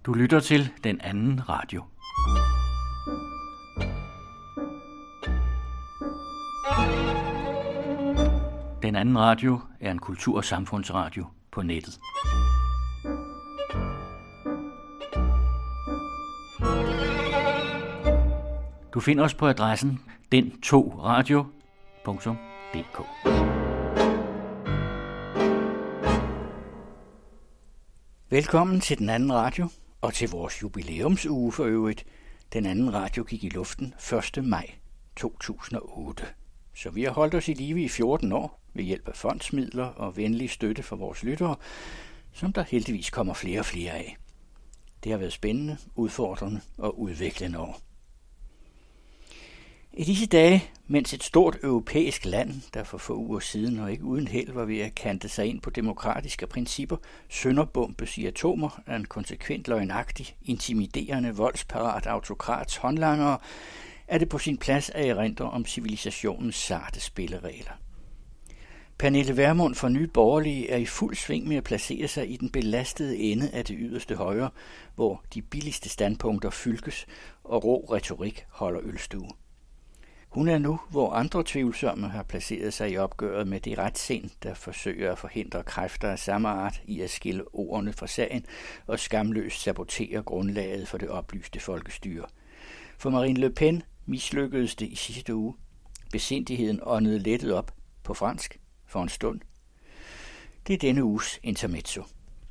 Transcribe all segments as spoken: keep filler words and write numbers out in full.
Du lytter til Den Anden Radio. Den Anden Radio er en kultur- og samfundsradio på nettet. Du finder os på adressen den to radio punktum d k. Velkommen til Den Anden Radio og til vores jubilæumsuge for øvrigt. Den Anden Radio gik i luften første maj to tusind og otte. Så vi har holdt os i live i fjorten år ved hjælp af fondsmidler og venlig støtte fra vores lyttere, som der heldigvis kommer flere og flere af. Det har været spændende, udfordrende og udviklende år. I disse dage, mens et stort europæisk land, der for få uger siden og ikke uden held var ved at kante sig ind på demokratiske principper, sønderbombes i atomer af en konsekvent løgnagtig, intimiderende, voldsparat autokrats håndlangere, er det på sin plads at erindre om civilisationens sarte spilleregler. Pernille Vermund fra Nye Borgerlige er i fuld sving med at placere sig i den belastede ende af det yderste højre, hvor de billigste standpunkter fylkes og rå retorik holder ølstue. Hun er nu, hvor andre tvivlsomme har placeret sig i opgøret med det retssind, der forsøger at forhindre kræfter af samme art i at skille ordene fra sagen og skamløst sabotere grundlaget for det oplyste folkestyre. For Marine Le Pen mislykkedes det i sidste uge. Besindigheden åndede lettet op på fransk for en stund. Det er denne uges intermezzo.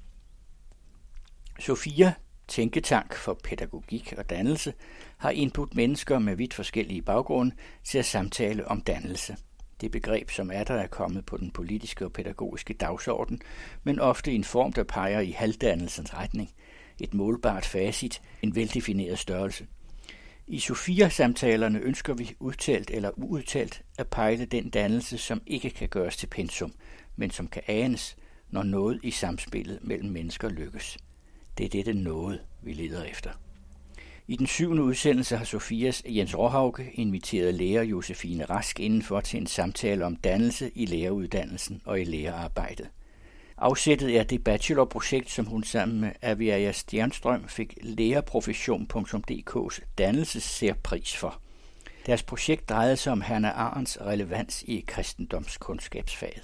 Sofia, tænketank for pædagogik og dannelse, har indbudt mennesker med vidt forskellige baggrunde til at samtale om dannelse. Det begreb, som er der er kommet på den politiske og pædagogiske dagsorden, men ofte i en form, der peger i halvdannelsens retning. Et målbart facit, en veldefineret størrelse. I Sofia-samtalerne ønsker vi udtalt eller uudtalt at pejle den dannelse, som ikke kan gøres til pensum, men som kan anes, når noget i samspillet mellem mennesker lykkes. Det er dette noget, vi leder efter. I den syvende udsendelse har Sofias Jens Råhauke inviteret lærer Josefine Rask indenfor til en samtale om dannelse i læreruddannelsen og i lærerarbejdet. Afsættet er det bachelorprojekt, som hun sammen med Aviaja Stjernstrøm fik lærerprofession punktum d k's dannelsessærpris for. Deres projekt drejede sig om Hannah Arendts relevans i kristendomskundskabsfaget.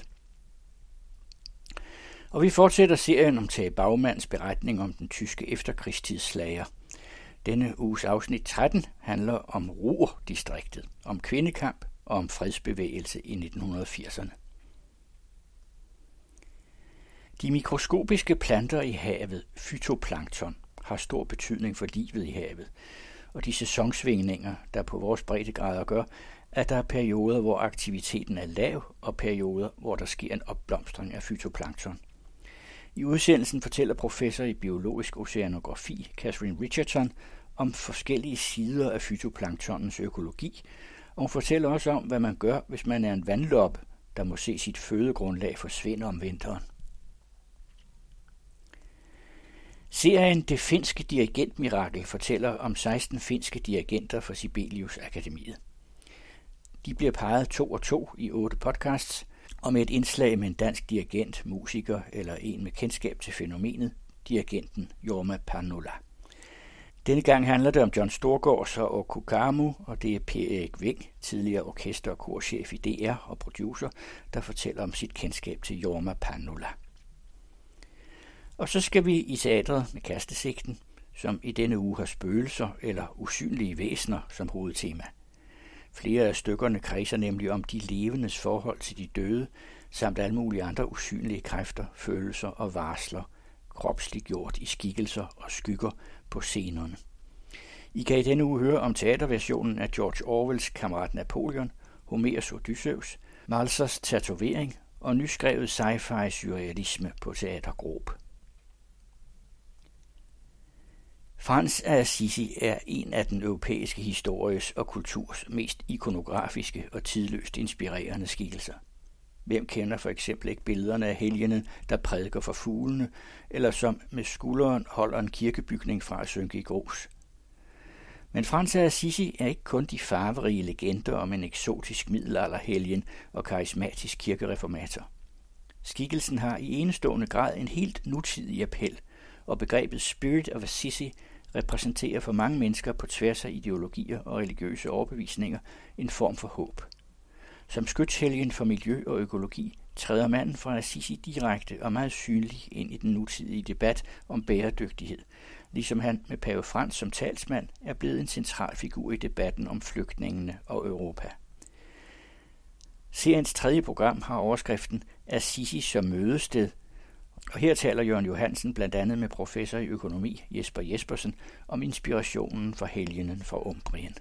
Og vi fortsætter serien om Tage Bagmanns beretning om den tyske efterkrigstidsslager. Denne uges afsnit tretten handler om Ruhr-distriktet, om kvindekamp og om fredsbevægelse i nitten firserne. De mikroskopiske planter i havet, fytoplankton, har stor betydning for livet i havet, og de sæsonsvingninger, der på vores breddegrader gør, at der er perioder, hvor aktiviteten er lav, og perioder, hvor der sker en opblomstring af fytoplankton. I udsendelsen fortæller professor i biologisk oceanografi, Catherine Richardson, om forskellige sider af fytoplanktonens økologi, og hun fortæller også om, hvad man gør, hvis man er en vandloppe, der må se sit fødegrundlag forsvinde om vinteren. Serien Det finske dirigentmirakel fortæller om seksten finske dirigenter fra Sibelius Akademiet. De bliver peget to og to i otte podcasts, og med et indslag med en dansk dirigent, musiker eller en med kendskab til fænomenet, dirigenten Jorma Pannola. Denne gang handler det om John Storgårds og Orkut Kamu, og det er Per Erik Ving, tidligere orkester- og korchef i D R og producer, der fortæller om sit kendskab til Jorma Pannola. Og så skal vi i teatret med Kastesigten, som i denne uge har spøgelser eller usynlige væsener som hovedtema. Flere af stykkerne kredser nemlig om de levendes forhold til de døde, samt alle mulige andre usynlige kræfter, følelser og varsler, kropsligt gjort i skikkelser og skygger på scenerne. I kan i denne uge høre om teaterversionen af George Orwells Kammerat Napoleon, Homers Odysseus, Malsers Tatovering og nyskrevet sci-fi surrealisme på Teater Grob. Frans af Assisi er en af den europæiske histories og kulturs mest ikonografiske og tidløst inspirerende skikkelser. Hvem kender for eksempel ikke billederne af helgenen, der prædiker for fuglene, eller som med skulderen holder en kirkebygning fra at synke i grus? Men Frans af Assisi er ikke kun de farverige legender om en eksotisk middelalderhelgen og karismatisk kirkereformator. Skikkelsen har i enestående grad en helt nutidig appel, og begrebet Spirit of Assisi repræsenterer for mange mennesker på tværs af ideologier og religiøse overbevisninger en form for håb. Som skytshelgen for miljø og økologi træder manden fra Assisi direkte og meget synlig ind i den nutidige debat om bæredygtighed, ligesom han med pave Frans som talsmand er blevet en central figur i debatten om flygtningene og Europa. Seriens tredje program har overskriften Assisi som mødested, og her taler Jørgen Johansen blandt andet med professor i økonomi Jesper Jespersen om inspirationen for helgenen fra Umbrien.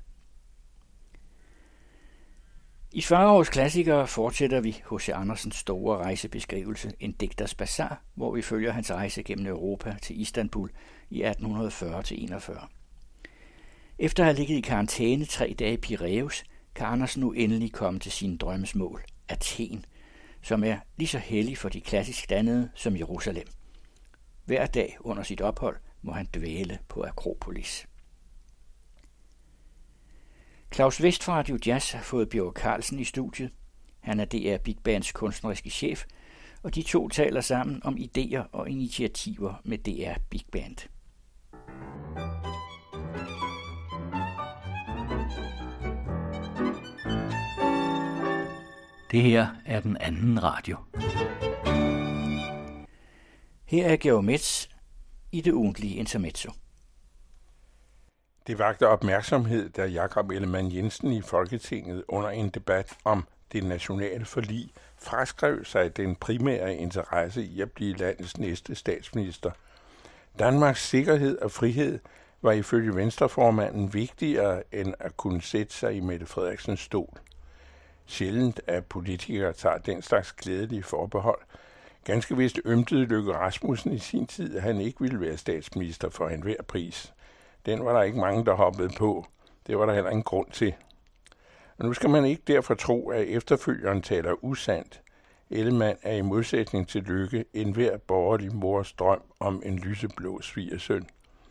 I fyrre års klassikere fortsætter vi H C Andersens store rejsebeskrivelse En digters bazar, hvor vi følger hans rejse gennem Europa til Istanbul i atten fyrre til enogfyrre. Efter at have ligget i karantæne tre dage i Piræus, kan Andersen nu endelig komme til sine drømmesmål, Athen, som er lige så hellig for de klassisk dannede som Jerusalem. Hver dag under sit ophold må han dvæle på Akropolis. Claus Vest fra Radio Jazz har fået Bjørg Carlsen i studiet. Han er D R Big Bands kunstneriske chef, og de to taler sammen om idéer og initiativer med D R Big Band. Det her er den anden radio. Her er Georg Metz i det ugentlige intermezzo. Det vakte opmærksomhed, da Jakob Ellemann-Jensen i Folketinget under en debat om det nationale forlig fraskrev sig den primære interesse i at blive landets næste statsminister. Danmarks sikkerhed og frihed var ifølge Venstreformanden vigtigere end at kunne sætte sig i Mette Frederiksens stol. Sjældent at politikere tager den slags glædelige forbehold. Ganske vist ømtede Løkke Rasmussen i sin tid, at han ikke ville være statsminister for enhver pris. Den var der ikke mange, der hoppede på. Det var der heller ingen grund til. Og nu skal man ikke derfor tro, at efterfølgeren taler usandt. Ellemann er i modsætning til Løkke enhver borgerlig mors drøm om en lyseblå svigersøn.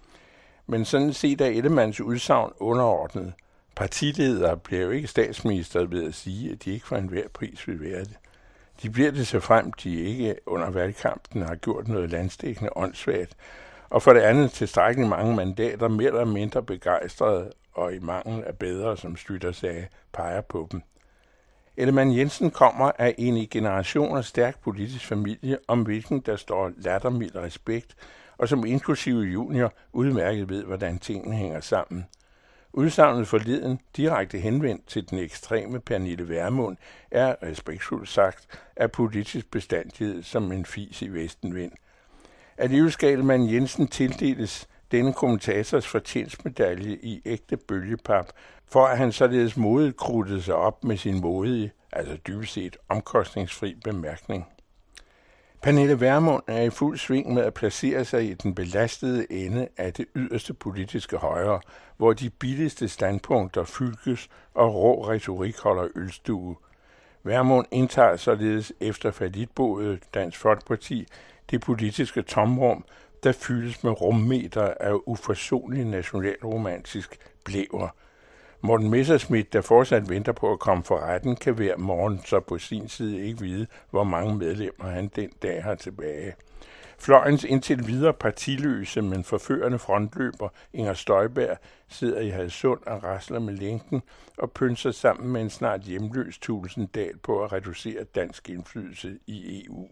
Men sådan set er Ellemanns udsagn underordnet. Partiledere bliver jo ikke statsminister ved at sige, at de ikke for enhver pris vil være det. De bliver det så frem, de ikke under valgkampen har gjort noget landsdækkende åndssvagt, og for det andet tilstrækkeligt mange mandater mere eller mindre begejstrede og i mangel af bedre, som Slytter sagde, peger på dem. Ellemann-Jensen kommer af en i generationer stærk politisk familie, om hvilken der står lattermild respekt, og som inklusive junior udmærket ved, hvordan tingene hænger sammen. Udsagnet forleden, direkte henvendt til den ekstreme Pernille Vermund, er respektfuldt sagt af politisk bestandighed som en fis i vestenvind. Alligevel skal Ellemann-Jensen tildeles denne kommentators fortjenstmedalje i ægte bølgepap, for at han således modigt kruttede sig op med sin modige, altså dybest set omkostningsfri bemærkning. Pernille Vermund er i fuld sving med at placere sig i den belastede ende af det yderste politiske højre, hvor de billigste standpunkter fylkes og rå retorik holder ølstue. Vermund indtager således efter fallitboet Dansk Folkeparti det politiske tomrum, der fyldes med rummeter af uforsonlig nationalromantisk blæver. Morten Messerschmidt, der fortsat venter på at komme for retten, kan hver morgen så på sin side ikke vide, hvor mange medlemmer han den dag har tilbage. Fløjens indtil videre partiløse, men forførende frontløber Inger Støjberg sidder i Hadsund og rasler med lænken og pynser sammen med en snart hjemløs Tulsendal på at reducere dansk indflydelse i E U.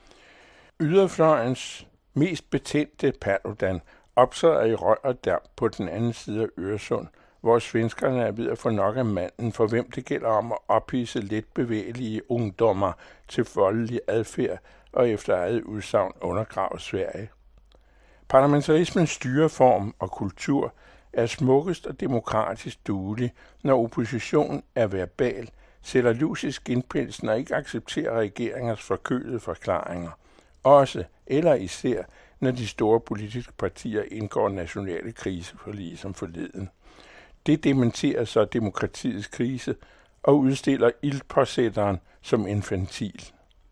Yderfløjens mest betændte Paludan optræder i røg og damp på den anden side af Øresund, hvor svenskerne er ved at få nok af manden, for hvem det gælder om at ophidse let bevægelige ungdommer til voldelig adfærd og efter eget udsagn undergrave Sverige. Parlamentarismens styreform og kultur er smukkest og demokratisk duelig, når oppositionen er verbal, sætter lus i skinpelsen og ikke accepterer regeringers forkølede forklaringer. Også, eller især, når de store politiske partier indgår nationale kriseforlig som forleden. Det dementerer så demokratiets krise og udstiller ildpåsætteren som infantil.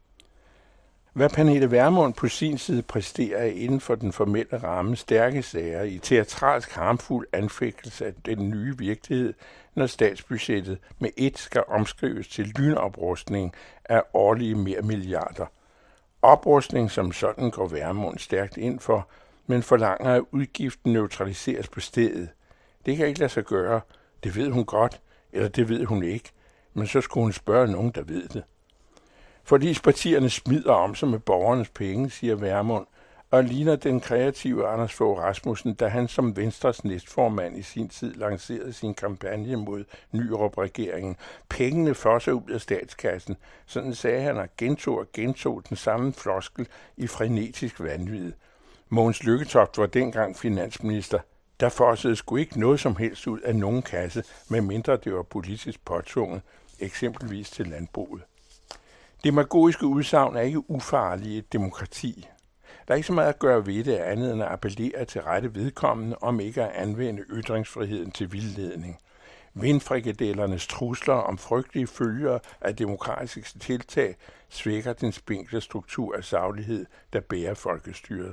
Hvad Pernille Vermund på sin side præsterer inden for den formelle ramme stærke sager i teatralsk harmfuld anfægtelse af den nye virkelighed, når statsbudgettet med ét skal omskrives til lynoprustning af årlige mere milliarder. Oprustning som sådan går Vermund stærkt ind for, men forlanger, at udgiften neutraliseres på stedet. Det kan ikke lade sig gøre. Det ved hun godt, eller det ved hun ikke. Men så skulle hun spørge nogen, der ved det. Forligspartierne smider om sig med borgernes penge, siger Vermund, og ligner den kreative Anders Fogh Rasmussen, da han som Venstres næstformand i sin tid lancerede sin kampagne mod Nyrup-regeringen. Pengene fosser ud af statskassen. Sådan sagde han og gentog og gentog den samme floskel i frenetisk vanvid. Mogens Lykketoft var dengang finansminister. Der fossede sgu ikke noget som helst ud af nogen kasse, medmindre det var politisk påtvunget, eksempelvis til landbruget. Demagogiske udsagn er ikke ufarlige i et demokrati. Der er ikke så meget at gøre ved det andet end at appellere til rette vedkommende, om ikke at anvende ytringsfriheden til vildledning. Vindfrikadellernes trusler om frygtelige følger af demokratiske tiltag svækker den spinkle struktur af saglighed, der bærer folkestyret.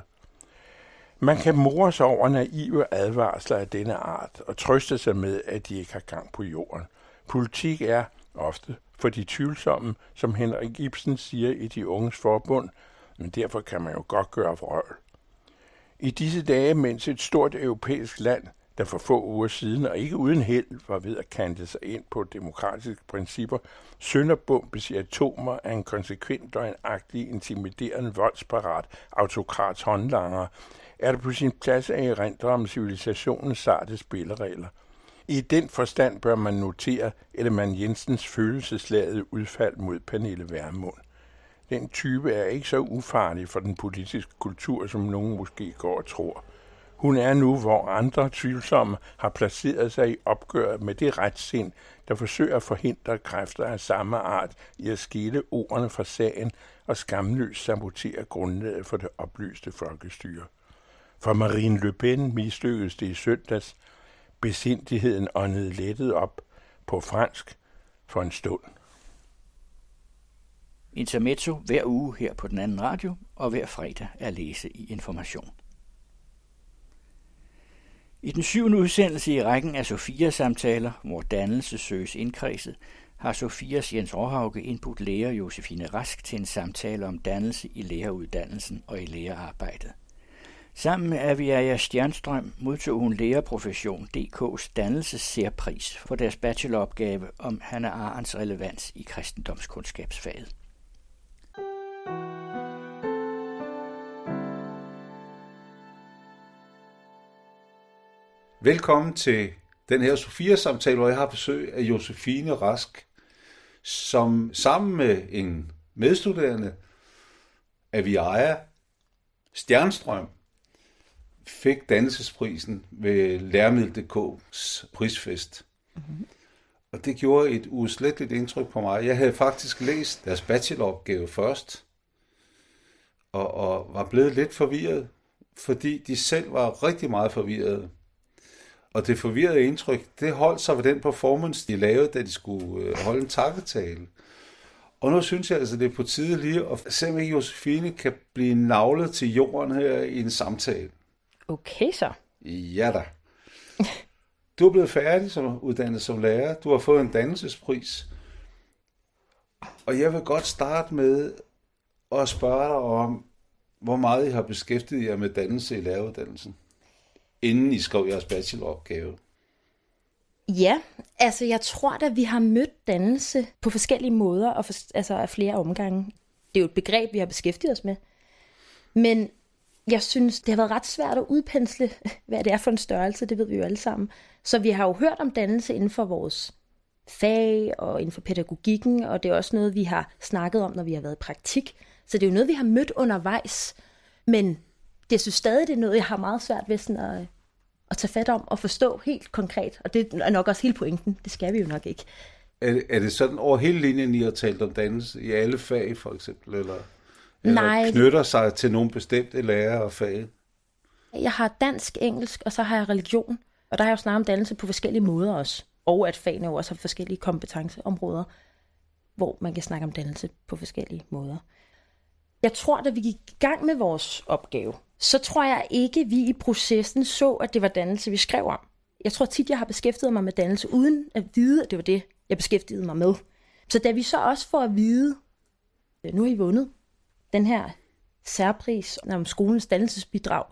Man kan more sig over naive advarsler af denne art og trøste sig med, at de ikke har gang på jorden. Politik er ofte for de tvivlsomme, som Henrik Ibsen siger i De Unges Forbund, men derfor kan man jo godt gøre vrøvl. I disse dage, mens et stort europæisk land, der for få uger siden og ikke uden held var ved at kante sig ind på demokratiske principper, sønderbombes i atomer af en konsekvent løgnagtig, intimiderende, voldsparat autokrats håndlanger, er det på sin plads at erindre om civilisationens sarte spilleregler. I den forstand bør man notere Ellemann Jensens følelsesladede udfald mod Pernille Vermund. Den type er ikke så ufarlig for den politiske kultur, som nogen måske går og tror. Hun er nu, hvor andre tvivlsomme har placeret sig i opgøret med det retssind, der forsøger at forhindre kræfter af samme art i at skille ordene fra sagen og skamløst sabotere grundlaget for det oplyste folkestyre. For Marine Le Pen mislykkedes det i søndags. Besindigheden åndede lettet op på fransk for en stund. Intermezzo hver uge her på Den Anden Radio, og hver fredag at læse i Information. I den syvende udsendelse i rækken af Sofia-samtaler, hvor dannelse søges indkredset, har Sofias Jens Råhauke indbudt lærer Josefine Rask til en samtale om dannelse i læreruddannelsen og i lærerarbejdet. Sammen med Aviaja Stjernstrøm modtog hun Lærerprofession D K's dannelsessærpris for deres bacheloropgave om Hannah Arendts relevans i kristendomskundskabsfaget. Velkommen til den her Sofia-samtale, hvor jeg har besøg af Josefine Rask, som sammen med en medstuderende, Aviaja Stjernstrøm, fik dannelsesprisen ved Læremiddel punktum d k's prisfest. Mm-hmm. Og det gjorde et usletteligt indtryk på mig. Jeg havde faktisk læst deres bacheloropgave først, og, og var blevet lidt forvirret, fordi de selv var rigtig meget forvirrede. Og det forvirrede indtryk, det holdt sig ved den performance, de lavede, da de skulle holde en takketale. Og nu synes jeg altså, det er på tide lige at se, om ikke Josefine kan blive navlet til jorden her i en samtale. Okay så. Ja da. Du er blevet færdig som uddannet som lærer. Du har fået en dannelsespris. Og jeg vil godt starte med at spørge dig om, hvor meget I har beskæftiget jer med dannelse i læreruddannelsen, inden I skrev jeres bacheloropgave. Ja, altså jeg tror at vi har mødt dannelse på forskellige måder, og for, altså af flere omgange. Det er jo et begreb, vi har beskæftiget os med. Men jeg synes, det har været ret svært at udpensle, hvad det er for en størrelse, det ved vi jo alle sammen. Så vi har jo hørt om dannelse inden for vores fag og inden for pædagogikken, og det er også noget, vi har snakket om, når vi har været i praktik. Så det er jo noget, vi har mødt undervejs. Men det synes stadig, det er noget, jeg har meget svært ved sådan at, at tage fat om og forstå helt konkret. Og det er nok også hele pointen. Det skal vi jo nok ikke. Er, er det sådan over hele linjen, I har talt om dannelse i alle fag, for eksempel? Eller, eller Nej, knytter sig til nogle bestemte lærere og fag? Jeg har dansk, engelsk, og så har jeg religion. Og der har jeg jo snakket om dannelse på forskellige måder også. Og at fagene også har forskellige kompetenceområder, hvor man kan snakke om dannelse på forskellige måder. Jeg tror, da vi gik i gang med vores opgave, så tror jeg ikke, vi i processen så, at det var dannelse, vi skrev om. Jeg tror tit, jeg har beskæftiget mig med dannelse, uden at vide, at det var det, jeg beskæftigede mig med. Så da vi så også får at vide, at nu har I vundet den her særpris om skolens dannelsesbidrag,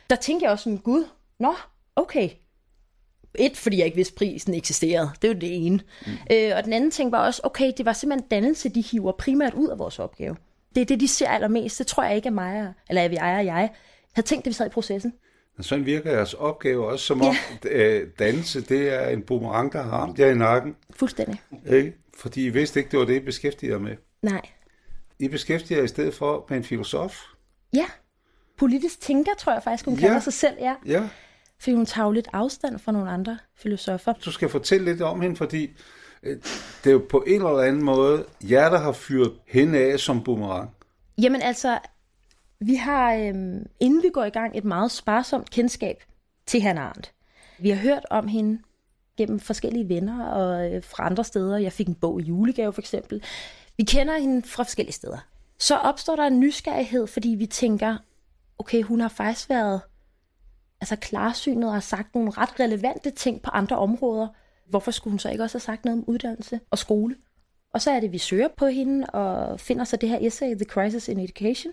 der tænkte jeg også sådan, gud, nå, okay. Et, fordi jeg ikke vidste, prisen eksisterede. Det er jo det ene. Mm. Øh, og den anden ting var også, okay, det var simpelthen dannelse, de hiver primært ud af vores opgave. Det er det, de ser allermest. Det tror jeg ikke er mig, eller er vi ejer og jeg. havde tænkt, det vi sad i processen. Sådan virker jeres opgave også, som om ja. dannelse, det er en boomerang, der har ramt jer i nakken. Fuldstændig. Ikke? Fordi I vidste ikke, det var det, I beskæftigede jer med. Nej. I beskæftiger jer i stedet for med en filosof. Ja. Politisk tænker, tror jeg faktisk, hun kalder ja. sig selv, ja. Ja. Fordi hun tager lidt afstand fra nogle andre filosofer. Du skal fortælle lidt om hende, fordi det er jo på en eller anden måde jer, der har fyret hende af som boomerang. Jamen altså, vi har, øhm, inden vi går i gang, et meget sparsomt kendskab til Hannah Arendt. Vi har hørt om hende gennem forskellige venner og øh, fra andre steder. Jeg fik en bog i julegave for eksempel. Vi kender hende fra forskellige steder. Så opstår der en nysgerrighed, fordi vi tænker, okay, hun har faktisk været altså klarsynet og har sagt nogle ret relevante ting på andre områder. Hvorfor skulle hun så ikke også have sagt noget om uddannelse og skole? Og så er det, vi søger på hende og finder så det her essay, The Crisis in Education.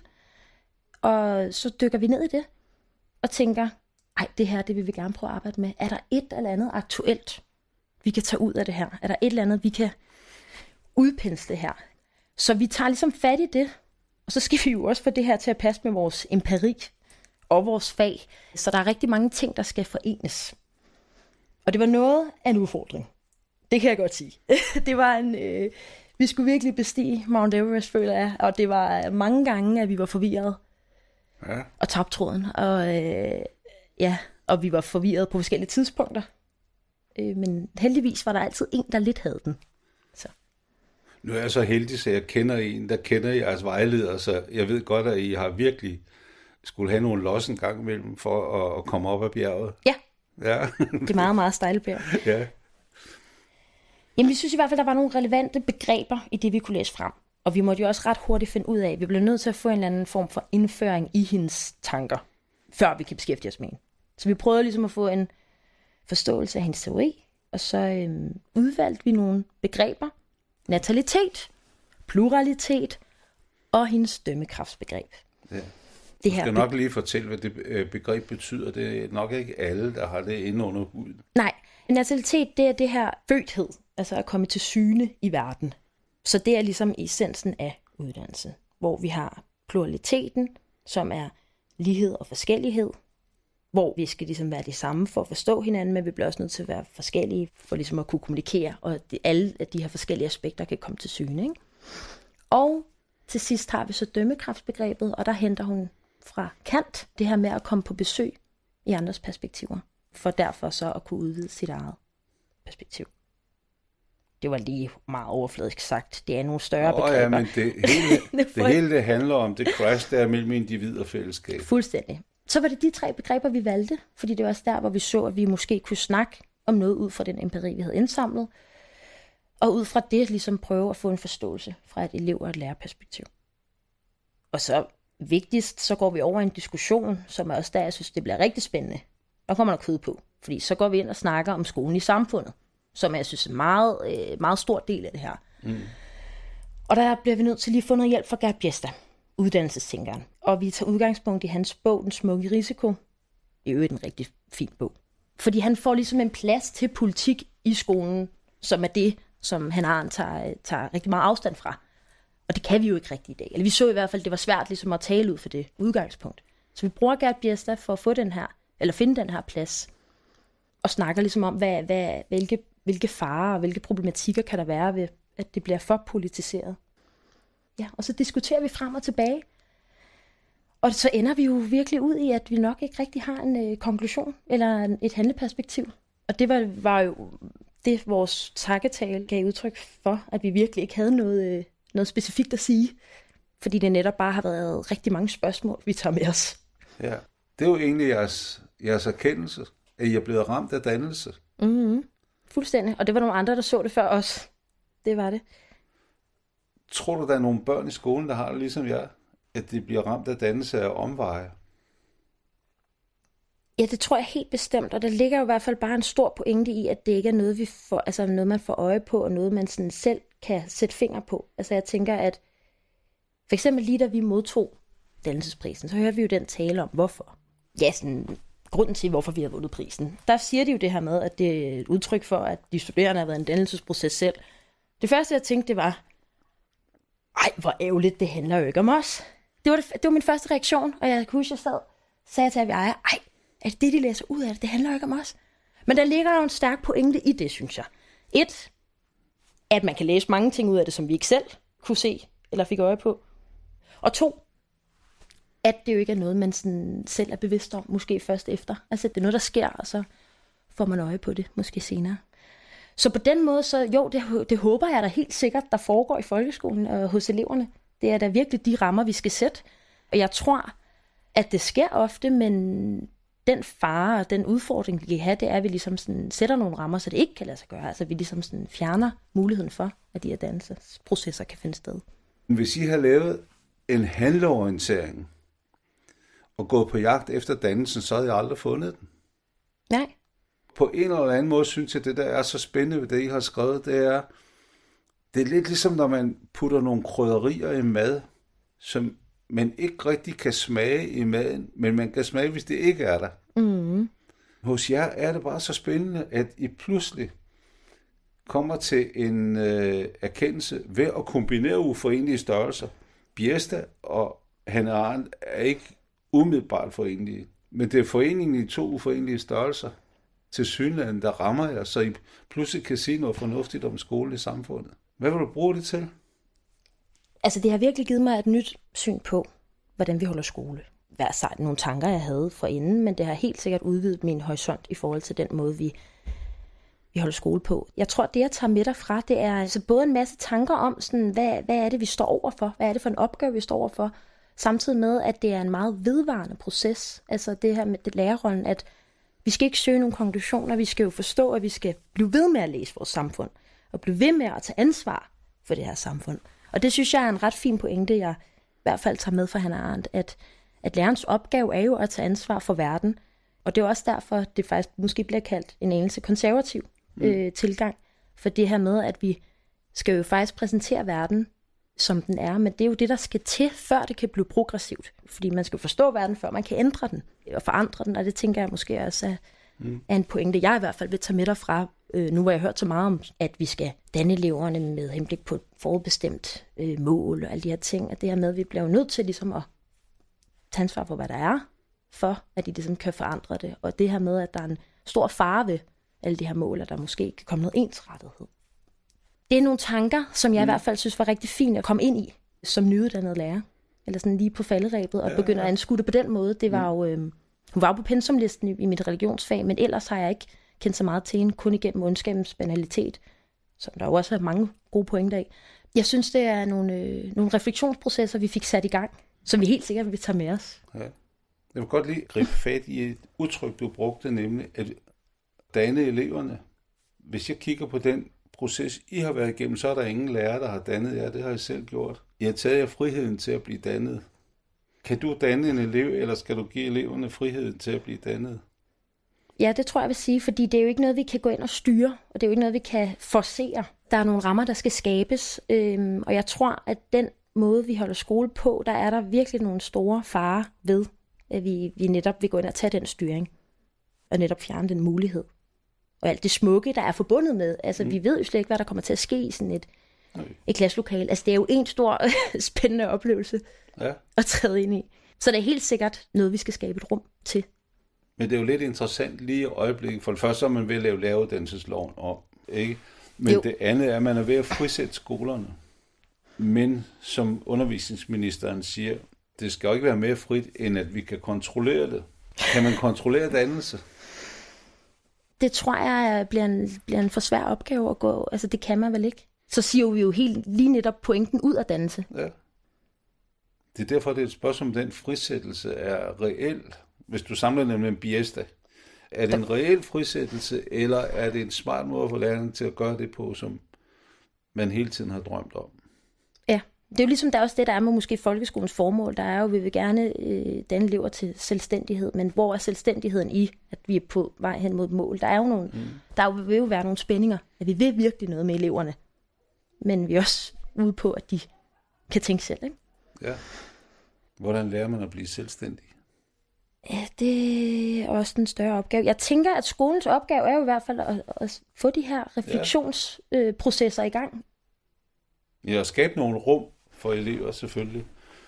Og så dykker vi ned i det og tænker, ej, det her, det vil vi gerne prøve at arbejde med. Er der et eller andet aktuelt, vi kan tage ud af det her? Er der et eller andet, vi kan udpensle her? Så vi tager ligesom fat i det, og så skal vi jo også få det her til at passe med vores empiri og vores fag. Så der er rigtig mange ting, der skal forenes. Og det var noget af en udfordring. Det kan jeg godt sige. Det var en, øh, vi skulle virkelig bestige Mount Everest, føler jeg. Og det var mange gange, at vi var forvirret. Ja. Og tabte tråden. Og, øh, ja, og vi var forvirret på forskellige tidspunkter. Øh, men heldigvis var der altid en, der lidt havde den. Så. Nu er jeg så heldig, så jeg kender en, der kender jeres vejleder. Så jeg ved godt, at I har virkelig skulle have nogle los en gang imellem for at, at komme op ad bjerget. Ja. Ja. Det er meget, meget stejle bjerg. Ja. Jamen, vi synes i hvert fald, der var nogle relevante begreber i det, vi kunne læse frem. Og vi måtte jo også ret hurtigt finde ud af, at vi blev nødt til at få en eller anden form for indføring i hendes tanker, før vi kan beskæftige os med hende. Så vi prøvede ligesom at få en forståelse af hendes teori, og så øhm, udvalgte vi nogle begreber. Natalitet, pluralitet og hendes dømmekraftsbegreb. Ja. Det Du her skal nok lige fortælle, hvad det begreb betyder. Det er nok ikke alle, der har det inde under huden. Nej, natalitet, det er det her fødthed, altså at komme til syne i verden. Så det er ligesom essensen af uddannelse, hvor vi har pluraliteten, som er lighed og forskellighed, hvor vi skal ligesom være de samme for at forstå hinanden, men vi bliver også nødt til at være forskellige for ligesom at kunne kommunikere, og at alle af de her forskellige aspekter kan komme til syne. Ikke? Og til sidst har vi så dømmekraftsbegrebet, og der henter hun fra Kant det her med at komme på besøg i andres perspektiver, for derfor så at kunne udvide sit eget perspektiv. Det var lige meget overfladisk sagt. Det er nogle større oh, begreber. Ja, men det hele, det hele det handler om det crash, der er mellem individ og fællesskab. Fuldstændig. Så var det de tre begreber, vi valgte, fordi det var også der, hvor vi så, at vi måske kunne snakke om noget ud fra den empiri, vi havde indsamlet, og ud fra det ligesom prøve at få en forståelse fra et elev- og et lærerperspektiv. Og så vigtigst, så går vi over i en diskussion, som er også der, jeg synes, det bliver rigtig spændende. Der kommer der kød på, fordi så går vi ind og snakker om skolen i samfundet, som jeg synes er en meget, øh, meget stor del af det her. Mm. Og der bliver vi nødt til lige at få noget hjælp fra Gert Bjesta, uddannelsestænkeren. Og vi tager udgangspunkt i hans bog, Den smukke risiko. Det er jo en rigtig fin bog. Fordi han får ligesom en plads til politik i skolen, som er det, som han har tager, tager rigtig meget afstand fra. Og det kan vi jo ikke rigtig i dag. Eller vi så i hvert fald, det var svært ligesom at tale ud for det udgangspunkt. Så vi bruger Gert Bjesta for at få den her, eller finde den her plads. Og snakker ligesom om, hvad, hvad, hvilke, hvilke farer og hvilke problematikker kan der være ved, at det bliver for politiseret. Ja, og så diskuterer vi frem og tilbage. Og så ender vi jo virkelig ud i, at vi nok ikke rigtig har en øh, konklusion eller en, et handleperspektiv. Og det var, var jo det, vores takketale gav udtryk for, at vi virkelig ikke havde noget, øh, noget specifikt at sige. Fordi det netop bare har været rigtig mange spørgsmål, vi tager med os. Ja, det er jo egentlig jeres, jeres erkendelse, at I er blevet ramt af dannelse. Mm-hmm. Fuldstændig. Og det var nogle andre, der så det før os. Det var det. Tror du, der er nogle børn i skolen, der har det ligesom jeg, at de bliver ramt af dannelse af omveje? Ja, det tror jeg helt bestemt, og der ligger jo i hvert fald bare en stor pointe i, at det ikke er noget, vi får, altså noget man får øje på, og noget man sådan selv kan sætte finger på. Altså jeg tænker, at for eksempel lige da vi modtog dannelsesprisen, så hørte vi jo den tale om, hvorfor. ja, sådan, grunden til, hvorfor vi har vundet prisen. Der siger de jo det her med, at det er et udtryk for, at de studerende har været en dannelsesproces selv. Det første, jeg tænkte, det var, ej, hvor ærgerligt, det handler jo ikke om os. Det var, det, det var min første reaktion, og jeg kunne huske, jeg sad sagde til Aviaja, ej, er det det, de læser ud af det? Det handler jo ikke om os. Men der ligger jo en stærk pointe i det, synes jeg. Et, at man kan læse mange ting ud af det, som vi ikke selv kunne se, eller fik øje på. Og to, at det jo ikke er noget, man sådan selv er bevidst om, måske først efter. Altså, det er noget, der sker, og så får man øje på det, måske senere. Så på den måde, så jo, det, det håber jeg da helt sikkert, der foregår i folkeskolen og hos eleverne. Det er da virkelig de rammer, vi skal sætte. Og jeg tror, at det sker ofte, men den fare og den udfordring, vi kan have, det er, at vi ligesom sådan sætter nogle rammer, så det ikke kan lade sig gøre. Altså, vi ligesom sådan fjerner muligheden for, at de her dannelsesprocesser kan finde sted. Hvis I har lavet en handleorientering og gået på jagt efter dannelsen, så havde jeg aldrig fundet den. Nej. På en eller anden måde synes jeg, at det der er så spændende ved det, I har skrevet, det er, det er lidt ligesom, når man putter nogle krydderier i mad, som man ikke rigtig kan smage i maden, men man kan smage, hvis det ikke er der. Mm. Hos jer er det bare så spændende, at I pludselig kommer til en øh, erkendelse ved at kombinere uforenelige størrelser. Biesta og Hannah Arendt er ikke umiddelbart forenelige, men det er foreningen i to uforenelige størrelser til synligheden, der rammer jer, så I pludselig kan sige noget fornuftigt om skole i samfundet. Hvad vil du bruge det til? Altså, det har virkelig givet mig et nyt syn på, hvordan vi holder skole. Hver sejt nogle tanker, jeg havde forinden, men det har helt sikkert udvidet min horisont i forhold til den måde, vi, vi holder skole på. Jeg tror, det jeg tager med derfra, det er altså både en masse tanker om, sådan, hvad, hvad er det, vi står overfor? Hvad er det for en opgave, vi står overfor? Samtidig med, at det er en meget vedvarende proces. Altså det her med det lærerrollen, at vi skal ikke søge nogle konklusioner, vi skal jo forstå, at vi skal blive ved med at læse vores samfund, og blive ved med at tage ansvar for det her samfund. Og det synes jeg er en ret fin pointe, jeg i hvert fald tager med fra Hannah Arendt, at, at lærerens opgave er jo at tage ansvar for verden. Og det er også derfor, det faktisk måske bliver kaldt en anelse konservativ øh, tilgang. For det her med, at vi skal jo faktisk præsentere verden, som den er, men det er jo det, der skal til, før det kan blive progressivt. Fordi man skal forstå verden, før man kan ændre den og forandre den, og det tænker jeg måske også er, mm. er en pointe, jeg i hvert fald vil tage med derfra. Øh, nu hvor jeg har hørt så meget om, at vi skal danne eleverne med henblik på et forudbestemt øh, mål og alle de her ting, at det her med, at vi bliver nødt til ligesom at tage ansvar for, hvad der er, for at de ligesom kan forandre det. Og det her med, at der er en stor fare ved alle de her mål, at der måske kan komme noget ensrettighed. Det er nogle tanker, som jeg mm. i hvert fald synes var rigtig fint at komme ind i som nyuddannet lærer. Eller sådan lige på falderebet og ja, begynde ja. at anskue det på den måde. Det var jo, øh, hun var jo på pensumlisten i, i mit religionsfag, men ellers har jeg ikke kendt så meget til hende, kun igennem ondskabens banalitet, som der jo også er mange gode pointer i. Jeg synes, det er nogle, øh, nogle refleksionsprocesser, vi fik sat i gang, som vi helt sikkert vil tage med os. Ja. Jeg vil godt lige gribe fat i et udtryk, du brugte, nemlig at danne eleverne. Hvis jeg kigger på den proces, I har været igennem, så er der ingen lærer, der har dannet jer. Det har jeg selv gjort. I har taget jer friheden til at blive dannet. Kan du danne en elev, eller skal du give eleverne friheden til at blive dannet? Ja, det tror jeg vil sige, fordi det er jo ikke noget, vi kan gå ind og styre, og det er jo ikke noget, vi kan forcere. Der er nogle rammer, der skal skabes, øhm, og jeg tror, at den måde, vi holder skole på, der er der virkelig nogle store farer ved, at vi, vi netop vil gå ind og tage den styring, og netop fjerne den mulighed. Og alt det smukke, der er forbundet med. Altså, mm. vi ved jo slet ikke, hvad der kommer til at ske i sådan et, et klasselokale. Altså, det er jo en stor spændende oplevelse ja. at træde ind i. Så det er helt sikkert noget, vi skal skabe et rum til. Men det er jo lidt interessant lige i øjeblikket. For det første så er man ved at lave læreruddannelsesloven om, ikke? Men jo. Det andet er, at man er ved at frisætte skolerne. Men som undervisningsministeren siger, det skal jo ikke være mere frit, end at vi kan kontrollere det. Kan man kontrollere dannelse? Det tror jeg bliver en, bliver en for svær opgave at gå. Altså, det kan man vel ikke. Så siger vi jo helt lige netop pointen ud af dannelse. Ja. Det er derfor, det er et spørgsmål, om den frisættelse er reel. Hvis du samler den med en biesta, er det en reel frisættelse, eller er det en smart måde for lærerne til at gøre det på, som man hele tiden har drømt om? Ja, det er jo ligesom, der er også det, der er med måske folkeskolens formål. Der er jo, vi vil gerne øh, danne elever til selvstændighed, men hvor er selvstændigheden i, at vi er på vej hen mod et mål? Der er jo nogle, mm. der vil jo være nogle spændinger, at vi vil virkelig noget med eleverne, men vi er også ude på, at de kan tænke selv, ikke? Ja. Hvordan lærer man at blive selvstændig? Ja, det er også en større opgave. Jeg tænker, at skolens opgave er jo i hvert fald at, at få de her refleksionsprocesser ja. i gang. Ja, at skabe nogle rum for elever selvfølgelig.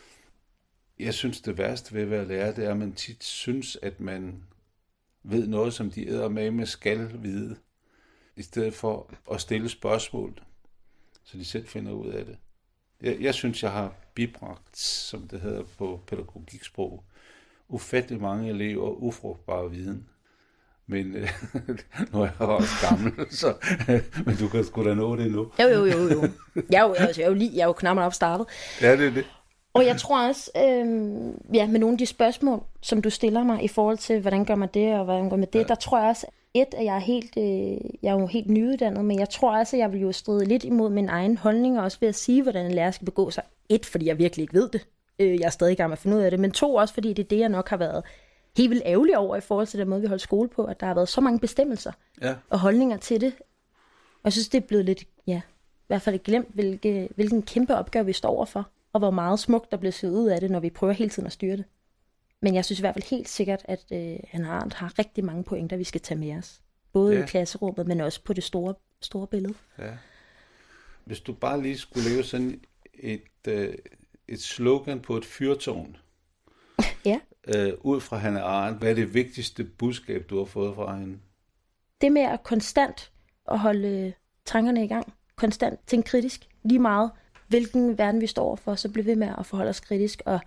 Jeg synes, det værste ved at være lærer, det er, at man tit synes, at man ved noget, som de eddermame skal vide, i stedet for at stille spørgsmål, så de selv finder ud af det. Jeg, jeg synes, jeg har bibragt, som det hedder på pædagogiksprog, ufattelig mange elever ufrugtbar viden. Men øh, nu er jeg også gammel, så, men du kan sgu da nå det nu. Jo, jo, jo, jo. Jeg er jo, jeg er jo, lige, jeg er jo knap nok startet. Ja, det er det. Og jeg tror også, øh, ja, med nogle af de spørgsmål, som du stiller mig i forhold til, hvordan gør man det, og hvordan gør man det, ja. Der tror jeg også, et, at jeg er helt, øh, jeg er jo helt nyuddannet, men jeg tror også, at jeg vil jo stride lidt imod min egen holdning, og også ved at sige, hvordan en lærer skal begå sig. Et, fordi jeg virkelig ikke ved det. Jeg er stadig i gang med at finde ud af det, men to, også fordi det er det, jeg nok har været helt vildt ærgerlig over i forhold til den måde, vi holdt skole på, at der har været så mange bestemmelser ja. og holdninger til det. Og jeg synes, det er blevet lidt, ja, i hvert fald glemt, hvilke, hvilken kæmpe opgave vi står overfor, og hvor meget smukt der bliver set ud af det, når vi prøver hele tiden at styre det. Men jeg synes i hvert fald helt sikkert, at øh, Hannah Arendt har rigtig mange pointer, vi skal tage med os. Både ja. i klasserummet, men også på det store, store billede. Ja. Hvis du bare lige skulle lave sådan et, øh, et slogan på et fyrtårn, ja. øh, ud fra Hannah Arendt, hvad er det vigtigste budskab, du har fået fra hende? Det med at konstant at holde tankerne i gang. Konstant tænke kritisk. Lige meget, hvilken verden vi står overfor, så bliver vi med at forholde os kritisk og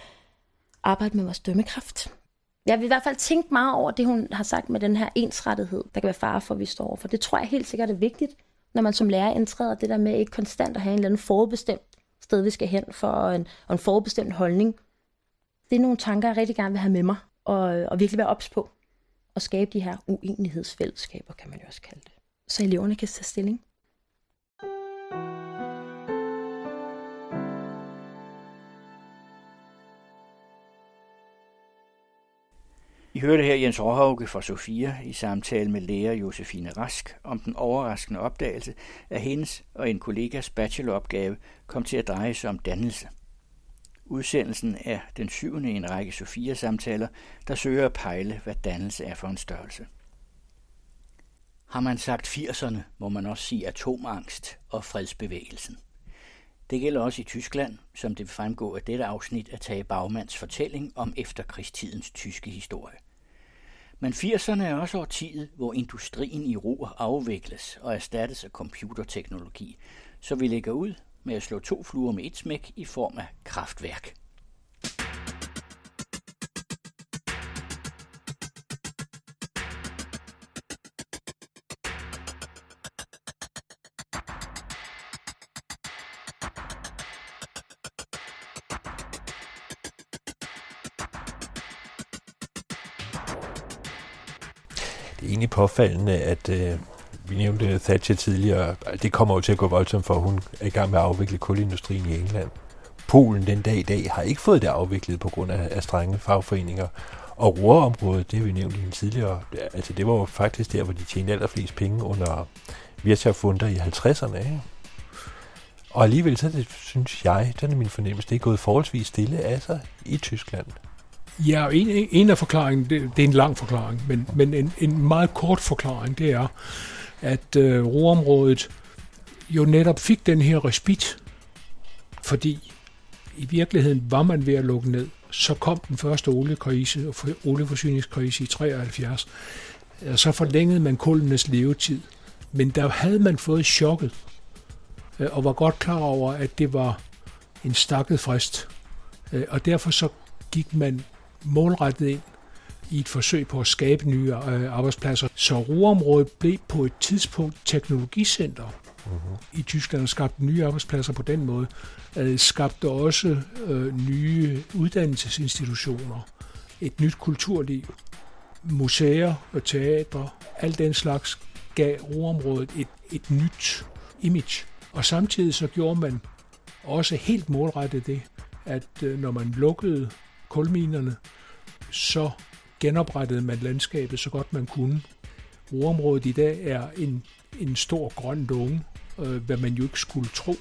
arbejde med vores dømmekraft. Jeg vil i hvert fald tænke meget over det, hun har sagt med den her ensrettighed, der kan være fare for, at vi står overfor. Det tror jeg helt sikkert er vigtigt, når man som lærer indtræder det der med ikke konstant at have en eller anden forudbestemt sted, vi skal hen for en, og en forudbestemt holdning. Det er nogle tanker, jeg rigtig gerne vil have med mig, og, og virkelig være ops på. Og skabe de her uenighedsfællesskaber, kan man jo også kalde det. Så eleverne kan tage stilling. I hørte her Jens Råhauke fra Sofia i samtale med lærer Josefine Rask om den overraskende opdagelse, at hendes og en kollegas bacheloropgave kom til at dreje sig om dannelse. Udsendelsen er den syvende i en række Sofia-samtaler, der søger at pejle, hvad dannelse er for en størrelse. Har man sagt firserne, må man også sige atomangst og fredsbevægelsen. Det gælder også i Tyskland, som det vil fremgå af dette afsnit af Tage Bagmans fortælling om efterkrigstidens tyske historie. Men firserne er også årtiet, hvor industrien i ro afvikles og erstattes af computerteknologi, så vi lægger ud med at slå to fluer med et smæk i form af kraftværk. Det er egentlig påfaldende, at øh, vi nævnte Thatcher tidligere, det kommer jo til at gå voldsomt for, hun er i gang med at afvikle kulindustrien i England. Polen den dag i dag har ikke fået det afviklet på grund af, af strenge fagforeninger. Og Ruhrområdet, det har vi nævnt i en tidligere, altså det var jo faktisk der, hvor de tjente allerflest penge under Wirtschaftswunder i halvtredserne. Ikke? Og alligevel så det, synes jeg, den er min fornemmelse, det er gået forholdsvis stille af sig i Tyskland. Ja, en, en af forklaringen, det, det er en lang forklaring, men, men en, en meget kort forklaring, det er, at øh, Ruhrområdet jo netop fik den her respit, fordi i virkeligheden var man ved at lukke ned. Så kom den første oliekrise, olieforsyningskrise i treoghalvfjerds, og så forlængede man kullenes levetid. Men der havde man fået chokket, og var godt klar over, at det var en stakket frist. Og derfor så gik man målrettet ind i et forsøg på at skabe nye arbejdspladser. Så Ruhrområdet blev på et tidspunkt teknologicenter uh-huh. i Tyskland og skabte nye arbejdspladser på den måde. Skabte også øh, nye uddannelsesinstitutioner, et nyt kulturliv, museer og teatre, alt den slags gav Ruhrområdet et, et nyt image. Og samtidig så gjorde man også helt målrettet det, at øh, når man lukkede kulminerne, så genoprettede man landskabet så godt man kunne. Ruhrområdet i dag er en, en stor grøn lunge, øh, hvad man jo ikke skulle tro.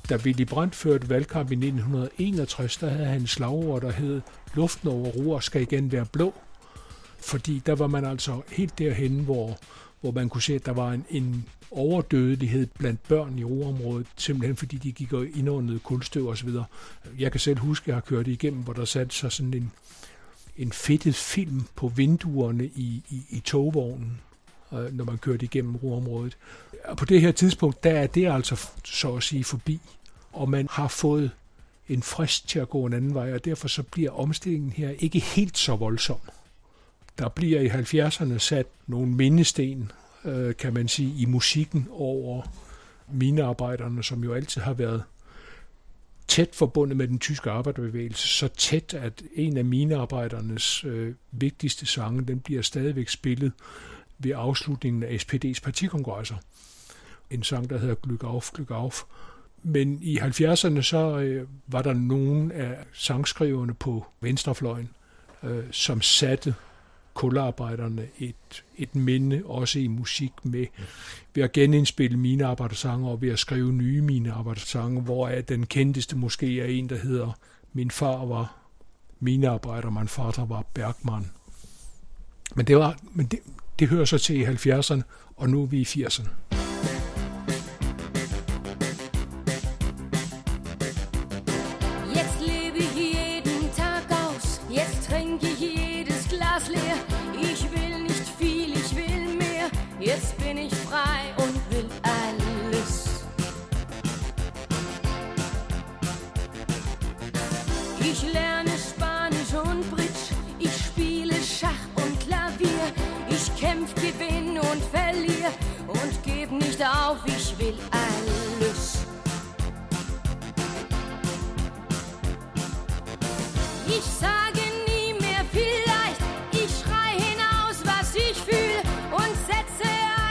Da Willy Brandt førte valgkamp i nitten enogtres, der havde han en slagord, der hed "Luften over Ruhr skal igen være blå". Fordi der var man altså helt derhenne, hvor, hvor man kunne se, at der var en, en overdødelighed blandt børn i Ruhrområdet, simpelthen fordi de gik og indåndede kulstøv osv. Jeg kan selv huske, at jeg har kørt igennem, hvor der satte sig sådan en, en fedtet film på vinduerne i, i, i togvognen, når man kørte igennem Ruhrområdet. Og på det her tidspunkt, der er det altså så at sige forbi, og man har fået en frist til at gå en anden vej, og derfor så bliver omstillingen her ikke helt så voldsom. Der bliver i halvfjerdserne sat nogle mindesten, øh, kan man sige, i musikken over minearbejderne, som jo altid har været tæt forbundet med den tyske arbejderbevægelse, så tæt, at en af minearbejdernes øh, vigtigste sange, den bliver stadigvæk spillet ved afslutningen af S P D's partikongresser. En sang, der hedder Glück auf, Glück auf. Men i halvfjerdserne så øh, var der nogle af sangskriverne på venstrefløjen, øh, som satte kularbejderne et, et minde, også i musik, med ved at genindspille minearbejdersange og ved at skrive nye minearbejdersange, hvor den kendteste måske er en, der hedder "Min far var minearbejder, min fader var Bergmann". Men det, var, men det, det hører så til i halvfjerdserne, og nu er vi i firserne. Jetzt bin ich frei und will alles. Ich lerne Spanisch und Bridge, ich spiele Schach und Klavier. Ich kämpf, gewinn und verlier und geb nicht auf, ich will alles. Ich sage nie mehr vielleicht, ich schrei hinaus, was ich fühle und setze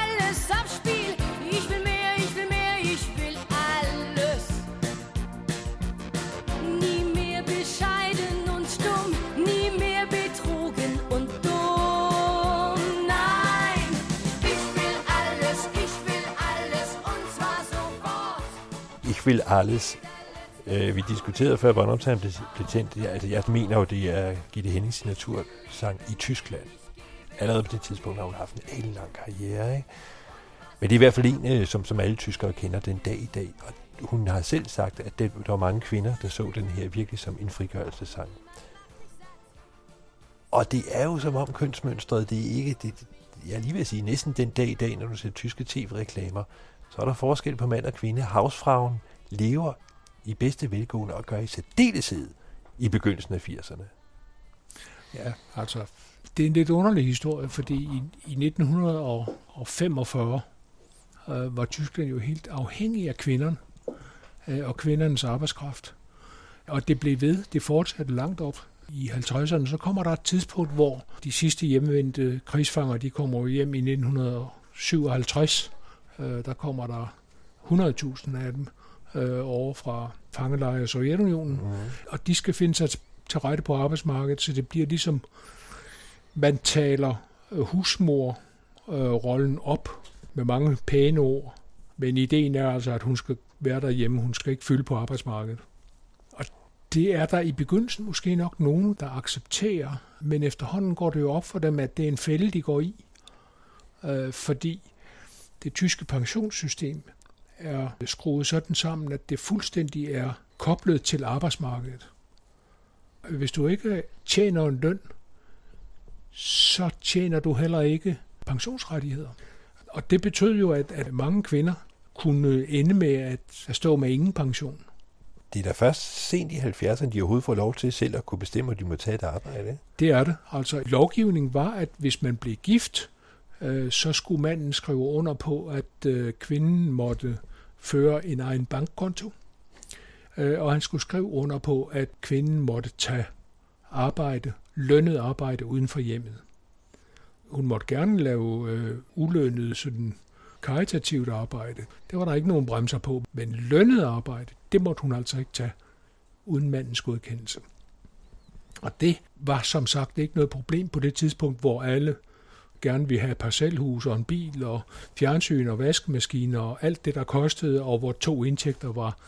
Ich will alles. Øh, vi diskuterede før båndoptageren blev, blev tændt. Altså, jeg mener jo, det er Gitte Hennings signatursang i Tyskland. Allerede på det tidspunkt har hun haft en helt lang karriere, ikke? Men det er i hvert fald en, som, som alle tyskere kender den dag i dag. Og hun har selv sagt, at det, der var mange kvinder, der så den her virkelig som en frigørelsessang. Og det er jo som om kønsmønstret, det er ikke, det, jeg lige vil sige, næsten den dag i dag, når du ser tyske tv-reklamer, så er der forskel på mand og kvinde. Hausfrauen lever i bedste velgående og gør i særdeleshed i begyndelsen af firserne. Ja, altså, det er en lidt underlig historie, fordi i, i nitten femogfyrre øh, var Tyskland jo helt afhængig af kvinderne øh, og kvindernes arbejdskraft. Og det blev ved, det fortsatte langt op. I halvtredserne, så kommer der et tidspunkt, hvor de sidste hjemvendte krigsfanger, de kommer hjem i nitten syvoghalvtreds. Øh, der kommer der hundrede tusind af dem øh, over fra fangelejre i Sovjetunionen, mm. og de skal finde sig til rette på arbejdsmarkedet, så det bliver ligesom, man taler øh, husmor-rollen øh, op med mange pæne ord, men ideen er altså, at hun skal være derhjemme, hun skal ikke fylde på arbejdsmarkedet. Og det er der i begyndelsen måske nok nogen, der accepterer, men efterhånden går det jo op for dem, at det er en fælde, de går i, øh, fordi det tyske pensionssystem er skruet sådan sammen, at det fuldstændig er koblet til arbejdsmarkedet. Hvis du ikke tjener en løn, så tjener du heller ikke pensionsrettigheder. Og det betød jo, at, at mange kvinder kunne ende med at, at stå med ingen pension. Det er da først sent i halvfjerdserne, de overhovedet får lov til selv at kunne bestemme, at de må tage et arbejde. Det er det. Altså lovgivningen var, at hvis man blev gift, så skulle manden skrive under på, at øh, kvinden måtte føre en egen bankkonto, øh, og han skulle skrive under på, at kvinden måtte tage arbejde, lønnet arbejde uden for hjemmet. Hun måtte gerne lave øh, ulønnet sådan karitativt arbejde. Det var der ikke nogen bremser på, men lønnet arbejde, det måtte hun altså ikke tage uden mandens godkendelse. Og det var som sagt ikke noget problem på det tidspunkt, hvor alle gerne vil have parcelhus og en bil og fjernsyn og vaskemaskiner og alt det, der kostede, og hvor to indtægter var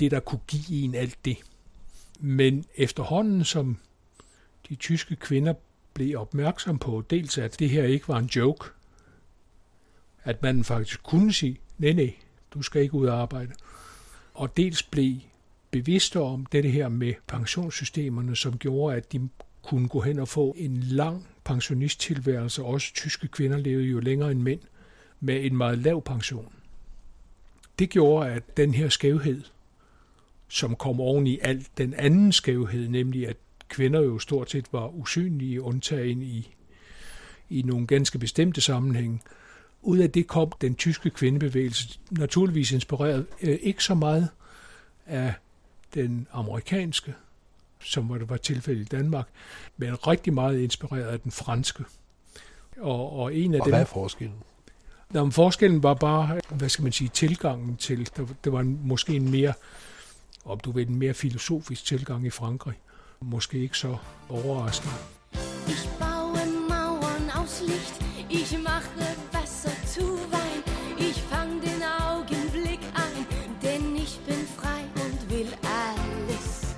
det, der kunne give en alt det. Men efterhånden, som de tyske kvinder blev opmærksom på, dels at det her ikke var en joke, at man faktisk kunne sige, nej, nej, du skal ikke ud og arbejde. Og dels blev bevidste om det her med pensionssystemerne, som gjorde, at de kunne gå hen og få en lang pensionisttilværelse. Også tyske kvinder levede jo længere end mænd med en meget lav pension. Det gjorde, at den her skævhed, som kom oven i alt den anden skævhed, nemlig at kvinder jo stort set var usynlige, undtagen i, i nogle ganske bestemte sammenhænge. Ud af det kom den tyske kvindebevægelse, naturligvis inspireret øh, ikke så meget af den amerikanske, som var det var tilfældet i Danmark, men rigtig meget inspireret af den franske. Og, og en af og dem, hvad er forskellen? Nå, men forskellen var bare, hvad skal man sige, tilgangen til, der, det var en, måske en mere, om du ved, en mere filosofisk tilgang i Frankrig. Måske ikke så overraskende. Ich baue Mauern aus Licht, ich mache Wasser zu Wein, ich fang den Augenblick ein, denn ich bin frei und will alles.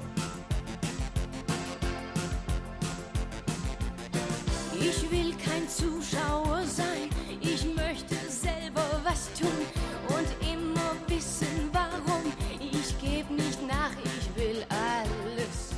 Ich will kein Zuschauer sein, ich möchte selber was tun und immer wissen warum. Ich geb nicht nach, ich will alles.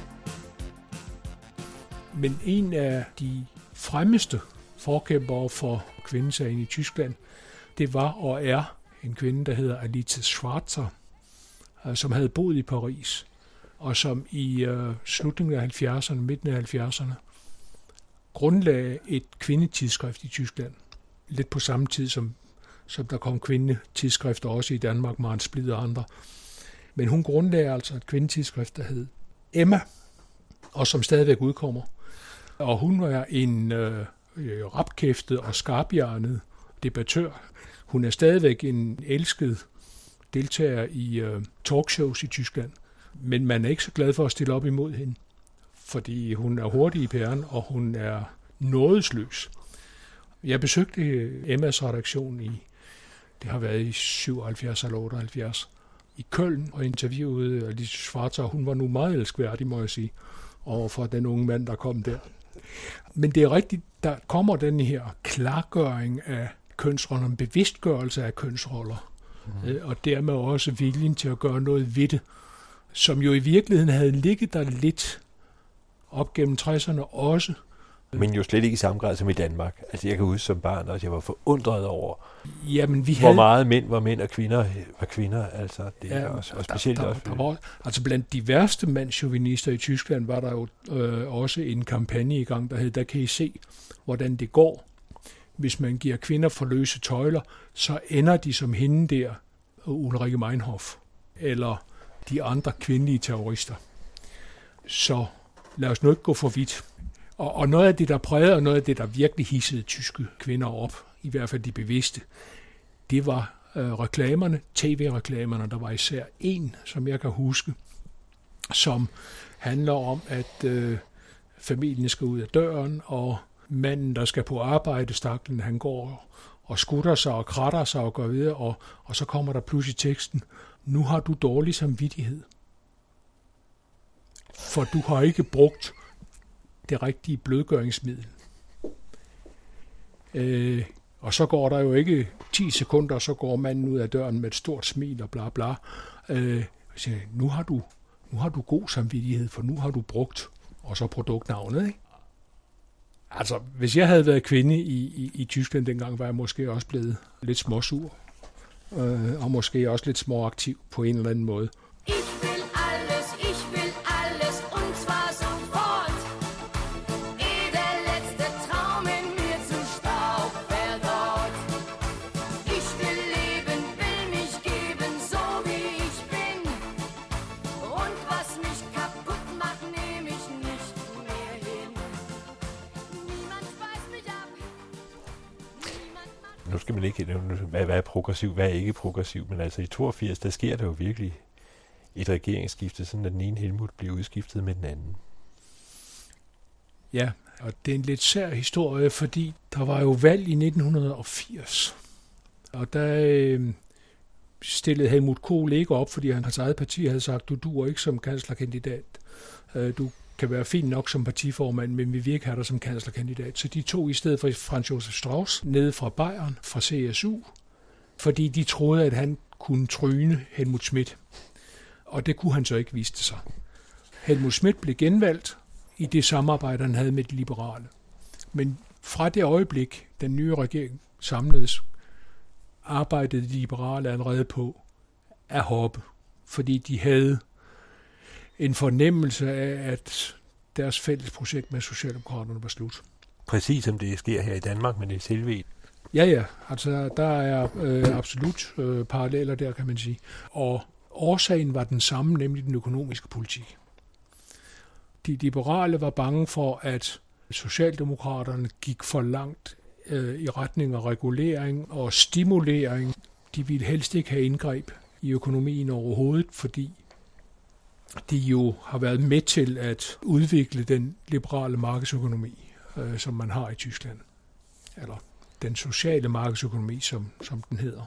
Men en af de fremmeste forkæmpere for kvindesagen i Tyskland, det var og er en kvinde, der hedder Alice Schwarzer, som havde boet i Paris, og som i uh, slutningen af halvfjerdserne, midten af halvfjerdserne, grundlagde et kvindetidsskrift i Tyskland. Lidt på samme tid, som, som der kom kvindetidsskrifter også i Danmark, Maren Splid og andre. Men hun grundlagde altså et kvindetidsskrift, der hed Emma, og som stadigvæk udkommer. Og hun var en øh, rapkæftet og skarphjernet debattør. Hun er stadigvæk en elsket deltager i øh, talkshows i Tyskland, men man er ikke så glad for at stille op imod hende, fordi hun er hurtig i pæren, og hun er nådesløs. Jeg besøgte Emmas redaktion i, det har været i syvoghalvfjerds eller otteoghalvfjerds, i Køln, og interviewede Alice Schwarzer. Hun var nu meget elskværdig, må jeg sige, overfor den unge mand, der kom der. Men det er rigtigt, der kommer den her klargøring af kønsroller, en bevidstgørelse af kønsroller, mm. og dermed også viljen til at gøre noget ved det, som jo i virkeligheden havde ligget der lidt op gennem tresserne også. Men jo slet ikke i samme grad som i Danmark. Altså jeg kan huske som barn, at jeg var forundret over, Jamen, vi hvor havde... meget mænd var mænd og kvinder var kvinder. Altså det ja, er også, og specielt der, der, også. Der var, altså blandt de værste mandschauvinister i Tyskland var der jo øh, også en kampagne i gang, der hed, der kan I se, hvordan det går. Hvis man giver kvinder for løse tøjler, så ender de som hende der, Ulrike Meinhof, eller de andre kvindelige terrorister. Så lad os nu ikke gå for vidt. Og, og noget af det, der prægede, og noget af det, der virkelig hissede tyske kvinder op, i hvert fald de bevidste, det var øh, reklamerne, tv-reklamerne. Der var især en, som jeg kan huske, som handler om, at øh, familien skal ud af døren, og manden, der skal på arbejde, staklen, han går og skutter sig og kratter sig og går videre, og, og så kommer der pludselig teksten, nu har du dårlig samvittighed, for du har ikke brugt det rigtige blødgøringsmiddel. Øh, og så går der jo ikke ti sekunder, så går manden ud af døren med et stort smil og bla bla. Øh, siger, nu, har du, nu har du god samvittighed, for nu har du brugt, og så produktnavnet, ikke? Altså, hvis jeg havde været kvinde i, i, i Tyskland dengang, var jeg måske også blevet lidt småsur, øh, og måske også lidt småaktiv på en eller anden måde. Nu skal man ikke, hvad, hvad er progressiv, hvad er ikke progressiv, men altså i toogfirs, der sker der jo virkelig et regeringsskifte, sådan at den ene Helmut bliver udskiftet med den anden. Ja, og det er en lidt sær historie, fordi der var jo valg i nitten firs, og der øh, stillede Helmut Kohl ikke op, fordi hans eget parti havde sagt, du duer ikke som kanslerkandidat. Du kan være fin nok som partiformand, men vi vil ikke have dig som kanslerkandidat. Så de tog i stedet for Franz Josef Strauß nede fra Bayern, fra C S U, fordi de troede, at han kunne tryne Helmut Schmidt. Og det kunne han så ikke, viste sig. Helmut Schmidt blev genvalgt i det samarbejde, han havde med de liberale. Men fra det øjeblik, den nye regering samledes, arbejdede de liberale allerede på at hoppe, fordi de havde en fornemmelse af, at deres fælles projekt med Socialdemokraterne var slut. Præcis som det sker her i Danmark med det selve. Ja, ja. Altså, der er øh, absolut øh, paralleller der, kan man sige. Og årsagen var den samme, nemlig den økonomiske politik. De liberale var bange for, at Socialdemokraterne gik for langt øh, i retning af regulering og stimulering. De ville helst ikke have indgreb i økonomien overhovedet, fordi de jo har været med til at udvikle den liberale markedsøkonomi, øh, som man har i Tyskland. Eller den sociale markedsøkonomi, som, som den hedder.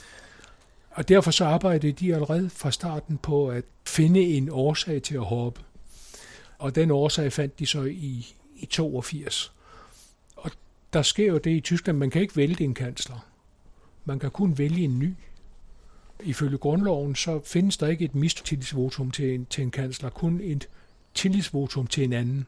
Og derfor så arbejdede de allerede fra starten på at finde en årsag til at hoppe. Og den årsag fandt de så i, i toogfirs. Og der sker jo det i Tyskland, man kan ikke vælge en kansler. Man kan kun vælge en ny. Ifølge grundloven, så findes der ikke et mistillidsvotum til en, til en kansler, kun et tillidsvotum til en anden.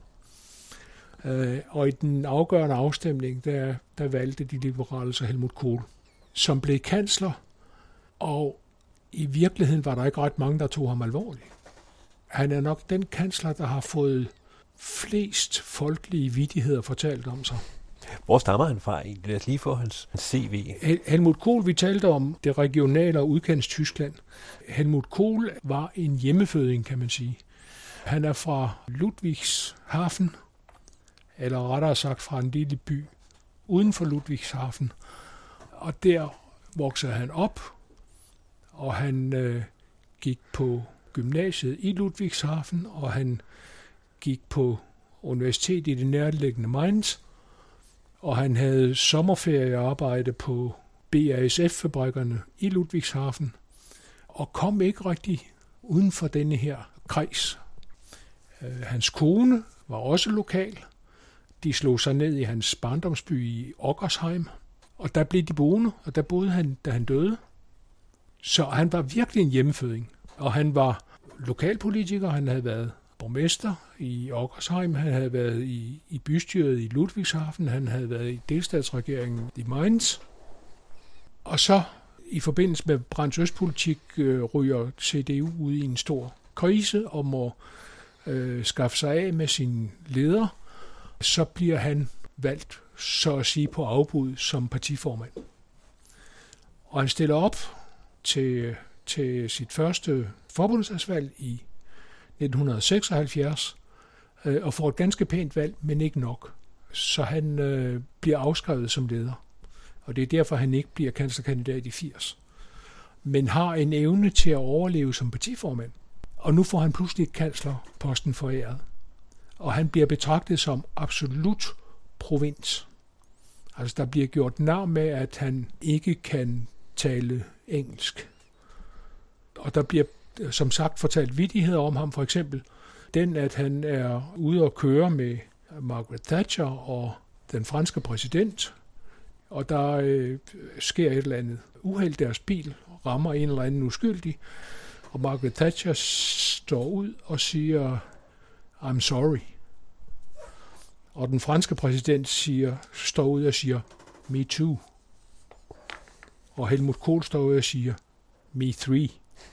Øh, og i den afgørende afstemning, der, der valgte de liberale så Helmut Kohl, som blev kansler, og i virkeligheden var der ikke ret mange, der tog ham alvorligt. Han er nok den kansler, der har fået flest folkelige vittigheder fortalt om sig. Hvor stammer han fra egentlig? Lad os lige få hans C V. Helmut Kohl, vi talte om det regionale og udkants Tyskland. Helmut Kohl var en hjemmeføding, kan man sige. Han er fra Ludwigshafen, eller rettere sagt fra en lille by uden for Ludwigshafen. Og der voksede han op, og han øh, gik på gymnasiet i Ludwigshafen, og han gik på universitet i det nærliggende Mainz, og han havde sommerferiearbejde på B A S F-fabrikkerne i Ludwigshafen, og kom ikke rigtig uden for denne her kreds. Hans kone var også lokal. De slog sig ned i hans barndomsby i Ockersheim, og der blev de boende, og der boede han, da han døde. Så han var virkelig en hjemmeføding, og han var lokalpolitiker, han havde været borgmester i Ockersheim, han havde været i, i bystyret i Ludwigshafen, han havde været i delstatsregeringen i Mainz. Og så i forbindelse med Brandts østpolitik øh, ryger C D U ud i en stor krise og må øh, skaffe sig af med sin leder. Så bliver han valgt, så at sige, på afbud som partiformand. Og han stiller op til, til sit første forbundsdagsvalg i nitten seksoghalvfjerds, øh, og får et ganske pænt valg, men ikke nok. Så han øh, bliver afskrevet som leder. Og det er derfor, han ikke bliver kanslerkandidat i firs. Men har en evne til at overleve som partiformand. Og nu får han pludselig kanslerposten foræret. Og han bliver betragtet som absolut provins. Altså der bliver gjort nar med, at han ikke kan tale engelsk. Og der bliver som sagt fortalt vittigheder om ham, for eksempel den, at han er ude at køre med Margaret Thatcher og den franske præsident, og der øh, sker et eller andet uheld, deres bil rammer en eller anden uskyldig, og Margaret Thatcher står ud og siger, I'm sorry. Og den franske præsident siger, står ud og siger, me too. Og Helmut Kohl står ud og siger, me three.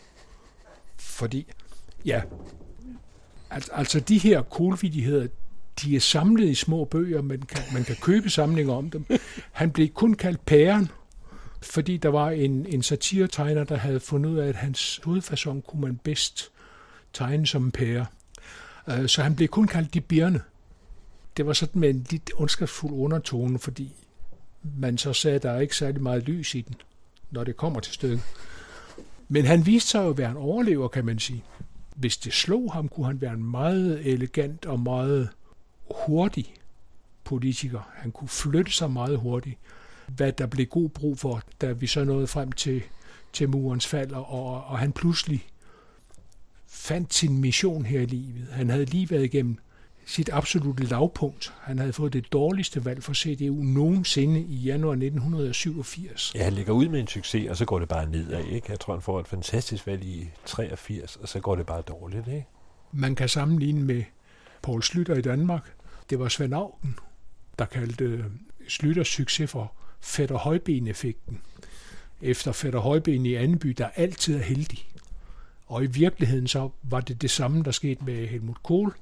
Fordi, ja, al- altså de her Kohl-vittigheder, de er samlet i små bøger, man kan, man kan købe samlinger om dem. Han blev kun kaldt Pæren, fordi der var en, en satiretegner, der havde fundet ud af, at hans hovedfacon kunne man bedst tegne som en pære. Uh, så han blev kun kaldt De Birne. Det var sådan med en lidt ondskabsfuld undertone, fordi man så sagde, at der er ikke særlig meget lys i den, når det kommer til stykket. Men han viste sig jo at være en overlever, kan man sige. Hvis det slog ham, kunne han være en meget elegant og meget hurtig politiker. Han kunne flytte sig meget hurtigt, hvad der blev god brug for, da vi så nåede frem til til murens fald, og, og han pludselig fandt sin mission her i livet. Han havde lige været igennem sit absolutte lavpunkt. Han havde fået det dårligste valg for C D U nogensinde i januar nitten syvogfirs. Ja, han ligger ud med en succes, og så går det bare nedad, ikke? Jeg tror, han får et fantastisk valg i treogfirs, og så går det bare dårligt, ikke? Man kan sammenligne med Poul Schlüter i Danmark. Det var Svend Auken, der kaldte Schlüters succes for Fætter Højben-effekten. Efter Fætter Højben i Andeby, der altid er heldig. Og i virkeligheden så var det det samme, der skete med Helmut Kohl.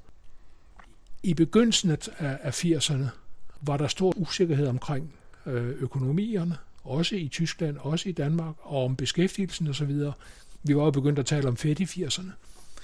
I begyndelsen af firserne var der stor usikkerhed omkring økonomierne, også i Tyskland, også i Danmark, og om beskæftigelsen osv. Vi var jo begyndt at tale om fedt i firserne.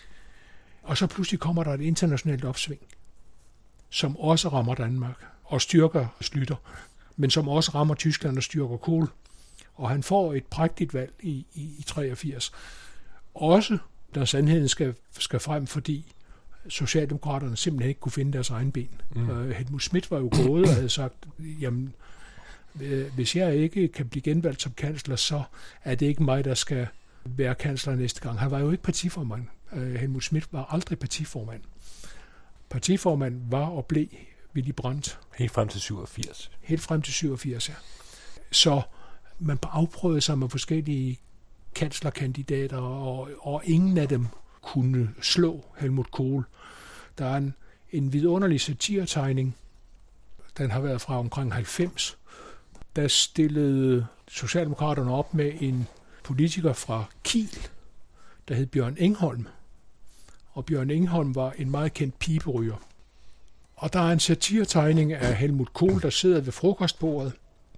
Og så pludselig kommer der et internationalt opsving, som også rammer Danmark og styrker Schlüter, men som også rammer Tyskland og styrker Kohl. Og han får et prægtigt valg i, i, i treogfirs. Også når sandheden skal, skal frem, fordi Socialdemokraterne simpelthen ikke kunne finde deres egen ben. Mm. Uh, Helmut Schmidt var jo gået og havde sagt, jamen, øh, hvis jeg ikke kan blive genvalgt som kansler, så er det ikke mig, der skal være kansler næste gang. Han var jo ikke partiformand. Uh, Helmut Schmidt var aldrig partiformand. Partiformand var og blev Willy Brandt. Helt frem til syvogfirs. Helt frem til syvogfirs, ja. Så man afprøvede sig med forskellige kanslerkandidater, og, og ingen af dem kunne slå Helmut Kohl. Der er en, en vidunderlig satiretegning, den har været fra omkring halvfems, der stillede Socialdemokraterne op med en politiker fra Kiel, der hed Bjørn Engholm. Og Bjørn Engholm var en meget kendt piberyger. Og der er en satiretegning af Helmut Kohl, der sidder ved frokostbordet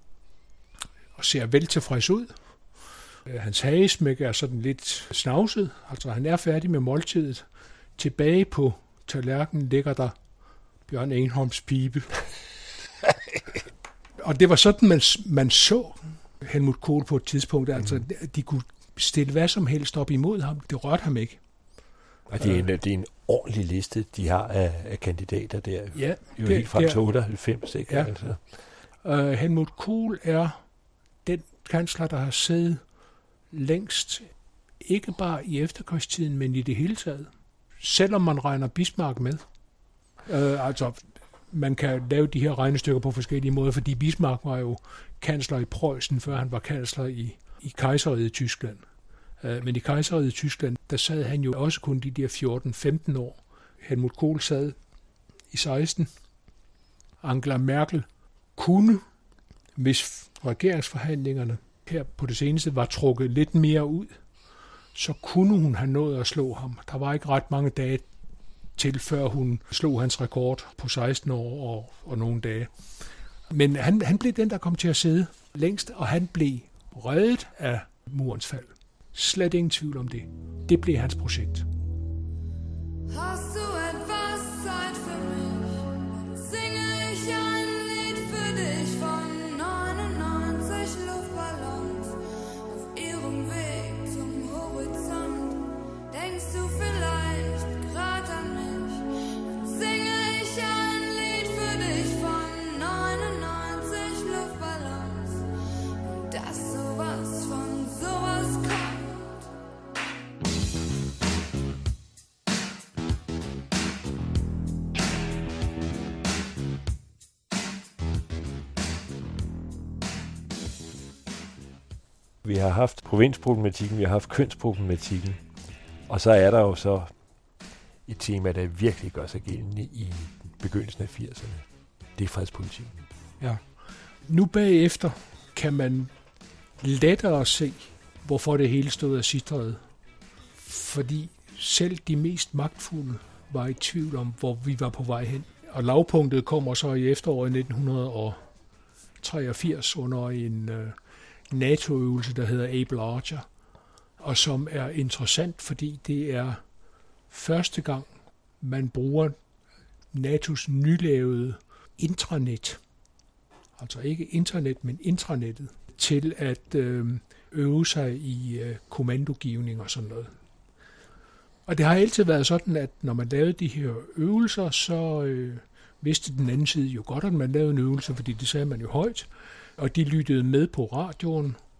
og ser vel tilfreds ud. Hans hagesmæk er sådan lidt snavset, altså han er færdig med måltidet. Tilbage på tallerkenen ligger der Bjørn Engholms pibe. Og det var sådan, man, man så Helmut Kohl på et tidspunkt. Altså, de kunne stille hvad som helst op imod ham. Det rørte ham ikke. Og det er en, det er en ordentlig liste, de har af, af kandidater der. Ja, jo helt frem til otteoghalvfems, ikke? Ja. Altså. Uh, Helmut Kohl er den kansler, der har siddet længst, ikke bare i efterkrigstiden, men i det hele taget. Selvom man regner Bismarck med. Uh, altså, man kan lave de her regnestykker på forskellige måder, fordi Bismarck var jo kansler i Preussen, før han var kansler i, i kejseriet i Tyskland. Uh, men i kejseriet i Tyskland, der sad han jo også kun de der fjorten femten år. Helmut Kohl sad i seksten. Angela Merkel kunne, hvis regeringsforhandlingerne her på det seneste var trukket lidt mere ud, så kunne hun have nået at slå ham. Der var ikke ret mange dage til, før hun slog hans rekord på seksten år og, og nogle dage. Men han, han blev den, der kom til at sidde længst, og han blev reddet af murens fald. Slet ingen tvivl om det. Det blev hans projekt. Hast du etwas Zeit für mich? Singe ich ein Lied für dich von neunundneunzig Luftballons auf ihrem Weg zum Horizont. Denkst du vielleicht grad an mich? Dann singe ich ein Lied für dich von neunundneunzig Luftballons und dass sowas von sowas kommt. Vi har haft provinsproblematikken, vi har haft kønsproblematikken, og så er der jo så et tema, der virkelig gør sig gældende i begyndelsen af firserne. Det er fredspolitikken. Ja. Nu bagefter kan man lettere se, hvorfor det hele stod af sidrede. Fordi selv de mest magtfulde var i tvivl om, hvor vi var på vej hen. Og lavpunktet kommer så i efteråret nitten treogfirs under en øh, NATO-øvelse, der hedder Able Archer, og som er interessant, fordi det er første gang, man bruger NATO's nylavede intranet, altså ikke internet, men intranettet, til at øh, øve sig i øh, kommandogivning og sådan noget. Og det har altid været sådan, at når man lavede de her øvelser, så øh, vidste den anden side jo godt, at man lavede en øvelse, fordi det sagde man jo højt, og de lyttede med på radioen,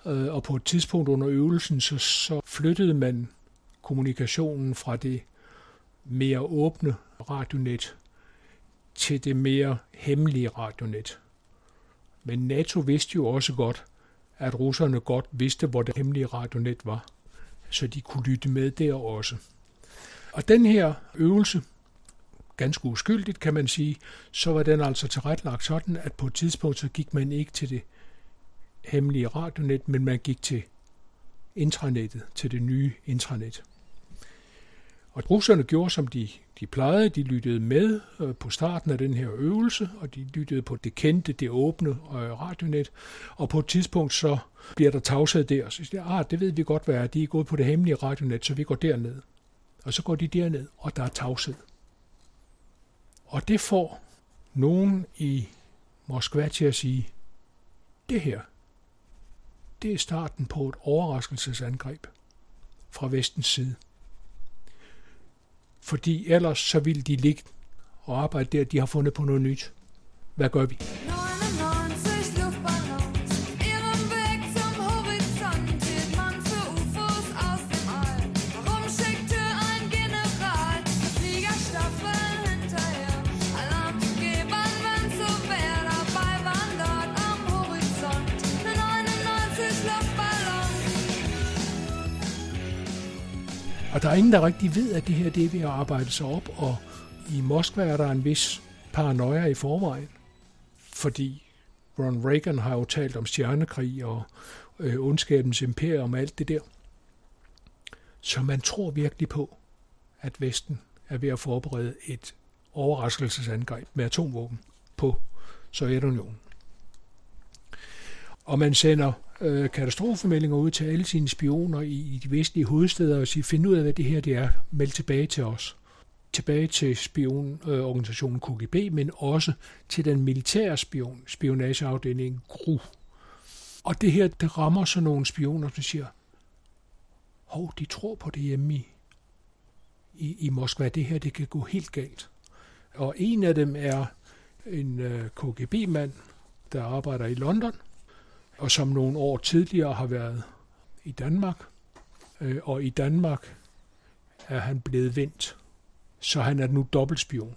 øh, og på et tidspunkt under øvelsen, så, så flyttede man kommunikationen fra det mere åbne radionet til det mere hemmelige radionet. Men NATO vidste jo også godt, at russerne godt vidste, hvor det hemmelige radionet var, så de kunne lytte med der også. Og den her øvelse, ganske uskyldigt kan man sige, så var den altså tilrettelagt sådan, at på et tidspunkt så gik man ikke til det hemmelige radionet, men man gik til intranettet, til det nye intranet. Og russerne gjorde, som de, de plejede. De lyttede med øh, på starten af den her øvelse, og de lyttede på det kendte, det åbne øh, radionet. Og på et tidspunkt så bliver der tavshed der. Så siger de, ah, det ved vi godt, hvad er. De er gået på det hemmelige radionet, så vi går derned. Og så går de derned, og der er tavshed. Og det får nogen i Moskva til at sige, det her, det er starten på et overraskelsesangreb fra vestens side. Fordi ellers så ville de ligge og arbejde der, de har fundet på noget nyt. Hvad gør vi? Og der er ingen, der rigtig ved, at det her det er ved at arbejde sig op, og i Moskva er der en vis paranoia i forvejen, fordi Ronald Reagan har jo talt om stjernekrig og øh, ondskabens imperium og alt det der. Så man tror virkelig på, at Vesten er ved at forberede et overraskelsesangreb med atomvåben på Sovjetunionen. Og man sender øh, katastrofemeldinger ud til alle sine spioner i, i de vestlige hovedsteder og siger, find ud af, hvad det her det er, meld tilbage til os. Tilbage til spionorganisationen øh, K G B, men også til den militære spion, spionageafdelingen G R U. Og det her, det rammer så nogle spioner, som siger, hov, de tror på det hjemme i, i, i Moskva, det her, det kan gå helt galt. Og en af dem er en øh, K G B-mand, der arbejder i London, og som nogle år tidligere har været i Danmark. Øh, og i Danmark er han blevet vendt, så han er nu dobbeltspion.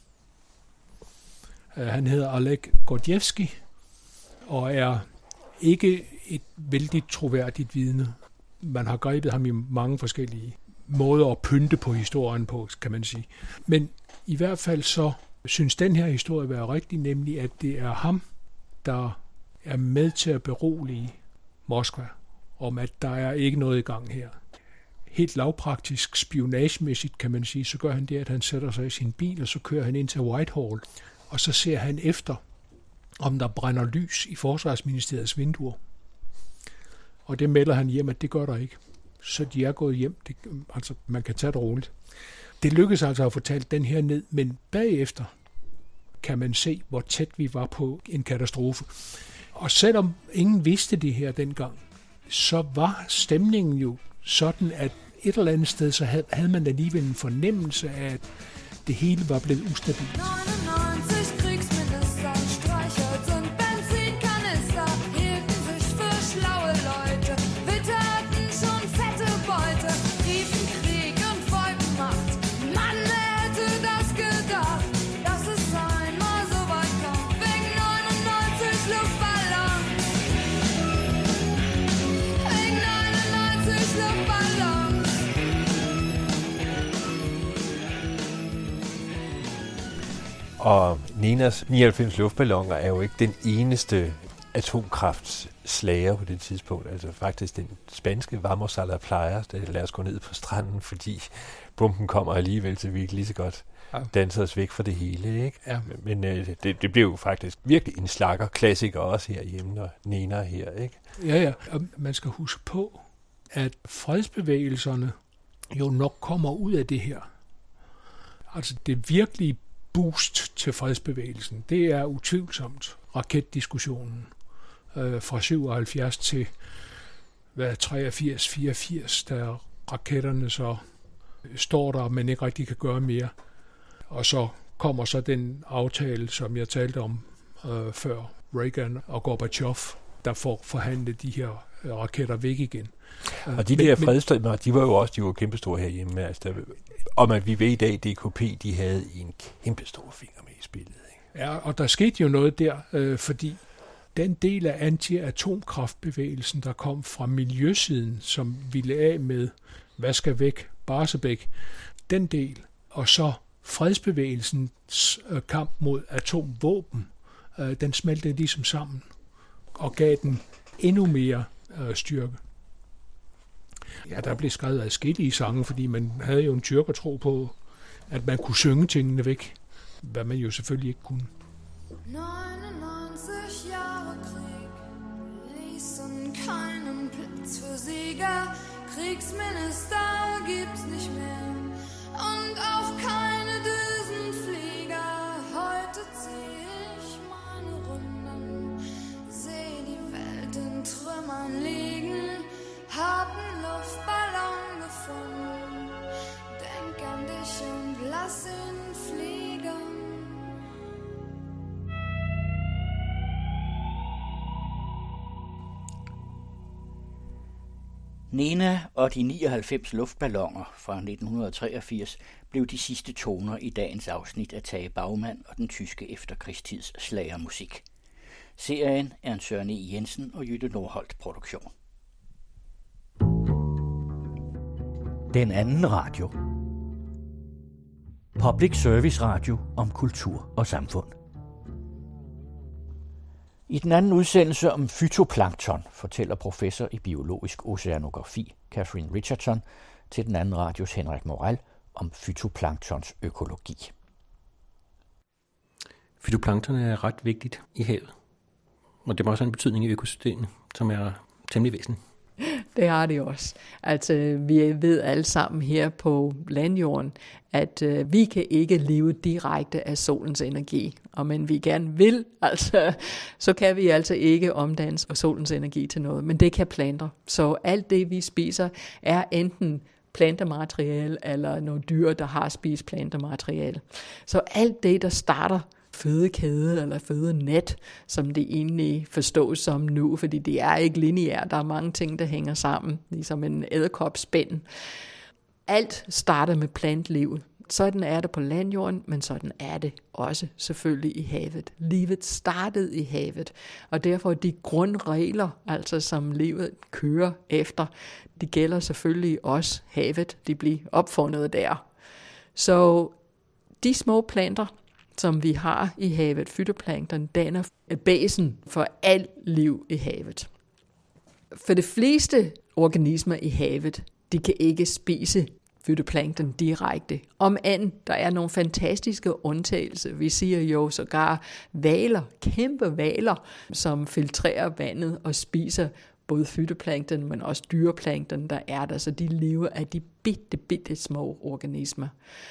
Øh, han hedder Oleg Gordievsky, og er ikke et vældig troværdigt vidne. Man har grebet ham i mange forskellige måder at pynte på historien på, kan man sige. Men i hvert fald så synes den her historie være rigtig, nemlig at det er ham, der er med til at berolige Moskva om, at der er ikke noget i gang her. Helt lavpraktisk, spionagemæssigt kan man sige, så gør han det, at han sætter sig i sin bil, og så kører han ind til Whitehall, og så ser han efter, om der brænder lys i Forsvarsministeriets vinduer. Og det melder han hjem, at det gør der ikke. Så de er gået hjem. Det, altså, man kan tage det roligt. Det lykkedes altså at få talt den her ned, men bagefter kan man se, hvor tæt vi var på en katastrofe. Og selvom ingen vidste det her dengang, så var stemningen jo sådan, at et eller andet sted, så havde, havde man alligevel en fornemmelse af, at det hele var blevet ustabilt. Og Nenas nioghalvfems luftballoner er jo ikke den eneste atomkraftslager på det tidspunkt. Altså faktisk den spanske Vamos a la playa, der lader os gå ned på stranden, fordi bomben kommer alligevel, så vi ikke lige så godt danser os væk fra det hele. Ikke? Ja. Men øh, det, det blev jo faktisk virkelig en slakker klassiker også herhjemme, når Nena er her. Ikke? Ja, ja. Og man skal huske på, at fredsbevægelserne jo nok kommer ud af det her. Altså det virkelige boost til fredsbevægelsen, det er utvivlsomt raketdiskussionen øh, fra syvoghalvfjerds til hvad, treogfirs fireogfirs, da raketterne så står der, men ikke rigtig kan gøre mere. Og så kommer så den aftale, som jeg talte om øh, før, Reagan og Gorbachev, der får forhandlet de her raketter væk igen. Og de men, der fredsstræber, de var jo også de var kæmpestore herhjemme. Altså, der, og man, vi ved i dag, at D K P, de havde en kæmpestor finger med i spillet. Ikke? Ja, og der skete jo noget der, øh, fordi den del af anti-atomkraftbevægelsen, der kom fra miljøsiden, som ville af med hvad skal væk, Barsebäck, den del, og så fredsbevægelsens øh, kamp mod atomvåben, øh, den smeltede ligesom sammen og gav den endnu mere øh, styrke. Ja, der blev skrevet adskillige sange, fordi man havde jo en tyrkertro på, at man kunne synge tingene væk, hvad man jo selvfølgelig ikke kunne. neunundneunzig Jahre Krieg ließen keinen Platz für Sieger. Kriegsminister gibt's nicht mehr und auch keine Düsenflieger. Heute zieh ich meine Runden, seh die Welt in Trümmern liegen, hab einen Luftballon gefunden, denk an dich und lass ihn fliegen. Nena og de nioghalvfems luftballoner fra nitten treogfirs blev de sidste toner i dagens afsnit af Tage Bagmann og den tyske efterkrigstids slagermusik. Serien er en Søren E. Jensen og Jytte Nordholt produktion. Den anden radio. Public Service Radio om kultur og samfund. I den anden udsendelse om fytoplankton fortæller professor i biologisk oceanografi Catherine Richardson til den anden radios Henrik Morel om fytoplanktons økologi. Fytoplankton er ret vigtigt i havet, og det har også en betydning i økosystemet, som er temmelig væsentlig. Det har det også. Altså, vi ved alle sammen her på landjorden, at øh, vi kan ikke leve direkte af solens energi. Og men vi gerne vil, altså, så kan vi altså ikke omdanne solens energi til noget. Men det kan planter. Så alt det, vi spiser, er enten plantemateriale eller nogle dyr, der har spist plantemateriale. Så alt det, der starter fødekæde eller fødenet, som det egentlig forstås som nu, fordi det er ikke lineært. Der er mange ting, der hænger sammen, ligesom en edderkopspind. Alt starter med plantliv. Sådan er det på landjorden, men sådan er det også selvfølgelig i havet. Livet startede i havet, og derfor de grundregler, altså som livet kører efter, de gælder selvfølgelig også havet. De bliver opfundet der. Så de små planter, som vi har i havet, fytoplankton, danner basen for alt liv i havet. For de fleste organismer i havet, de kan ikke spise fytoplankton direkte. Om end der er nogle fantastiske undtagelser. Vi siger jo sågar hvaler, kæmpe hvaler, som filtrerer vandet og spiser både fytoplankton, men også dyreplankton, der er der. Så de lever af de bitte, bitte små organismer.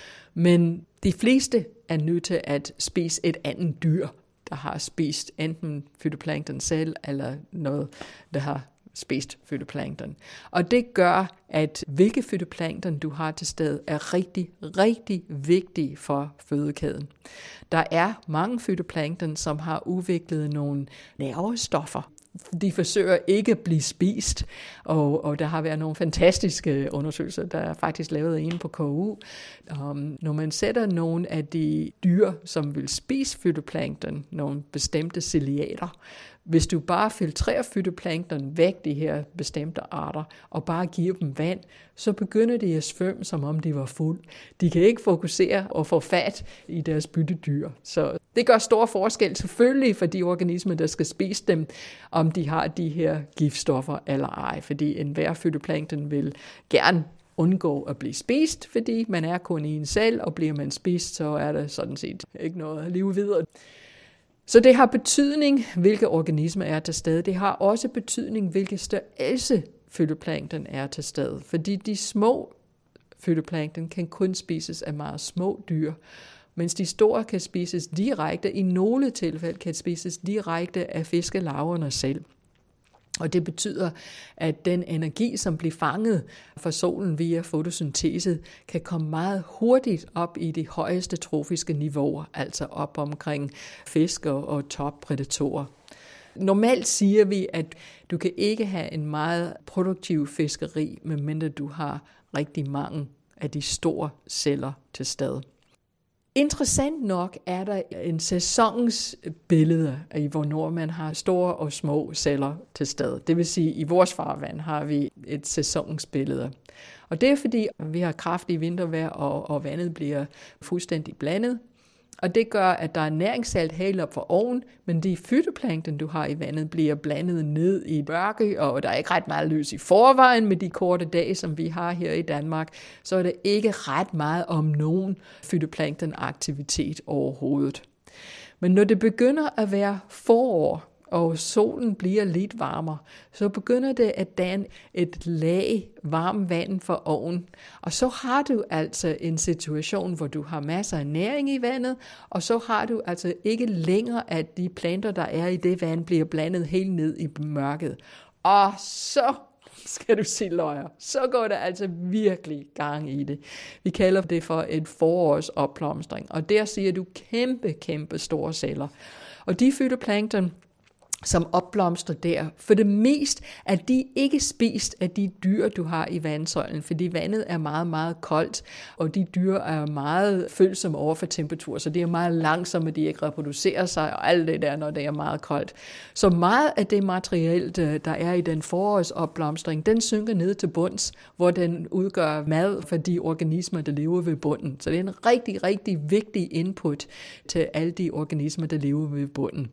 Men de fleste er nødt til at spise et andet dyr, der har spist enten fytoplankton selv, eller noget, der har spist fytoplankton. Og det gør, at hvilke fytoplankton du har til stede, er rigtig, rigtig vigtigt for fødekæden. Der er mange fytoplankton, som har udviklet nogle nervestoffer. De forsøger ikke at blive spist, og, og der har været nogle fantastiske undersøgelser, der er faktisk lavet inde på K U. Um, når man sætter nogle af de dyr, som vil spise fytoplankton, nogle bestemte ciliater, hvis du bare filtrerer fytoplankton væk, de her bestemte arter, og bare giver dem vand, så begynder de at svømme, som om de var fuld. De kan ikke fokusere og få fat i deres byttedyr. Så det gør stor forskel selvfølgelig for de organismer, der skal spise dem, om de har de her giftstoffer eller ej. Fordi enhver fytoplankton vil gerne undgå at blive spist, fordi man er kun i en celle, og bliver man spist, så er der sådan set ikke noget at leve videre. Så det har betydning, hvilke organismer er til stede. Det har også betydning, hvilke størrelse fytoplankton er til stede. Fordi de små fytoplankton kan kun spises af meget små dyr, mens de store kan spises direkte, i nogle tilfælde kan spises direkte af fiskelarverne selv. Og det betyder, at den energi, som bliver fanget fra solen via fotosyntese, kan komme meget hurtigt op i de højeste trofiske niveauer, altså op omkring fisk og toppredatorer. Normalt siger vi, at du kan ikke have en meget produktiv fiskeri, medmindre du har rigtig mange af de store celler til stede. Interessant nok er der en sæsons billede i, hvornår man har store og små celler til stede. Det vil sige, at i vores farvand har vi et sæsonsbillede. Og det er fordi, vi har kraftig vintervejr, og, og vandet bliver fuldstændig blandet. Og det gør, at der er næringssalt helt op for oven, men de fytoplankton, du har i vandet, bliver blandet ned i mørke, og der er ikke ret meget lys i forvejen med de korte dage, som vi har her i Danmark, så er det ikke ret meget om nogen fytoplankton-aktivitet overhovedet. Men når det begynder at være forår, og solen bliver lidt varmere, så begynder det at danne et lag varmt vand for oven. Og så har du altså en situation, hvor du har masser af næring i vandet, og så har du altså ikke længere, at de planter, der er i det vand, bliver blandet helt ned i mørket. Og så skal du se løjer. Så går der altså virkelig gang i det. Vi kalder det for et forårsopblomstring, og der siger du kæmpe, kæmpe store celler. Og de fytoplankton, som opblomstrer der. For det mest er de ikke spist af de dyr, du har i vandsøjlen, fordi vandet er meget, meget koldt, og de dyr er meget følsomme over for temperatur, så det er meget langsomt, at de ikke reproducerer sig, og alt det der, når det er meget koldt. Så meget af det materiale, der er i den forårsopblomstring, den synker ned til bunds, hvor den udgør mad for de organismer, der lever ved bunden. Så det er en rigtig, rigtig vigtig input til alle de organismer, der lever ved bunden.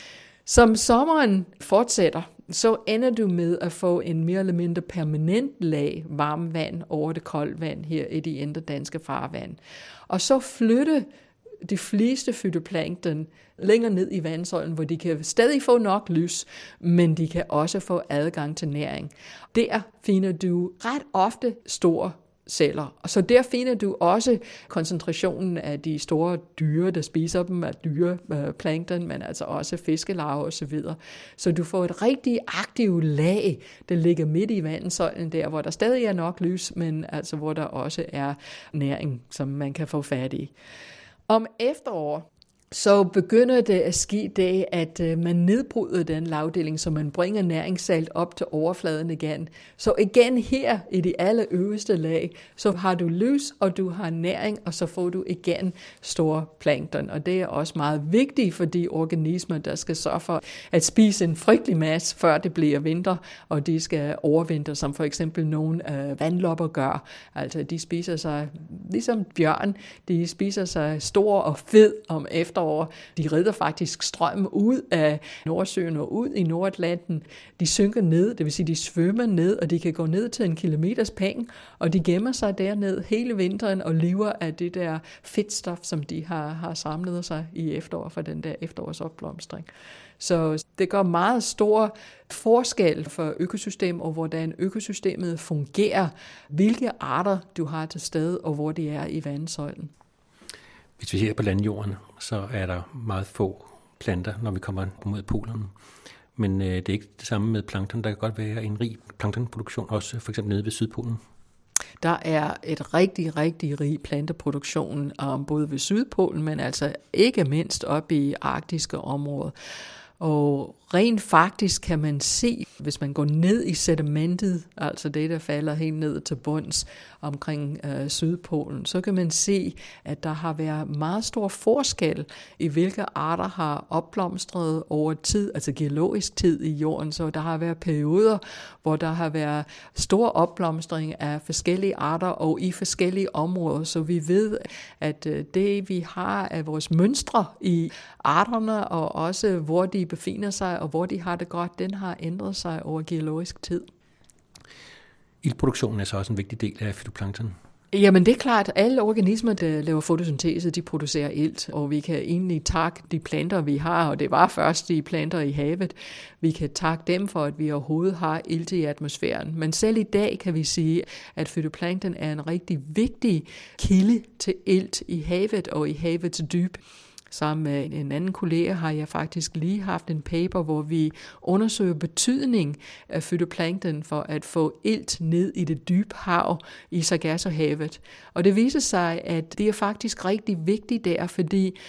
Som sommeren fortsætter, så ender du med at få en mere eller mindre permanent lag varmt vand over det kolde vand her i de indre danske farvand. Og så flytte de fleste fytoplankton længere ned i vandsøjlen, hvor de kan stadig få nok lys, men de kan også få adgang til næring. Der finder du ret ofte store celler. Og så der finder du også koncentrationen af de store dyre, der spiser dem, af dyreplankton, men altså også fiskelarver og så videre. Så du får et rigtig aktivt lag, der ligger midt i vandsøjlen der, hvor der stadig er nok lys, men altså hvor der også er næring, som man kan få fat i. Om efteråret, så begynder det at ske det, at man nedbryder den lavdeling, så man bringer næringssalt op til overfladen igen. Så igen her i de allerøverste lag, så har du lys, og du har næring, og så får du igen store plankton. Og det er også meget vigtigt for de organismer, der skal sørge for at spise en frygtelig masse, før det bliver vinter, og de skal overvintre, som for eksempel nogle øh, vandlopper gør. Altså de spiser sig, ligesom bjørn, de spiser sig stor og fed om efter. De redder faktisk strømmen ud af Nordsøen og ud i Nordatlanten. De synker ned, det vil sige, de svømmer ned, og de kan gå ned til en kilometers penge, og de gemmer sig derned hele vinteren og lever af det der fedtstof, som de har, har samlet sig i efterår for den der efterårsopblomstring. Så det gør meget stor forskel for økosystem, og hvordan økosystemet fungerer, hvilke arter du har til stede, og hvor de er i vandsøjlen. Hvis vi ser på landjorden, så er der meget få planter, når vi kommer mod polerne. Men øh, det er ikke det samme med plankton. Der kan godt være en rig planktonproduktion, også for eksempel nede ved Sydpolen. Der er et rigtig, rigtig rig planteproduktion, um, både ved Sydpolen, men altså ikke mindst op i arktiske områder. Og rent faktisk kan man se, hvis man går ned i sedimentet, altså det, der falder helt ned til bunds omkring øh, Sydpolen, så kan man se, at der har været meget stor forskel i, hvilke arter har opblomstret over tid, altså geologisk tid i jorden. Så der har været perioder, hvor der har været stor opblomstring af forskellige arter og i forskellige områder. Så vi ved, at øh, det, vi har af vores mønstre i arterne, og også hvor de befinder sig, og hvor de har det godt, den har ændret sig over geologisk tid. Iltproduktionen er så også en vigtig del af fytoplankton. Jamen det er klart, at alle organismer, der laver fotosyntese, de producerer ilt, og vi kan egentlig takke de planter, vi har, og det var først de planter i havet, vi kan takke dem for, at vi overhovedet har ilt i atmosfæren. Men selv i dag kan vi sige, at fytoplankton er en rigtig vigtig kilde til ilt i havet og i havets dyb. Sammen med en anden kollega har jeg faktisk lige haft en paper, hvor vi undersøger betydning af fytoplankton for at få ilt ned i det dybe hav i Sargassohavet. Og det viser sig, at det er faktisk rigtig vigtigt der, fordi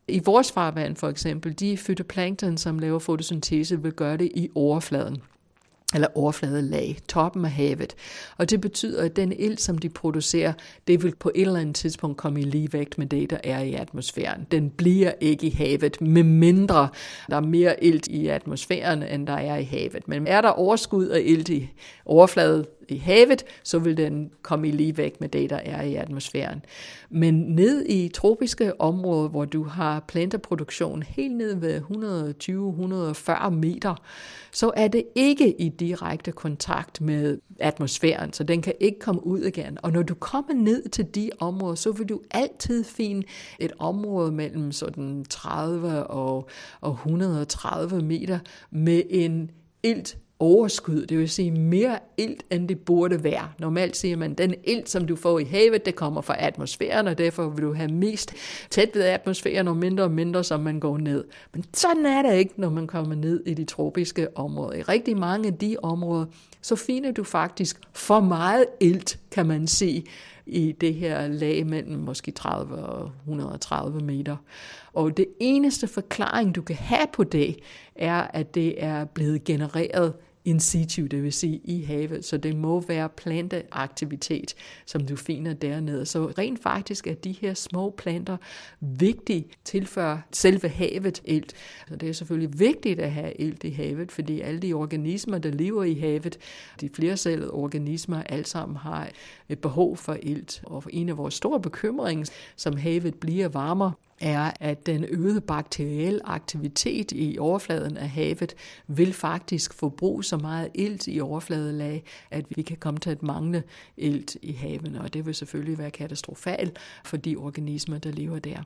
I vores farvand for eksempel, de fytoplankton, som laver fotosyntese, vil gøre det i overfladen, eller overfladelag, toppen af havet. Og det betyder, at den ilt, som de producerer, det vil på et eller andet tidspunkt komme i ligevægt med det, der er i atmosfæren. Den bliver ikke i havet, med mindre der er mere ilt i atmosfæren, end der er i havet. Men er der overskud af ilt i overfladen i havet, så vil den komme i ligevægt med det, der er i atmosfæren. Men ned i tropiske områder, hvor du har planteproduktion helt ned ved et hundrede og tyve til et hundrede og fyrre meter, så er det ikke i direkte kontakt med atmosfæren, så den kan ikke komme ud igen. Og når du kommer ned til de områder, så vil du altid finde et område mellem sådan tredive og, og et hundrede og tredive meter med en ilt overskud, det vil sige mere ilt, end det burde være. Normalt siger man, at den ilt, som du får i havet, det kommer fra atmosfæren, og derfor vil du have mest tæt ved atmosfæren, og mindre og mindre, som man går ned. Men sådan er det ikke, når man kommer ned i de tropiske områder. I rigtig mange af de områder, så finder du faktisk for meget ilt, kan man sige, i det her lag mellem måske tredive og et hundrede og tredive meter. Og det eneste forklaring, du kan have på det, er, at det er blevet genereret in situ, det vil sige i havet. Så det må være planteaktivitet, som du finder dernede. Så rent faktisk er de her små planter vigtige tilføre selve havet ilt. Så det er selvfølgelig vigtigt at have ilt i havet, fordi alle de organismer, der lever i havet, de flercellede organismer, alle sammen har et behov for ilt. Og en af vores store bekymringer, som havet bliver varmere, er, at den øgede bakterielle aktivitet i overfladen af havet vil faktisk forbruge så meget ilt i overfladelag, at vi kan komme til at mangle ilt i havene, og det vil selvfølgelig være katastrofalt for de organismer, der lever der.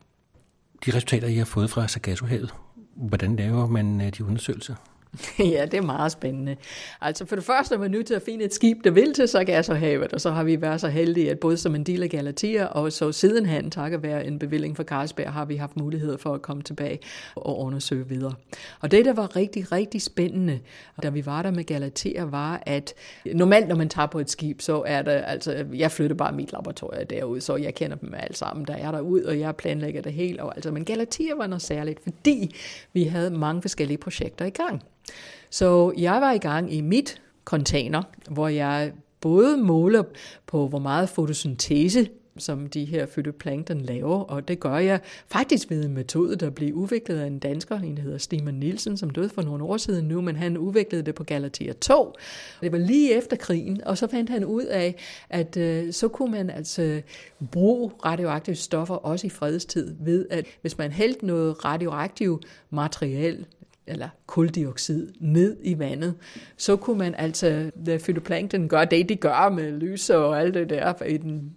De resultater, I har fået fra Sargassohavet, hvordan laver man de undersøgelser? Ja, det er meget spændende. Altså for det første er man nødt til at finde et skib, der vil til Sargassohavet, og så har vi været så heldige, at både som en del af Galatea, og så sidenhen, takket være en bevilling fra Carlsberg, har vi haft mulighed for at komme tilbage og undersøge videre. Og det, der var rigtig, rigtig spændende, da vi var der med Galatea, var, at normalt, når man tager på et skib, så er der, altså, jeg flytter bare mit laboratorium derud, så jeg kender dem alle sammen, der er derude, og jeg planlægger det hele. Og altså, men Galatea var noget særligt, fordi vi havde mange forskellige projekter i gang. Så jeg var i gang i mit container, hvor jeg både måler på, hvor meget fotosyntese, som de her fytoplankton laver, og det gør jeg faktisk ved en metode, der blev udviklet af en dansker, en der hedder Stig Nielsen, som døde for nogle år siden nu, men han udviklede det på Galatea to. Det var lige efter krigen, og så fandt han ud af, at øh, så kunne man altså bruge radioaktive stoffer også i fredstid, ved at hvis man hældte noget radioaktivt materiale, eller kuldioxid, ned i vandet, så kunne man altså, lade fytoplankton gøre det, de gør med lys og alt det der, i den,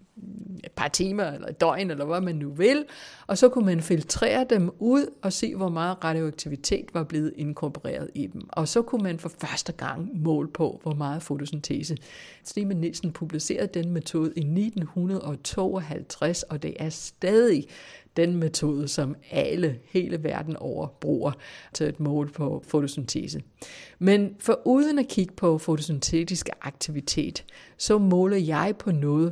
et par timer, eller et døgn, eller hvad man nu vil, og så kunne man filtrere dem ud, og se, hvor meget radioaktivitet var blevet inkorporeret i dem. Og så kunne man for første gang måle på, hvor meget fotosyntese. Stig Nielsen publicerede den metode i nitten tooghalvtreds, og det er stadig den metode, som alle, hele verden over, bruger til at måle på fotosyntese. Men for uden at kigge på fotosyntetisk aktivitet, så måler jeg på noget,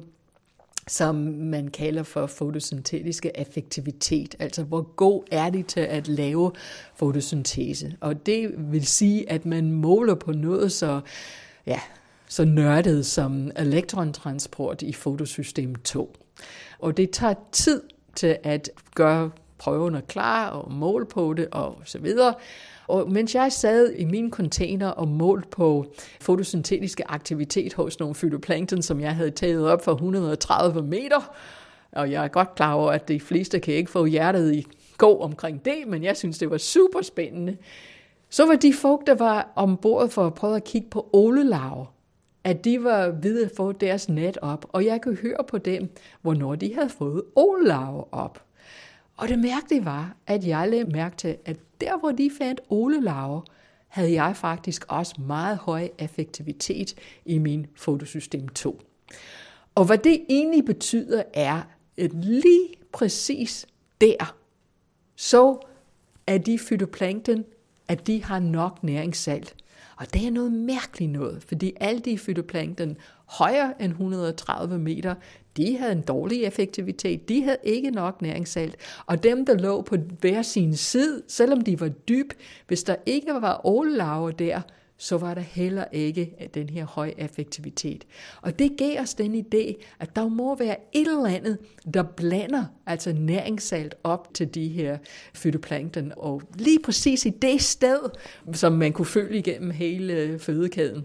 som man kalder for fotosyntetiske effektivitet. Altså, hvor god er de til at lave fotosyntese? Og det vil sige, at man måler på noget så, ja, så nørdet som elektrontransport i fotosystem to. Og det tager tid til at gøre prøverne klar og måle på det og så videre. Og mens jeg sad i min container og målte på fotosyntetiske aktivitet hos nogle fytoplankton, som jeg havde taget op for et hundrede og tredive meter, og jeg er godt klar over, at de fleste kan ikke få hjertet i gå omkring det, men jeg synes, det var super spændende. Så var de folk, der var ombord for at prøve at kigge på ålelarver, at de var ved at få deres net op, og jeg kunne høre på dem, hvornår de havde fået ålelarver op. Og det mærkelige var, at jeg lagde mærke til, at der hvor de fandt ålelarver, havde jeg faktisk også meget høj effektivitet i min fotosystem to. Og hvad det egentlig betyder er, at lige præcis der, så er de fytoplankton, at de har nok næringssalt. Og det er noget mærkeligt noget, fordi alle de fytoplankton højere end et hundrede og tredive meter, de havde en dårlig effektivitet, de havde ikke nok næringssalt. Og dem, der lå på hver sin side, selvom de var dyb, hvis der ikke var ålelarver der, så var der heller ikke den her høje effektivitet. Og det gav os den idé, at der må være et eller andet, der blander altså næringssalt op til de her fytoplankton, og lige præcis i det sted, som man kunne følge igennem hele fødekæden.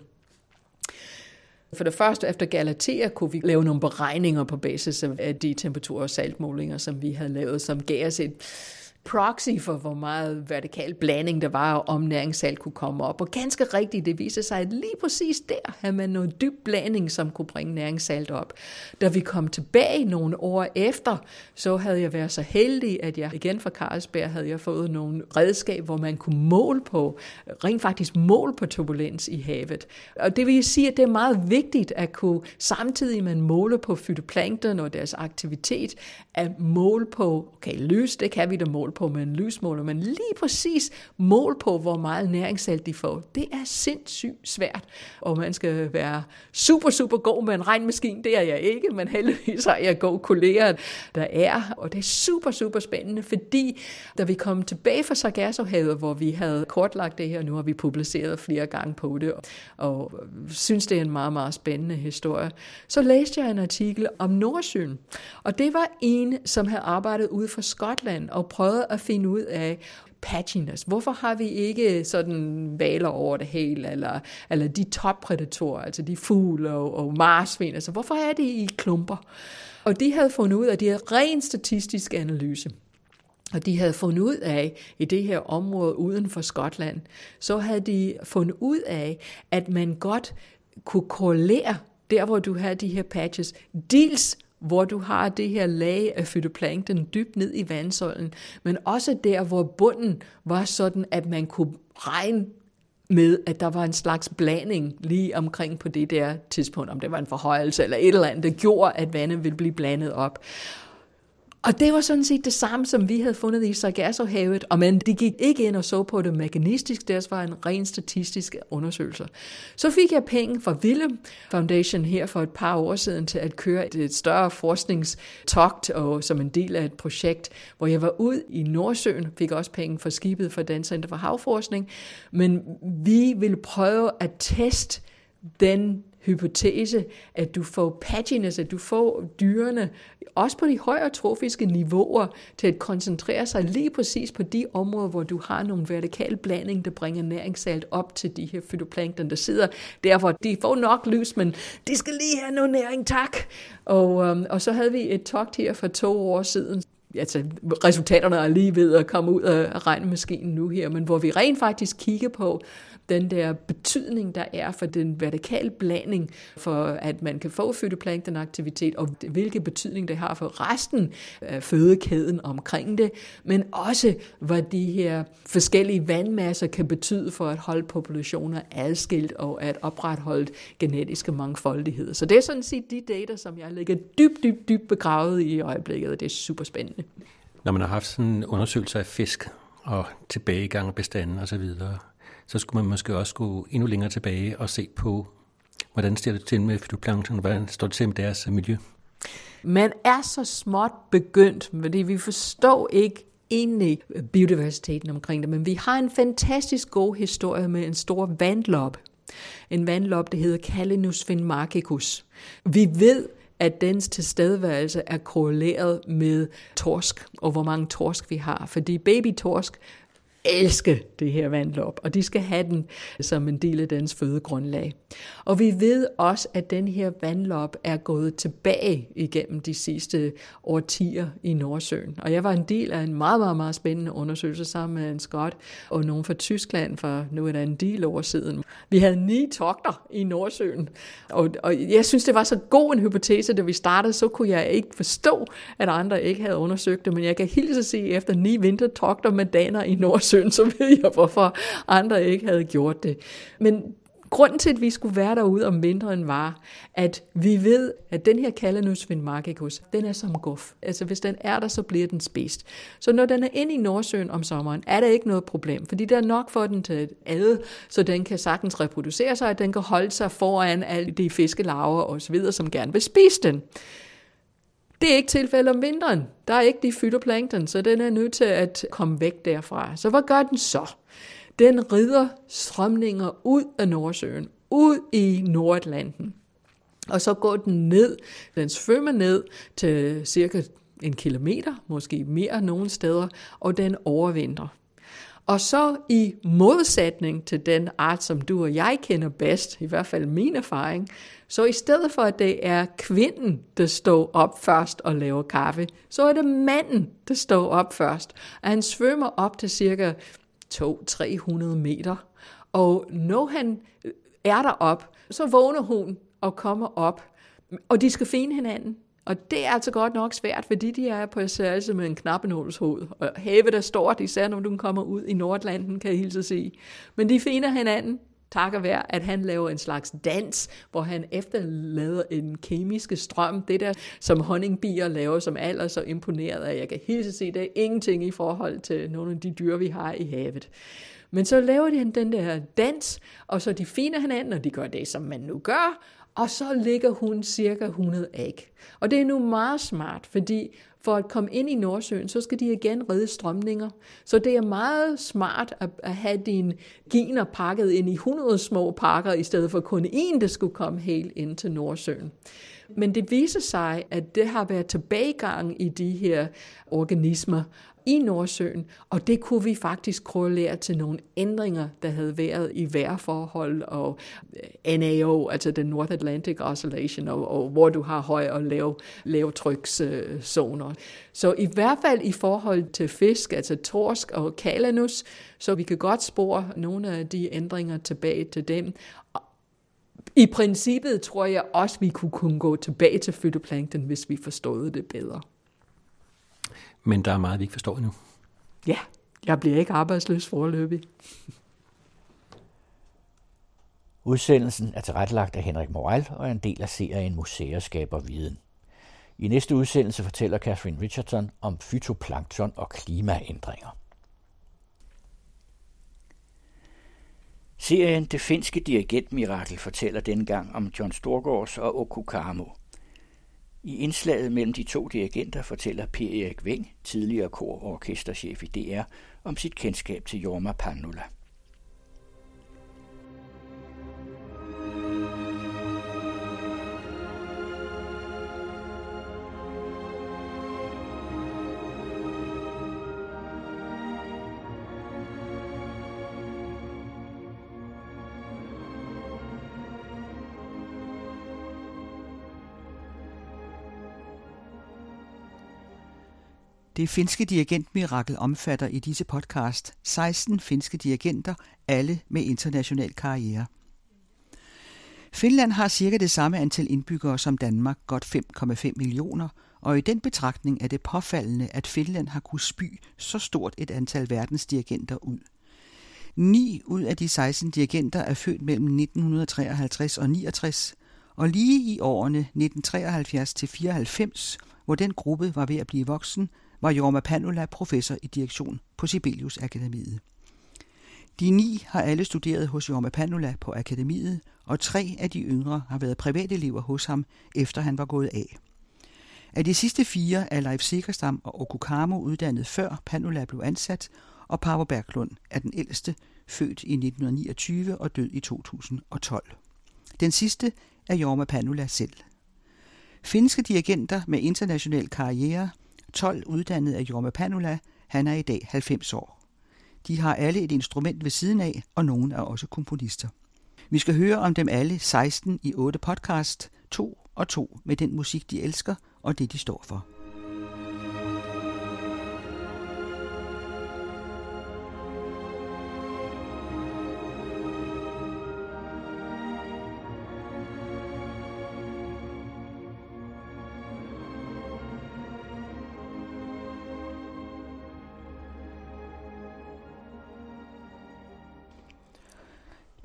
For det første, efter Galatea, kunne vi lave nogle beregninger på basis af de temperatur- og saltmålinger, som vi havde lavet, som gav os et proxy for, hvor meget vertikal blanding der var, og om næringssalt kunne komme op. Og ganske rigtigt, det viser sig, at lige præcis der havde man noget dyb blanding, som kunne bringe næringssalt op. Da vi kom tilbage nogle år efter, så havde jeg været så heldig, at jeg igen fra Carlsberg havde jeg fået nogle redskab, hvor man kunne måle på, rent faktisk måle på turbulens i havet. Og det vil sige, at det er meget vigtigt at kunne, samtidig man måler på fytoplankton og deres aktivitet, at måle på, okay, lys, det kan vi da måle på med en lysmåler, men lige præcis mål på, hvor meget næringssalt de får. Det er sindssygt svært, og man skal være super, super god med en regnmaskine. Det er jeg ikke, men heldigvis har jeg gode kolleger, der er, og det er super, super spændende, fordi da vi kom tilbage fra Sargassohavet, hvor vi havde kortlagt det her, nu har vi publiceret flere gange på det, og, og synes, det er en meget, meget spændende historie, så læste jeg en artikel om Nordsøen, og det var en, som havde arbejdet ude for Skotland, og prøvede at finde ud af patchiness. Hvorfor har vi ikke sådan valer over det hele, eller, eller de toppredatorer, altså de fugle og, og marsvin, altså hvorfor er det i klumper? Og de havde fundet ud af, at de havde ren statistisk analyse. Og de havde fundet ud af, i det her område uden for Skotland, så havde de fundet ud af, at man godt kunne korrelere der, hvor du har de her patches, dels hvor du har det her lag af fytoplankton dybt ned i vandsøjlen, men også der, hvor bunden var sådan, at man kunne regne med, at der var en slags blanding lige omkring på det der tidspunkt, om det var en forhøjelse eller et eller andet, der gjorde, at vandet ville blive blandet op. Og det var sådan set det samme, som vi havde fundet i Sargassohavet, og men de gik ikke ind og så på det mekanistisk, det var en ren statistisk undersøgelse. Så fik jeg penge fra Willem Foundation her for et par år siden til at køre et større forskningstogt, og som en del af et projekt, hvor jeg var ude i Nordsøen, fik også penge fra skibet fra Dansk Center for Havforskning, men vi ville prøve at teste den hypotese, at du får patchiness, at du får dyrene, også på de højere trofiske niveauer, til at koncentrere sig lige præcis på de områder, hvor du har nogle vertikale blanding, der bringer næringssalt op til de her fytoplankton, der sidder der, hvor de får nok lys, men de skal lige have noget næring, tak. Og, øhm, og så havde vi et togt her for to år siden, altså resultaterne er lige ved at komme ud af regnemaskinen nu her, men hvor vi rent faktisk kigger på den der betydning, der er for den vertikale blanding, for at man kan få fytoplanktonaktivitet, og hvilken betydning det har for resten af fødekæden omkring det, men også hvad de her forskellige vandmasser kan betyde for at holde populationer adskilt og at opretholde genetiske mangfoldighed. Så det er sådan set de data, som jeg ligger dybt, dybt, dybt begravet i øjeblikket, og det er super spændende. Når man har haft sådan en undersøgelse af fisk og tilbagegang af bestanden osv., så skulle man måske også gå endnu længere tilbage og se på, hvordan står det til med fytoplankton, hvordan står det til med deres miljø? Man er så småt begyndt, fordi vi forstår ikke egentlig biodiversiteten omkring det, men vi har en fantastisk god historie med en stor vandlop. En vandlop, der hedder Calenus finmarchicus. Vi ved, at dens tilstedeværelse er korreleret med torsk, og hvor mange torsk vi har, fordi babytorsk elsker det her vandlop, og de skal have den som en del af dens fødegrundlag. Og vi ved også, at den her vandlop er gået tilbage igennem de sidste årtier i Nordsøen. Og jeg var en del af en meget, meget, meget spændende undersøgelse sammen med en skot og nogen fra Tyskland for nu er der en del år siden. Vi havde ni togter i Nordsøen, og, og jeg synes, det var så god en hypotese, da vi startede, så kunne jeg ikke forstå, at andre ikke havde undersøgt det, men jeg kan hilse at sige, efter ni vintertogter med daner i Nordsøen, så ved jeg, hvorfor andre ikke havde gjort det. Men Grunden til, at vi skulle være derude om vinteren, var, at vi ved, at den her Calanus vindmargicus, den er som guf. Altså hvis den er der, så bliver den spist. Så når den er inde i Nordsøen om sommeren, er der ikke noget problem, fordi der er nok for den til ade, så den kan sagtens reproducere sig, og den kan holde sig foran alle de fiskelarver og så videre, som gerne vil spise den. Det er ikke tilfældet om vinteren. Der er ikke de fytoplankton, så den er nødt til at komme væk derfra. Så hvad gør den så? Den rider strømninger ud af Nordsøen, ud i Nordatlanten. Og så går den ned, den svømmer ned til cirka en kilometer, måske mere nogle steder, og den overvintrer. Og så i modsætning til den art, som du og jeg kender bedst, i hvert fald min erfaring, så i stedet for, at det er kvinden, der står op først og laver kaffe, så er det manden, der står op først. Og han svømmer op til cirka to til tre hundrede meter. Og når han er derop, så vågner hun og kommer op, og de skal finde hinanden. Og det er altså godt nok svært, fordi de er på størrelse med en knappenåls hoved. Og havet er stort, især når du kommer ud i Nordatlanten, kan jeg hilse at sige. Men de finder hinanden, takket være, at han laver en slags dans, hvor han efterlader en kemiske strøm, det der, som honningbier laver, som alle er så imponeret af. Jeg kan hilse at sige, det er ingenting i forhold til nogle af de dyr, vi har i havet. Men så laver de den der dans, og så de finder hinanden, og de gør det, som man nu gør, og så ligger hun cirka hundrede æg. Og det er nu meget smart, fordi for at komme ind i Nordsøen, så skal de igen redde strømninger. Så det er meget smart at, at have dine gener pakket ind i hundrede små pakker, i stedet for kun én, der skulle komme helt ind til Nordsøen. Men det viser sig, at det har været tilbagegang i de her organismer i Nordsøen, og det kunne vi faktisk korrelere til nogle ændringer, der havde været i vejrforhold og N A O, altså den North Atlantic Oscillation, og, og hvor du har høj og lav, lavtrykszoner. Så i hvert fald i forhold til fisk, altså torsk og Calanus, så vi kan godt spore nogle af de ændringer tilbage til dem. I princippet tror jeg også, vi kunne, kunne gå tilbage til fytoplankton, hvis vi forstod det bedre. Men der er meget, vi ikke forstår endnu. Ja, jeg bliver ikke arbejdsløs foreløbig. Udsendelsen er tilrettelagt af Henrik Morel og er en del af serien Museer skaber viden. I næste udsendelse fortæller Catherine Richardson om fytoplankton og klimaændringer. Serien Det finske dirigentmirakel fortæller denne gang om John Storgårds og Okko Karmo. I indslaget mellem de to dirigenter fortæller Per Erik Weng, tidligere kor- og orkesterchef i D R, om sit kendskab til Jorma Pannola. Det finske dirigentmirakel omfatter i disse podcast seksten finske dirigenter, alle med international karriere. Finland har cirka det samme antal indbyggere som Danmark, godt fem komma fem millioner, og i den betragtning er det påfaldende, at Finland har kunnet spy så stort et antal verdensdirigenter ud. Ni ud af de seksten dirigenter er født mellem nitten treoghalvtreds og niogtres, og lige i årene nitten treoghalvfjerds til fireoghalvfems, hvor den gruppe var ved at blive voksen, var Jorma Pannola professor i direktion på Sibelius Akademiet. De ni har alle studeret hos Jorma Pannola på akademiet, og tre af de yngre har været privatelever hos ham, efter han var gået af. Af de sidste fire er Leif Segerstam og Okko Karmo uddannet før Pannola blev ansat, og Paavo Berglund er den ældste, født i nitten niogtyve og død i to tusind og tolv. Den sidste er Jorma Pannola selv. Finske dirigenter med international karriere, tolv uddannet af Jorma Pannola, han er i dag halvfems år. De har alle et instrument ved siden af, og nogle er også komponister. Vi skal høre om dem alle seksten i otte podcast, to og to med den musik, de elsker og det, de står for.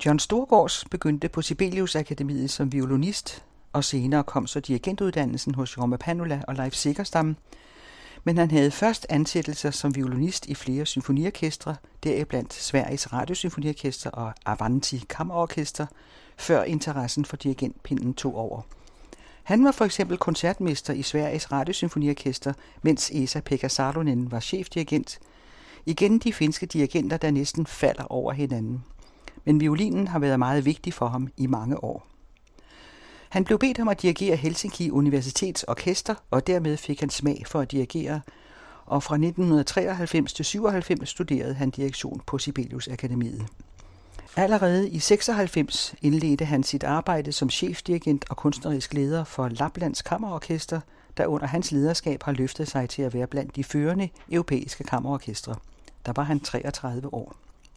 John Storgårds begyndte på Sibelius Akademiet som violinist, og senere kom så dirigentuddannelsen hos Jorma Panula og Leif Segerstam. Men han havde først ansættelser som violinist i flere symfoniorkestre, deriblandt Sveriges Radiosymfoniorkester og Avanti Kammerorkester, før interessen for dirigentpinden tog over. Han var for eksempel koncertmester i Sveriges Radiosymfoniorkester, mens Esa-Pekka Salonen var chefdirigent. Igen de finske dirigenter, der næsten falder over hinanden. Men violinen har været meget vigtig for ham i mange år. Han blev bedt om at dirigere Helsinki Universitets Orkester, og dermed fik han smag for at dirigere, og fra nitten treoghalvfems til syvoghalvfems studerede han direktion på Sibelius Akademiet. Allerede i seksoghalvfems indledte han sit arbejde som chefdirigent og kunstnerisk leder for Laplands Kammerorkester, der under hans lederskab har løftet sig til at være blandt de førende europæiske kammerorkestre. Der var han treogtredive år.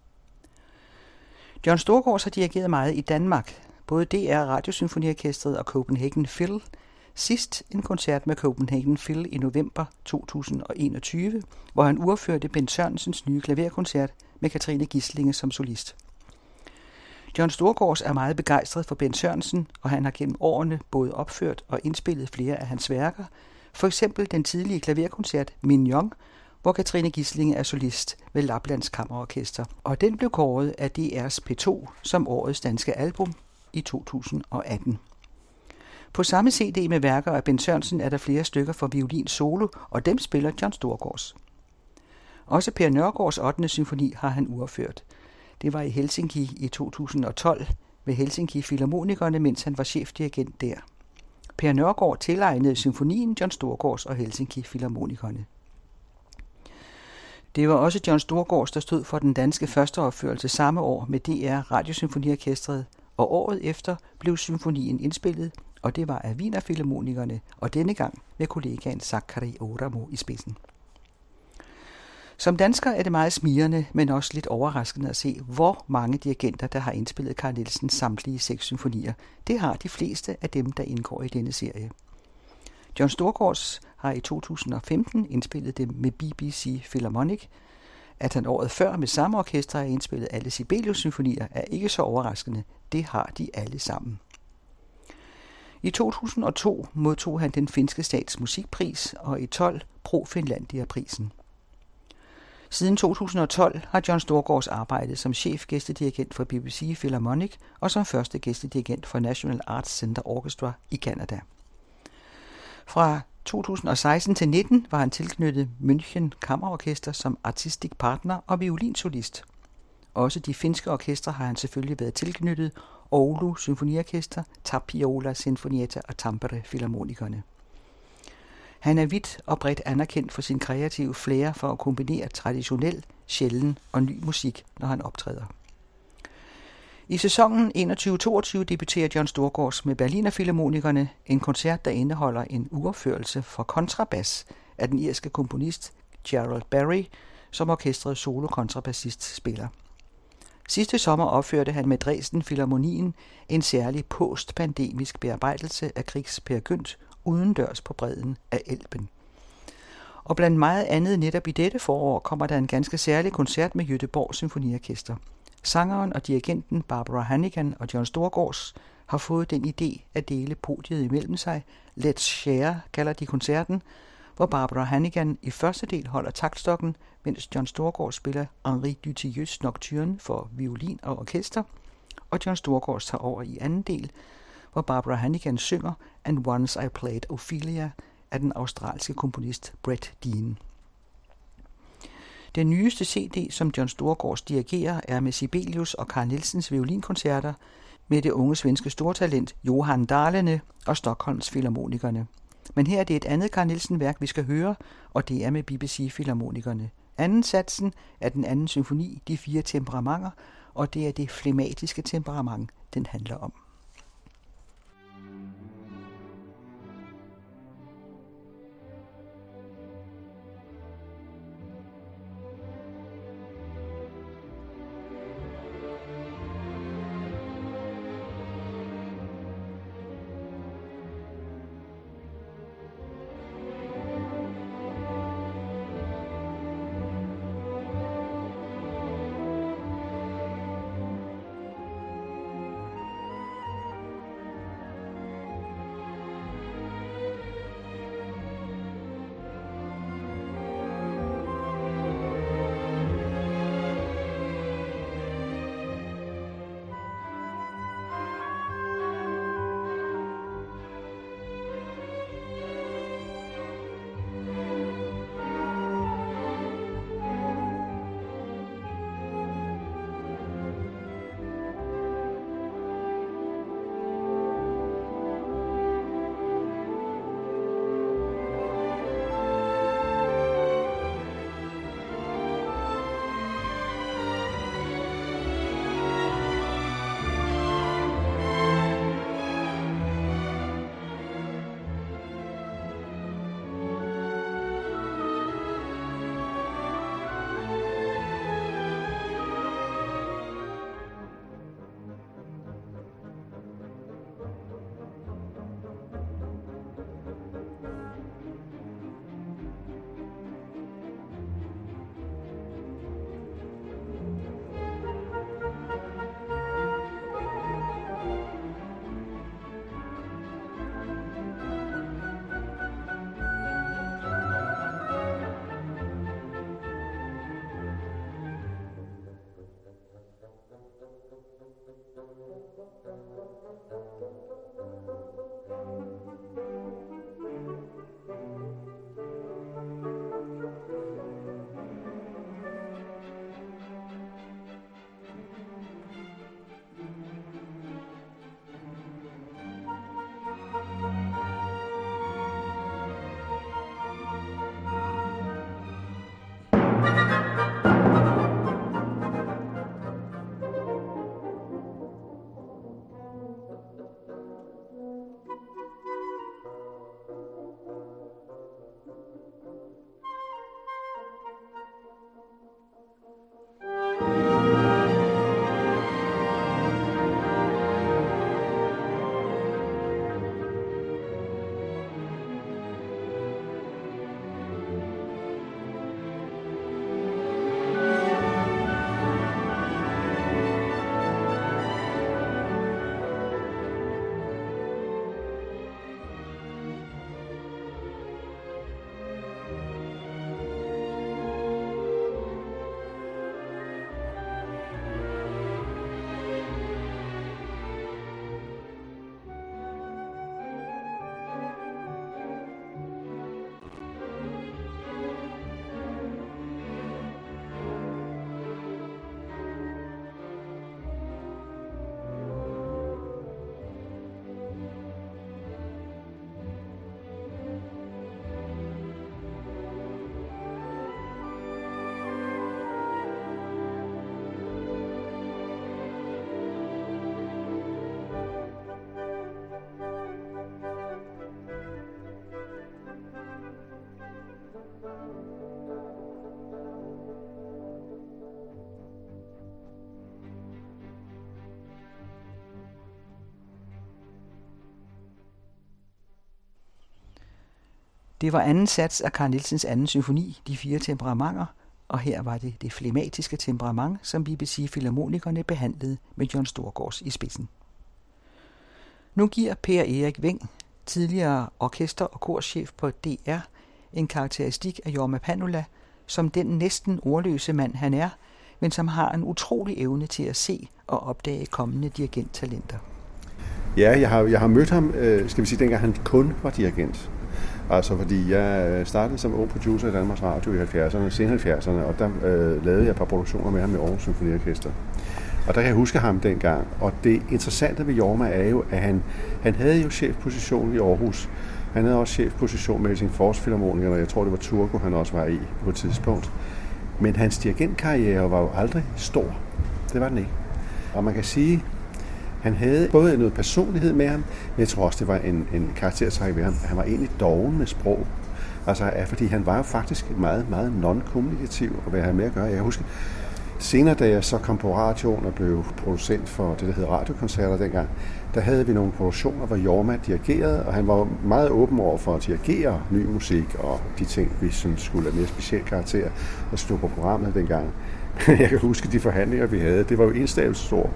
John Storgårds har dirigeret meget i Danmark, både D R Radiosymfoniorkestret og Copenhagen Phil. Sidst en koncert med Copenhagen Phil i november to tusind og enogtyve, hvor han urførte Bent Sørensens nye klaverkoncert med Katrine Gislinge som solist. John Storgårds er meget begejstret for Bent Sørensen, og han har gennem årene både opført og indspillet flere af hans værker, for eksempel den tidlige klaverkoncert Mignon, hvor Katrine Gislinge er solist ved Laplands Kammerorkester, og den blev kåret af D R's P to som årets danske album i to tusind og atten. På samme C D med værker af Bent Sørensen er der flere stykker for violin solo, og dem spiller John Storgårds. Også Per Nørgaards ottende symfoni har han urført. Det var i Helsinki i to tusind og tolv ved Helsinki Filharmonikerne, mens han var chefdirigent der. Per Nørgaard tilegnede symfonien John Storgårds og Helsinki Filharmonikerne. Det var også John Storgårds, der stod for den danske førsteopførelse samme år med D R Radiosymfoniorkestret, og året efter blev symfonien indspillet, og det var af Wiener Filharmonikerne, og denne gang med kollegaen Sakari Oramo i spidsen. Som dansker er det meget smirrende, men også lidt overraskende at se, hvor mange dirigenter, der har indspillet Carl Nielsens samtlige seks symfonier. Det har de fleste af dem, der indgår i denne serie. John Storgårds har i to tusind og femten indspillet dem med B B C Philharmonic. At han året før med samme orkester har indspillet alle Sibelius-symfonier er ikke så overraskende. Det har de alle sammen. I to tusind og to modtog han den finske stats musikpris, og i tolv Pro Finlandia-prisen. Siden to tusind og tolv har John Storgårds arbejdet som chef-gæstedirigent for B B C Philharmonic og som første gæstedirigent for National Arts Center Orchestra i Canada. Fra to tusind og seksten til nitten var han tilknyttet München Kammerorkester som artistic partner og violinsolist. Også de finske orkestre har han selvfølgelig været tilknyttet, Oulu Symfoniorkester, Tapiola Sinfonietta og Tampere Filharmonikerne. Han er vidt og bredt anerkendt for sin kreative flair for at kombinere traditionel, sjælden og ny musik, når han optræder. I sæsonen enogtyve toogtyve debuterer John Storgårds med Berliner Filharmonikerne, en koncert, der indeholder en uropførelse for kontrabas af den irske komponist Gerald Barry, som orkestrets solo-kontrabassist spiller. Sidste sommer opførte han med Dresden Filharmonien en særlig postpandemisk bearbejdelse af Kriegs Peer Gynt udendørs på bredden af Elben. Og blandt meget andet netop i dette forår kommer der en ganske særlig koncert med Göteborg Symfoniorkester. Sangeren og dirigenten Barbara Hannigan og John Storgårds har fået den idé at dele podiet imellem sig. Let's Share kalder de koncerten, hvor Barbara Hannigan i første del holder taktstokken, mens John Storgård spiller Henri Dutilleux Nocturne for violin og orkester, og John Storgård tager over i anden del, hvor Barbara Hannigan synger And Once I Played Ophelia af den australske komponist Brett Dean. Den nyeste C D, som John Storgårds dirigerer, er med Sibelius og Carl Nielsens violinkoncerter med det unge svenske stortalent Johan Dahlene og Stockholms Filharmonikerne. Men her er det et andet Carl Nielsen-værk, vi skal høre, og det er med B B C Filharmonikerne. Anden satsen er den anden symfoni, De fire temperamenter, og det er det flegmatiske temperament, den handler om. Det var anden sats af Carl Nielsens anden symfoni, De fire temperamenter, og her var det det flegmatiske temperament, som B B C Filharmonikerne behandlede med John Storgårds i spidsen. Nu giver Per Erik Weng, tidligere orkester- og korchef på D R, en karakteristik af Jorma Panula, som den næsten ordløse mand han er, men som har en utrolig evne til at se og opdage kommende dirigenttalenter. Ja, jeg har, jeg har mødt ham, øh, skal vi sige, dengang han kun var dirigent. Altså fordi jeg startede som ung producer i Danmarks Radio i halvfjerdserne, sen halvfjerdserne, og der øh, lavede jeg et par produktioner med ham i Aarhus Symfoniorkester. Og der kan jeg huske ham dengang. Og det interessante ved Jorma er jo, at han, han havde jo chefposition i Aarhus. Han havde også chefposition med Helsingfors Filharmonikerne, og jeg tror, det var Turku, han også var i på et tidspunkt. Men hans dirigentkarriere var jo aldrig stor. Det var den ikke. Og man kan sige, han havde både noget personlighed med ham, men jeg tror også, det var en, en karaktertræk ved ham. Han var egentlig doven med sprog. Altså, fordi han var jo faktisk meget, meget non-kommunikativ, og hvad han havde med at gøre. Jeg husker, senere da jeg så kom på radioen og blev producent for det, der hed radiokoncerter dengang, der havde vi nogle produktioner, hvor Jorma dirigerede, og han var meget åben over for at dirigere ny musik og de ting, vi sådan skulle have mere speciel karakter, der stod på programmet dengang. Jeg kan huske de forhandlinger, vi havde. Det var jo enstavelsesord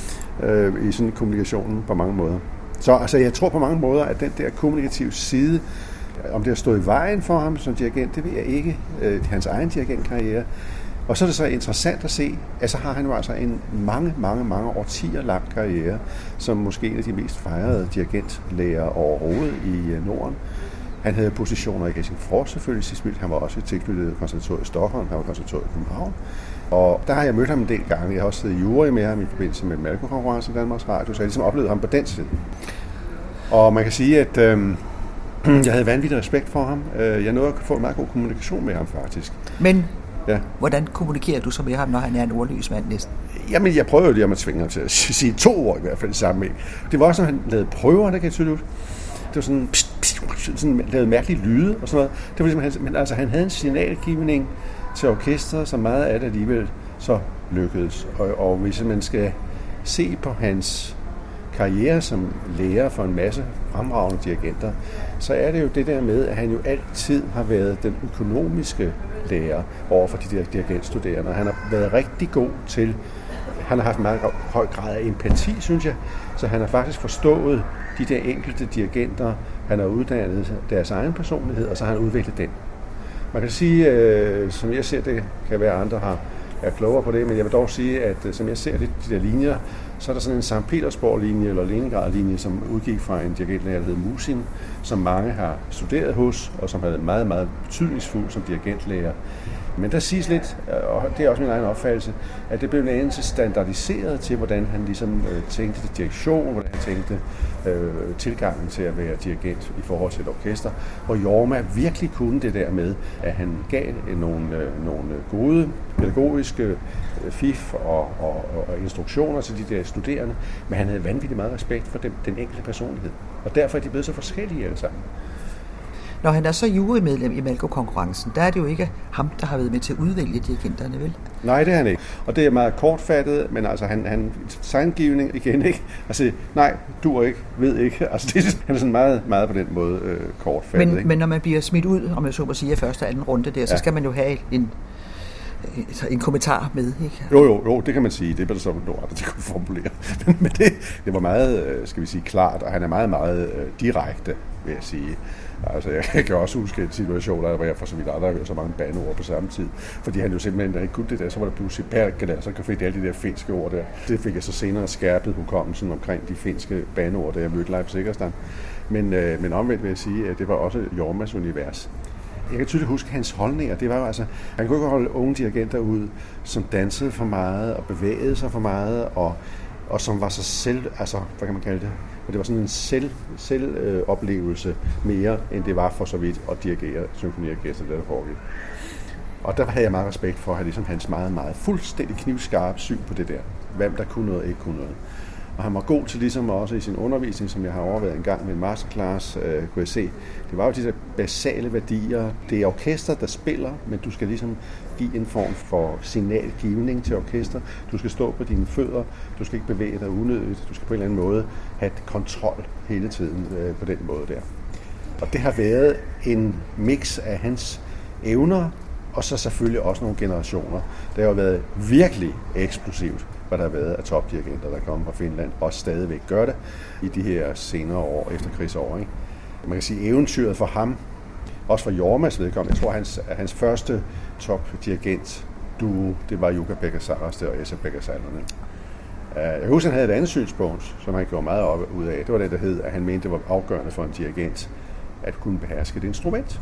øh, i sådan kommunikationen på mange måder. Så altså, jeg tror på mange måder, at den der kommunikative side, om det har stået i vejen for ham som dirigent, det ved jeg ikke. Øh, hans egen dirigentkarriere. Og så er det så interessant at se, at så har han jo altså en mange, mange, mange årtier lang karriere, som måske en af de mest fejrede dirigentlærer overhovedet i Norden. Han havde positioner i Helsingfors selvfølgelig, Sismyld. Han var også tilknyttet konservatoriet i Stockholm, han var konservatoriet i København. Og der har jeg mødt ham en del gange. Jeg har også siddet i jury med ham i forbindelse med Malko-konkurrence i Danmarks Radio, så jeg ligesom oplevede ham på den side. Og man kan sige, at øh, jeg havde vanvittig respekt for ham. Jeg nåede at få en meget god kommunikation med ham faktisk. Men ja. Hvordan kommunikerer du så med ham, når han er en ordløs mand næsten? Jamen, jeg prøvede jo at tvinge ham til at sige to ord i hvert fald sammen med. Det var også, når han lavede prøver, der kan jeg tydeligt ud. Det var sådan, pst, pst, sådan lavede mærkelige lyde og sådan noget. Det var ligesom, han, men altså, han havde en signalgivning til orkestret, så meget af det alligevel så lykkedes. Og, og hvis man skal se på hans karriere som lærer for en masse fremragende dirigenter, så er det jo det der med, at han jo altid har været den økonomiske lærer over for de der dirigentstuderende. Og han har været rigtig god til, han har haft en meget høj grad af empati, synes jeg, så han har faktisk forstået de der enkelte dirigenter, han har uddannet deres egen personlighed, og så har han udviklet den. Man kan sige, øh, som jeg ser det, kan være andre har er klogere på det, men jeg vil dog sige, at som jeg ser det, de der linjer, så er der sådan en Sankt Petersborg-linje eller Leningrad-linje, som udgik fra en dirigentlærer, der hed Musin, som mange har studeret hos, og som havde meget, meget betydningsfuld som dirigentlærer. Men der siges lidt, og det er også min egen opfattelse, at det blev en anelse standardiseret til, hvordan han ligesom øh, tænkte direktion, hvordan han tænkte øh, tilgangen til at være dirigent i forhold til et orkester, hvor Jorma virkelig kunne det der med, at han gav nogle, øh, nogle gode pædagogiske øh, fif og, og, og instruktioner til de der studerende, men han havde vanvittigt meget respekt for dem, den enkelte personlighed. Og derfor er de blevet så forskellige alle sammen. Når han er så jurymedlem i Malko-konkurrencen, der er det jo ikke ham, der har været med til at udvælge dirigenterne, vel? Nej, det er han ikke. Og det er meget kortfattet, men altså han, han tegnegivning igen, ikke? Altså, nej, du ikke, ved ikke. Altså, det, han er sådan meget, meget på den måde øh, kortfattet, men, ikke? Men når man bliver smidt ud, om jeg så må sige, af første og anden runde der, ja. Så skal man jo have en, en kommentar med, ikke? Jo, jo, jo, det kan man sige. Det er så noget, det kunne formulere. Men, men det, det var meget, skal vi sige, klart, og han er meget, meget øh, direkte, vil jeg sige. Altså, jeg kan også huske en situation, hvor jeg for så vidt aldrig har hørt så mange bandeord på samme tid. Fordi han jo simpelthen ikke kunne det der, så var der pludselig perkele, så kan finde alle de der finske ord der. Det fik jeg så senere skærpet hukommelsen omkring de finske bandeord, da jeg mødte Leif Sikkerstrand. Men, øh, men omvendt vil jeg sige, at det var også Jormas univers. Jeg kan tydeligt huske hans holdninger. Det var jo altså, han kunne ikke holde unge dirigenter ud, som dansede for meget og bevægede sig for meget, og, og som var sig selv, altså, hvad kan man kalde det? Og det var sådan en selv, selvoplevelse øh, mere, end det var for så vidt at dirigere symfoniorkester, der foregik. Og der havde jeg meget respekt for at have ligesom hans meget, meget fuldstændig knivskarpe syn på det der. Hvem der kunne noget og ikke kunne noget. Og han var god til ligesom også i sin undervisning, som jeg har overvejet en gang med en masterclass, øh, kunne jeg se. Det var jo de der basale værdier. Det er orkester, der spiller, men du skal ligesom give en form for signalgivning til orkester. Du skal stå på dine fødder, du skal ikke bevæge dig unødigt, du skal på en eller anden måde have kontrol hele tiden øh, på den måde der. Og det har været en mix af hans evner, og så selvfølgelig også nogle generationer. Det har jo været virkelig eksplosivt, hvad der har været af topdirigenter, der kommer fra Finland, og stadigvæk gør det i de her senere år, efter krigsår. Ikke? Man kan sige, eventyret for ham, også for Jormas vedkommende, jeg tror, hans, hans første topdirigent duo, det var Jukka-Pekka Saraste og Esa-Pekka Salonen. Jeg husker, han havde et andet synspunkt, som han gjorde meget op ud af. Det var det, der hed, at han mente, det var afgørende for en dirigent at kunne beherske et instrument.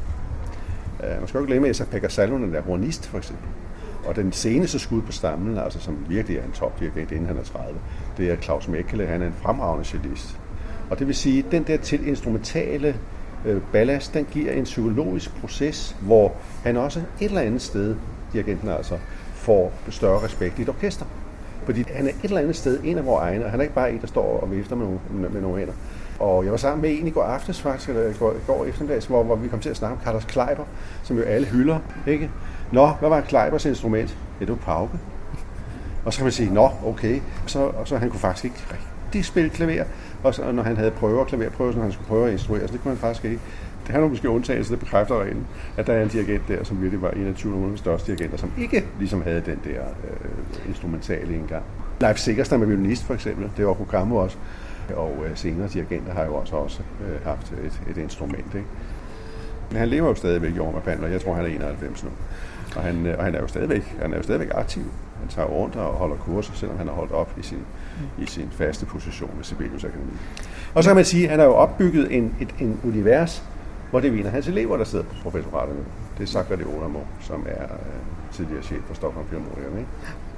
Man skal jo ikke glemme Esa-Pekka Salonen, der er hornist for eksempel. Og den seneste skud på stammen, altså som virkelig er en topdirigent, inden han er tredive, det er Klaus Mekele, han er en fremragende cellist. Og det vil sige, at den der til instrumentale øh, ballast, den giver en psykologisk proces, hvor han også et eller andet sted, dirigenten altså, får større respekt i et orkester. Fordi han er et eller andet sted en af vores egne, og han er ikke bare en, der står og vifter med nogle, med, med nogle hænder. Og jeg var sammen med en i går aftes faktisk, eller i går, i går eftermiddags, hvor, hvor vi kom til at snakke om Carlos Kleiber, som jo alle hylder, ikke? Nå, hvad var Kleibers instrument? Ja, det var pauke. Og så kan man sige, nå, okay. Så, og så han kunne faktisk ikke rigtig spille klaver. Og så, når han havde prøver, klaverprøver, når han skulle prøve at instruere, så det kunne han faktisk ikke. Det har nogle måske undtagelse, det bekræfter derinde, at der er en dirigent der, som virkelig var en af tyve største dirigenter, som ikke ligesom havde den der øh, instrumentale indgang. Leif Sikkerstrand med violinist for eksempel, det var programmet også. Og øh, senere dirigenter har jo også, også øh, haft et, et instrument, ikke? Men han lever jo stadigvæk, Jorma Pandler. Jeg tror, han er enoghalvfems nu. Og han, og han er jo stadigvæk, han er jo stadigvæk aktiv. Han tager rundt og holder kurser, selvom han har holdt op i sin, mm. i sin faste position ved Sibelius Akademi. Og så kan man sige, at han har jo opbygget en, et, en univers, hvor det er en af hans elever, der sidder på professoratet nu. Det er Sakari Oramo, som er øh, tidligere chef for Stockholm Philharmonic, ikke?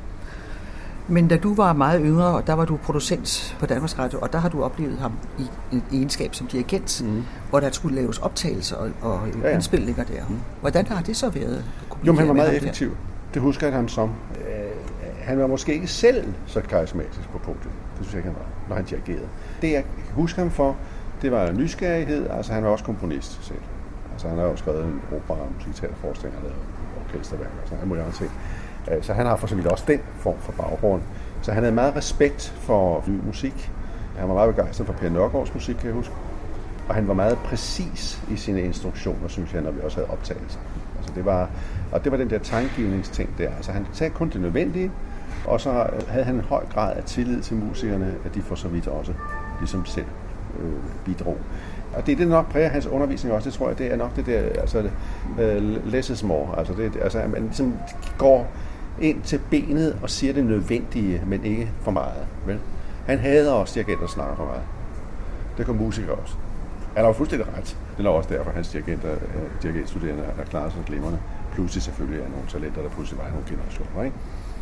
Men da du var meget yngre, der var du producent på Danmarks Radio, og der har du oplevet ham i en egenskab som dirigent, mm. hvor der skulle laves optagelser og, og ja, ja. indspilninger der. Hvordan har det så været? Jo, han var meget effektiv. Der? Det husker jeg ham som. Øh, han var måske ikke selv så karismatisk på punktet. Det synes jeg ikke, han var, når han dirigerede. Det, jeg husker ham for, det var nysgerrighed. Altså, han var også komponist selv. Altså, han har jo skrevet en opera, musikteaterforestilling, og orkesterværk og sådan en ting. Så han har for så vidt også den form for baggrund. Så han havde meget respekt for ny musik. Han var meget begejstret for Per Nørgaards musik, kan jeg huske. Og han var meget præcis i sine instruktioner, synes jeg, når vi også havde optagelser. Altså det var, og det var den der tegnegivningsting der. Altså han sagde kun det nødvendige, og så havde han en høj grad af tillid til musikerne, at de for så vidt også ligesom selv øh, bidrog. Og det er det nok præger hans undervisning også, det tror jeg, det er nok det der, altså uh, less is more, altså, det, altså man ligesom går ind til benet og siger det nødvendige, men ikke for meget. Vel? Han hader også dirigenter, der snakker for meget. Det kan musikere også. Han har jo fuldstændig ret. Det er også derfor, at hans dirigenter, dirigentstuderende er klaret sig glimrende. Pludselig selvfølgelig er nogle talenter, der pludselig var nogle generationer. Ikke?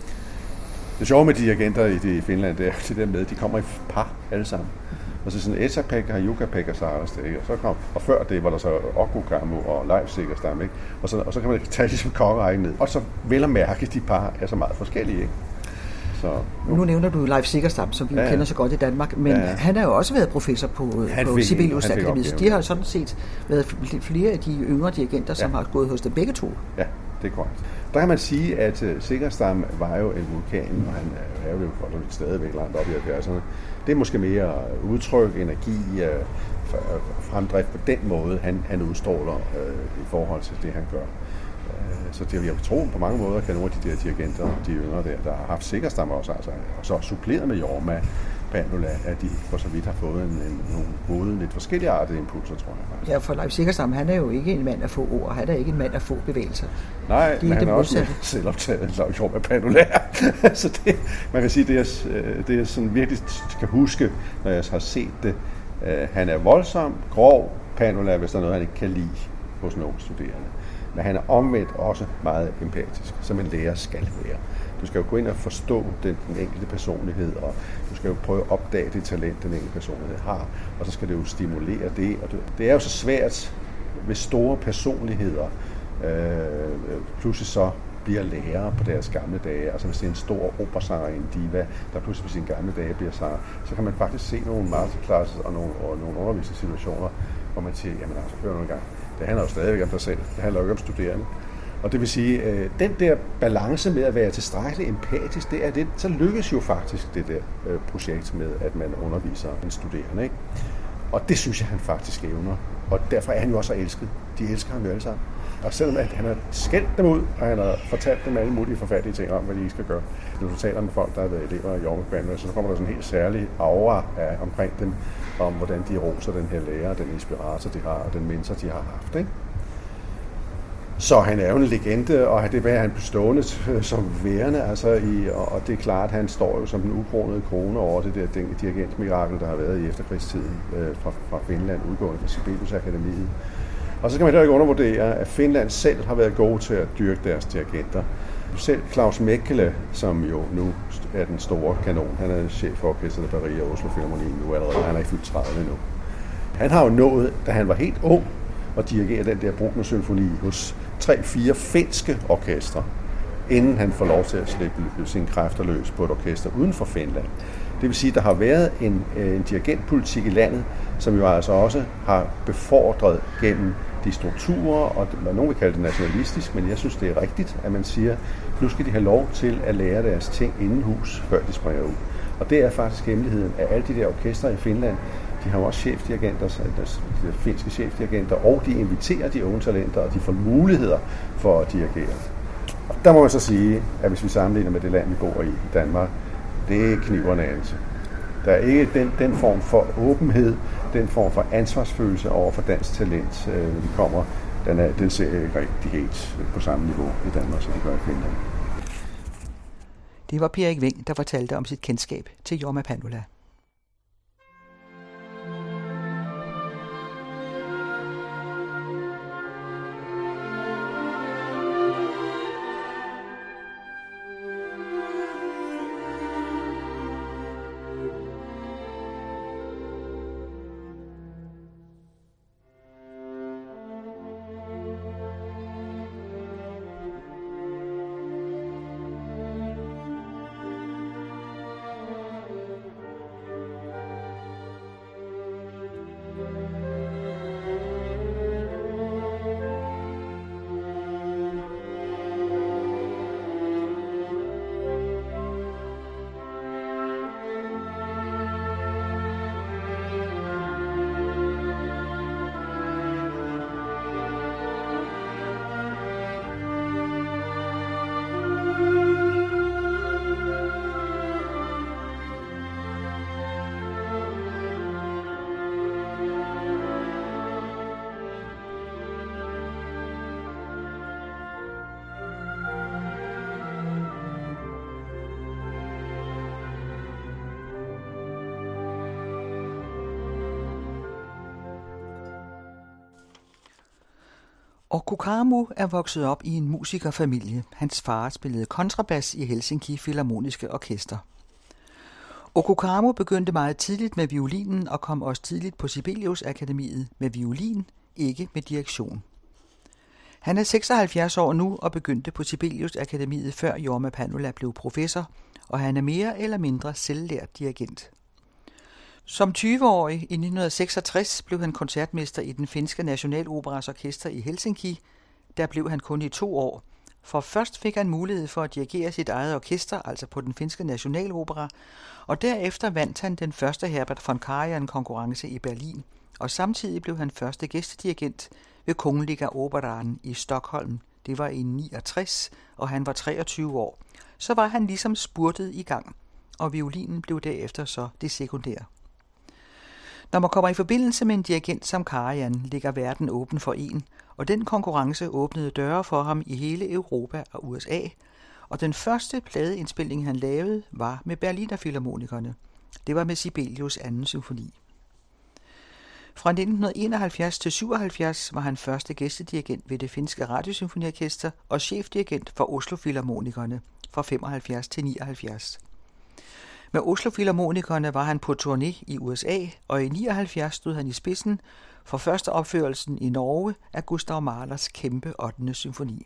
Det sjove med dirigenter i, det, i Finland, det er det der med, at de kommer i par alle sammen. Og så sådan Esa-Pekka, Jukka-Pekka, Saarasted, og så kom, og før det var der så Okko-Kammo og Leif Sikkerstam, ikke? Og så, og så kan man tage ligesom kongerækken ned. Og så vel at mærke, de par er så meget forskellige, ikke? Så, nu. nu nævner du Leif Sikkerstam, som vi ja, ja. kender så godt i Danmark, men ja, ja. han har jo også været professor på, på Sibelius Akademiet, så de har jo sådan set været flere af de yngre dirigenter, som ja. har gået hos dem begge to. Ja, det er korrekt. Der kan man sige, at Sikkerstam var jo en vulkan, og han er jo stadigvæk langt op i halvfjerdserne. Det er måske mere udtryk, energi, fremdrift på den måde, han, han udstråler øh, i forhold til det, han gør. Så det, jeg tror på mange måder, kan nogle af de der dirigenter, de yngre der, der har haft Sikkerstam også, altså, og så suppleret med Jorma, Panula, at de for så vidt har fået en, en, nogle gode, lidt forskellige artede impulser, tror jeg faktisk. Ja, for Leif Sikkerstam, han er jo ikke en mand af få ord, han er ikke en mand af få bevægelser. Nej, de men han er også selvoptaget, Leif Jorma Panula. Så det, man kan sige, det er, det er sådan virkelig kan huske, når jeg har set det. Han er voldsom, grov, Panula, hvis der er noget, han ikke kan lide hos nogle studerende. Men han er omvendt også meget empatisk, som en lærer skal være. Du skal jo gå ind og forstå den, den enkelte personlighed, og du skal jo prøve at opdage det talent, den enkelte personlighed har, og så skal det jo stimulere det. Og det, det er jo så svært, hvis store personligheder øh, pludselig så bliver lærere på deres gamle dage. Altså hvis det er en stor operasanger, en diva, der pludselig på sine gamle dage bliver sanger, så kan man faktisk se nogle masterclasses og nogle, og nogle undervisningssituationer, hvor man siger, jamen altså, hør nogle gang. Det handler jo stadigvæk om dig selv. Det handler jo ikke om studerende. Og det vil sige, øh, den der balance med at være tilstrækkeligt empatisk, det er det, så lykkes jo faktisk det der øh, projekt med, at man underviser en studerende. Ikke? Og det synes jeg, han faktisk evner. Og derfor er han jo også elsket. De elsker ham jo alle sammen. Og selvom at han har skældt dem ud, og han har fortalt dem alle mulige forfærdelige ting om, hvad de ikke skal gøre. Når du taler med folk, der har været elever i Jorma, så kommer der sådan en helt særlig aura af, omkring dem, om hvordan de roser den her lærer, den inspirator, de har, og den mentor, de har haft. Ikke? Så han er jo en legende, og det er han bestående som værende, altså i, og det er klart, at han står jo som den ukronede krone over det der dirigentmirakel, der har været i efterkrigstiden øh, fra, fra Finland, udgående fra Sibelius Akademiet. Og så skal man heller ikke undervurdere, at Finland selv har været gode til at dyrke deres dirigenter. Selv Klaus Mechele, som jo nu er den store kanon, han er chef for orkestret Paris og Oslo Filharmonien nu allerede, han er ikke fyldt tredive nu. Han har jo nået, da han var helt ung, at dirigere den der Bruckner-symfoni hos tre-fire finske orkestre, inden han får lov til at slippe sine kræfter løs på et orkester uden for Finland. Det vil sige, at der har været en, en dirigentpolitik i landet, som jo altså også har befordret gennem de strukturer, og nogen vil kalde det nationalistisk, men jeg synes, det er rigtigt, at man siger, nu skal de have lov til at lære deres ting inden hus, før de springer ud. Og det er faktisk hemmeligheden af alle de der orkestre i Finland. De har jo også chefdirigenter, de finske chefdirigenter, og de inviterer de unge talenter, og de får muligheder for at dirigere. Og der må man så sige, at hvis vi sammenligner med det land, vi bor i, Danmark, det kniver en anelse. Der er ikke den, den form for åbenhed, den form for ansvarsfølelse over for dansk talent, øh, når de kommer, den, er, den ser ikke rigtig helt på samme niveau i Danmark, som de gør i Finland. Det var Per Erik Veng, der fortalte om sit kendskab til Jorma Panula. Okukamo er vokset op i en musikerfamilie. Hans far spillede kontrabas i Helsinki Filharmoniske Orkester. Okukamo begyndte meget tidligt med violinen og kom også tidligt på Sibelius Akademiet med violin, ikke med direktion. Han er seksoghalvfjerds år nu og begyndte på Sibelius Akademiet før Jorma Panula blev professor, og han er mere eller mindre selvlært dirigent. Som tyve-årig i nitten seksogtres blev han koncertmester i den finske Nationaloperas orkester i Helsinki. Der blev han kun i to år, for først fik han mulighed for at dirigere sit eget orkester, altså på den finske Nationalopera, og derefter vandt han den første Herbert von Karajan-konkurrence i Berlin, og samtidig blev han første gæstedirigent ved Kungliga Operan i Stockholm. Det var i niogtres, og han var treogtyve år. Så var han ligesom spurtet i gang, og violinen blev derefter så det sekundære. Når man kommer i forbindelse med en dirigent som Karajan, ligger verden åben for en, og den konkurrence åbnede døre for ham i hele Europa og U S A, og den første pladeindspilning, han lavede, var med Berliner Filharmonikerne. Det var med Sibelius anden symfoni. Fra nitten enoghalvfjerds til syvoghalvfjerds var han første gæstedirigent ved det finske Radiosymfoniorkester og chefdirigent for Oslo Filharmonikerne fra femoghalvfjerds til nioghalvfjerds. Med Oslo Filharmonikerne var han på turné i U S A, og i nioghalvfjerds stod han i spidsen for første opførelsen i Norge af Gustav Mahlers kæmpe ottende symfoni.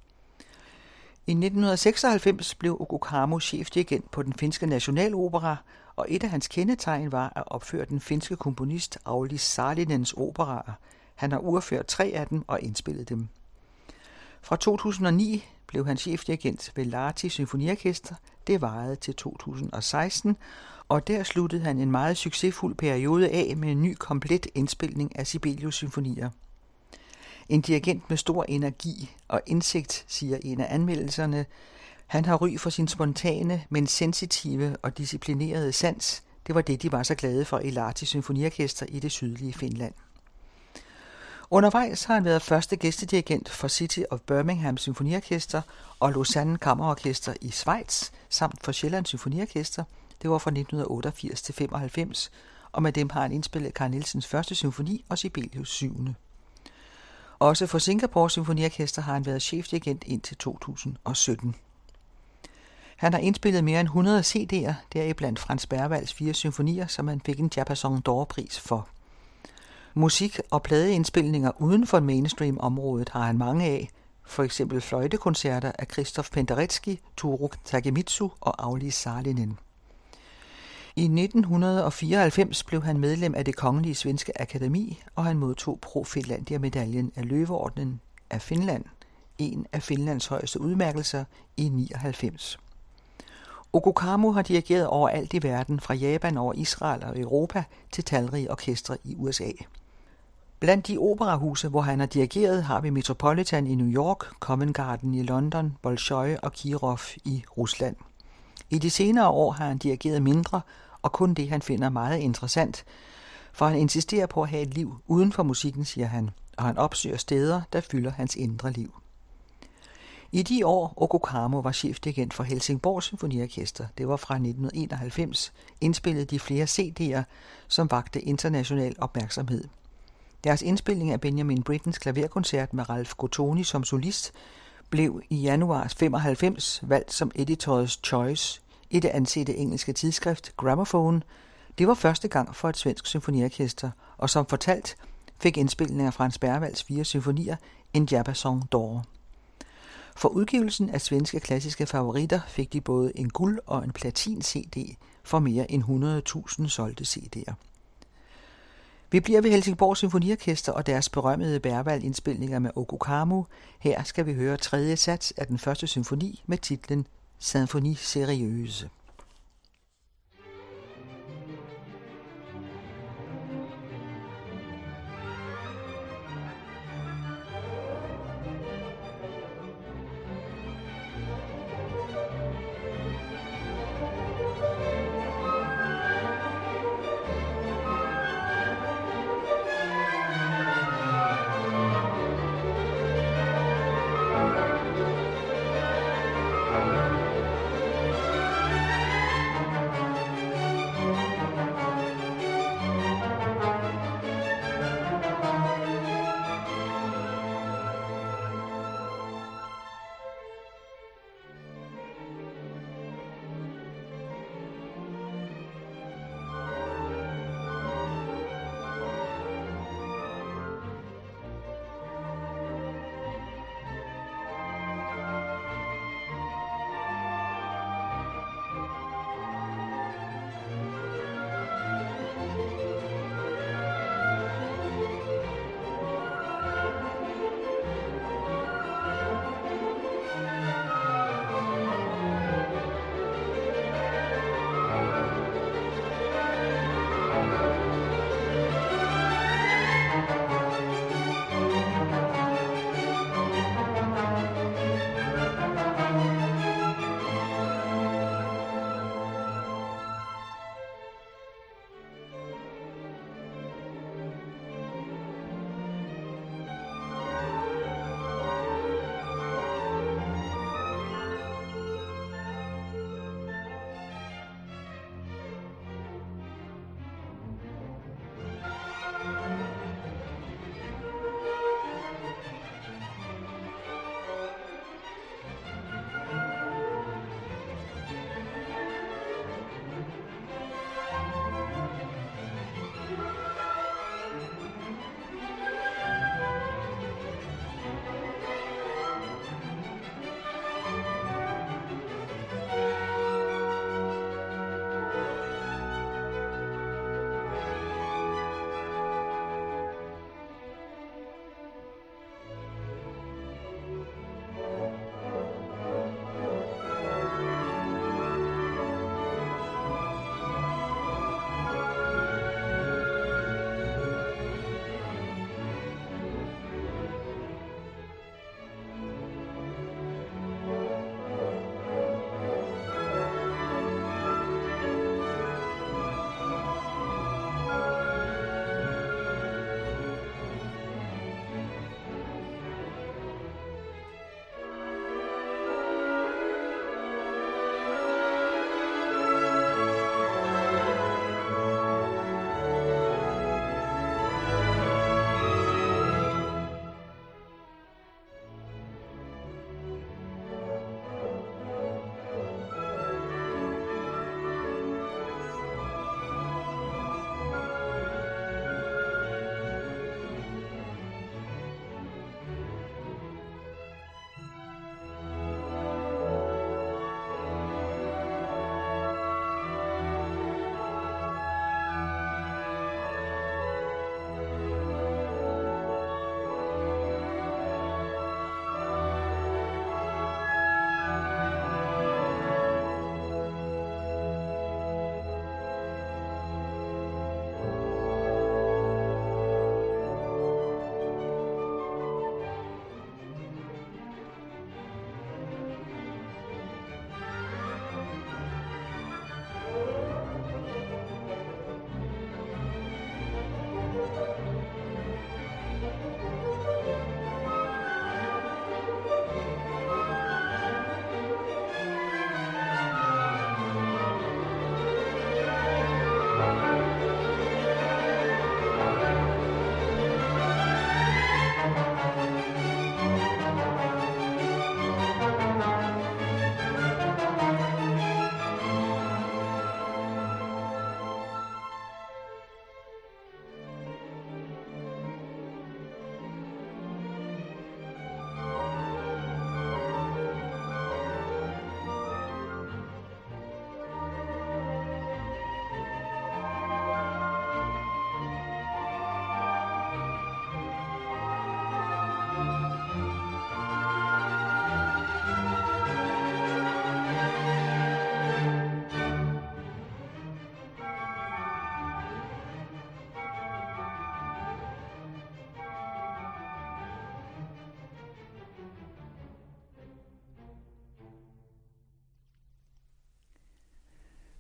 I nitten seksoghalvfems blev Okukamo chefdirigent på den finske Nationalopera, og et af hans kendetegn var at opføre den finske komponist Aulis Saarinens operaer. Han har urført tre af dem og indspillet dem. Fra to tusind og ni blev han chefdirigent ved Lahti Symfoniorkester. Det varede til to tusind og seksten, og der sluttede han en meget succesfuld periode af med en ny komplet indspilning af Sibelius symfonier. En dirigent med stor energi og indsigt, siger en af anmeldelserne. Han har ry for sin spontane, men sensitive og disciplinerede sans. Det var det, de var så glade for i Lahti Symfoniorkester i det sydlige Finland. Undervejs har han været første gæstedirigent for City of Birmingham Symfoniorkester og Lausanne Kammerorkester i Schweiz, samt for Sjælland Symfoniorkester. Det var fra nitten otteogfirs til femoghalvfems, og med dem har han indspillet Carl Nielsens første symfoni og Sibelius syvende. Også for Singapore Symfoniorkester har han været chefdirigent indtil to tusind og sytten. Han har indspillet mere end hundrede C D'er, deriblandt Frans Berwalds fire symfonier, som han fik en Diapason d'Or-pris for. Musik- og pladeindspilninger uden for mainstream-området har han mange af, for eksempel fløjtekoncerter af Krzysztof Penderecki, Toru Takemitsu og Aulis Saarinen. I nitten fireoghalvfems blev han medlem af Det Kongelige Svenske Akademi, og han modtog Pro Finlandia-medaljen af Løveordenen af Finland, en af Finlands højeste udmærkelser, i nioghalvfems. Okukamo har dirigeret overalt i verden, fra Japan over Israel og Europa til talrige orkestre i U S A. Blandt de operahuse, hvor han har dirigeret, har vi Metropolitan i New York, Covent Garden i London, Bolshoi og Kirov i Rusland. I de senere år har han dirigeret mindre, og kun det, han finder meget interessant, for han insisterer på at have et liv uden for musikken, siger han, og han opsøger steder, der fylder hans indre liv. I de år, Okukamo var chefdirigent for Helsingborg Symfoniorkester, det var fra nitten enoghalvfems, indspillede de flere C D'er, som vakte international opmærksomhed. Deres indspilning af Benjamin Brittens klaverkoncert med Ralph Gottoni som solist blev i januar femoghalvfems valgt som Editor's Choice i det ansete engelske tidsskrift Gramophone. Det var første gang for et svensk symfoniorkester, og som fortalt fik indspilningen af Frans Berwalds fire symfonier en Diapason d'Or. For udgivelsen af svenske klassiske favoritter fik de både en guld- og en platin-C D for mere end hundrede tusind solgte C D'er. Vi bliver ved Helsingborg Symfoniorkester og deres berømmede Berwald-indspilninger med Okukamo. Her skal vi høre tredje sats af den første symfoni med titlen Symphonie Sérieuse.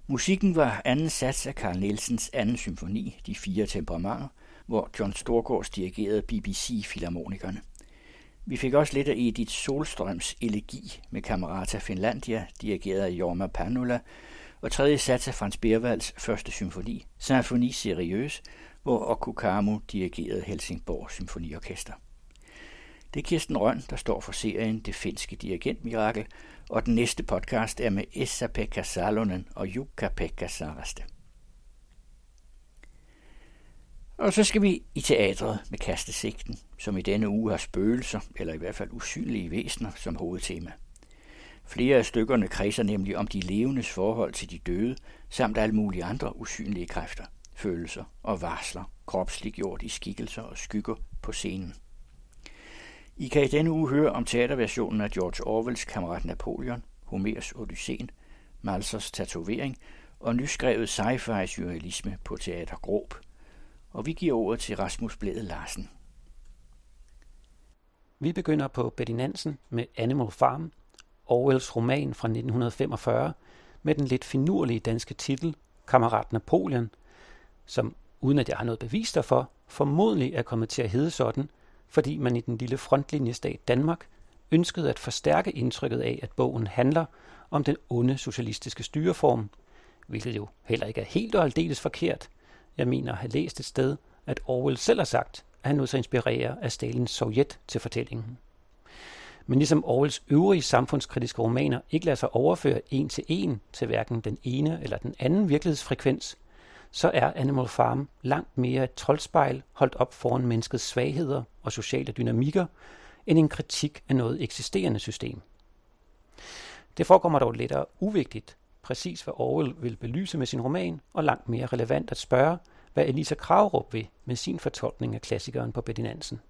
Musikken var anden sats af Carl Nielsens anden symfoni, De fire temperamenter, hvor John Storgårds dirigerede B B C-filharmonikerne. Vi fik også lidt af Edith Solstrøms elegi med Camerata Finlandia, dirigeret af Jorma Panula, og tredje sats af Frans Berwalds første symfoni, Symphonie Sérieuse, hvor Okko Kammo dirigerede Helsingborg Symfoniorkester. Det er Kirsten Rønn, der står for serien Det finske dirigentmirakel, og den næste podcast er med Esa-Pekka Salonen og Jukka-Pekka Saraste. Og så skal vi i teatret med Kastesigten, som i denne uge har spøgelser, eller i hvert fald usynlige væsener, som hovedtema. Flere af stykkerne kredser nemlig om de levendes forhold til de døde, samt alle mulige andre usynlige kræfter, følelser og varsler, kropsliggjort i skikkelser og skygger på scenen. I kan i denne uge høre om teaterversionen af George Orwells Kammerat Napoleon, Homers Odysseen, Malsers Tatovering og nyskrevet sci-fi surrealisme på Teater Gråb. Og vi giver ordet til Rasmus Blædel Larsen. Vi begynder på Betty Nansen med Animal Farm, Orwells roman fra nitten femogfyrre, med den lidt finurlige danske titel Kammerat Napoleon, som, uden at jeg har noget bevis derfor, formodentlig er kommet til at hedde sådan, fordi man i den lille frontlinjestat Danmark ønskede at forstærke indtrykket af, at bogen handler om den onde socialistiske styreform, hvilket jo heller ikke er helt og aldeles forkert. Jeg mener at have læst et sted, at Orwell selv har sagt, at han lod sig inspirere af Stalins Sovjet til fortællingen. Men ligesom Orwells øvrige samfundskritiske romaner ikke lader sig overføre en til en til hverken den ene eller den anden virkelighedsfrekvens, så er Animal Farm langt mere et troldspejl holdt op foran menneskets svagheder og sociale dynamikker, end en kritik af noget eksisterende system. Det forekommer dog lettere uvigtigt, præcis hvad Orwell vil belyse med sin roman, og langt mere relevant at spørge, hvad Elisa Kragerup vil med sin fortolkning af klassikeren på Betty Nansen.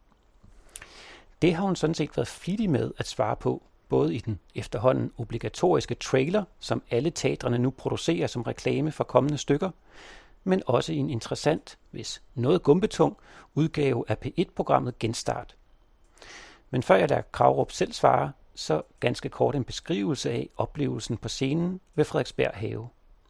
Det har hun sådan set været flittig med at svare på, både i den efterhånden obligatoriske trailer, som alle teatrene nu producerer som reklame for kommende stykker, men også i en interessant, hvis noget gumbetung, udgave af P et-programmet Genstart. Men før jeg lader Kragerup selv svare, så ganske kort en beskrivelse af oplevelsen på scenen ved Frederiksberg Have.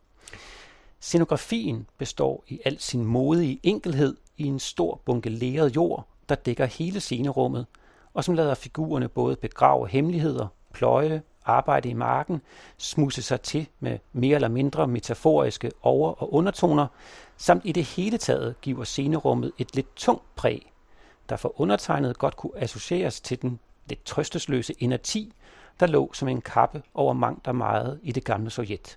Scenografien består i al sin modige enkelhed i en stor bunke leret jord, der dækker hele scenerummet, og som lader figurerne både begrave hemmeligheder, pløje, arbejde i marken, smudse sig til med mere eller mindre metaforiske over- og undertoner, samt i det hele taget giver scenerummet et lidt tungt præg, der for undertegnet godt kunne associeres til den lidt trøstesløse inerti, der lå som en kappe over mangt og meget i det gamle Sovjet.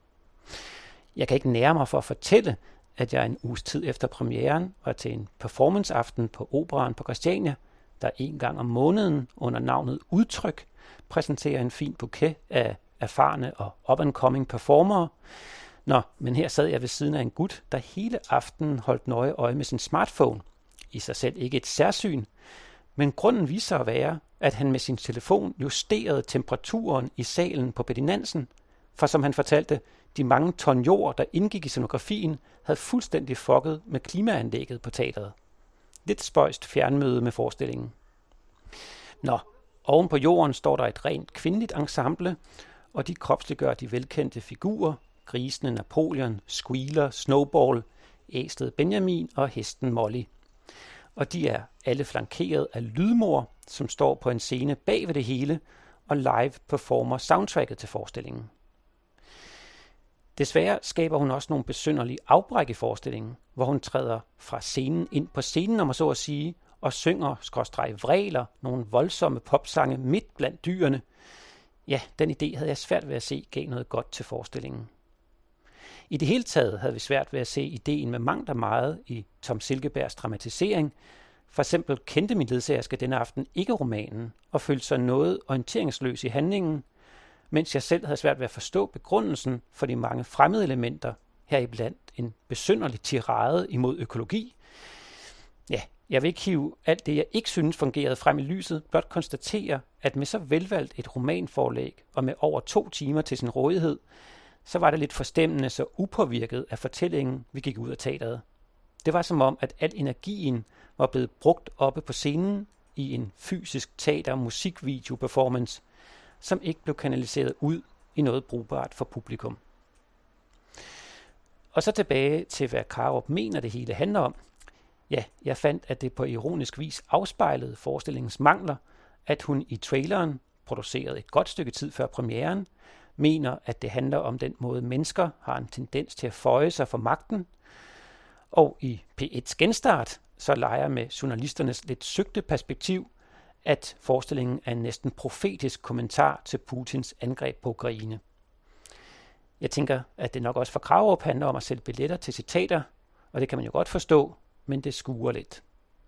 Jeg kan ikke nære mig for at fortælle, at jeg en uges tid efter premieren var til en performanceaften på Operaen på Christiania, der en gang om måneden under navnet Udtryk præsenterer en fin bouquet af erfarne og up-and-coming performere. Nå, men her sad jeg ved siden af en gut, der hele aftenen holdt nøje øje med sin smartphone. I sig selv ikke et særsyn, men grunden viser sig at være, at han med sin telefon justerede temperaturen i salen på Betty Nansen, for som han fortalte, de mange ton jord, der indgik i scenografien, havde fuldstændig fucket med klimaanlægget på teateret. Lidt spøjst fjernmøde med forestillingen. Nå, oven på jorden står der et rent kvindeligt ensemble, og de kropsliggør de velkendte figurer, grisene Napoleon, Squealer, Snowball, æslet Benjamin og hesten Molly. Og de er alle flankeret af lydmor, som står på en scene bag ved det hele, og live performer soundtracket til forestillingen. Desværre skaber hun også nogle besynderlige afbræk i forestillingen, hvor hun træder fra scenen ind på scenen, om man så at sige, og synger, skråstreg vræler, nogle voldsomme popsange midt blandt dyrene. Ja, den idé havde jeg svært ved at se gav noget godt til forestillingen. I det hele taget havde vi svært ved at se ideen med mangt og meget i Tom Silkebergs dramatisering. For eksempel kendte min ledsagerske denne aften ikke romanen og følte sig noget orienteringsløs i handlingen, mens jeg selv havde svært ved at forstå begrundelsen for de mange fremmede elementer, heriblandt en besynderlig tirade imod økologi. Ja, jeg vil ikke hive alt det, jeg ikke synes fungerede frem i lyset, blot konstatere, at med så velvalgt et romanforlæg og med over to timer til sin rådighed, så var det lidt forstemmende så upåvirket af fortællingen, vi gik ud af teateret. Det var som om, at al energien var blevet brugt oppe på scenen i en fysisk teater-musikvideo-performance, som ikke blev kanaliseret ud i noget brugbart for publikum. Og så tilbage til, hvad Krarup mener, det hele handler om. Ja, jeg fandt, at det på ironisk vis afspejlede forestillingens mangler, at hun i traileren, produceret et godt stykke tid før premieren, mener, at det handler om den måde, mennesker har en tendens til at føje sig for magten. Og i P et's genstart, så leger med journalisternes lidt søgte perspektiv, at forestillingen er en næsten profetisk kommentar til Putins angreb på Ukraine. Jeg tænker, at det nok også for Krarup handler om at sælge billetter til citater, og det kan man jo godt forstå, men det skuer lidt.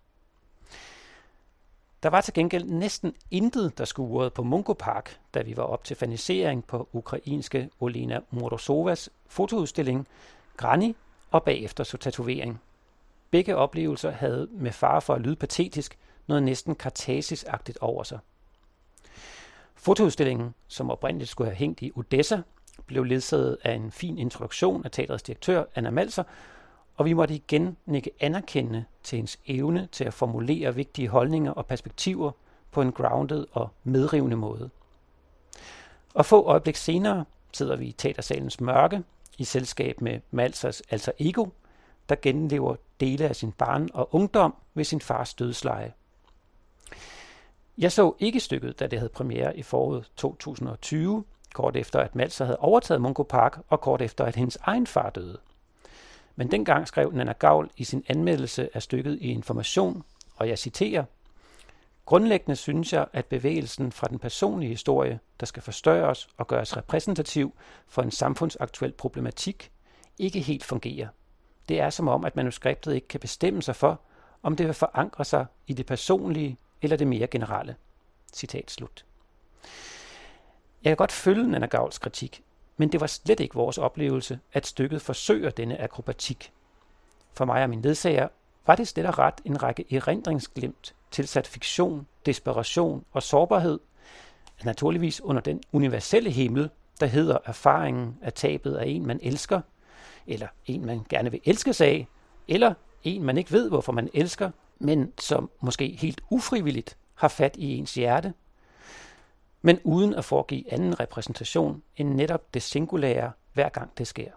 Der var til gengæld næsten intet, der skuede på Mungo Park, da vi var op til fanisering på ukrainske Olena Morozovas fotoudstilling Granny og bagefter så tatovering. Begge oplevelser havde med fare for at lyde patetisk noget næsten kartasisagtigt over sig. Fotoudstillingen, som oprindeligt skulle have hængt i Odessa, blev ledsaget af en fin introduktion af teatrets direktør Anna Malser, og vi måtte igen nikke anerkendende til hendes evne til at formulere vigtige holdninger og perspektiver på en grounded og medrivende måde. Og få øjeblik senere sidder vi i teatersalens mørke i selskab med Malsers alter ego, der genlever dele af sin barn og ungdom ved sin fars dødsleje. Jeg så ikke stykket, da det havde premiere i foråret to tusind og tyve, kort efter at Malser havde overtaget Mungo Park, og kort efter at hendes egen far døde. Men dengang skrev Nanna Gavl i sin anmeldelse af stykket i Information, og jeg citerer: "Grundlæggende synes jeg, at bevægelsen fra den personlige historie, der skal forstørres og gøres repræsentativ for en samfundsaktuel problematik, ikke helt fungerer. Det er som om, at manuskriptet ikke kan bestemme sig for, om det vil forankre sig i det personlige eller det mere generelle." Citat slut. Jeg kan godt følge Nanna Gavls kritik, men det var slet ikke vores oplevelse, at stykket forsøger denne akrobatik. For mig og min ledsager var det slet og ret en række erindringsglimt, tilsat fiktion, desperation og sårbarhed, naturligvis under den universelle himmel, der hedder erfaringen af tabet af en, man elsker, eller en, man gerne vil elskes af, eller en, man ikke ved, hvorfor man elsker, men som måske helt ufrivilligt har fat i ens hjerte, men uden at foregive anden repræsentation end netop det singulære, hver gang det sker.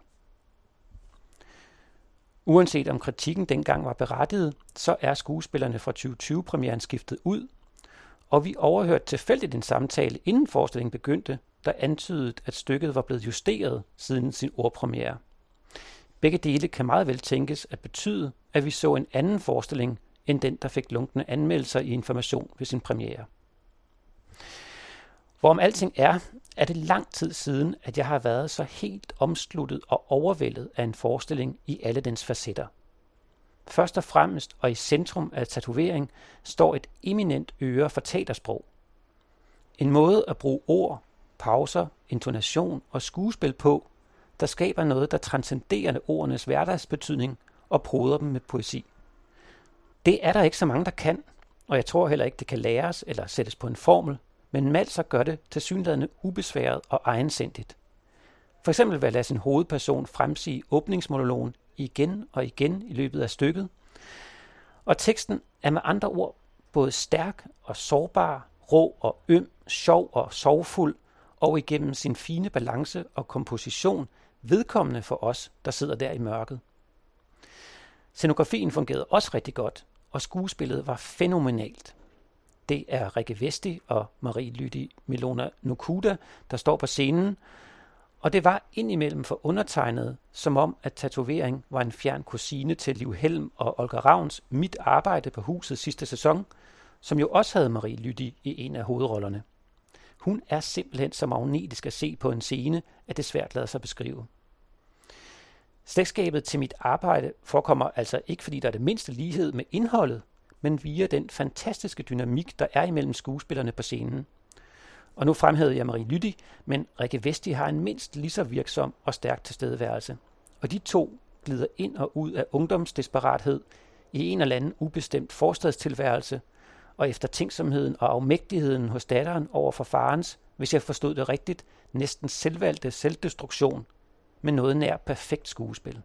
Uanset om kritikken dengang var berettiget, så er skuespillerne fra tyve tyve-premieren skiftet ud, og vi overhørte tilfældigt en samtale, inden forestillingen begyndte, der antydede, at stykket var blevet justeret siden sin ordpremiere. Begge dele kan meget vel tænkes at betyde, at vi så en anden forestilling, end den, der fik lunkne anmeldelser i Information ved sin premiere. Hvorom alting er, er det lang tid siden, at jeg har været så helt omsluttet og overvældet af en forestilling i alle dens facetter. Først og fremmest og i centrum af tatovering står et eminent øre for teatersprog. En måde at bruge ord, pauser, intonation og skuespil på, der skaber noget, der transcenderer ordenes hverdagsbetydning og proder dem med poesi. Det er der ikke så mange, der kan, og jeg tror heller ikke, det kan læres eller sættes på en formel, men Malser gør det tilsyneladende ubesværet og egensindigt. For eksempel ved at lade sin hovedperson fremsige åbningsmonologen igen og igen i løbet af stykket. Og teksten er med andre ord både stærk og sårbar, rå og øm, sjov og sorgfuld, og igennem sin fine balance og komposition vedkommende for os, der sidder der i mørket. Scenografien fungerede også rigtig godt, og skuespillet var fænomenalt. Det er Rikke Vesti og Marie Lydi Milona Nukuda, der står på scenen, og det var indimellem for undertegnet, som om at tatovering var en fjern kusine til Liv Helm og Olga Ravns Mit arbejde på huset sidste sæson, som jo også havde Marie Lydi i en af hovedrollerne. Hun er simpelthen så magnetisk at se på en scene, at det svært lader sig beskrive. Slægtskabet til Mit arbejde forekommer altså ikke, fordi der er det mindste lighed med indholdet, men via den fantastiske dynamik, der er imellem skuespillerne på scenen. Og nu fremhævede jeg Marie Lydi, men Rikke Vesti har en mindst lige så virksom og stærk tilstedeværelse. Og de to glider ind og ud af ungdomsdesperathed i en eller anden ubestemt forstadstilværelse, og efter tænksomheden og afmægtigheden hos datteren over for farens, hvis jeg forstod det rigtigt, næsten selvvalgte selvdestruktion med noget nær perfekt skuespil.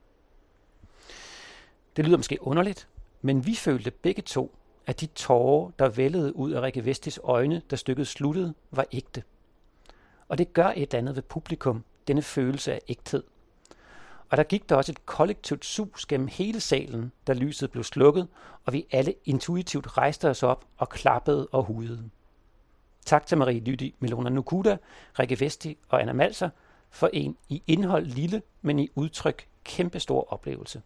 Det lyder måske underligt, men vi følte begge to, at de tårer, der vældede ud af Rikke Vestis øjne, da stykket sluttede, var ægte. Og det gør et andet ved publikum, denne følelse af ægthed. Og der gik der også et kollektivt sus gennem hele salen, da lyset blev slukket, og vi alle intuitivt rejste os op og klappede og hudede. Tak til Marie Lydi, Melona Nukuda, Rikke Vesti og Anna Malser for en i indhold lille, men i udtryk kæmpestor oplevelse.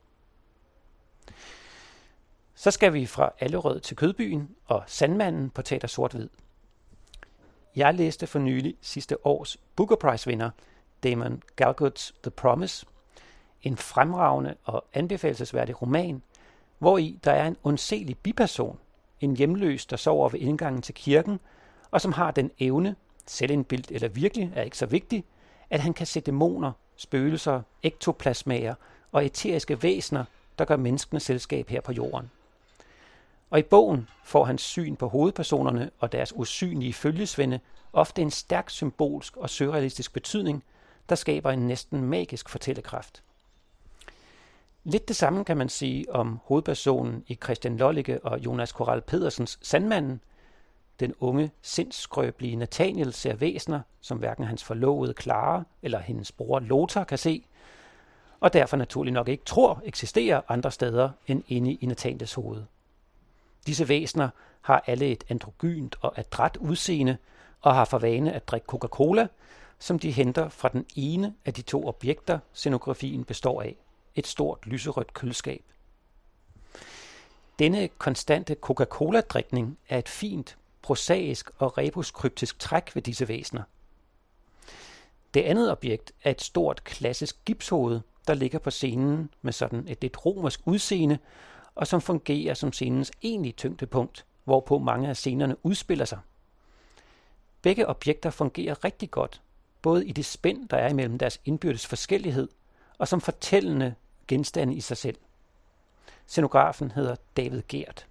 Så skal vi fra Allerød til Kødbyen og Sandmanden på Teater Sort-Hvid. Jeg læste for nylig sidste års Booker Prize-vinder Damon Galguds The Promise, en fremragende og anbefalelsesværdig roman, hvori der er en undselig biperson, en hjemløs, der sover ved indgangen til kirken, og som har den evne, selvindbildt eller virkelig er ikke så vigtig, at han kan se dæmoner, spøgelser, ektoplasmaer og eteriske væsener, der gør menneskene selskab her på jorden. Og i bogen får hans syn på hovedpersonerne og deres usynlige følgesvende ofte en stærk symbolsk og surrealistisk betydning, der skaber en næsten magisk fortællekraft. Lidt det samme kan man sige om hovedpersonen i Christian Lollicke og Jonas Koral Pedersens Sandmanden. Den unge, sindsskrøbelige Nathaniel ser væsener, som hverken hans forlovede Clara eller hendes bror Lothar kan se, og derfor naturligt nok ikke tror eksisterer andre steder end inde i Nathaniels hoved. Disse væsener har alle et androgynt og adræt udseende og har for vane at drikke Coca-Cola, som de henter fra den ene af de to objekter, scenografien består af. Et stort lyserødt køleskab. Denne konstante Coca-Cola-drikning er et fint, prosaisk og rebuskryptisk træk ved disse væsener. Det andet objekt er et stort klassisk gipshoved, der ligger på scenen med sådan et lidt romersk udseende, og som fungerer som scenens egentlige tyngdepunkt, hvorpå mange af scenerne udspiller sig. Begge objekter fungerer rigtig godt, både i det spænd, der er imellem deres indbyrdes forskellighed, og som fortællende genstande i sig selv. Scenografen hedder David Gert.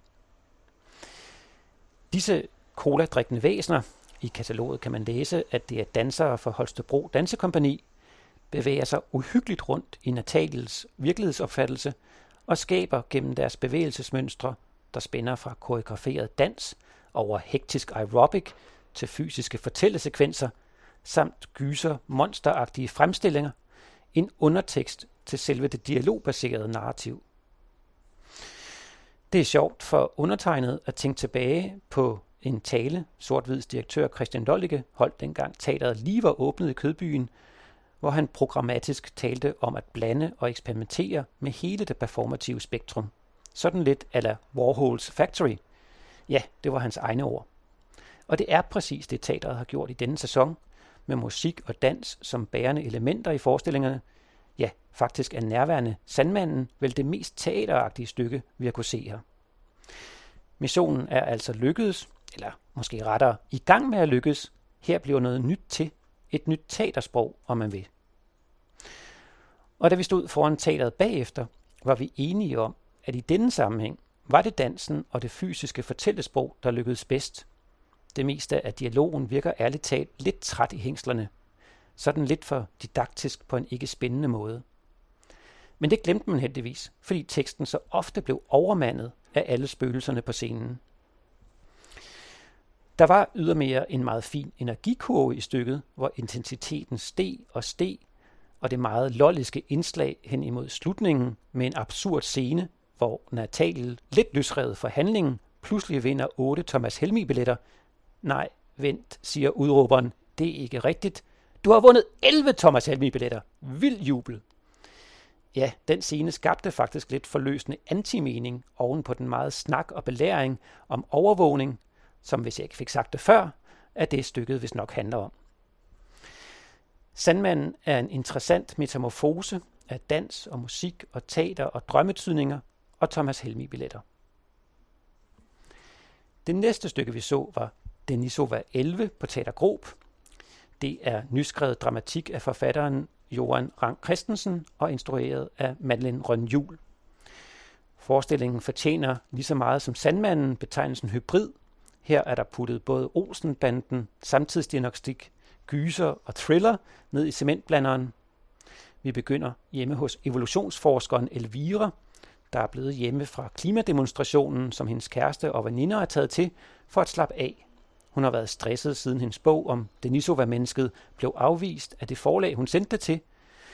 Disse cola-drikkende væsener, i kataloget kan man læse, at det er dansere fra Holstebro Dansekompagni, bevæger sig uhyggeligt rundt i Nathaniels virkelighedsopfattelse og skaber gennem deres bevægelsesmønstre, der spænder fra koreograferet dans over hektisk aerobic til fysiske fortællesekvenser, samt gyser monsteragtige fremstillinger, en undertekst til selve det dialogbaserede narrativ. Det er sjovt for undertegnet at tænke tilbage på en tale, Sort-Hvids direktør Christian Lollicke holdt dengang teateret lige var åbnet i Kødbyen, hvor han programmatisk talte om at blande og eksperimentere med hele det performative spektrum. Sådan lidt a la Warhols Factory. Ja, det var hans egne ord. Og det er præcis det, teateret har gjort i denne sæson, med musik og dans som bærende elementer i forestillingerne. Ja, faktisk er nærværende Sandmanden vel det mest teateragtige stykke, vi har kunne se her. Missionen er altså lykkedes, eller måske rettere i gang med at lykkes. Her bliver noget nyt til, et nyt teatersprog, om man vil. Og da vi stod foran teateret bagefter, var vi enige om, at i denne sammenhæng var det dansen og det fysiske fortællesprog, der lykkedes bedst. Det meste af dialogen virker ærligt talt lidt træt i hængslerne. Sådan lidt for didaktisk på en ikke spændende måde. Men det glemte man heldigvis, fordi teksten så ofte blev overmandet af alle spøgelserne på scenen. Der var ydermere en meget fin energikurve i stykket, hvor intensiteten steg og steg, og det meget lolliske indslag hen imod slutningen med en absurd scene, hvor Nathaniel, lidt løsrevet for handlingen, pludselig vinder otte Thomas Helmig-billetter. Nej, vent, siger udråberen, det er ikke rigtigt. Du har vundet elleve Thomas Helmig-billetter. Vild jubel. Ja, den scene skabte faktisk lidt forløsende antimening oven på den meget snak og belæring om overvågning, som hvis jeg ikke fik sagt det før, er det stykket vist nok handler om. Sandmanden er en interessant metamorfose af dans og musik og teater og drømmetydninger og Thomas Helmig-billetter. Det næste stykke vi så var Denisova elleve på Teater Grob. Det er nyskrevet dramatik af forfatteren Johan Rang Christensen og instrueret af Madeleine Rønn-Juhl. Forestillingen fortjener lige så meget som Sandmanden betegnelsen hybrid. Her er der puttet både Olsenbanden, samtidsdiagnostik, gyser og thriller ned i cementblanderen. Vi begynder hjemme hos evolutionsforskeren Elvira, der er blevet hjemme fra klimademonstrationen, som hendes kæreste og veninder er taget til for at slappe af. Hun har været stresset siden hendes bog om Denisova-mennesket blev afvist af det forlag, hun sendte det til.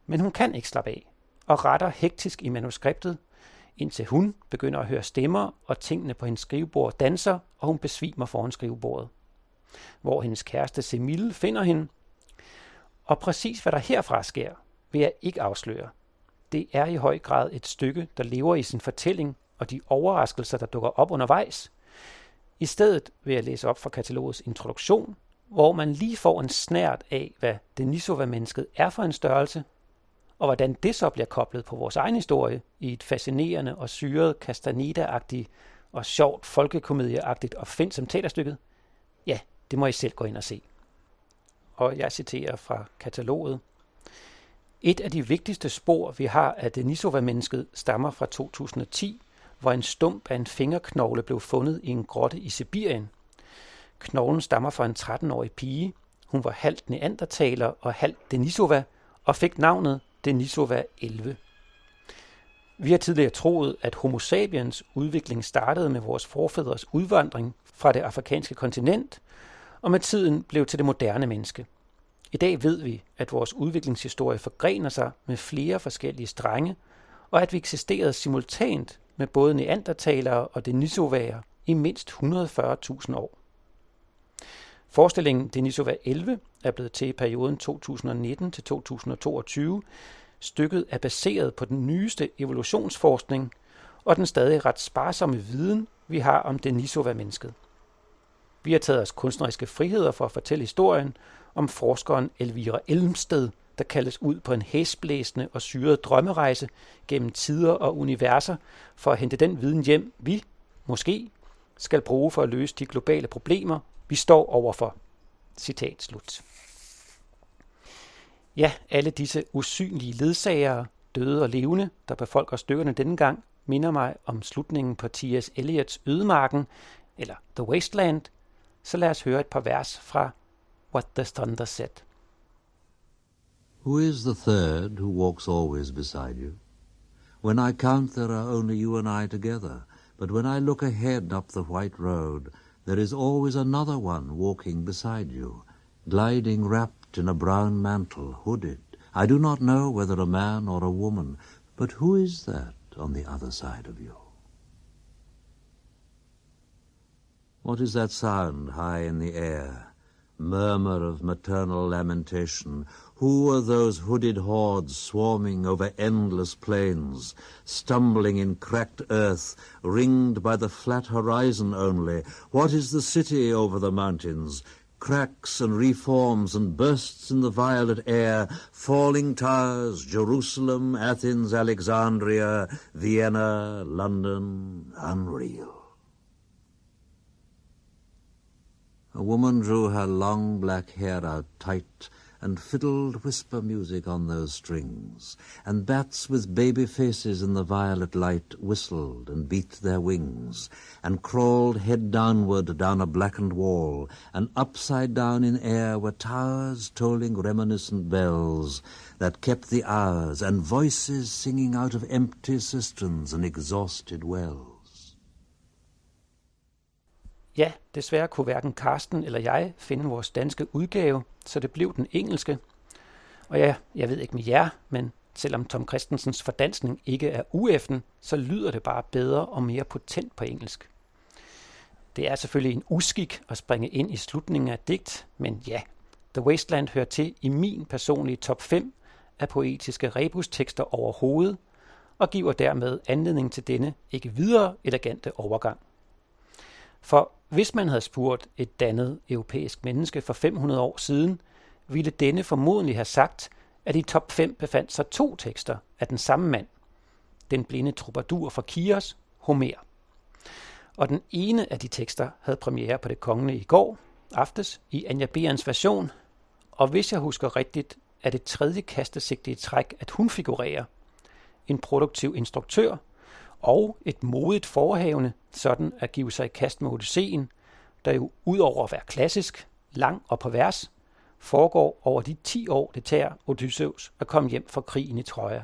Men hun kan ikke slappe af, og retter hektisk i manuskriptet, indtil hun begynder at høre stemmer, og tingene på hendes skrivebord danser, og hun besvimer foran skrivebordet. Hvor hendes kæreste Semille finder hende. Og præcis hvad der herfra sker, vil jeg ikke afsløre. Det er i høj grad et stykke, der lever i sin fortælling, og de overraskelser, der dukker op undervejs. I stedet vil jeg læse op fra katalogets introduktion, hvor man lige får en snert af, hvad Denisova-mennesket er for en størrelse, og hvordan det så bliver koblet på vores egen historie i et fascinerende og syret Castaneda-agtigt og sjovt folkekomedieagtigt og finsomt teaterstykket. Ja, det må I selv gå ind og se. Og jeg citerer fra kataloget. Et af de vigtigste spor, vi har af Denisova-mennesket, stammer fra to tusind og ti, hvor en stump af en fingerknogle blev fundet i en grotte i Sibirien. Knoglen stammer fra en tretten-årig pige. Hun var halvt neandertaler og halvt Denisova, og fik navnet Denisova elleve. Vi har tidligere troet, at Homo sapiens udvikling startede med vores forfædres udvandring fra det afrikanske kontinent, og med tiden blev til det moderne menneske. I dag ved vi, at vores udviklingshistorie forgrener sig med flere forskellige strenge, og at vi eksisterede simultant med både neandertalere og denisovaer i mindst et hundrede og fyrre tusind år. Forestillingen Denisova elleve er blevet til i perioden to tusind og nitten til to tusind og toogtyve. Stykket er baseret på den nyeste evolutionsforskning og den stadig ret sparsomme viden, vi har om Denisova-mennesket. Vi har taget os kunstneriske friheder for at fortælle historien om forskeren Elvira Elmsted, der kaldes ud på en hæsblæsende og syret drømmerejse gennem tider og universer for at hente den viden hjem, vi, måske, skal bruge for at løse de globale problemer, vi står overfor. Citat slut. Ja, alle disse usynlige ledsagere, døde og levende, der befolker stykkerne denne gang, minder mig om slutningen på T S Eliots Ødemarken, eller The Wasteland, så lad os høre et par vers fra What the Thunder Said. Who is the third who walks always beside you? When I count, there are only you and I together, but when I look ahead up the white road, there is always another one walking beside you, gliding wrapped in a brown mantle, hooded. I do not know whether a man or a woman, but who is that on the other side of you? What is that sound high in the air? Murmur of maternal lamentation. Who are those hooded hordes swarming over endless plains, stumbling in cracked earth, ringed by the flat horizon only? What is the city over the mountains? Cracks and reforms and bursts in the violet air, falling towers, Jerusalem, Athens, Alexandria, Vienna, London, unreal. A woman drew her long black hair out tight and fiddled whisper music on those strings, and bats with baby faces in the violet light whistled and beat their wings, and crawled head downward down a blackened wall, and upside down in air were towers tolling reminiscent bells that kept the hours, and voices singing out of empty cisterns and exhausted wells. Ja, desværre kunne hverken Karsten eller jeg finde vores danske udgave, så det blev den engelske. Og ja, jeg ved ikke med jer, men selvom Tom Christensens fordansning ikke er ueffen, så lyder det bare bedre og mere potent på engelsk. Det er selvfølgelig en uskik at springe ind i slutningen af et digt, men ja, The Wasteland hører til i min personlige top fem af poetiske rebustekster overhovedet, og giver dermed anledning til denne ikke videre elegante overgang. For hvis man havde spurgt et dannet europæisk menneske for fem hundrede år siden, ville denne formodentlig have sagt, at i top fem befandt sig to tekster af den samme mand. Den blinde troubadour fra Kios, Homer. Og den ene af de tekster havde premiere på Det Kongelige i går aftes i Anja Berens version, og hvis jeg husker rigtigt, er det tredje kastesigtige træk, at hun figurerer. En produktiv instruktør, og et modigt forhavende, sådan at give sig i kast med Odysseen, der jo udover at være klassisk, lang og på vers, foregår over de ti år, det tager Odysseus at komme hjem fra krigen i Troja.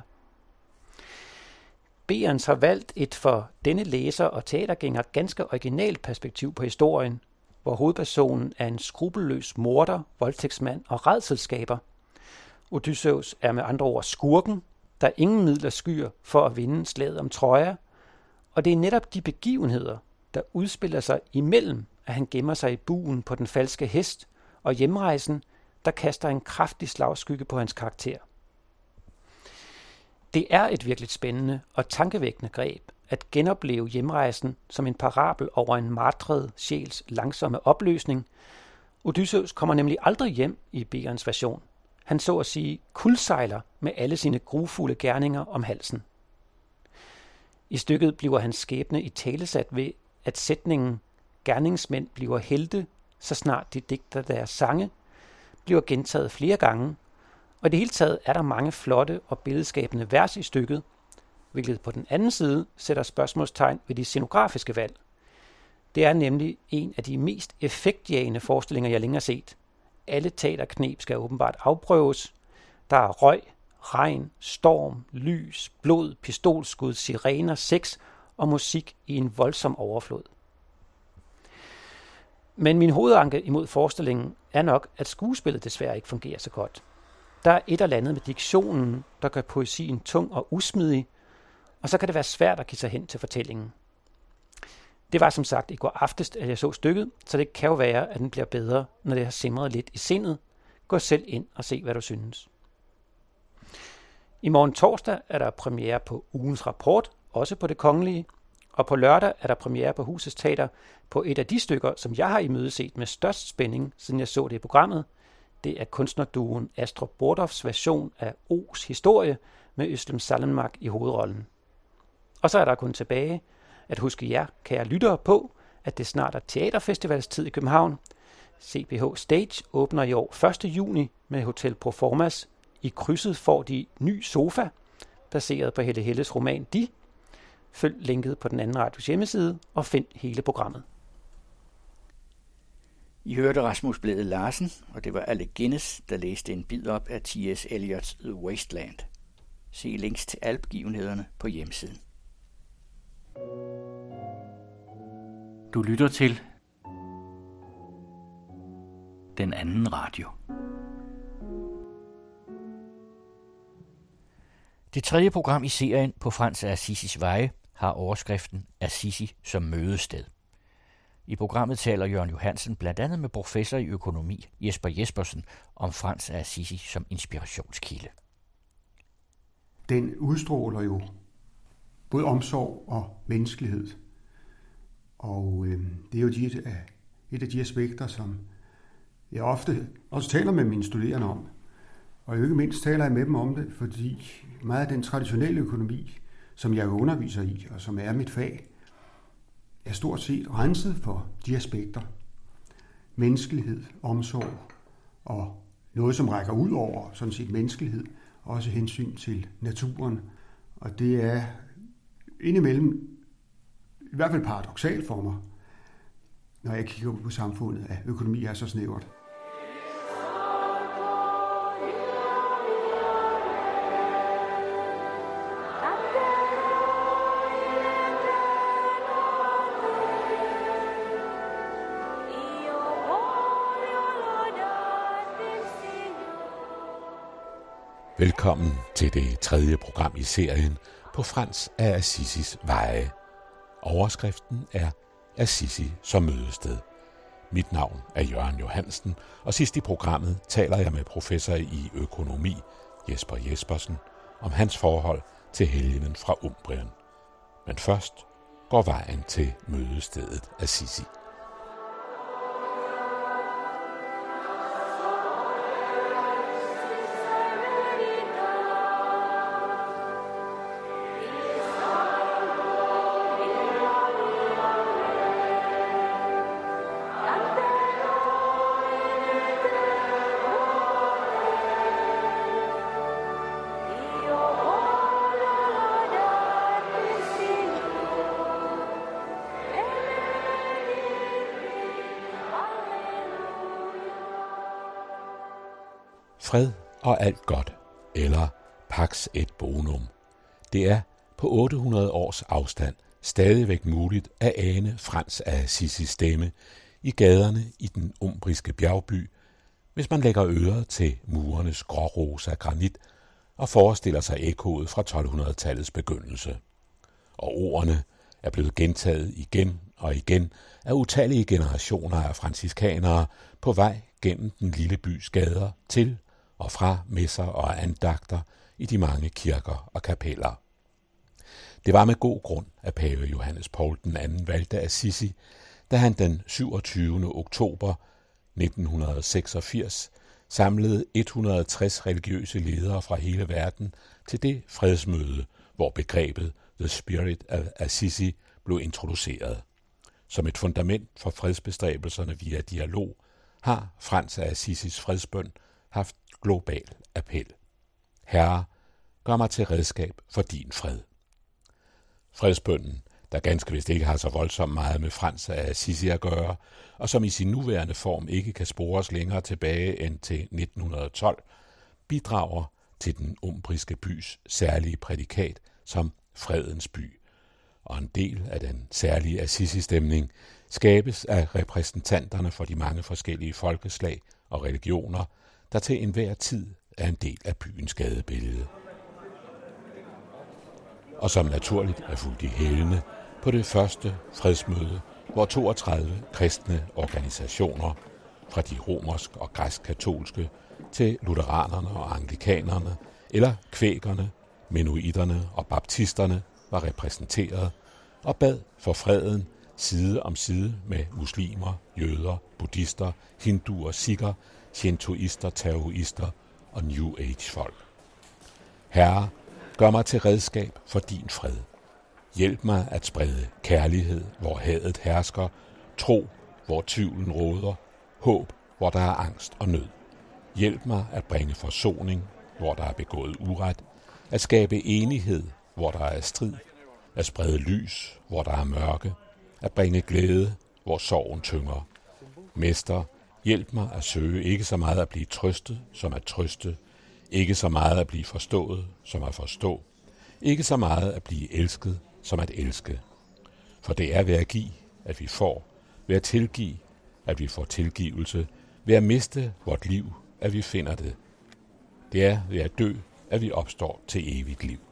Berens har valgt et for denne læser og teatergænger ganske originalt perspektiv på historien, hvor hovedpersonen er en skrupelløs morder, voldtægtsmand og rædselsskaber. Odysseus er med andre ord skurken, der ingen midler skyer for at vinde slaget om Troja, og det er netop de begivenheder, der udspiller sig imellem, at han gemmer sig i buen på den falske hest, og hjemrejsen, der kaster en kraftig slagskygge på hans karakter. Det er et virkelig spændende og tankevækkende greb at genopleve hjemrejsen som en parabel over en martret sjæls langsomme opløsning. Odysseus kommer nemlig aldrig hjem i Begerens version. Han så at sige kuldsejler med alle sine grufulde gerninger om halsen. I stykket bliver hans skæbne italesat ved, at sætningen gerningsmænd bliver helte, så snart de digter deres sange, bliver gentaget flere gange, og i det hele taget er der mange flotte og billedskabende vers i stykket, hvilket på den anden side sætter spørgsmålstegn ved de scenografiske valg. Det er nemlig en af de mest effektjagende forestillinger, jeg længe har set. Alle teaterknep skal åbenbart afprøves. Der er røg, regn, storm, lys, blod, pistolskud, sirener, sex og musik i en voldsom overflod. Men min hovedanke imod forestillingen er nok, at skuespillet desværre ikke fungerer så godt. Der er et eller andet med diktionen, der gør poesien tung og usmidig, og så kan det være svært at give sig hen til fortællingen. Det var som sagt i går aftes, at jeg så stykket, så det kan jo være, at den bliver bedre, når det har simret lidt i sindet. Gå selv ind og se, hvad du synes. I morgen torsdag er der premiere på Ugens Rapport, også på Det Kongelige, og på lørdag er der premiere på Husets Teater på et af de stykker, som jeg har imødeset med størst spænding, siden jeg så det i programmet. Det er kunstnerduoen Astrup Bordorffs version af O's historie med Özlem Sallenmark i hovedrollen. Og så er der kun tilbage at huske jer, kære lyttere, på, at det snart er teaterfestivalstid i København. C B H Stage åbner i år første juni med Hotel Proformas. I krydset får de ny sofa, baseret på Helle Helles roman De. Følg linket på den anden radios hjemmeside og find hele programmet. I hørte Rasmus Blædel Larsen, og det var Alec Guinness, der læste en bid op af T S Eliots The Wasteland. Se links til alle begivenhederne på hjemmesiden. Du lytter til Den Anden Radio. Det tredje program i serien På Frans af Assisis veje har overskriften Assisi som mødested. I programmet taler Jørgen Johansen blandt andet med professor i økonomi Jesper Jespersen om Frans af Assisi som inspirationskilde. Den udstråler jo både omsorg og menneskelighed. Og øh, det er jo de, et, af, et af de aspekter, som jeg ofte også taler med mine studerende om. Og ikke mindst taler jeg med dem om det, fordi meget af den traditionelle økonomi, som jeg underviser i, og som er mit fag, er stort set renset for de aspekter. Menneskelighed, omsorg og noget, som rækker ud over sådan set menneskelighed, også hensyn til naturen. Og det er indimellem i hvert fald paradoksalt for mig, når jeg kigger på samfundet, at økonomi er så snævert. Velkommen til det tredje program i serien På Frans af Assisis veje. Overskriften er Assisi som mødested. Mit navn er Jørgen Johansen, og sidst i programmet taler jeg med professor i økonomi Jesper Jespersen om hans forhold til helgenen fra Umbrien. Men først går vejen til mødestedet Assisi. Fred og alt godt, eller pax et bonum. Det er på otte hundrede års afstand stadigvæk muligt at ane Frans af Assisis stemme i gaderne i den umbriske bjergby, hvis man lægger øret til murenes grårosa granit og forestiller sig ekkoet fra tolv hundrede-tallets begyndelse. Og ordene er blevet gentaget igen og igen af utallige generationer af franciskanere på vej gennem den lille bys gader til og fra messer og andagter i de mange kirker og kapeller. Det var med god grund, at pave Johannes Paul den anden valgte Assisi, da han den syvogtyvende oktober nitten seksogfirs samlede et hundrede og tres religiøse ledere fra hele verden til det fredsmøde, hvor begrebet The Spirit of Assisi blev introduceret. Som et fundament for fredsbestræbelserne via dialog har Frans af Assisis fredsbøn haft global appel. Herre, gør mig til redskab for din fred. Fredsbønnen, der ganske vist ikke har så voldsomt meget med Frans af Assisi at gøre, og som i sin nuværende form ikke kan spores længere tilbage end til nitten tolv, bidrager til den umbriske bys særlige prædikat som fredens by, og en del af den særlige Assisi-stemning skabes af repræsentanterne for de mange forskellige folkeslag og religioner, der til enhver tid er en del af byens gadebillede. Og som naturligt er fulgt i hælene på det første fredsmøde, hvor toogtredive kristne organisationer, fra de romersk og græsk-katolske til lutheranerne og anglikanerne, eller kvækerne, mennoniterne og baptisterne, var repræsenteret og bad for freden side om side med muslimer, jøder, buddhister, hinduer, sikher, shintoister, taoister og New Age-folk. Herre, gør mig til redskab for din fred. Hjælp mig at sprede kærlighed, hvor hadet hersker, tro, hvor tvivlen råder, håb, hvor der er angst og nød. Hjælp mig at bringe forsoning, hvor der er begået uret, at skabe enighed, hvor der er strid, at sprede lys, hvor der er mørke, at bringe glæde, hvor sorgen tynger. Mester, hjælp mig at søge ikke så meget at blive trøstet, som at trøste, ikke så meget at blive forstået, som at forstå, ikke så meget at blive elsket, som at elske. For det er ved at give, at vi får, ved at tilgive, at vi får tilgivelse, ved at miste vort liv, at vi finder det. Det er ved at dø, at vi opstår til evigt liv.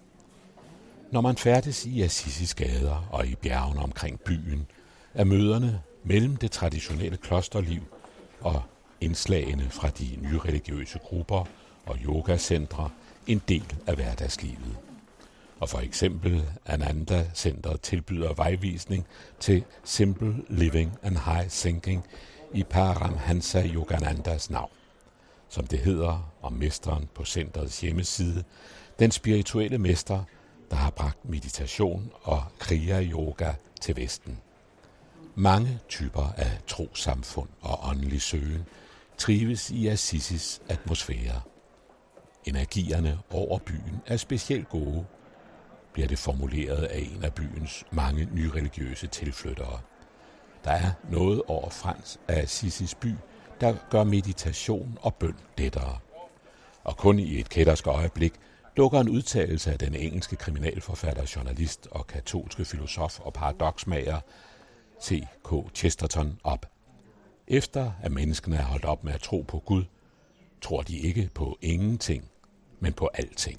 Når man færdes i Assisis gader og i bjergene omkring byen, er møderne mellem det traditionelle klosterliv og indslagene fra de nyreligiøse grupper og yogacentre en del af hverdagslivet. Og for eksempel Ananda Center tilbyder vejvisning til Simple Living and High Thinking i Paramhansa Yoganandas navn, som det hedder om mesteren på centerets hjemmeside, den spirituelle mester, der har bragt meditation og kriya-yoga til Vesten. Mange typer af trosamfund og åndelig søgen trives i Assisis atmosfære. Energierne over byen er specielt gode, bliver det formuleret af en af byens mange nyreligiøse tilflyttere. Der er noget over Frans af Assisis by, der gør meditation og bøn lettere. Og kun i et kættersk øjeblik dukker en udtalelse af den engelske kriminalforfatter, journalist og katolske filosof og paradoksmager C K Chesterton op. Efter at menneskene er holdt op med at tro på Gud, tror de ikke på ingenting, men på alting.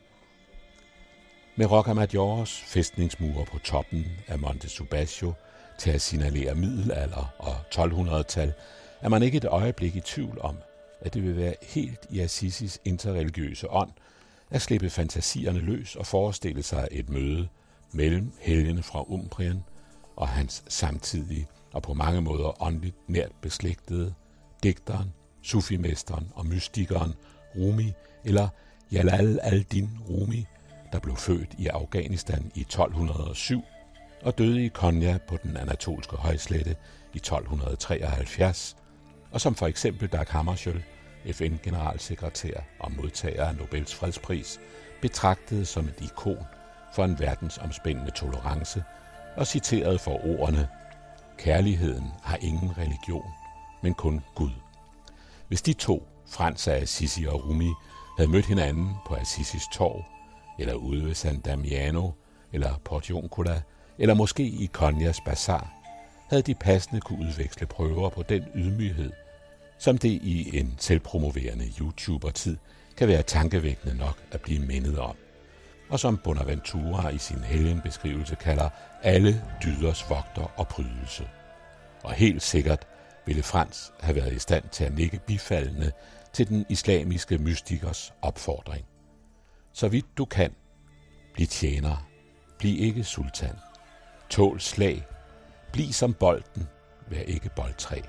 Med Rocamadours fæstningsmure på toppen af Monte Subasio til at signalere middelalder og tolv hundrede-tal, er man ikke et øjeblik i tvivl om, at det vil være helt i Assisis interreligiøse ånd at slippe fantasierne løs og forestille sig et møde mellem helgene fra Umbrien og hans samtidige og på mange måder åndeligt nært beslægtede digteren, sufimesteren og mystikeren Rumi eller Jalal al-Din Rumi, der blev født i Afghanistan i tolv hundrede og syv og døde i Konya på den anatolske højslette i tolv treoghalvfjerds, og som for eksempel Dag Hammarskjöld, F N-generalsekretær og modtager af Nobels fredspris, betragtede som et ikon for en verdensomspændende tolerance og citeret for ordene: kærligheden har ingen religion, men kun Gud. Hvis de to, Frans af Assisi og Rumi, havde mødt hinanden på Assisis torv, eller ude ved San Damiano, eller Portiuncula, eller måske i Konyas Bazar, havde de passende kunne udveksle prøver på den ydmyghed, som det i en selvpromoverende YouTuber-tid kan være tankevækkende nok at blive mindet om, og som Bonaventura i sin helgenbeskrivelse kalder alle dyders vogter og prydelse. Og helt sikkert ville Frans have været i stand til at nikke bifaldende til den islamiske mystikers opfordring. Så vidt du kan, bliv tjener, bliv ikke sultan, tål slag, bliv som bolden, vær ikke boldtræ.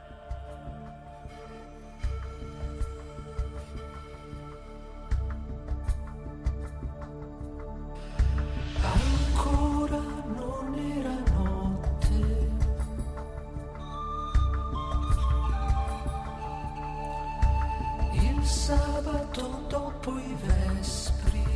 Sabato dopo i vespri,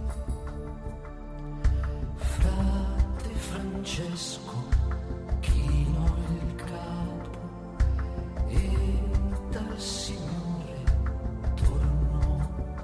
frate Francesco chinò il capo e dal Signore tornò.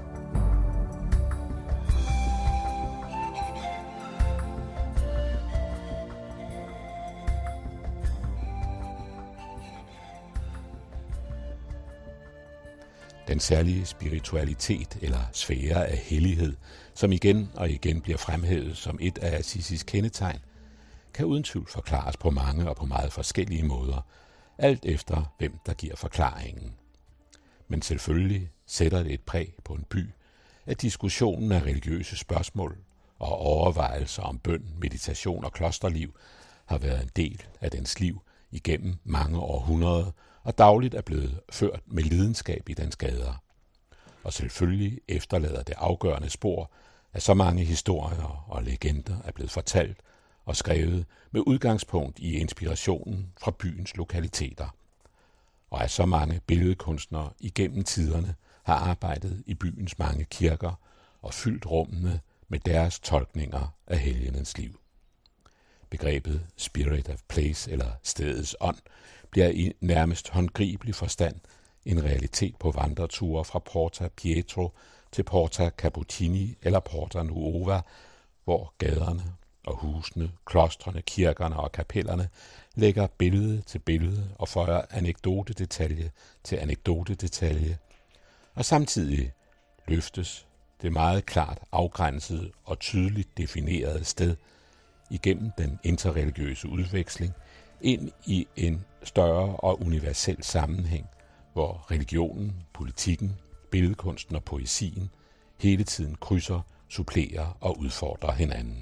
Den særlige spiritualitet eller sfære af hellighed, som igen og igen bliver fremhævet som et af Assisis kendetegn, kan uden tvivl forklares på mange og på meget forskellige måder, alt efter hvem der giver forklaringen. Men selvfølgelig sætter det et præg på en by, at diskussionen af religiøse spørgsmål og overvejelser om bøn, meditation og klosterliv har været en del af dens liv igennem mange århundreder, og dagligt er blevet ført med lidenskab i dens gader. Og selvfølgelig efterlader det afgørende spor, at så mange historier og legender er blevet fortalt og skrevet med udgangspunkt i inspirationen fra byens lokaliteter. Og at så mange billedkunstnere igennem tiderne har arbejdet i byens mange kirker og fyldt rummene med deres tolkninger af helgenens liv. Begrebet Spirit of Place eller stedets ånd bliver i nærmest håndgribelig forstand en realitet på vandreture fra Porta Pietro til Porta Cappuccini eller Porta Nuova, hvor gaderne og husene, klostrene, kirkerne og kapellerne lægger billede til billede og føjer anekdotedetalje til anekdotedetalje, og samtidig løftes det meget klart afgrænsede og tydeligt definerede sted igennem den interreligiøse udveksling ind i en større og universel sammenhæng, hvor religionen, politikken, billedkunsten og poesien hele tiden krydser, supplerer og udfordrer hinanden.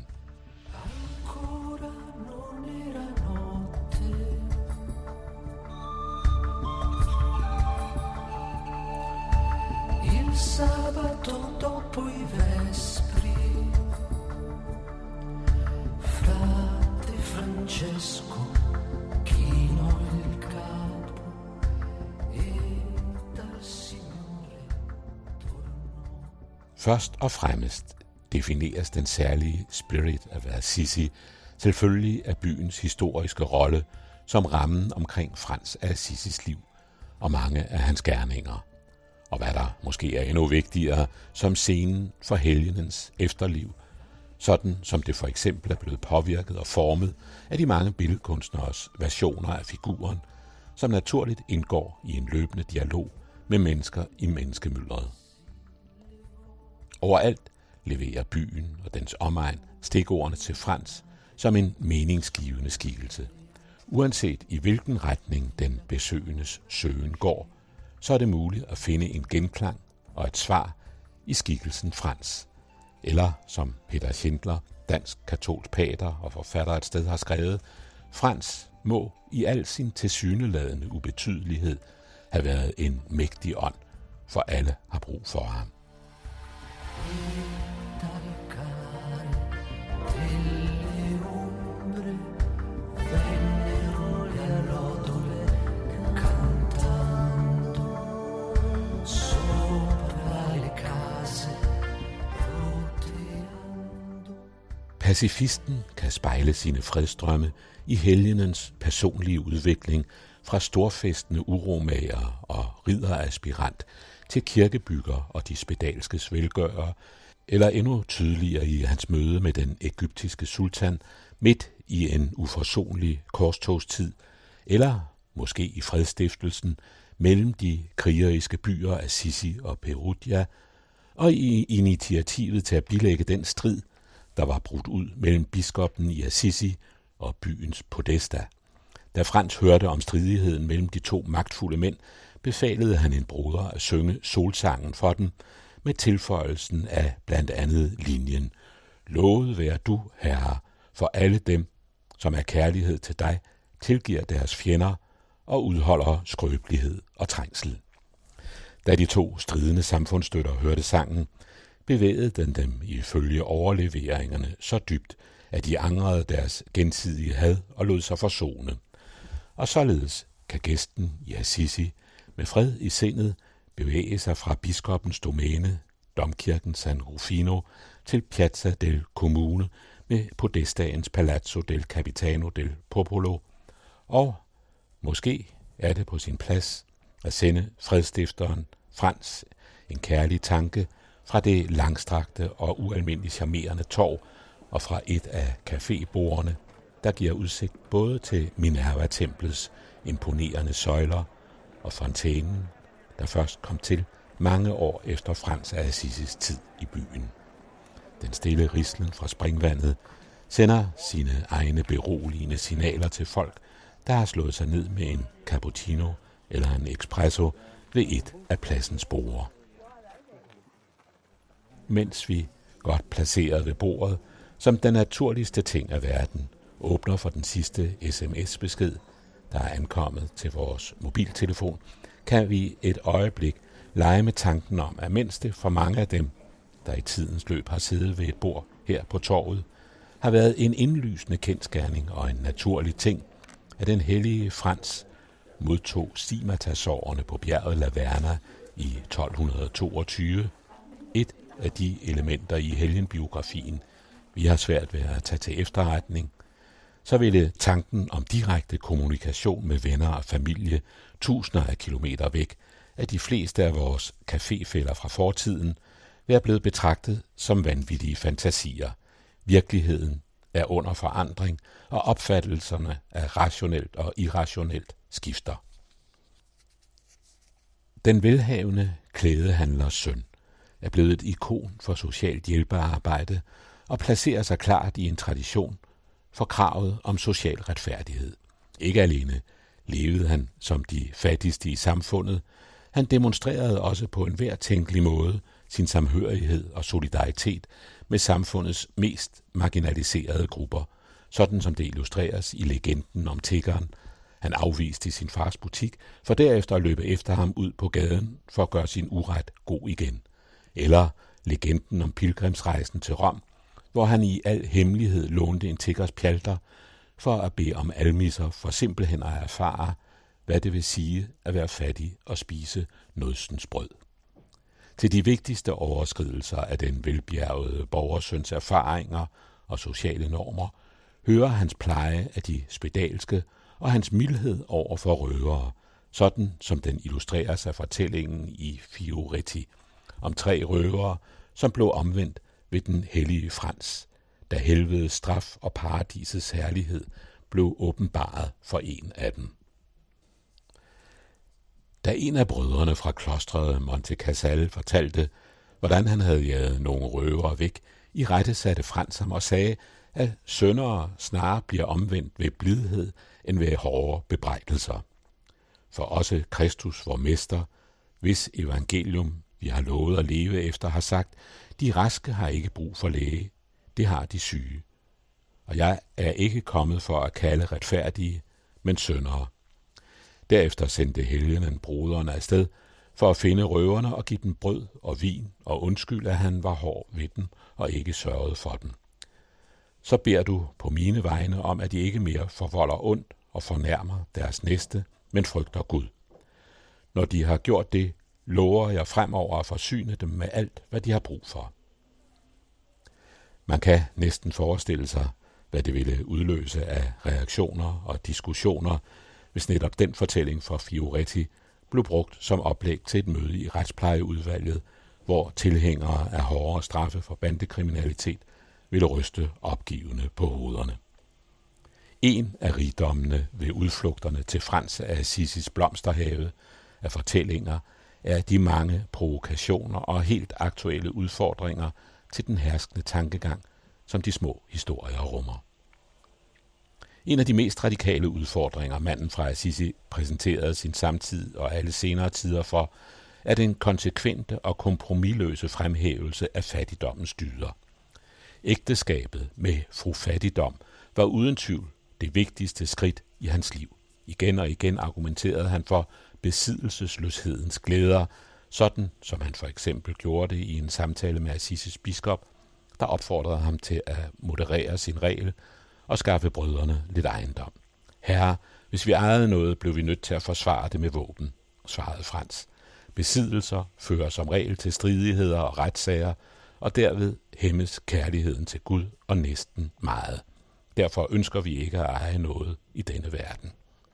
Il sabato dopo i vespri, frate Francesco chinò il capo e dal Signore tornò. Først og fremmest defineres den særlige Spirit of Assisi selvfølgelig af byens historiske rolle som rammen omkring Frans af Assisis liv og mange af hans gerninger. Og hvad der måske er endnu vigtigere, som scenen for helgenens efterliv, sådan som det for eksempel er blevet påvirket og formet af de mange billedkunstneres versioner af figuren, som naturligt indgår i en løbende dialog med mennesker i menneskemyldret. Overalt leverer byen og dens omegn stikordene til Frans som en meningsgivende skikkelse. Uanset i hvilken retning den besøgendes søgen går, så er det muligt at finde en genklang og et svar i skikkelsen Frans. Eller, som Peter Schindler, dansk katolsk pater og forfatter et sted har skrevet, Frans må i al sin tilsyneladende ubetydelighed have været en mægtig ånd, for alle har brug for ham. Pacifisten kan spejle sine fredsdrømme i helgenens personlige udvikling fra storfestende uromager og ridderaspirant til kirkebygger og de spedalske velgørere, eller endnu tydeligere i hans møde med den egyptiske sultan midt i en uforsonlig korstogstid, eller måske i fredstiftelsen mellem de krigeriske byer Assisi og Perugia, og i initiativet til at bilægge den strid, der var brudt ud mellem biskoppen i Assisi og byens Podesta. Da Frans hørte om stridigheden mellem de to magtfulde mænd, befalede han en broder at synge solsangen for dem, med tilføjelsen af blandt andet linjen: Lovet være du, Herre, for alle dem, som af kærlighed til dig tilgiver deres fjender og udholder skrøbelighed og trængsel. Da de to stridende samfundsstøtter hørte sangen, bevægede den dem ifølge overleveringerne så dybt, at de angrede deres gensidige had og lod sig forsone. Og således kan gæsten i Assisi med fred i sindet bevæge sig fra biskoppens domæne, domkirken San Rufino, til Piazza del Comune med Podestaens Palazzo del Capitano del Popolo, og måske er det på sin plads at sende fredstifteren Frans en kærlig tanke fra det langstrakte og ualmindeligt charmerende torv og fra et af cafébordene, der giver udsigt både til Minerva-templets imponerende søjler og fontænen, der først kom til mange år efter Frans af Assisis tid i byen. Den stille rislen fra springvandet sender sine egne beroligende signaler til folk, der har slået sig ned med en cappuccino eller en espresso ved et af pladsens borde. Mens vi, godt placeret ved bordet, som den naturligste ting af verden, åbner for den sidste sms-besked, der er ankommet til vores mobiltelefon, kan vi et øjeblik lege med tanken om, at mens det for mange af dem, der i tidens løb har siddet ved et bord her på torvet, har været en indlysende kendsgerning og en naturlig ting, at den hellige Frans modtog stigmatasårene på bjerget Laverna i tolv toogtyve, et af de elementer i helgenbiografien, vi har svært ved at tage til efterretning, så ville tanken om direkte kommunikation med venner og familie tusinder af kilometer væk af de fleste af vores caféfæller fra fortiden være blevet betragtet som vanvittige fantasier. Virkeligheden er under forandring, og opfattelserne af rationelt og irrationelt skifter. Den velhavende klædehandlers søn er blevet et ikon for socialt hjælpearbejde og placerer sig klart i en tradition for kravet om social retfærdighed. Ikke alene levede han som de fattigste i samfundet, han demonstrerede også på enhver tænkelig måde sin samhørighed og solidaritet med samfundets mest marginaliserede grupper, sådan som det illustreres i legenden om tiggeren. Han afviste i sin fars butik, for derefter at løbe efter ham ud på gaden for at gøre sin uret god igen. Eller legenden om pilgrimsrejsen til Rom, hvor han i al hemmelighed lånte en tiggers pjalter for at bede om almisser for simpelthen at erfare, hvad det vil sige at være fattig og spise nådsens brød. Til de vigtigste overskridelser af den velbjergede borgersøns erfaringer og sociale normer hører hans pleje af de spedalske og hans mildhed over for røvere, sådan som den illustreres af fortællingen i Fioretti om tre røvere, som blev omvendt ved den hellige Frans, da helvedes straf og paradisets herlighed blev åbenbaret for en af dem. Da en af brødrene fra klostret Monte Casal fortalte, hvordan han havde jaget nogle røvere væk, i rette satte Frans ham og sagde, at syndere snarere bliver omvendt ved blidhed end ved hårde bebrejdelser. For også Kristus, vor mester, hvis evangelium vi har lovet at leve efter, har sagt, de raske har ikke brug for læge, det har de syge. Og jeg er ikke kommet for at kalde retfærdige, men syndere. Derefter sendte helgenen broderne afsted for at finde røverne og give dem brød og vin og undskyld, at han var hård ved dem og ikke sørgede for dem. Så beder du på mine vegne om, at de ikke mere forvolder ondt og fornærmer deres næste, men frygter Gud. Når de har gjort det, lover jeg fremover at forsyne dem med alt, hvad de har brug for. Man kan næsten forestille sig, hvad det ville udløse af reaktioner og diskussioner, hvis netop den fortælling fra Fioretti blev brugt som oplæg til et møde i retsplejeudvalget, hvor tilhængere af hårdere straffe for bandekriminalitet ville ryste opgivende på hovederne. En af rigdommene ved udflugterne til Frans af Assisis blomsterhave af fortællinger er de mange provokationer og helt aktuelle udfordringer til den herskende tankegang, som de små historier rummer. En af de mest radikale udfordringer, manden fra Assisi præsenterede sin samtid og alle senere tider for, er den konsekvente og kompromisløse fremhævelse af fattigdommens dyder. Ægteskabet med fru Fattigdom var uden tvivl det vigtigste skridt i hans liv. Igen og igen argumenterede han for besiddelsesløshedens glæder, sådan som han for eksempel gjorde det i en samtale med Assisis biskop, der opfordrede ham til at moderere sin regel og skaffe brødrene lidt ejendom. Herre, hvis vi ejede noget, blev vi nødt til at forsvare det med våben, svarede Frans. Besiddelser fører som regel til stridigheder og retssager, og derved hæmmes kærligheden til Gud og næsten meget. Derfor ønsker vi ikke at eje noget i denne verden.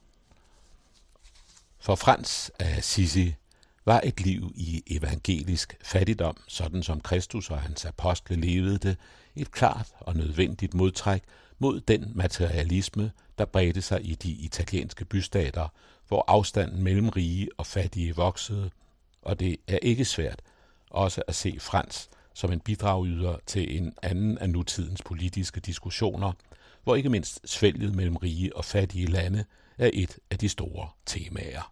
For Frans af Assisi var et liv i evangelisk fattigdom, sådan som Kristus og hans apostle levede det, et klart og nødvendigt modtræk mod den materialisme, der bredte sig i de italienske bystater, hvor afstanden mellem rige og fattige voksede, og det er ikke svært også at se Frans som en bidragyder til en anden af nutidens politiske diskussioner, hvor ikke mindst svælget mellem rige og fattige lande er et af de store temaer.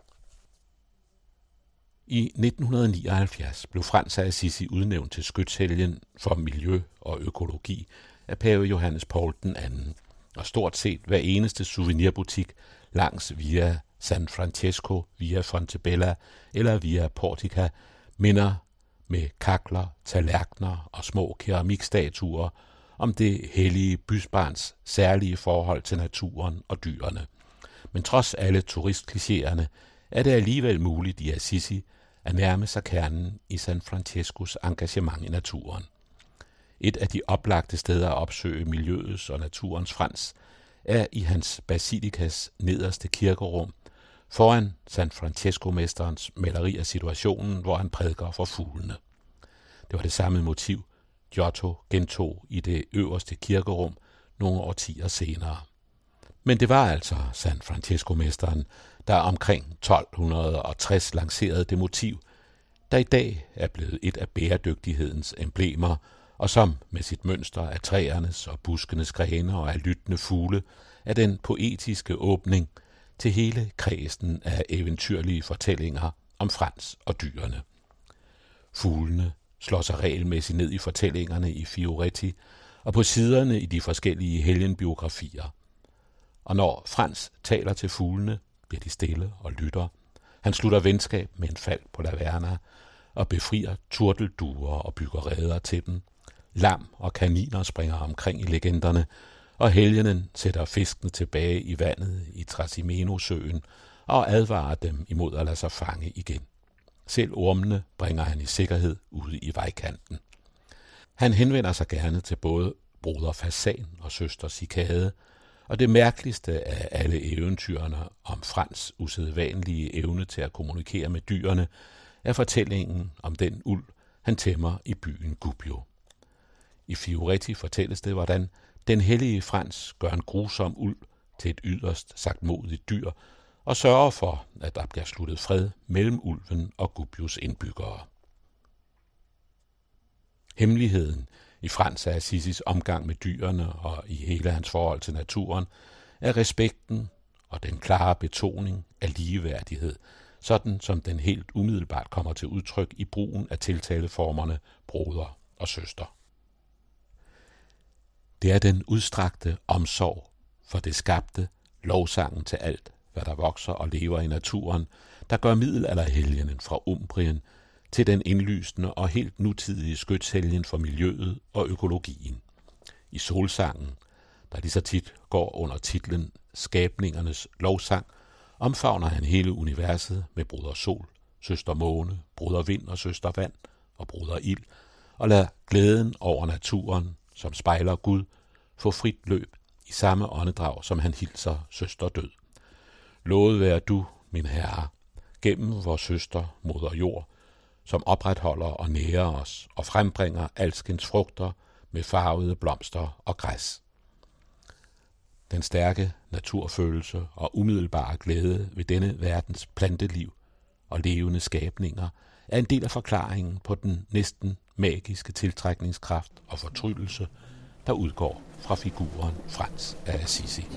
I nitten nioghalvfjerds blev Frans af Assisi udnævnt til skytshelgen for miljø og økologi af pave Johannes Paul den anden, og stort set hver eneste souvenirbutik langs Via San Francesco, Via Fontebella eller Via Portica minder med kakler, tallerkener og små keramikstatuer om det hellige bysbarns særlige forhold til naturen og dyrene. Men trods alle turistklichéerne er det alligevel muligt i Assisi at nærme sig kernen i San Francescos engagement i naturen. Et af de oplagte steder at opsøge miljøets og naturens Frans er i hans basilikas nederste kirkerum, foran San Francesco-mesterens maleri af situationen, hvor han prædiker for fuglene. Det var det samme motiv, Giotto gentog i det øverste kirkerum nogle årtier senere. Men det var altså San Francesco-mesteren, der omkring tolv tres lancerede det motiv, der i dag er blevet et af bæredygtighedens emblemer, og som med sit mønster af træernes og buskenes grene og af lyttende fugle er den poetiske åbning til hele kredsen af eventyrlige fortællinger om Frans og dyrene. Fuglene slår sig regelmæssigt ned i fortællingerne i Fioretti og på siderne i de forskellige helgenbiografier. Og når Frans taler til fuglene, bliver de stille og lytter. Han slutter venskab med en fald på Laverna og befrier turtelduer og bygger reder til dem. Lam og kaniner springer omkring i legenderne, og helgenen sætter fiskene tilbage i vandet i Trasimeno-søen og advarer dem imod at lade sig fange igen. Selv ormene bringer han i sikkerhed ude i vejkanten. Han henvender sig gerne til både broder Fasan og søster Cikade, og det mærkeligste af alle eventyrene om Frans' usædvanlige evne til at kommunikere med dyrene er fortællingen om den ulv, han tæmmer i byen Gubbio. I Fioretti fortælles det, hvordan den hellige Frans gør en grusom ulv til et yderst sagtmodigt dyr og sørger for, at der bliver sluttet fred mellem ulven og Gubbios indbyggere. Hemmeligheden i Frans af Assisis omgang med dyrene og i hele hans forhold til naturen er respekten og den klare betoning af ligeværdighed, sådan som den helt umiddelbart kommer til udtryk i brugen af tiltaleformerne broder og søster. Det er den udstrakte omsorg for det skabte, lovsangen til alt, hvad der vokser og lever i naturen, der gør middelalderhelgenen fra Umbrien til den indlysende og helt nutidige skytshelgen for miljøet og økologien. I solsangen, der lige så tit går under titlen Skabningernes lovsang, omfavner han hele universet med broder sol, søster måne, broder vind og søster vand og broder ild, og lader glæden over naturen, som spejler Gud, få frit løb i samme åndedrag, som han hilser søster død. Lovet være du, min herre, gennem vor søster, moder jord, som opretholder og nærer os og frembringer alskens frugter med farvede blomster og græs. Den stærke naturfølelse og umiddelbare glæde ved denne verdens planteliv og levende skabninger er en del af forklaringen på den næsten magiske tiltrækningskraft og fortryllelse, der udgår fra figuren Frans af Assisi.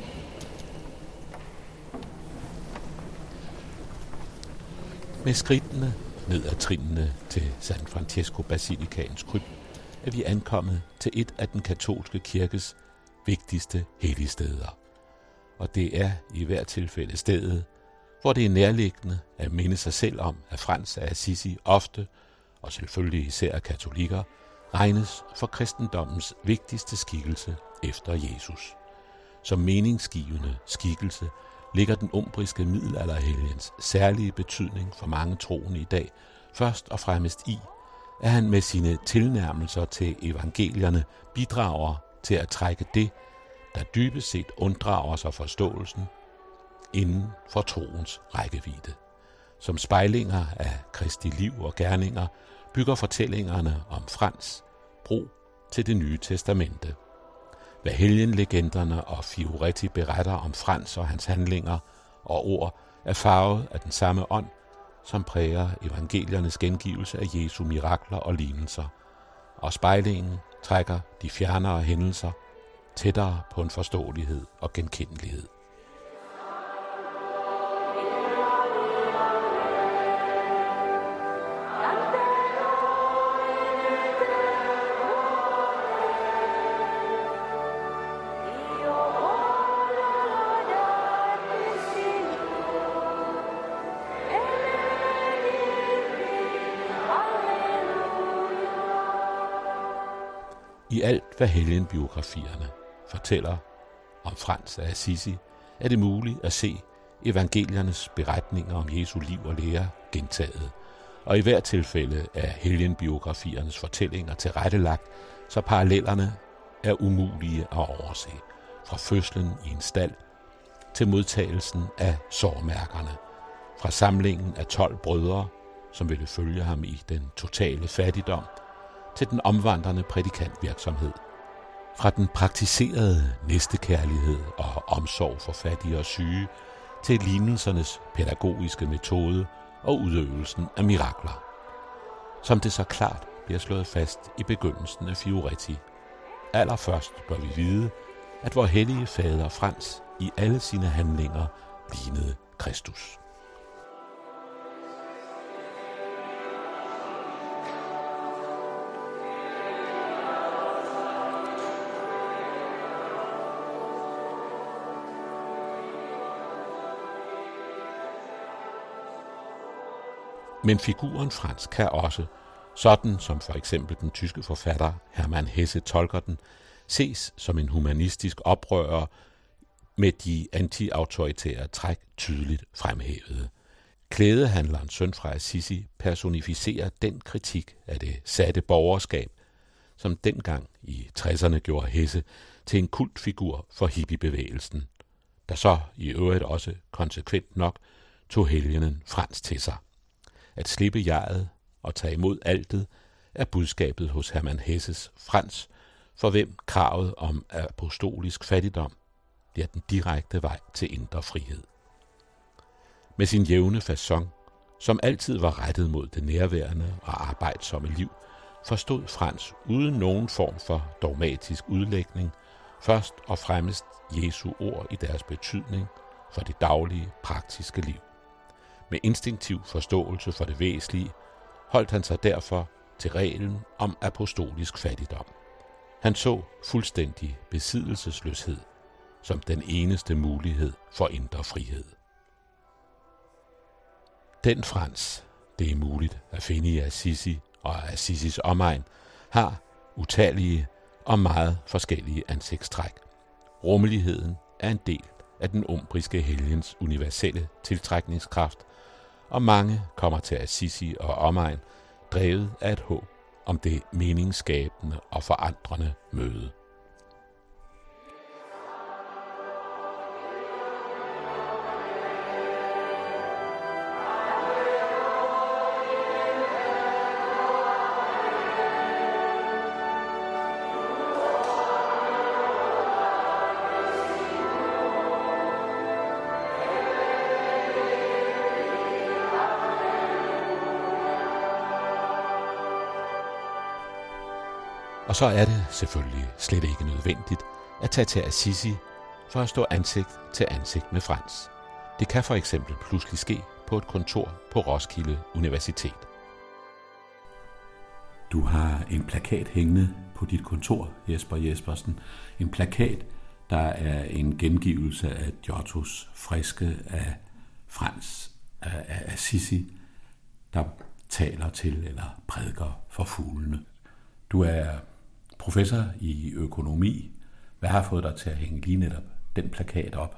Med skridtene ned ad trinene til San Francesco Basilikaens krypt er vi ankommet til et af den katolske kirkes vigtigste helligsteder. Og det er i hvert tilfælde stedet, hvor det er nærliggende at minde sig selv om, at Frans af Assisi ofte, og selvfølgelig især af katolikker, regnes for kristendommens vigtigste skikkelse efter Jesus. Som meningsgivende skikkelse ligger den umbriske middelalderhelgens særlige betydning for mange troende i dag først og fremmest i, at han med sine tilnærmelser til evangelierne bidrager til at trække det, der dybest set unddrager sig forståelsen, inden for troens rækkevidde. Som spejlinger af Kristi liv og gerninger bygger fortællingerne om Frans bro til det nye testamente. Hvad helgenlegenderne og Fioretti beretter om Frans og hans handlinger og ord er farvet af den samme ånd, som præger evangeliernes gengivelse af Jesu mirakler og lignelser, og spejlingen trækker de fjernere hændelser tættere på en forståelighed og genkendelighed. I alt, hvad helgenbiografierne fortæller om Frans af Assisi, er det muligt at se evangeliernes beretninger om Jesu liv og lære gentaget, og i hvert tilfælde er helgenbiografiernes fortællinger tilrettelagt, så parallellerne er umulige at overse, fra fødslen i en stald til modtagelsen af sårmærkerne, fra samlingen af tolv brødre, som ville følge ham i den totale fattigdom, til den omvandrende prædikantvirksomhed. Fra den praktiserede næstekærlighed og omsorg for fattige og syge, til lignelsernes pædagogiske metode og udøvelsen af mirakler. Som det så klart bliver slået fast i begyndelsen af Fioretti. Allerførst bør vi vide, at vor hellige fader Frans i alle sine handlinger lignede Kristus. Men figuren Frans kan også, sådan som for eksempel den tyske forfatter Hermann Hesse tolker den, ses som en humanistisk oprører med de anti-autoritære træk tydeligt fremhævede. Klædehandlerens søn fra Assisi personificerer den kritik af det satte borgerskab, som dengang i tresserne gjorde Hesse til en kultfigur for hippiebevægelsen, der så i øvrigt også konsekvent nok tog helgenen Frans til sig. At slippe jeget og tage imod altet er budskabet hos Hermann Hesses Frans, for hvem kravet om apostolisk fattigdom bliver den direkte vej til indre frihed. Med sin jævne facon, som altid var rettet mod det nærværende og arbejdsomme liv, forstod Frans uden nogen form for dogmatisk udlægning først og fremmest Jesu ord i deres betydning for det daglige, praktiske liv. Med instinktiv forståelse for det væsentlige holdt han sig derfor til reglen om apostolisk fattigdom. Han så fuldstændig besiddelsesløshed som den eneste mulighed for indre frihed. Den Frans, det er muligt at finde i Assisi og Assisis omegn, har utallige og meget forskellige ansigtstræk. Rummeligheden er en del af den umbriske helgens universelle tiltrækningskraft, og mange kommer til Assisi og omegn drevet af et håb om det meningsskabende og forandrende møde. Og så er det selvfølgelig slet ikke nødvendigt at tage til Assisi for at stå ansigt til ansigt med Frans. Det kan for eksempel pludselig ske på et kontor på Roskilde Universitet. Du har en plakat hængende på dit kontor, Jesper Jespersen. En plakat, der er en gengivelse af Giottos freske af Frans af Assisi, der taler til eller prædiker for fuglene. Du er professor i økonomi. Hvad har fået dig til at hænge lige netop den plakat op?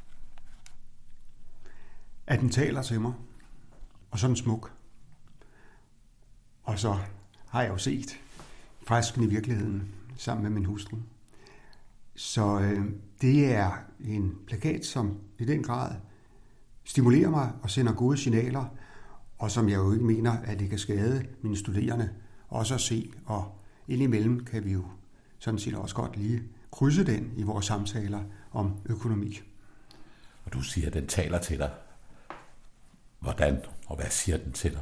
At den taler til mig, og sådan smuk. Og så har jeg jo set fresken i virkeligheden sammen med min hustru. Så øh, det er en plakat, som i den grad stimulerer mig og sender gode signaler, og som jeg jo ikke mener, at det kan skade mine studerende også at se. Og indimellem kan vi jo sådan set også godt lige krydse den i vores samtaler om økonomi. Og du siger, at den taler til dig. Hvordan og hvad siger den til dig?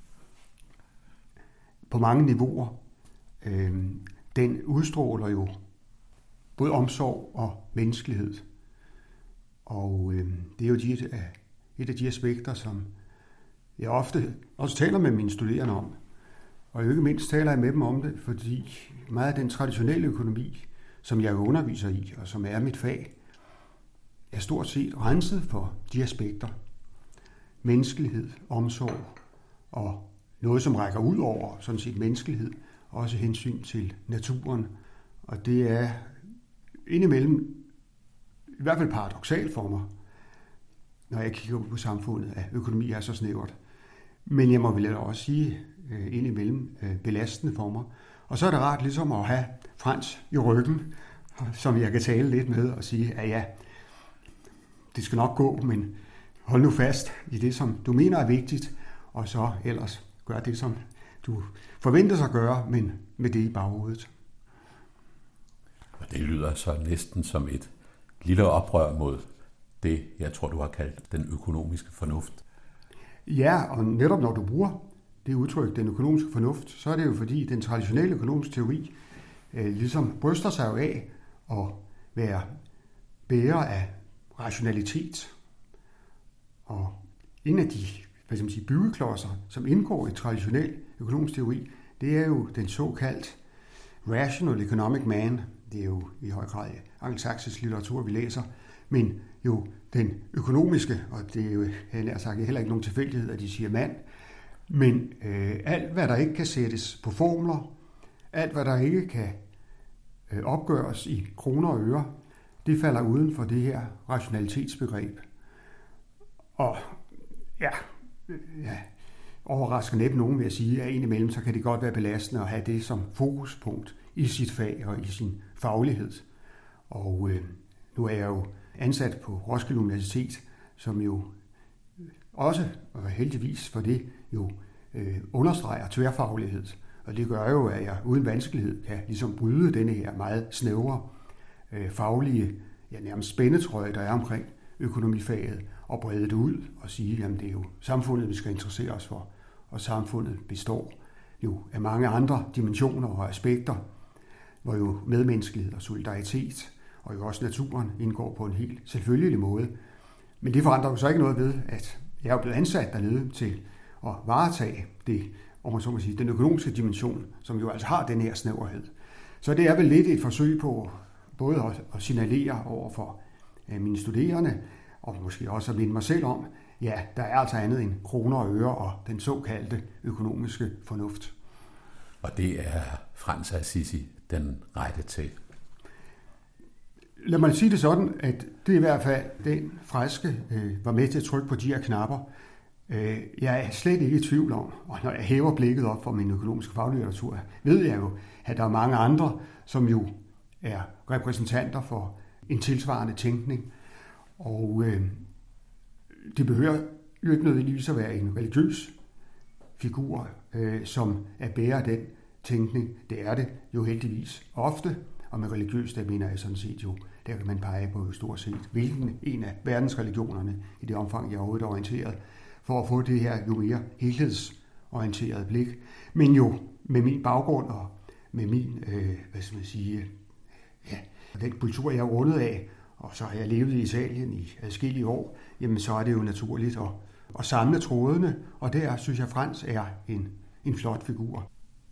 På mange niveauer. Øh, den udstråler jo både omsorg og menneskelighed. Og øh, det er jo de, et, af, et af de aspekter, som jeg ofte også taler med mine studerende om. Og ikke mindst taler jeg med dem om det, fordi meget af den traditionelle økonomi, som jeg underviser i, og som er mit fag, er stort set renset for de aspekter. Menneskelighed, omsorg og noget, som rækker ud over sådan set menneskelighed, også hensyn til naturen. Og det er indimellem i hvert fald paradoksalt for mig, når jeg kigger på samfundet, at økonomi er så snævert. Men jeg må vel også sige, øh, indimellem øh, belastende for mig. Og så er det rart ligesom at have Frans i ryggen, som jeg kan tale lidt med og sige, at ja, det skal nok gå, men hold nu fast i det, som du mener er vigtigt, og så ellers gør det, som du forventer at gøre, men med det i baghovedet. Og det lyder så næsten som et lille oprør mod det, jeg tror, du har kaldt den økonomiske fornuft. Ja, og netop når du bruger det udtryk, den økonomiske fornuft, så er det jo fordi, den traditionelle økonomiske teori øh, ligesom bryster sig jo af at være bærer af rationalitet. Og en af de hvad skal man sige, byggeklodser, som indgår i traditionel økonomisk teori, det er jo den såkaldt rational economic man. Det er jo i høj grad angelsaksisk litteratur, vi læser, men jo den økonomiske, og det er jo nær sagt heller ikke nogen tilfældighed, at de siger mand, men øh, alt, hvad der ikke kan sættes på formler, alt, hvad der ikke kan øh, opgøres i kroner og øre, det falder uden for det her rationalitetsbegreb. Og ja, ja overraskende næppe nogen vil jeg sige, at indimellem så kan det godt være belastende at have det som fokuspunkt i sit fag og i sin faglighed. Og øh, nu er jeg jo ansat på Roskilde Universitet, som jo også, og heldigvis for det, jo øh, understreger tværfaglighed. Og det gør jo, at jeg uden vanskelighed kan ligesom bryde denne her meget snævre øh, faglige, ja nærmest spændetrøje, der er omkring økonomifaget, og brede det ud og sige, at det er jo samfundet, vi skal interessere os for. Og samfundet består jo af mange andre dimensioner og aspekter, hvor jo medmenneskelighed og solidaritet og jo også naturen indgår på en helt selvfølgelig måde. Men det forandrer jo så ikke noget ved, at jeg er blevet ansat dernede til at varetage det, og man så må sige, den økonomiske dimension, som jo altså har den her snæverhed. Så det er vel lidt et forsøg på både at signalere over for mine studerende, og måske også at minde mig selv om, ja, der er altså andet end kroner og øre og den såkaldte økonomiske fornuft. Og det er Frans af Assisi den rette til. Lad mig sige det sådan, at det i hvert fald den freske øh, var med til at trykke på de her knapper. Øh, jeg er slet ikke i tvivl om, og når jeg hæver blikket op for min økonomiske faglitteratur, ved jeg jo, at der er mange andre, som jo er repræsentanter for en tilsvarende tænkning. Og øh, det behøver jo ikke nødvendigvis at være en religiøs figur, øh, som er bærer af den tænkning. Det er det jo heldigvis ofte, og med religiøs, der mener jeg sådan set jo, der kan man pege på jo stort set, hvilken en af verdensreligionerne, i det omfang jeg er overhovedet orienteret, for at få det her jo mere helhedsorienteret blik. Men jo med min baggrund og med min, øh, hvad skal man sige, ja, den kultur, jeg er rundet af, og så har jeg levet i Italien i adskillige år, jamen så er det jo naturligt at, at samle trådene, og der synes jeg, Frans er en, en flot figur.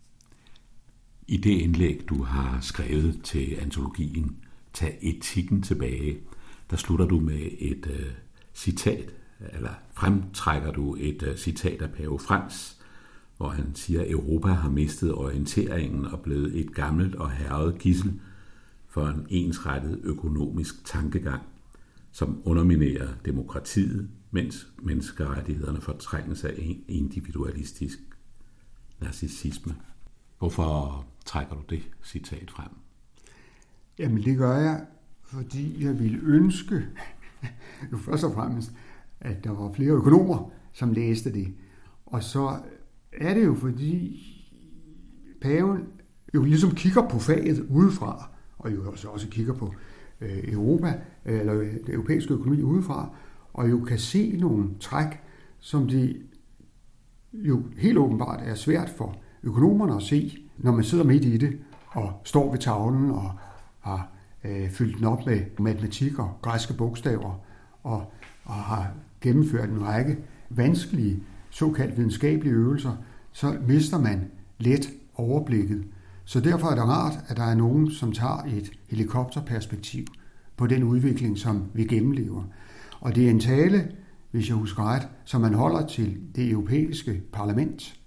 I det indlæg, du har skrevet til antologien, Tag etikken tilbage, der slutter du med et uh, citat, eller fremtrækker du et uh, citat af Pave Frans, hvor han siger, at Europa har mistet orienteringen og blevet et gammelt og hærget gidsel for en ensrettet økonomisk tankegang, som underminerer demokratiet, mens menneskerettighederne fortrænges af individualistisk narcissisme. Hvorfor trækker du det citat frem? Jamen det gør jeg, fordi jeg ville ønske, jo først og fremmest, at der var flere økonomer, som læste det. Og så er det jo fordi paven jo ligesom kigger på faget udefra, og jo også, også kigger på øh, Europa, eller den europæiske økonomi udefra, og jo kan se nogle træk, som det jo helt åbenbart er svært for økonomerne at se, når man sidder midt i det, og står ved tavlen og har øh, fyldt den op med matematik og græske bogstaver, og, og har gennemført en række vanskelige såkaldt videnskabelige øvelser, så mister man let overblikket. Så derfor er det rart, at der er nogen, som tager et helikopterperspektiv på den udvikling, som vi gennemlever. Og det er en tale, hvis jeg husker ret, som man holder til det europæiske parlament.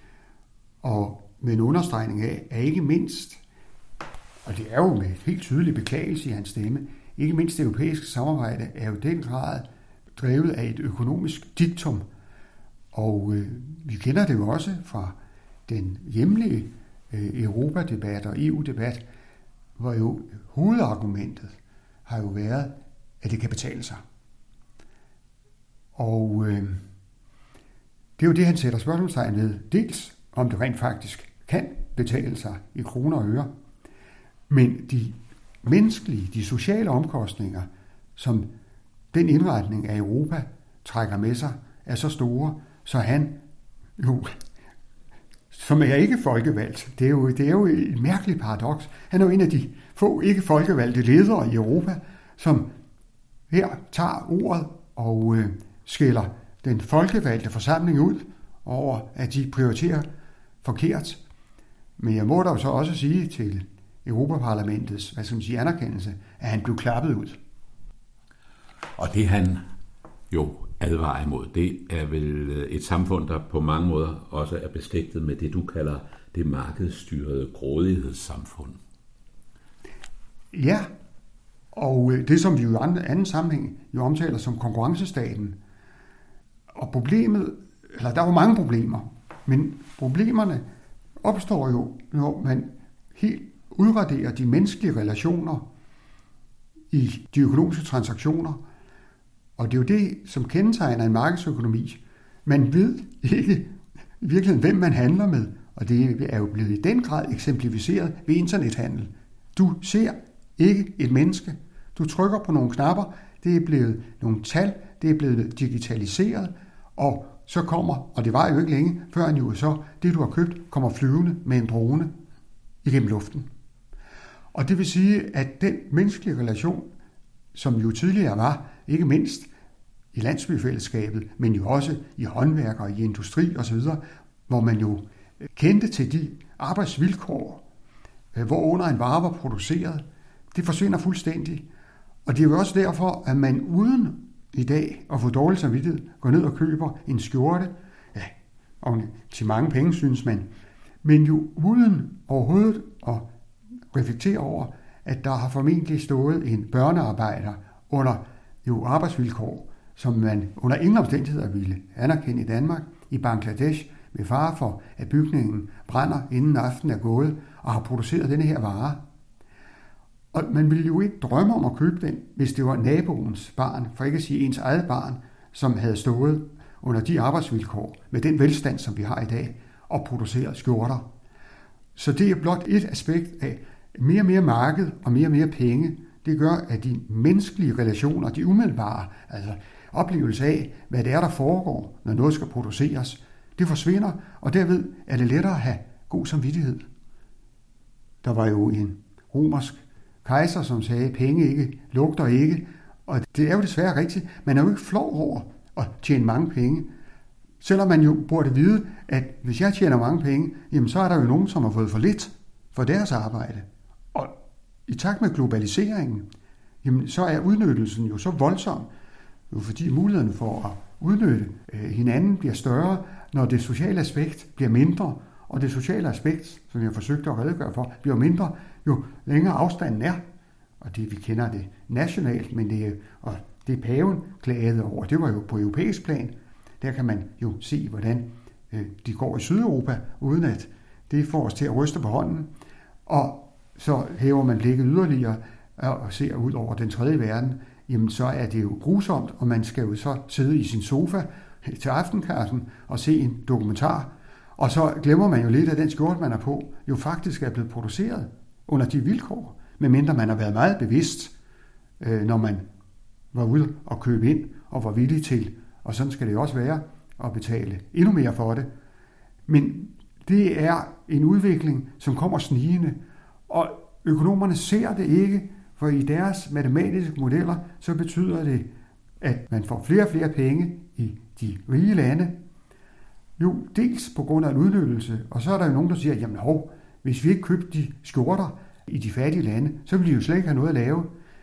Og med en understregning af, at ikke mindst, og det er jo med et helt tydeligt beklagelse i hans stemme, ikke mindst det europæiske samarbejde er jo den grad drevet af et økonomisk diktum. Og øh, vi kender det jo også fra den hjemlige øh, Europa-debat og E U-debat, hvor jo hovedargumentet har jo været, at det kan betale sig. Og øh, det er jo det, han sætter spørgsmålstegn ved. Dels om det rent faktisk kan betale sig i kroner og øre, men de menneskelige, de sociale omkostninger, som den indretning af Europa trækker med sig, er så store, så han jo, som er ikke folkevalgt, det er jo, det er jo et mærkeligt paradoks. Han er jo en af de få ikke folkevalgte ledere i Europa, som her tager ordet og øh, skælder den folkevalgte forsamling ud over, at de prioriterer forkert. Men jeg må da jo så også sige til Europaparlamentets, hvad skal man sige, anerkendelse, at han blev klappet ud. Og det han jo advarer imod, det er vel et samfund, der på mange måder også er beslægtet med det, du kalder det markedsstyrede grådighedssamfund. Ja, og det som vi jo i anden sammenhæng jo omtaler som konkurrencestaten. Og problemet, eller der er jo mange problemer, men problemerne opstår jo, når man helt udraderer de menneskelige relationer i de økonomiske transaktioner. Og det er jo det, som kendetegner en markedsøkonomi. Man ved ikke i virkeligheden, hvem man handler med, og det er jo blevet i den grad eksemplificeret ved internethandel. Du ser ikke et menneske. Du trykker på nogle knapper, det er blevet nogle tal, det er blevet digitaliseret, og så kommer, og det var jo ikke længe, før i U S A, det du har købt, kommer flyvende med en drone igennem luften. Og det vil sige, at den menneskelige relation, som jo tidligere var, ikke mindst i landsbyfællesskabet, men jo også i håndværk og i industri osv., hvor man jo kendte til de arbejdsvilkår, hvorunder en vare var produceret, det forsvinder fuldstændig. Og det er jo også derfor, at man uden i dag at få dårlig samvittighed går ned og køber en skjorte, ja, og til mange penge synes man, men jo uden overhovedet at reflektere over, at der har formentlig stået en børnearbejder under jo arbejdsvilkår, som man under ingen omstændigheder ville anerkende i Danmark, i Bangladesh, med fare for, at bygningen brænder inden aftenen er gået, og har produceret denne her vare. Og man ville jo ikke drømme om at købe den, hvis det var naboens barn, for ikke at sige ens eget barn, som havde stået under de arbejdsvilkår, med den velstand, som vi har i dag, og produceret skjorter. Så det er blot et aspekt af mere og mere marked og mere og mere penge. Det gør, at de menneskelige relationer, de umiddelbare, altså oplevelse af, hvad det er, der foregår, når noget skal produceres, det forsvinder, og derved er det lettere at have god samvittighed. Der var jo en romersk kejser, som sagde, penge ikke lugter ikke. Og det er jo desværre rigtigt. Man er jo ikke flov over at tjene mange penge. Selvom man jo burde vide, at hvis jeg tjener mange penge, jamen så er der jo nogen, som har fået for lidt for deres arbejde. Og i takt med globaliseringen, jamen så er udnyttelsen jo så voldsom, jo fordi muligheden for at udnytte hinanden bliver større, når det sociale aspekt bliver mindre, og det sociale aspekt, som jeg forsøgte at redegøre for, bliver mindre, jo længere afstanden er. Og det, vi kender det nationalt, men det er, og det paven klagede over, det var jo på europæisk plan. Der kan man jo se, hvordan øh, de går i Sydeuropa, uden at det får os til at ryste på hånden. Og så hæver man blikket yderligere og ser ud over den tredje verden, jamen så er det jo grusomt, og man skal jo så sidde i sin sofa til aftenkaffen og se en dokumentar. Og så glemmer man jo lidt, at den skjorte, man er på, jo faktisk er blevet produceret under de vilkår, medmindre man har været meget bevidst, øh, når man var ude og købe ind og var villig til, og sådan skal det jo også være, at betale endnu mere for det. Men det er en udvikling, som kommer snigende, og økonomerne ser det ikke, for i deres matematiske modeller, så betyder det, at man får flere og flere penge i de rige lande. Jo, dels på grund af en udnyttelse, og så er der jo nogen, der siger, jamen hov, hvis vi ikke købte de skjorter i de fattige lande, så ville de jo slet ikke have noget at lave.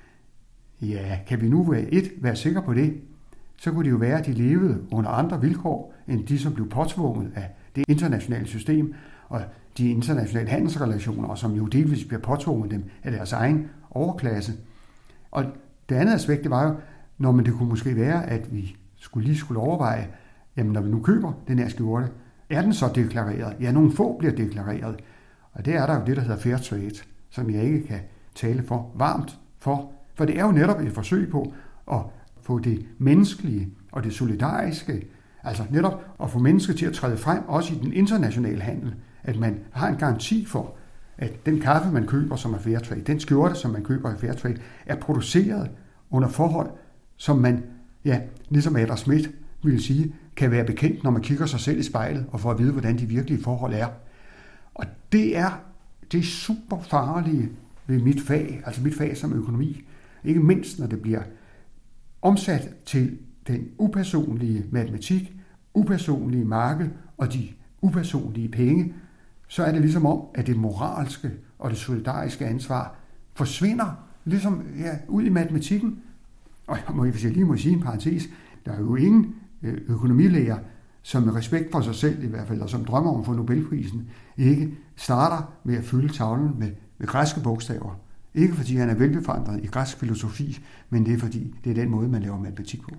Ja, kan vi nu være et være sikre på det? Så kunne det jo være, at de levede under andre vilkår, end de, som blev påtvunget af det internationale system, og de internationale handelsrelationer, som jo delvis bliver påtvunget dem af deres egen overklasse. Og det andet aspekt, det var jo, når man det kunne måske være, at vi skulle lige skulle overveje, jamen når vi nu køber den her skjorte, er den så deklareret? Ja, nogle få bliver deklareret. Og det er der jo det, der hedder fair trade, som jeg ikke kan tale for varmt for. For det er jo netop et forsøg på at få det menneskelige og det solidariske, altså netop at få mennesker til at træde frem, også i den internationale handel, at man har en garanti for, at den kaffe, man køber, som er fair trade, den skjorte, som man køber i fair trade, er produceret under forhold, som man, ja, ligesom Adam Smith ville sige, kan være bekendt, når man kigger sig selv i spejlet og får at vide, hvordan de virkelige forhold er. Og det er det super farlige ved mit fag, altså mit fag som økonomi, ikke mindst når det bliver omsat til den upersonlige matematik, upersonlige marked og de upersonlige penge, så er det ligesom om, at det moralske og det solidariske ansvar forsvinder ligesom ja, ud i matematikken. Og jeg må, hvis jeg lige må sige en parentes, der er jo ingen økonomilærer, som med respekt for sig selv i hvert fald, og som drømmer om at få Nobelprisen, ikke starter med at fylde tavlen med, med græske bogstaver. Ikke fordi han er velbefandret i græsk filosofi, men det er fordi, det er den måde, man laver matematik på.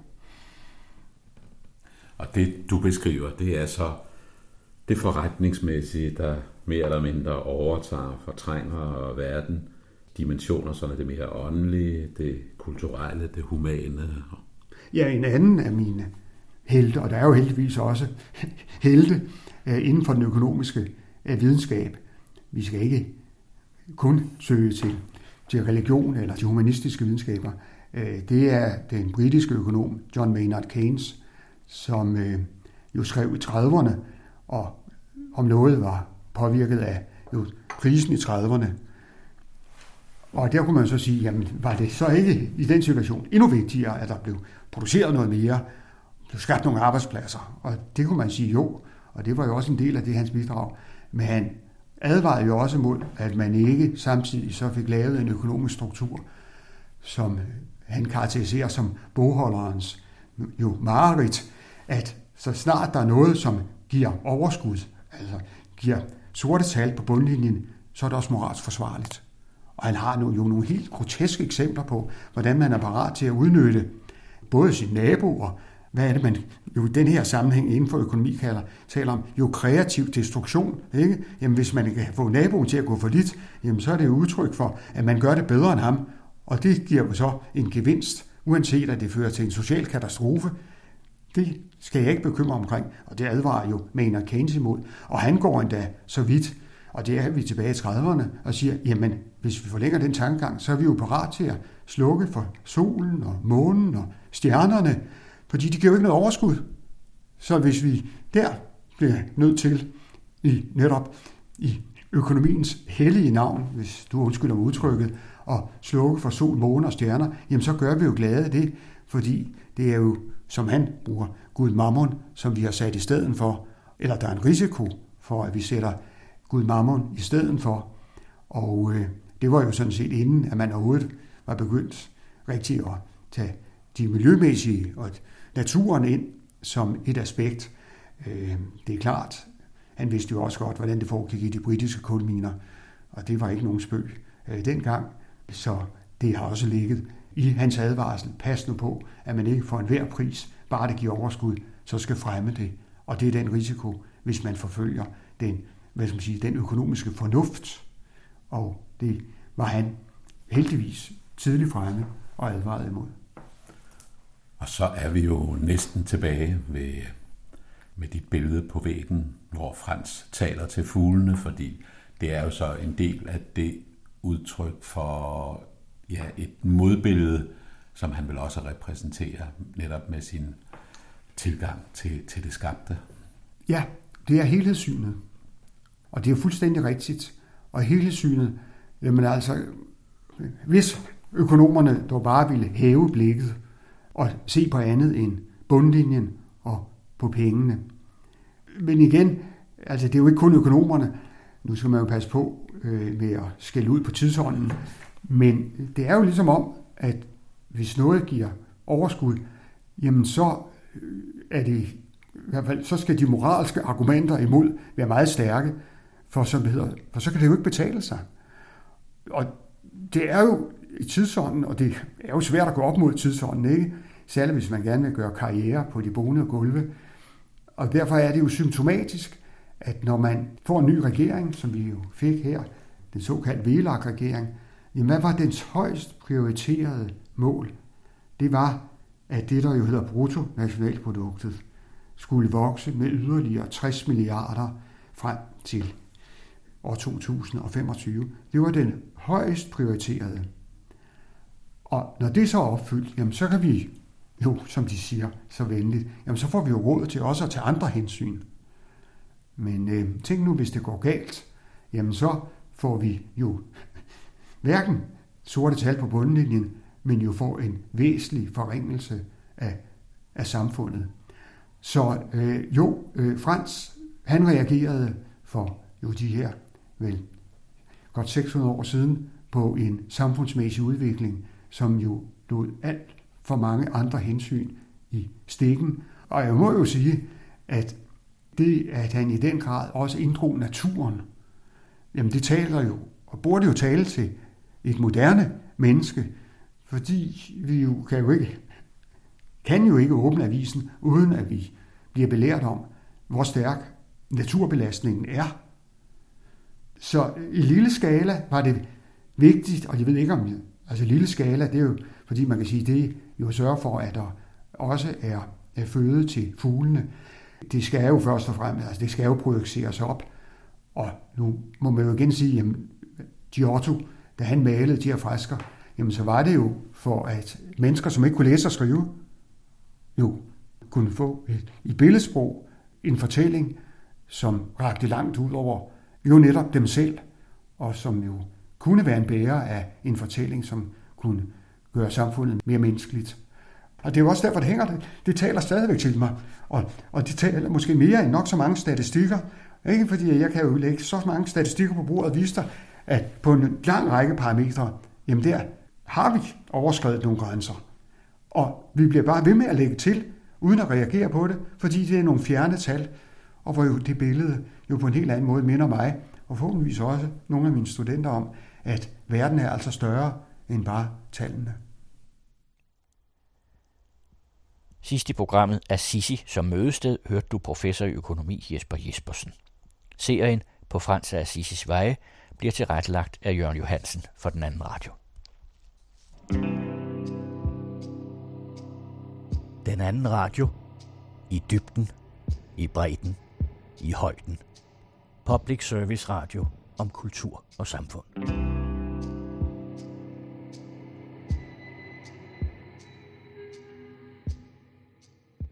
Og det, du beskriver, det er så det forretningsmæssige, der mere eller mindre overtager, fortrænger verden, dimensioner, så er det mere åndelige, det kulturelle, det humane. Ja, en anden af mine helte, og der er jo heldigvis også helte inden for den økonomiske videnskab. Vi skal ikke kun søge til, til religion eller de humanistiske videnskaber. Det er den britiske økonom John Maynard Keynes, som jo skrev i trediverne, og om noget var påvirket af jo, krisen i trediverne. Og der kunne man så sige, jamen var det så ikke i den situation endnu vigtigere, at der blev produceret noget mere, blev skabt nogle arbejdspladser. Og det kunne man sige jo, og det var jo også en del af det hans bidrag. Men han advarede jo også mod, at man ikke samtidig så fik lavet en økonomisk struktur, som han karakteriserer som bogholderens jo mareridt, at så snart der er noget, som giver overskud, altså giver sorte tal på bundlinjen, så er det også moralsk forsvarligt. Og han har jo nogle helt groteske eksempler på, hvordan man er parat til at udnytte både sine naboer, hvad er det, man jo i den her sammenhæng inden for økonomi kalder, taler om, jo kreativ destruktion. Ikke? Jamen, hvis man kan få naboen til at gå for lidt, jamen, så er det jo udtryk for, at man gør det bedre end ham, og det giver jo så en gevinst, uanset at det fører til en social katastrofe. Det skal jeg ikke bekymre omkring, og det advarer jo Maynard Keynes imod. Og han går endda så vidt, og det er vi tilbage i trediverne, og siger, jamen, hvis vi forlænger den tankegang, så er vi jo parat til at slukke for solen og månen og stjernerne, fordi de giver jo ikke noget overskud. Så hvis vi der bliver nødt til, i netop i økonomiens hellige navn, hvis du undskylder mig udtrykket, og slukke for sol, måne og stjerner, jamen så gør vi jo glade af det, fordi det er jo, som han bruger, Gud Mammon, som vi har sat i stedet for, eller der er en risiko for, at vi sætter Gud Mammon i stedet for. Og øh, det var jo sådan set inden, at man overhovedet var begyndt rigtig at tage de miljømæssige og naturen ind som et aspekt. Øh, det er klart, han vidste jo også godt, hvordan det foregik i de britiske kulminer, og det var ikke nogen spøg øh, dengang, så det har også ligget i hans advarsel. Pas nu på, at man ikke for enhver pris, bare det giver overskud, så skal fremme det. Og det er den risiko, hvis man forfølger den, hvad skal man sige, den økonomiske fornuft. Og det var han heldigvis tidligt fremme og advaret imod. Og så er vi jo næsten tilbage ved, med dit billede på væggen, hvor Frans taler til fuglene, fordi det er jo så en del af det udtryk for ja, et modbillede, som han vil også repræsentere netop med sin tilgang til, til det skabte. Ja, det er helhedssynet. Og det er fuldstændig rigtigt. Og helhedssynet, jamen altså, hvis økonomerne dog bare ville hæve blikket og se på andet end bundlinjen og på pengene. Men igen, altså det er jo ikke kun økonomerne. Nu skal man jo passe på øh, med at skælde ud på tidsånden. Men det er jo ligesom om, at hvis noget giver overskud, jamen så er det i hvert fald, så skal de moralske argumenter imod være meget stærke, for, som det hedder, for så kan det jo ikke betale sig. Og det er jo i tidsånden, og det er jo svært at gå op mod tidsånden, ikke? Særligt hvis man gerne vil gøre karriere på de bonede gulve. Og derfor er det jo symptomatisk, at når man får en ny regering, som vi jo fik her, den såkaldte V L A K-regering, jamen hvad var dens højst prioriterede mål? Det var, at det, der jo hedder bruttonationalproduktet, skulle vokse med yderligere tres milliarder frem til år to tusind femogtyve. Det var den højst prioriterede. Og når det så er opfyldt, jamen så kan vi jo, som de siger så venligt, jamen så får vi jo råd til også at tage andre hensyn. Men øh, tænk nu, hvis det går galt, jamen så får vi jo hverken sorte tal på bundlinjen, men jo får en væsentlig forringelse af, af samfundet. Så øh, jo, øh, Frans, han reagerede for jo de her vel godt seks hundrede år siden på en samfundsmæssig udvikling, som jo lod alt for mange andre hensyn i stikken. Og jeg må jo sige, at det, at han i den grad også inddrog naturen, jamen det taler jo, og burde jo tale til et moderne menneske, fordi vi jo kan jo ikke, kan jo ikke åbne avisen, uden at vi bliver belært om, hvor stærk naturbelastningen er. Så i lille skala var det vigtigt, og jeg ved ikke om det, altså lille skala, det er jo, fordi man kan sige, det jo sørger for, at der også er, er føde til fuglene. Det skal jo først og fremmest, altså det skal jo projiceres op, og nu må man jo igen sige, jamen Giotto, da han malede de her fresker, jamen så var det jo for, at mennesker, som ikke kunne læse og skrive, jo kunne få et, i billedsprog en fortælling, som rakte langt ud over jo netop dem selv, og som jo kunne være en bærer af en fortælling, som kunne gøre samfundet mere menneskeligt. Og det er jo også derfor, det hænger, det, det taler stadigvæk til mig, og, og det taler måske mere end nok så mange statistikker, ikke fordi jeg kan jo lægge så mange statistikker på bordet og vise dig, at på en lang række parametre, jamen der har vi overskredet nogle grænser. Og vi bliver bare ved med at lægge til, uden at reagere på det, fordi det er nogle fjerne tal, og hvor jo det billede jo på en helt anden måde minder mig, og forhåbentligvis også nogle af mine studenter om, at verden er altså større end bare tallene. Sidst i programmet af Sissi som mødested hørte du professor i økonomi Jesper Jespersen. Serien På Frans af Assisi Veje bliver tilrettelagt af Jørgen Johansen for Den Anden Radio. Den Anden Radio. I dybden, i bredden, i højden. Public Service Radio om kultur og samfund.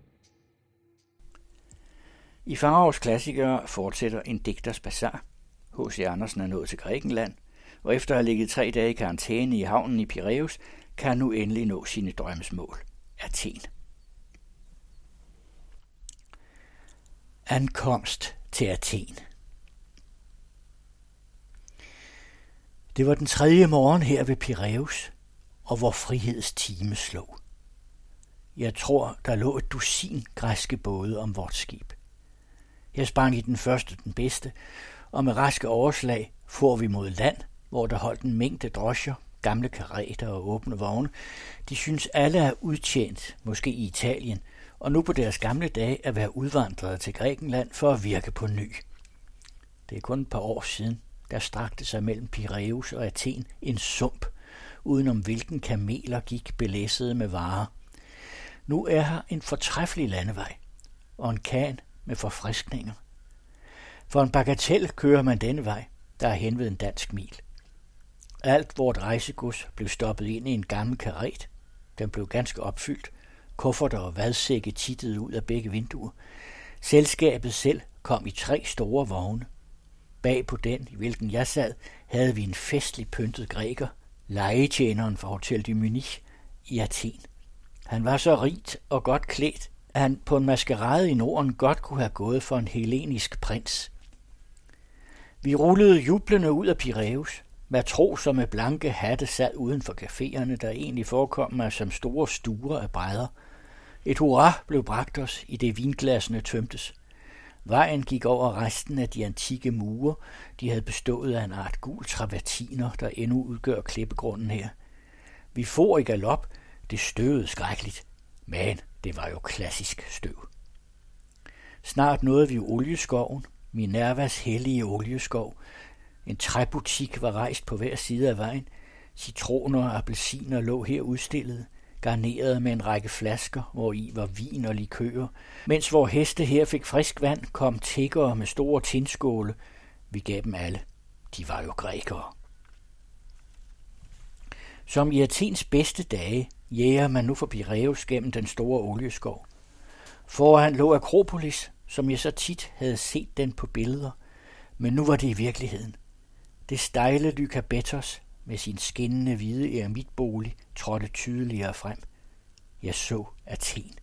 I Faraos klassikere fortsætter en digters bazar, H C Andersen er nået til Grækenland, og efter at have ligget tre dage i karantæne i havnen i Piræus, kan han nu endelig nå sine drømmesmål. Athen. Ankomst til Athen. Det var den tredje morgen her ved Piræus, og hvor friheds time slog. Jeg tror, der lå et dusin græske både om vort skib. Jeg sprang i den første den bedste, og med raske overslag for vi mod land, hvor der holdt en mængde drosjer, gamle karreter og åbne vogne. De synes alle er udtjent, måske i Italien, og nu på deres gamle dage at være udvandret til Grækenland for at virke på ny. Det er kun et par år siden, der strakte sig mellem Piræus og Athen en sump, udenom hvilken kameler gik belæssede med varer. Nu er her en fortræffelig landevej, og en kan med forfriskninger. For en bagatel kører man denne vej, der er hen ved en dansk mil. Alt vort rejsegods blev stoppet ind i en gammel karret. Den blev ganske opfyldt. Kufferter og vadsække tittede ud af begge vinduer. Selskabet selv kom i tre store vogne. Bag på den, i hvilken jeg sad, havde vi en festlig pyntet græker, legetjeneren fra Hotel du Munich i Athen. Han var så rigt og godt klædt, at han på en maskerade i Norden godt kunne have gået for en hellenisk prins. Vi rullede jublende ud af Piræus. Matroser med blanke hatte sad uden for caféerne, der egentlig forekom mig som store stuer af brædder. Et hurra blev bragt os, i det vinglassene tømtes. Vejen gik over resten af de antikke mure. De havde bestået af en art gul travertiner, der endnu udgør klippegrunden her. Vi for i galop. Det støvede skrækkeligt, men det var jo klassisk støv. Snart nåede vi olieskoven, Minervas hellige olieskov. En træbutik var rejst på hver side af vejen. Citroner og appelsiner lå her udstillet, garneret med en række flasker, hvor i var vin og likører. Mens vores heste her fik frisk vand, kom tiggere med store tindskåle. Vi gav dem alle. De var jo grækere. Som i Athens bedste dage jæger man nu forbi Piræus gennem den store olieskov. Foran lå Akropolis, som jeg så tit havde set den på billeder, men nu var det i virkeligheden. Det stejle Lykabetos med sin skinnende hvide eremitbolig trådte tydeligere frem. Jeg så Athen.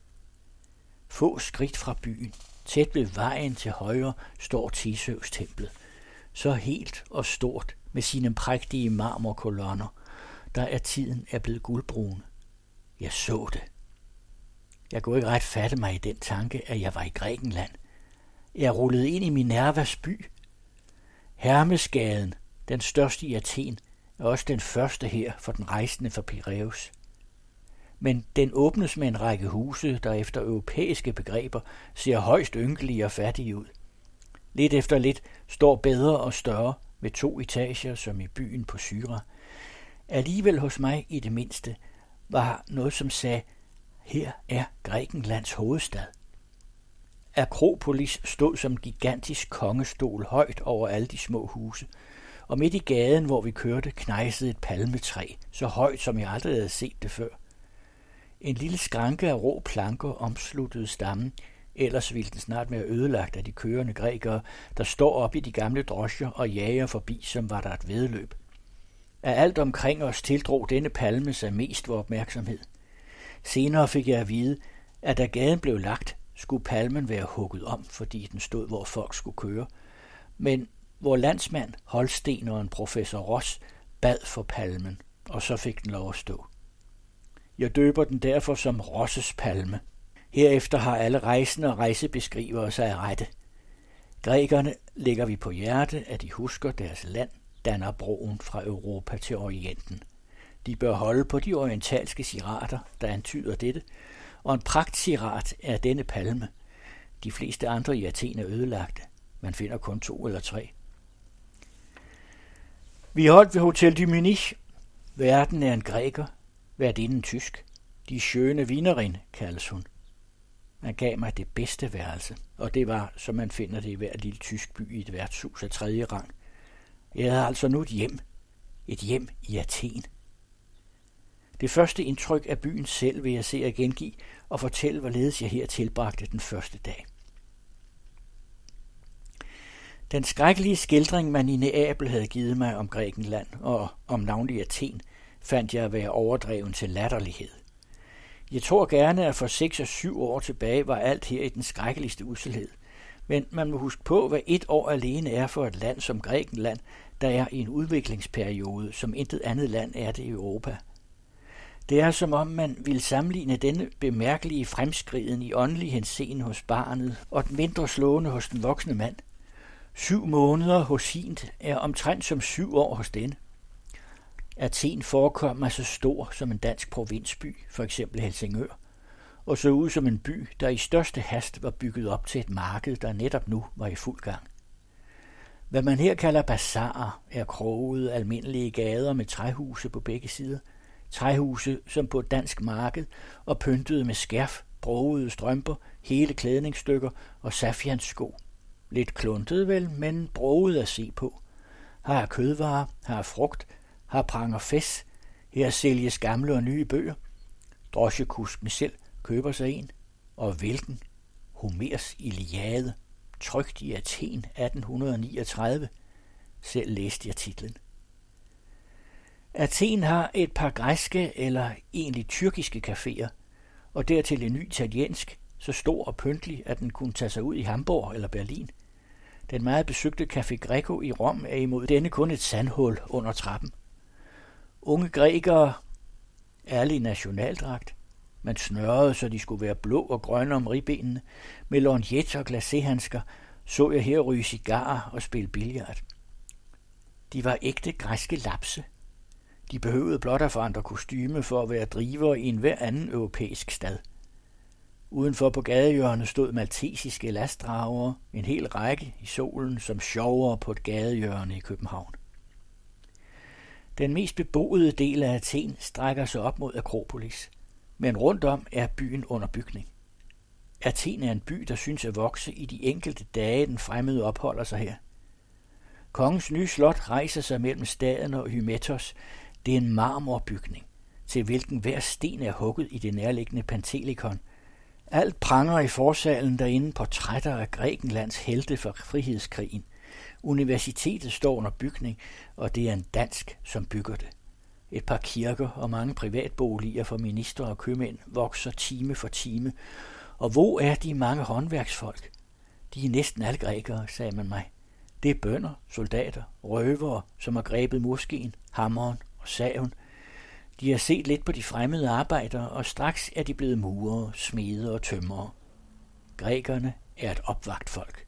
Få skridt fra byen, tæt ved vejen til højre, står Theseus templet. Så helt og stort med sine prægtige marmorkolonner, der er tiden er blevet guldbrune. Jeg så det. Jeg kunne ikke ret fatte mig i den tanke, at jeg var i Grækenland. Jeg rullede ind i Minervas by. Hermesgaden, den største i Athen, er også den første her for den rejsende fra Piræus. Men den åbnes med en række huse, der efter europæiske begreber ser højst ynkelige og fattige ud. Lidt efter lidt står bedre og større med to etager som i byen på Syra. Alligevel hos mig i det mindste var noget, som sagde, her er Grækenlands hovedstad. Akropolis stod som gigantisk kongestol højt over alle de små huse, og midt i gaden, hvor vi kørte, knejsede et palmetræ, så højt som jeg aldrig havde set det før. En lille skranke af rå planker omsluttede stammen, ellers ville den snart være ødelagt af de kørende grækere, der står op i de gamle drosjer og jager forbi, som var der et væddeløb. Af alt omkring os tildrog denne palme sig mest vor opmærksomhed. Senere fik jeg at vide, at da gaden blev lagt, skulle palmen være hugget om, fordi den stod, hvor folk skulle køre. Men vor landsmand, holsteneren professor Ross, bad for palmen, og så fik den lov at stå. Jeg døber den derfor som Rosses palme. Herefter har alle rejsende og rejsebeskrivere sig rette. Grækerne lægger vi på hjerte, at de husker deres land, danner broen fra Europa til Orienten. De bør holde på de orientalske sirater, der antyder dette, og en pragtsirat er denne palme. De fleste andre i Athen er ødelagte. Man finder kun to eller tre. Vi holdt ved Hotel du Munich. Verden er en græker, værtinden tysk. De skønne Wienerin, kaldes hun. Man gav mig det bedste værelse, og det var, som man finder det i hver lille tysk by i et værtshus af tredje rang. Jeg havde altså nu et hjem. Et hjem i Athen. Det første indtryk af byen selv vil jeg se at gengive og fortælle, hvorledes jeg her tilbragte den første dag. Den skrækkelige skildring, man i Neapel havde givet mig om Grækenland og om navnlig Athen, fandt jeg at være overdreven til latterlighed. Jeg tror gerne, at for seks og syv år tilbage var alt her i den skrækkeligste uselhed. Men man må huske på, hvad et år alene er for et land som Grækenland, der er i en udviklingsperiode, som intet andet land er det i Europa. Det er som om man ville sammenligne denne bemærkelige fremskriden i åndelig henseende hos barnet og den mindre slående hos den voksne mand. Syv måneder hos hint er omtrent som syv år hos denne. Athen forekom mig så stor som en dansk provinsby, for eksempel Helsingør, og så ud som en by, der i største hast var bygget op til et marked, der netop nu var i fuld gang. Hvad man her kalder bazarer, er krogede, almindelige gader med træhuse på begge sider. Træhuse som på et dansk marked og pyntede med skærf, brogede strømper, hele klædningsstykker og safiansko. Lidt kluntede vel, men broget at se på. Her er kødvarer, her er frugt, her pranger fæs, her sælges gamle og nye bøger. Drosjekusken selv køber sig en, og hvilken? Homers Iliade, trykt i Athen atten niogtredive. Selv læste jeg titlen. Athen har et par græske eller egentlig tyrkiske caféer, og dertil en ny italiensk, så stor og pyntelig, at den kunne tage sig ud i Hamburg eller Berlin. Den meget besøgte Café Greco i Rom er imod denne kun et sandhul under trappen. Unge grækere, ærlig nationaldragt. Man snørrede, så de skulle være blå og grønne om ribbenene. Med lorgnet og glacéhandsker så jeg her ryge cigarer og spille billard. De var ægte græske lapse. De behøvede blot at forandre kostyme for at være driver i enhver anden europæisk stad. Udenfor på gadehjørnet stod maltesiske lastdragere, en hel række i solen som sjovere på et gadehjørne i København. Den mest beboede del af Athen strækker sig op mod Akropolis, men rundt om er byen under bygning. Athen er en by, der synes at vokse i de enkelte dage, den fremmede opholder sig her. Kongens nye slot rejser sig mellem staden og Hymettos. Det er en marmorbygning, til hvilken hver sten er hugget i det nærliggende Pantelikon. Alt pranger i forsalen derinde portrætter af Grækenlands helte for frihedskrigen. Universitetet står under bygning, og det er en dansk, som bygger det. Et par kirker og mange privatboliger for minister og købmænd vokser time for time. Og hvor er de mange håndværksfolk? De er næsten alle grækere, sagde man mig. Det er bønder, soldater, røvere, som har grebet murskeen, hammeren og saven. De har set lidt på de fremmede arbejdere, og straks er de blevet murere, smede og tømrere. Grækerne er et opvagt folk.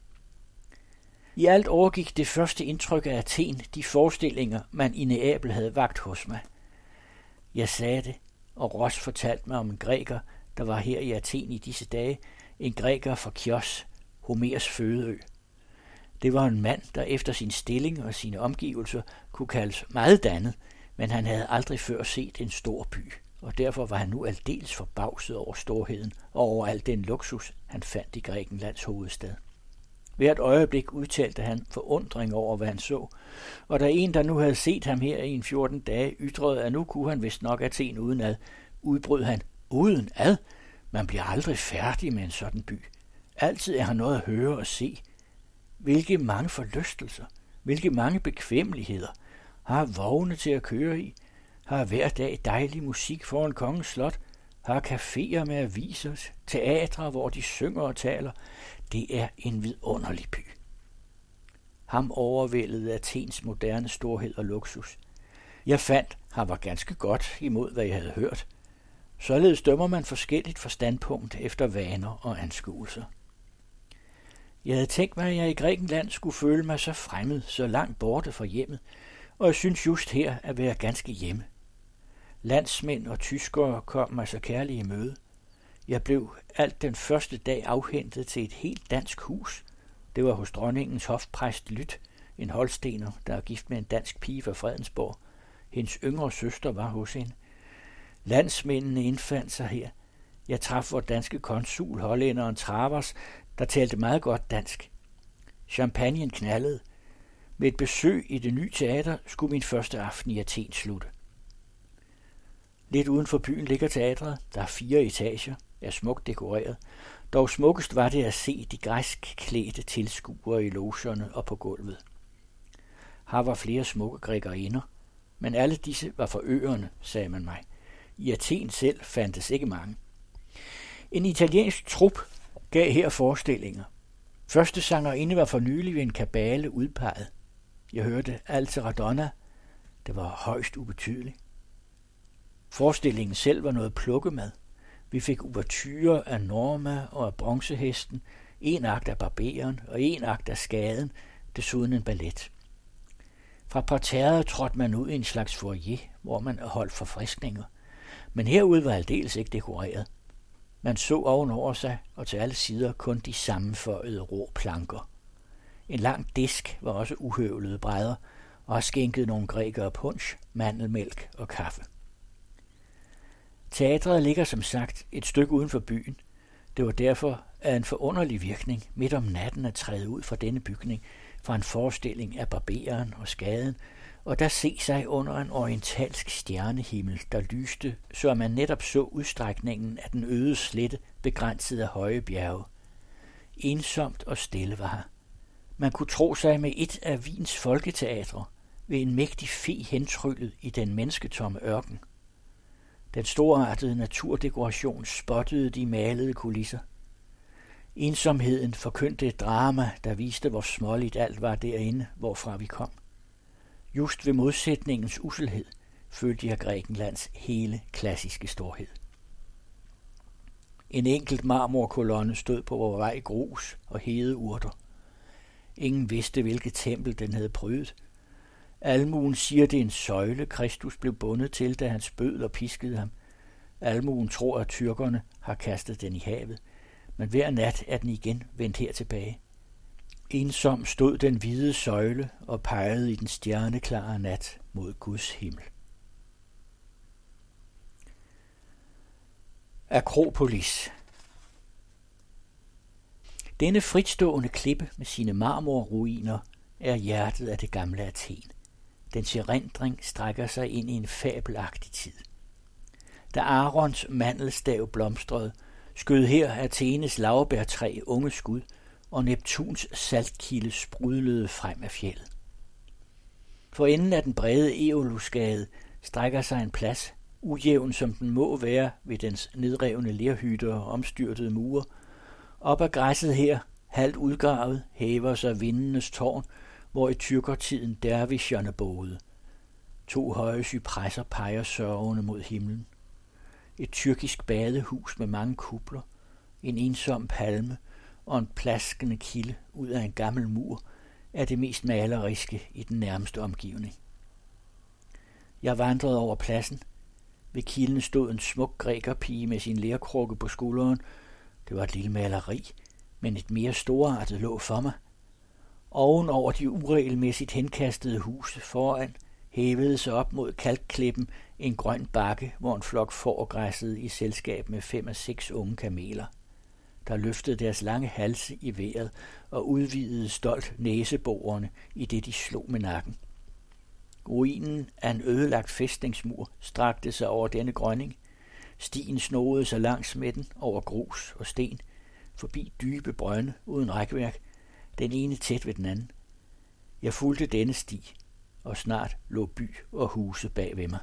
I alt overgik det første indtryk af Athen de forestillinger, man i Neapel havde vagt hos mig. Jeg sagde det, og Ross fortalte mig om en græker, der var her i Athen i disse dage, en græker fra Chios, Homers fødeø. Det var en mand, der efter sin stilling og sine omgivelser kunne kaldes meget dannet, men han havde aldrig før set en stor by, og derfor var han nu aldeles forbavset over storheden og over al den luksus, han fandt i Grækenlands hovedstad. Hvert øjeblik udtalte han forundring over, hvad han så, og da en, der nu havde set ham her i en fjorten dage, ytrede, at nu kunne han vist nok Athen udenad, udbrød han, uden ad, man bliver aldrig færdig med en sådan by. Altid er han noget at høre og se. Hvilke mange forlystelser, hvilke mange bekvemmeligheder, har vogne til at køre i, har hver dag dejlig musik foran kongens slot, har caféer med aviser, teatre, hvor de synger og taler. Det er en vidunderlig by. Ham overvældede Athens moderne storhed og luksus. Jeg fandt, han var ganske godt imod, hvad jeg havde hørt. Således dømmer man forskelligt for standpunkt efter vaner og anskuelser. Jeg havde tænkt mig, at jeg i Grækenland skulle føle mig så fremmed, så langt borte fra hjemmet, og jeg synes just her at være ganske hjemme. Landsmænd og tyskere kom mig så kærligt i møde. Jeg blev alt den første dag afhentet til et helt dansk hus. Det var hos dronningens hofpræst Lyt, en holstener, der er gift med en dansk pige fra Fredensborg. Hendes yngre søster var hos hende. Landsmændene indfandt sig her. Jeg traf vores danske konsul, hollænderen Travers, der talte meget godt dansk. Champagnen knaldede. Med et besøg i det nye teater skulle min første aften i Athen slutte. Lidt uden for byen ligger teatret. Der er fire etager. er smukt dekoreret. Dog smukkest var det at se de græsk klædte tilskuere i logerne og på gulvet. Her var flere smukke grækerinder, men alle disse var fra øerne, sagde man mig. I Athen selv fandtes ikke mange. En italiensk trup gav her forestillinger. Første sangerinde var for nylig ved en kabale udpeget. Jeg hørte Altera Donna. Det var højst ubetydeligt. Forestillingen selv var noget plukkemad. Vi fik ouverture af Norma og af Bronzehesten, en akt af Barberen og en akt af Skaden, desuden en ballet. Fra parterret trådte man ud i en slags foyer, hvor man holdt forfriskninger. Men herude var aldeles ikke dekoreret. Man så ovenover sig, og til alle sider kun de sammenføjede rå planker. En lang disk var også uhøvlede brædder, og har skænket nogle grækere punch, mandelmælk og kaffe. Teatret ligger som sagt et stykke uden for byen. Det var derfor af en forunderlig virkning midt om natten at træde ud fra denne bygning, fra en forestilling af Barberen og Skaden, og der se sig under en orientalsk stjernehimmel, der lyste, så man netop så udstrækningen af den øde slette, begrænset af høje bjerge. Ensomt og stille var her. Man kunne tro sig med et af Wiens folketeatre, ved en mægtig fe hentryllet i den mennesketomme ørken. Den storartede naturdekoration spottede de malede kulisser. Ensomheden forkyndte et drama, der viste, hvor småligt alt var derinde, hvorfra vi kom. Just ved modsætningens usselhed følte jeg Grækenlands hele klassiske storhed. En enkelt marmorkolonne stod på vor vej grus og hede urter. Ingen vidste, hvilket tempel den havde prydet. Almuen siger, det er en søjle, Kristus blev bundet til, da han spød og piskede ham. Almuen tror, at tyrkerne har kastet den i havet, men hver nat er den igen vendt her tilbage. Ensom stod den hvide søjle og pegede i den stjerneklare nat mod Guds himmel. Akropolis. Denne fritstående klippe med sine marmorruiner er hjertet af det gamle Athen. Dens erindring strækker sig ind i en fabelagtig tid. Da Arons mandelstav blomstrede, skød her Athenes laurbærtræ unge skud, og Neptuns saltkilde sprudlede frem af fjeldet. For enden af den brede Eolusgade strækker sig en plads, ujævn som den må være ved dens nedrevne lerhytter og omstyrtede mure. Op ad græsset her, halvt udgravet, hæver sig vindenes tårn, hvor i tyrkertiden dervisherne boede. To høje cypresser peger sørgende mod himlen. Et tyrkisk badehus med mange kupler, en ensom palme og en plaskende kilde ud af en gammel mur er det mest maleriske i den nærmeste omgivning. Jeg vandrede over pladsen. Ved kilden stod en smuk grækerpige med sin lerkrukke på skulderen. Det var et lille maleri, men et mere storartet lå for mig. Oven over de uregelmæssigt henkastede huse foran hævede sig op mod kalkklippen en grøn bakke, hvor en flok får græssede i selskab med fem af seks unge kameler, der løftede deres lange halse i vejret og udvidede stolt næseborene, i det de slog med nakken. Ruinen af en ødelagt fæstningsmur strakte sig over denne grønning. Stien snoede sig langs med den over grus og sten, forbi dybe brønde uden rækværk, den ene tæt ved den anden. Jeg fulgte denne sti, og snart lå by og huse bag ved mig.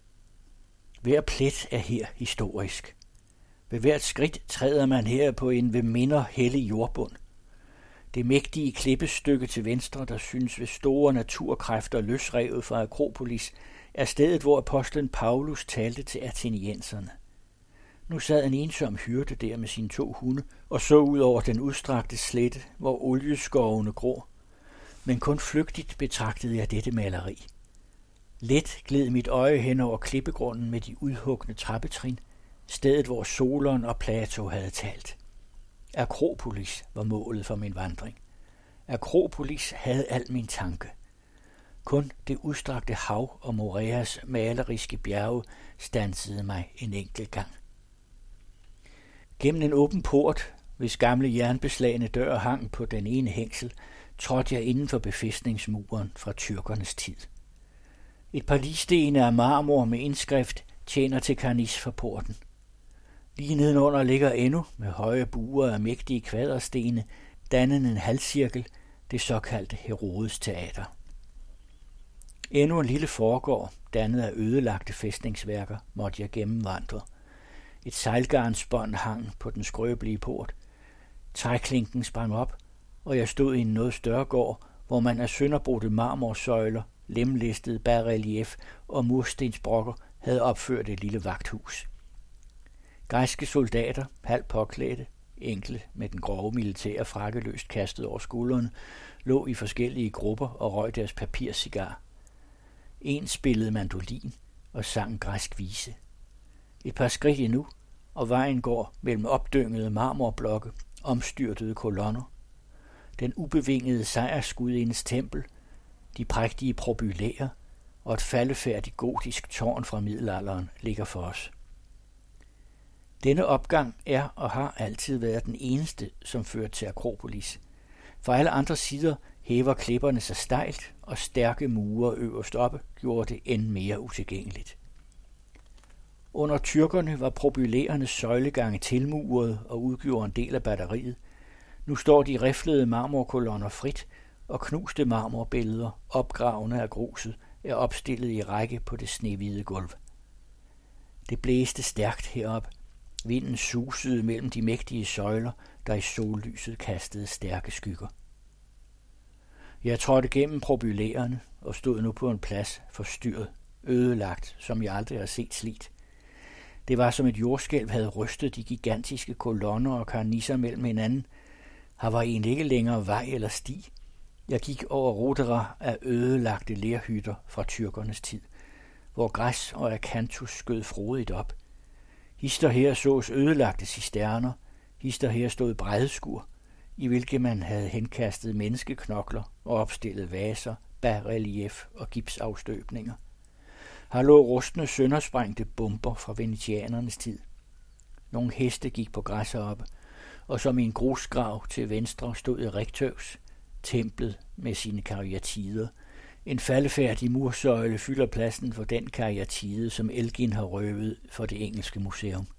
Hver plet er her historisk. Ved hvert skridt træder man her på en ved minder hellig jordbund. Det mægtige klippestykke til venstre, der synes ved store naturkræfter løsrevet fra Akropolis, er stedet, hvor apostlen Paulus talte til athenienserne. Nu sad en ensom hyrde der med sine to hunde og så ud over den udstrakte slette, hvor olieskovene gror. Men kun flygtigt betragtede jeg dette maleri. Let gled mit øje hen over klippegrunden med de udhugne trappetrin, stedet hvor Solon og Plato havde talt. Akropolis var målet for min vandring. Akropolis havde al min tanke. Kun det udstrakte hav og Moreas maleriske bjerge standsede mig en enkelt gang. Gennem en åben port, hvis gamle jernbeslagne dør hang på den ene hængsel, trådte jeg inden for befæstningsmuren fra tyrkernes tid. Et par ligstene af marmor med indskrift tjener til karnis for porten. Lige nedenunder ligger endnu med høje buer af mægtige kvaderstene, dannende en halvcirkel, det såkaldte Herodes Teater. Endnu en lille forgård, dannet af ødelagte fæstningsværker, måtte jeg gennemvandre. Et sejlgarnsbånd hang på den skrøbelige port. Træklinken sprang op, og jeg stod i en noget større gård, hvor man af sønderbrudte marmorsøjler, lemlæstede bas-relief og murstensbrokker havde opført et lille vagthus. Græske soldater, halvt påklædte, enkle med den grove militære frakke løst kastet over skuldrene, lå i forskellige grupper og røg deres papircigar. En spillede mandolin og sang græsk vise. Et par skridt endnu, og vejen går mellem opdyngede marmorblokke, omstyrtede kolonner. Den ubevingede sejrsgudindes tempel, de prægtige probylæer og et faldefærdigt gotisk tårn fra middelalderen ligger for os. Denne opgang er og har altid været den eneste, som fører til Akropolis. For alle andre sider hæver klipperne sig stejlt, og stærke mure øverst oppe gjorde det end mere utilgængeligt. Under tyrkerne var probylæernes søjlegange tilmuret og udgjorde en del af batteriet. Nu står de riflede marmorkolonner frit, og knuste marmorbilleder, opgravne af gruset, er opstillet i række på det snehvide gulv. Det blæste stærkt herop. Vinden susede mellem de mægtige søjler, der i sollyset kastede stærke skygger. Jeg trådte gennem probylæerne og stod nu på en plads forstyrret, ødelagt, som jeg aldrig har set slidt. Det var som et jordskælv havde rystet de gigantiske kolonner og karnisser mellem hinanden. Her var egentlig ikke længere vej eller sti. Jeg gik over ruterer af ødelagte lerhytter fra tyrkernes tid, hvor græs og akantus skød frodigt op. Hister her sås ødelagte cisterner, hister her stod brædeskur, i hvilke man havde henkastet menneskeknokler og opstillet vaser, bas-relief og gipsafstøbninger. Her lå rustne søndersprængte bomber fra venetianernes tid. Nogle heste gik på græs oppe, og som i en grusgrav til venstre stod Erektøvs, templet med sine karyatider. En faldefærdig mursøjle fylder pladsen for den karyatide, som Elgin har røvet for det engelske museum.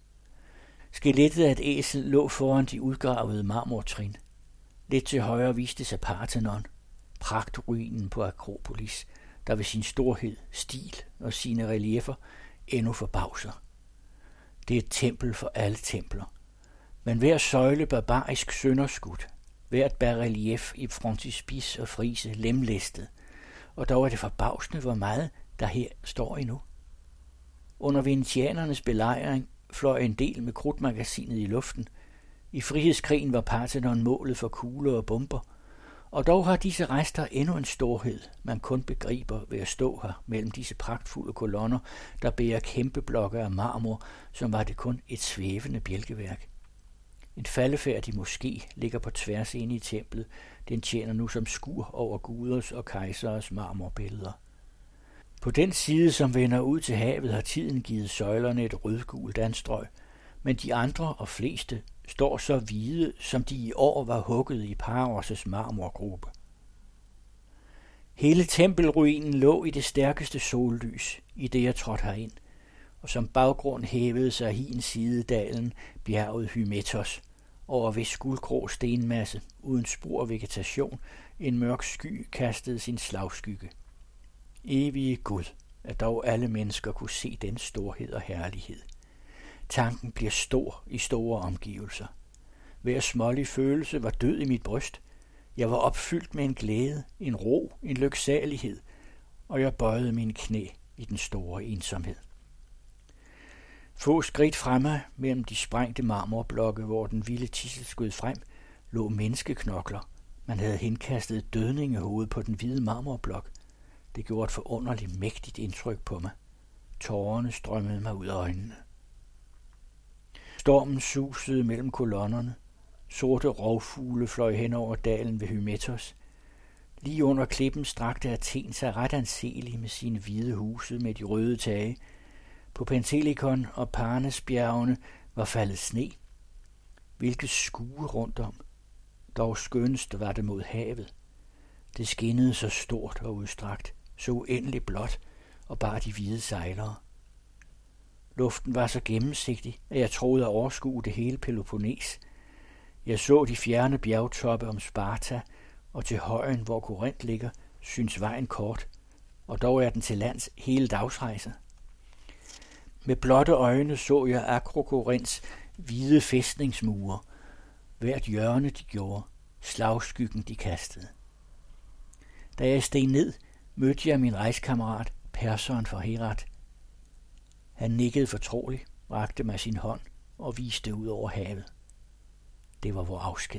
Skelettet af et æsel lå foran de udgravede marmortrin. Lidt til højre viste sig Parthenon, pragtruinen på Akropolis, der ved sin storhed, stil og sine reliefer endnu forbavser. Det er et tempel for alle templer, men hver søjle barbarisk sønderskudt, hvert bas-relief i frontispice og frise lemlæstet, og dog er det forbavsende, hvor meget der her står endnu. Under venetianernes belejring fløj en del med krudtmagasinet i luften. I frihedskrigen var Parthenon målet for kugler og bomber, og dog har disse rester endnu en storhed, man kun begriber ved at stå her mellem disse pragtfulde kolonner, der bærer kæmpe blokke af marmor, som var det kun et svævende bjælkeværk. En faldefærdig moské ligger på tværs inde i templet. Den tjener nu som skur over guders og kejseres marmorbilleder. På den side, som vender ud til havet, har tiden givet søjlerne et rødgult anstrøg, men de andre og fleste står så hvide, som de i år var hugget i Paros' marmorgruppe. Hele tempelruinen lå i det stærkeste sollys, i det jeg trådte herind, og som baggrund hævede sig hin sidedalen bjerget Hymettos, over hvis guldgrå stenmasse, uden spor af vegetation, en mørk sky kastede sin slagskygge. Evige Gud, at dog alle mennesker kunne se den storhed og herlighed. Tanken bliver stor i store omgivelser. Hver smålig følelse var død i mit bryst. Jeg var opfyldt med en glæde, en ro, en lyksalighed, og jeg bøjede mine knæ i den store ensomhed. Få skridt fremme mellem de sprængte marmorblokke, hvor den vilde tidsel skød frem, lå menneskeknokler. Man havde henkastet et dødningehoved på den hvide marmorblok. Det gjorde et forunderligt mægtigt indtryk på mig. Tårerne strømmede mig ud af øjnene. Stormen susede mellem kolonnerne. Sorte rovfugle fløj hen over dalen ved Hymettos. Lige under klippen strakte Athen sig ret anselig med sine hvide huse med de røde tage. På Pentelikon og Parnesbjergene var faldet sne. Hvilket skue rundt om. Dog skønnest var det mod havet. Det skinnede så stort og udstrakt, så uendeligt blåt, og bare de hvide sejlere. Luften var så gennemsigtig, at jeg troede at overskue det hele Peloponnes. Jeg så de fjerne bjergtoppe om Sparta, og til højen, hvor Korinth ligger, synes vejen kort, og dog er den til lands hele dagsrejser. Med blotte øjne så jeg Akrokorinths hvide fæstningsmure, hvert hjørne de gjorde, slagskyggen de kastede. Da jeg steg ned, mødte jeg min rejskammerat, Perseren fra Herat. Han nikkede fortroligt, rakte mig sin hånd og viste ud over havet. Det var vor afsked.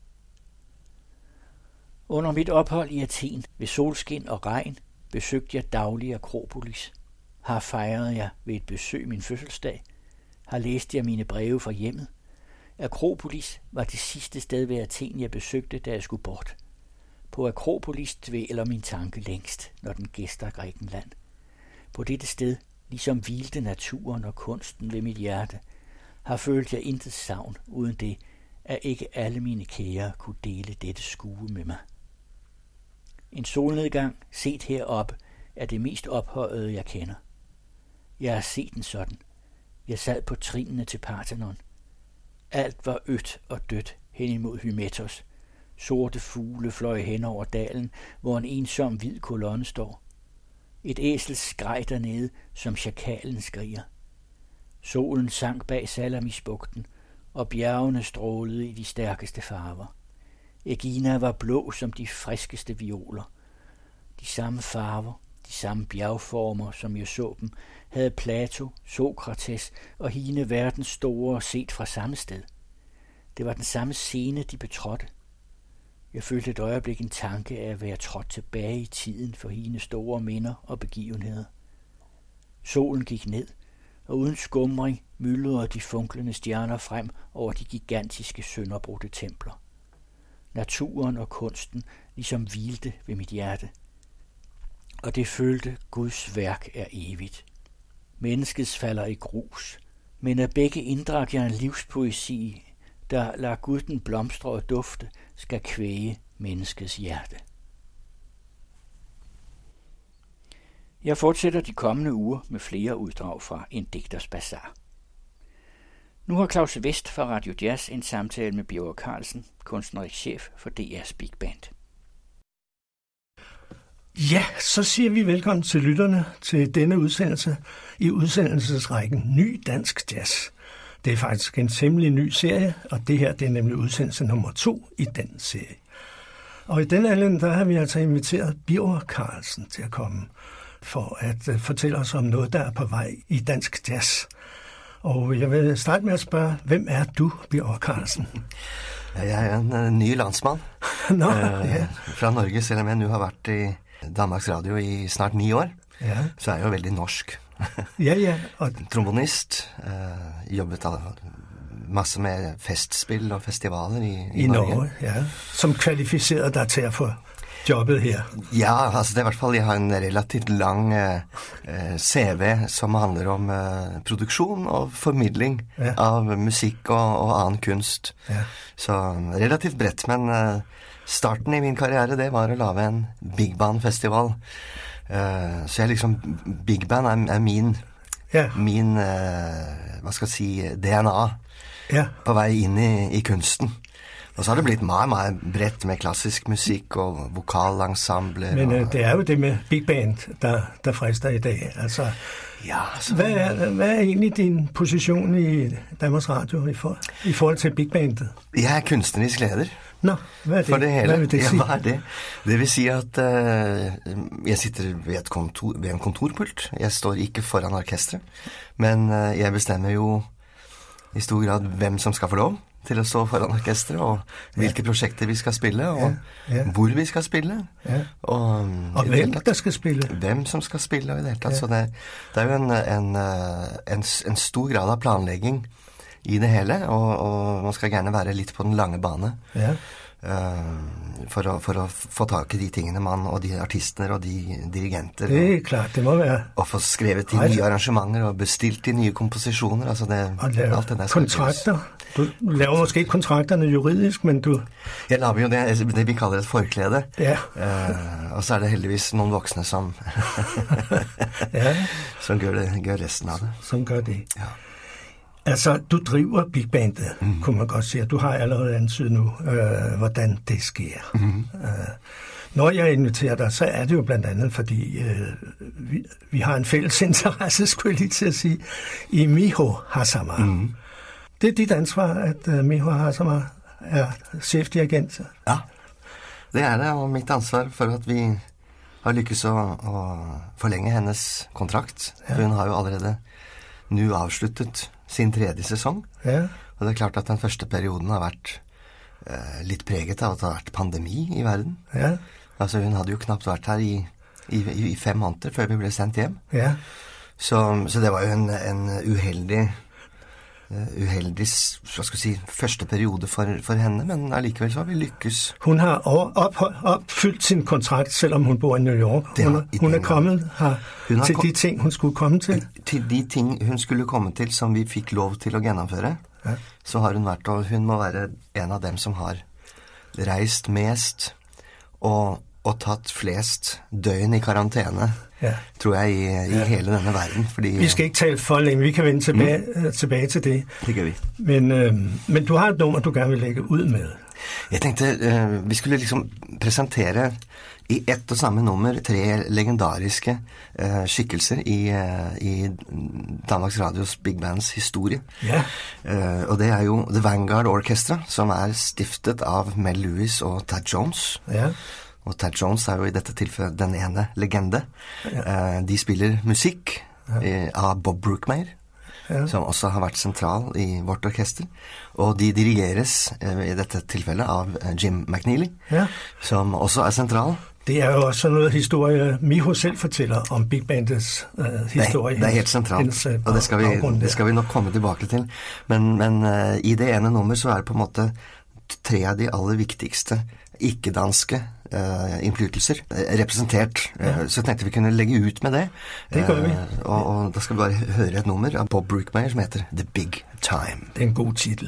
Under mit ophold i Athen ved solskin og regn besøgte jeg daglig Akropolis. Her fejrede jeg ved et besøg min fødselsdag. Her læste jeg mine breve fra hjemmet. Akropolis var det sidste sted ved Athen, jeg besøgte, da jeg skulle bort. På Akropolis dvæler min tanke længst, når den gæster Grækenland. På dette sted, ligesom hvilte naturen og kunsten ved mit hjerte, har følt jeg intet savn, uden det, at ikke alle mine kære kunne dele dette skue med mig. En solnedgang, set heroppe, er det mest ophøjede, jeg kender. Jeg har set den sådan. Jeg sad på trinene til Parthenon. Alt var ødt og dødt hen imod Hymettos. Sorte fugle fløj hen over dalen, hvor en ensom hvid kolonne står. Et æsel skreg dernede, som sjakalen skriger. Solen sank bag Salamisbugten, og bjergene strålede i de stærkeste farver. Ægina var blå som de friskeste violer. De samme farver, de samme bjergformer, som jeg så dem, havde Plato, Sokrates og hine verdens store set fra samme sted. Det var den samme scene, de betrådte. Jeg følte et øjeblik en tanke af at være trådt tilbage i tiden for hine store minder og begivenheder. Solen gik ned, og uden skumring myldrede de funklende stjerner frem over de gigantiske sønderbrudte templer. Naturen og kunsten ligesom hvilte ved mit hjerte, og det følte Guds værk er evigt. Menneskets falder i grus, men af begge inddrak jeg en livspoesi, der lader Gud den blomstre og dufte, skal kvæge menneskets hjerte. Jeg fortsætter de kommende uger med flere uddrag fra En digters bazar. Nu har Claus Vest fra Radio Jazz en samtale med Birger Karlsen, kunstnerisk chef for D R's Big Band. Ja, så siger vi velkommen til lytterne til denne udsendelse i udsendelsesrækken Ny Dansk Jazz. Det er faktisk en temmelig ny serie, og det her det er nemlig udsendelse nummer to i den serie. Og i denne anledning, der har vi altså inviteret Birger Karlsen til at komme for at uh, fortælle os om noget, der er på vej i dansk jazz. Og jeg vil starte med at spørge, hvem er du, Birger Karlsen? Jeg er en uh, ny landsmand Nå, uh, ja. fra Norge, selvom jeg nu har vært i Danmarks Radio i snart ni år. Ja. Så er jeg jo veldig norsk. Ja, ja. Og... Trombonist, uh, jobbet masse med festspil og festivaler i, i, I Norge. Norge, ja. Som kvalificerer dig til at få jobbet her. Ja, altså det er i hvert fall, jeg har en relativt lang uh, C V som handler om uh, produksjon og formidling ja. Av musikk og, og annen kunst. Ja. Så relativt bredt, men uh, starten i min karriere det var å lave en Big Band festival. Uh, så jeg liksom, Big Band er, er min, ja. min uh, hva skal jeg si, D N A ja. På vei inn i, i kunsten. Og så har det blitt meget, meget bredt med klassisk musik og vokalensembler. Men og... det er jo det med Big Band, der, der frister i dag. Altså, ja, altså... hvad, er, hvad er egentlig din position i Danmarks Radio i, for, i forhold til Big Bandet? Jeg er kunstnerisk leder. Nå, hvad er det? For det hele. Hvad vil det sige? Ja, hvad er det? Det vil si at uh, jeg sitter ved, et kontor, ved en kontorpult. Jeg står ikke foran orkestret. Men uh, jeg bestemmer jo i stor grad hvem som skal få lov til å stå foran orkestret, og hvilke ja. Prosjekter vi skal spille, og ja. Ja. Hvor vi skal spille. Ja. Og, og hvem der skal spille. Hvem som skal spille, og i det hele tatt. Ja. Så det, det er jo en, en, en, en stor grad av planlegging i det hele, og, og man skal gjerne være litt på den lange bane. Ja. Uh, for, å, for å få tak i de tingene man, og de artister og de dirigenter. Det er og, klart, det må være. Og få skrevet de nye arrangementer og bestilt de nye komposisjoner. Altså det, og det alt det der kontrakter. Du laver måske ikke kontrakterne juridisk, men du... Jeg laver jo det, det vi kalder et forklæde. Ja. Uh, og så er det heldigvis nogle voksne, som, ja. som gør, det, gør resten af det. Som gør det. Ja. Altså, du driver Big Bandet, mm. kunne man godt sige. Du har allerede antydet nu, øh, hvordan det sker. Mm. Uh, når jeg inviterer dig, så er det jo blandt andet, fordi øh, vi, vi har en fælles interesse, skulle jeg lige til at sige, i Miho Hazama. Mm. Det er dit ansvar, at uh, Miho Hazama er chefdirigent. Ja, det er det, og mit ansvar for at vi har lykkes å, å forlænge hendes kontrakt. Ja. Hun har jo allerede nu afsluttet sin tredje sæson. Ja. Og det er klart at den første perioden har vært uh, lidt præget af at det har vært pandemi i verden. Ja. Altså hun havde jo knappt vært her i, i, i fem måneder før vi ble sendt hjem. Ja. Så, så det var jo en, en uheldig, uh, uheldig hvad skal jeg sige, første periode for, for henne, men alligevel så har vi lykkes. Hun har op, opfyldt sin kontrakt, selvom hun bor i New York. Hun, har, hun er kommet her hun til kom, de ting, hun skulle komme til. Til de ting, hun skulle komme til, som vi fik lov til at gennemføre. Ja. Så har hun vært, og hun må være en af dem, som har reist mest og, og tatt flest døgn i karantæne, ja. Tror jeg, i, i ja. Hele denne verden. Fordi, vi skal ikke tale for længe, vi kan vende tilbage, mm. tilbage til det. Det kan vi. Men, øh, men du har et nummer, du gerne vil lægge ud med. Jeg tænkte, øh, vi skulle liksom præsentere i ett og samme nummer tre legendariske uh, skikkelser i, uh, i Danmarks Radios Big Bands historie. Ja. Uh, og det er jo The Vanguard Orchestra, som er stiftet av Mel Lewis og Tad Jones. Ja. Og Tad Jones er jo i dette tilfellet den ene legende. Ja. Uh, de spiller musikk ja. uh, av Bob Brookmeyer, ja. Som også har vært sentral i vårt orkester. Og de dirigeres uh, i dette tilfellet av uh, Jim McNeely, ja. Som også er sentral. Det er jo også noget historie, Miho selv fortæller om Big Bandets uh, historie. Det, det er helt centralt, hendes, uh, og det skal, vi, det skal vi nok komme tilbake til. Men, men uh, i det ene nummer så er det på en måte tre av de aller viktigste ikke-danske uh, innflytelser uh, representert. Ja. Uh, så jeg tenkte vi kunne legge ut med det. Det gør vi. Uh, og, og da skal vi bare høre et nummer av Bob Brookmeyer som heter The Big Time. Det er en god titel.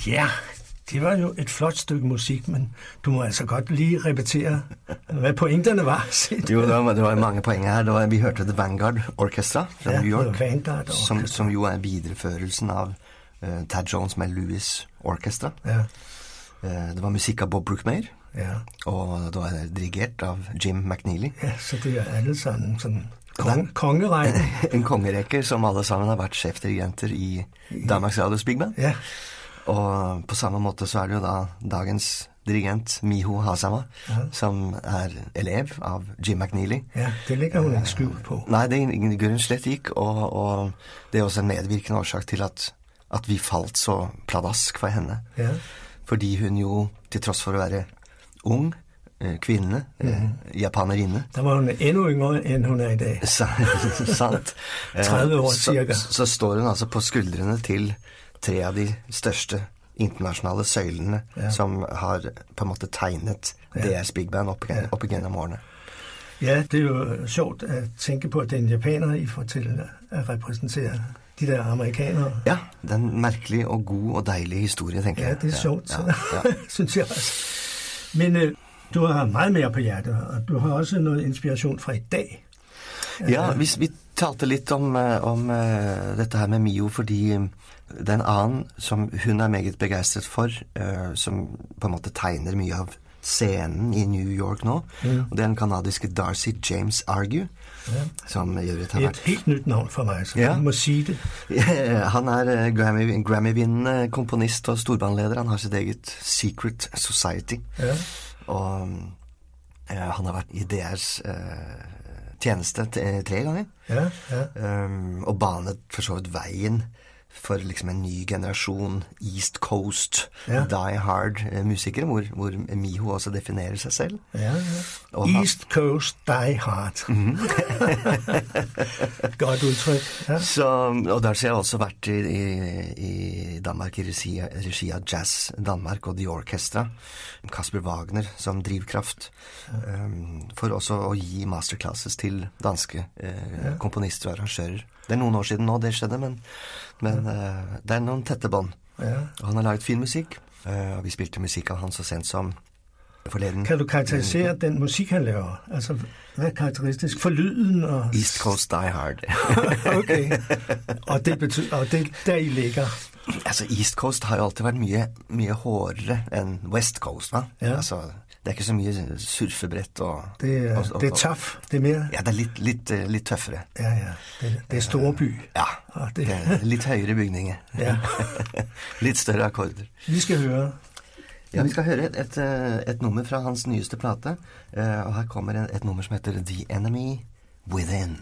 Ja, det var jo et flot stykke musik, men du må altså godt lige repetere, hvad pointerne var. Jo, det var, det var mange pointer her. Det var, vi hørte The Vanguard Orchestra fra ja, New York, Vanguard som, som jo er videreførelsen av uh, Tad Jones med Lewis Orchestra. Ja. Uh, det var musikk av Bob Brookmeyer, ja. og det var dirigert av Jim McNeely. Ja, så det er alle sammen sådan kong, kongerække. En kongerække, som alle sammen har vært sjefdirigenter i Danmarks Radios Big Band. Ja. Og på samme måte så er det jo da dagens dirigent Miho Hazama, ja. som er elev av Jim McNeely. Ja, det ligger hun ikke skjult på. Nei, det gjør hun slett ikke, og, og det er også en medvirkende årsak til at, at vi falt så pladask for henne. Ja. Fordi hun jo, til tross for å være ung, kvinne, mm. japanerinne. Der var hun endnu yngre, end hun er i dag. Sant. tredive år cirka. Så, så står hun altså på skuldrene til tre av de største internasjonale søylene ja. som har på en måte tegnet ja. D R's Big Band opp, opp igjennom årene. Ja, det er jo sjovt at tænke på, at det er en japaner, I får til at repræsentere de der amerikanere. Ja, det er en merkelig og god og dejlig historie, tenker jeg. Ja, det er sjovt, ja, ja, ja. synes jeg også. Men øh, du har meget mere på hjertet, og du har også noget inspiration fra i dag. Ja, vi, vi talte litt om, om uh, dette her med Mio, fordi um, det er en annen som hun er meget begeistret for, uh, som på en måte tegner mye av scenen i New York nå, mm. og det er den kanadiske Darcy James Argue, ja. som gjør et, et helt nytt navn for meg, så ja. du må si det. Ja, han er uh, Grammy, Grammy-vinnende komponist og storbandleder, han har sitt eget Secret Society, ja. og uh, han har vært i D R's uh, tjeneste tre ganger, ja, ja. Um, og banet for så vidt veien for liksom en ny generasjon East Coast, ja. Die Hard uh, musikere, hvor, hvor Miho også definerer seg selv. Ja, ja. East han... Coast Die Hard. Mm-hmm. Godt udtryk. Ja. Så, og der har jeg også vært i, i, i Danmark i regi, regi av Jazz Danmark og The Orchestra, Kasper Wagner som drivkraft, ja. um, for også å gi masterclasses til danske uh, ja. komponister og arrangører. Det er noen år siden nå det skjedde, men, men uh, det er noen tette bånd. Ja. Og han har laget fin musikk, uh, og vi spilte musikk av han så sent som forleden. Kan du karakterisere den musikk han laver? Altså, hvad er karakteristisk for lyden? Og... East Coast Die Hard. Okay. Og det betyder, og det der I ligger? Altså, East Coast har jo alltid vært mye, mye hårdere enn West Coast, va? Ja. Altså, det er ikke så mye surfebrett og... Det er, og, og, det er tøff, det er mer... Ja, det er litt, litt, litt tøffere. Ja, ja, det, det er storby. Ja, og det... det er litt høyere bygninger. Ja. Litt større akkorder. Vi skal høre... Ja, vi skal høre et, et, et nummer fra hans nyeste plate, og her kommer et, et nummer som heter The Enemy Within.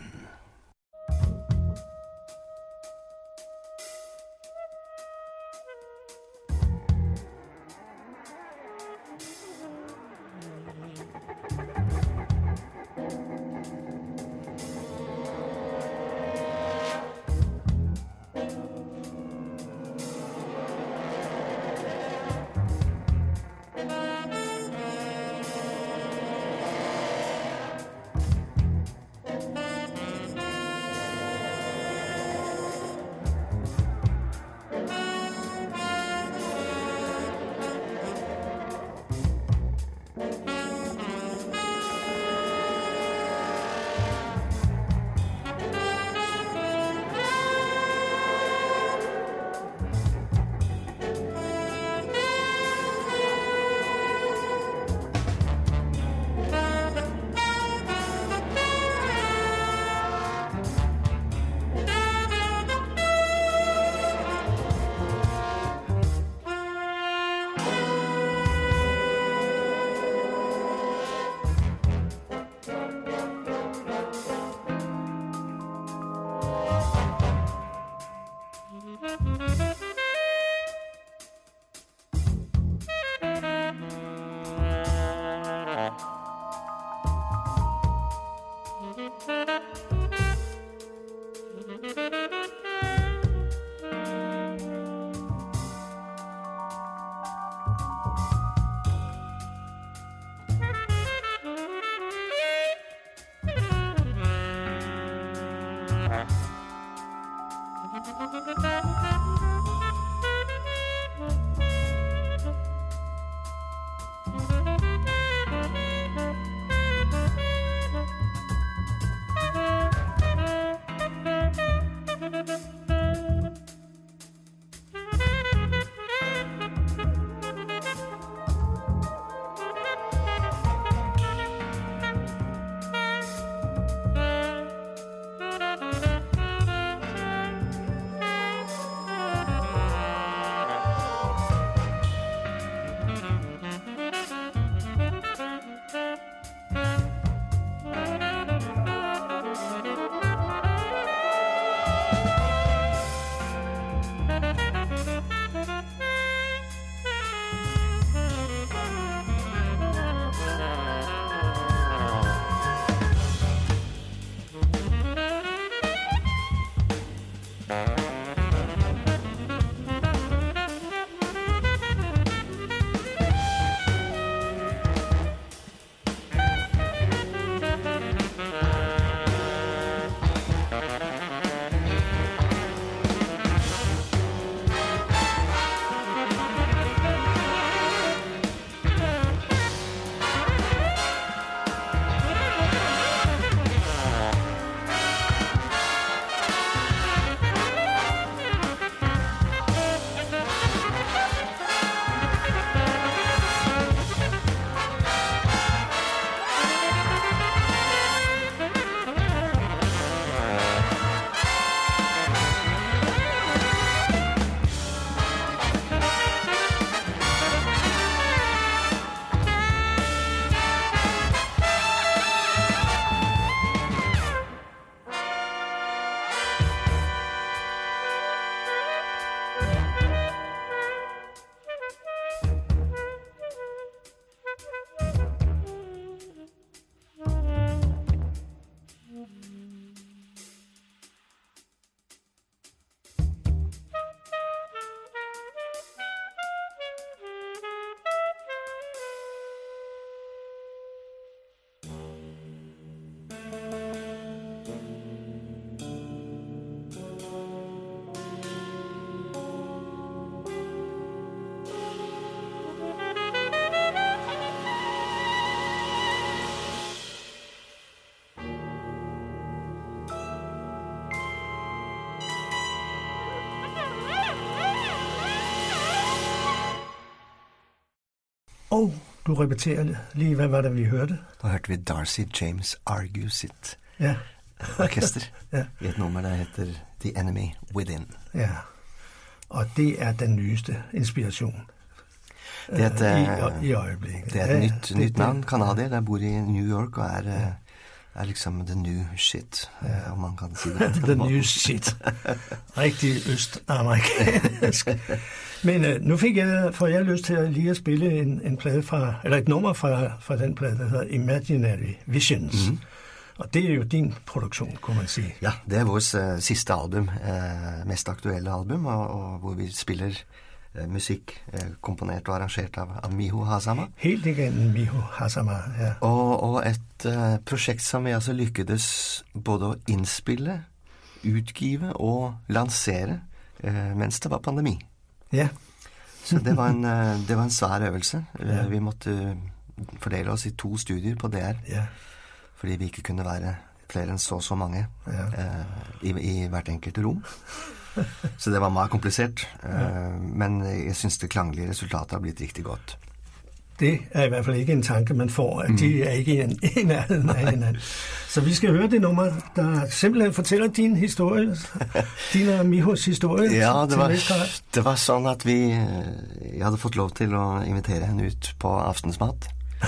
Og du repeterer lige, hvad var det, vi hørte? Da hørte vi Darcy James Argue sitt ja. orkester ja. i et nummer, der heter The Enemy Within. Ja, og det er den nyeste inspiration det er et, uh, i, i øjeblikket. Det er et ja, nytt, det, nytt navn, det, kanadier, der bor i New York og er, ja. er liksom the new shit, ja. Om man kan si det. The new shit. Rigtig østamerikansk. Men øh, nu fik jeg, får jeg lyst til at lige at spille en, en plade fra, eller et nummer fra, fra den plade, der hedder Imaginary Visions. Mm-hmm. Og det er jo din produktion, kunne man sige. Ja, det er vores uh, sidste album, uh, mest aktuelle album, og, og hvor vi spiller uh, musik uh, komponert og arrangert av, av Miho Hazama. Helt igennem Miho Hazama, ja. Og, og et uh, projekt som vi altså lykkedes både å innspille, utgive og lansere uh, mens det var pandemi. Ja. Så det var en, uh, det var en svær øvelse. Ja. Vi måtte fordele oss i to studier på D R. Ja. Fordi vi ikke kunne være flere enn så så mange ja. uh, i, i hvert enkelt rom. Så det var meget komplisert. Uh, ja. Men jeg synes det klanglige resultatet har blitt riktig godt. Det er i hvert fald ikke en tanke, man får, at de er ikke en, en anden af hinanden. Så vi skal høre det nummer, der simpelthen fortæller din historie, din og Mihos historie. Ja, det var, det var sådan, at vi, jeg havde fået lov til at invitere hende ut på aftensmat.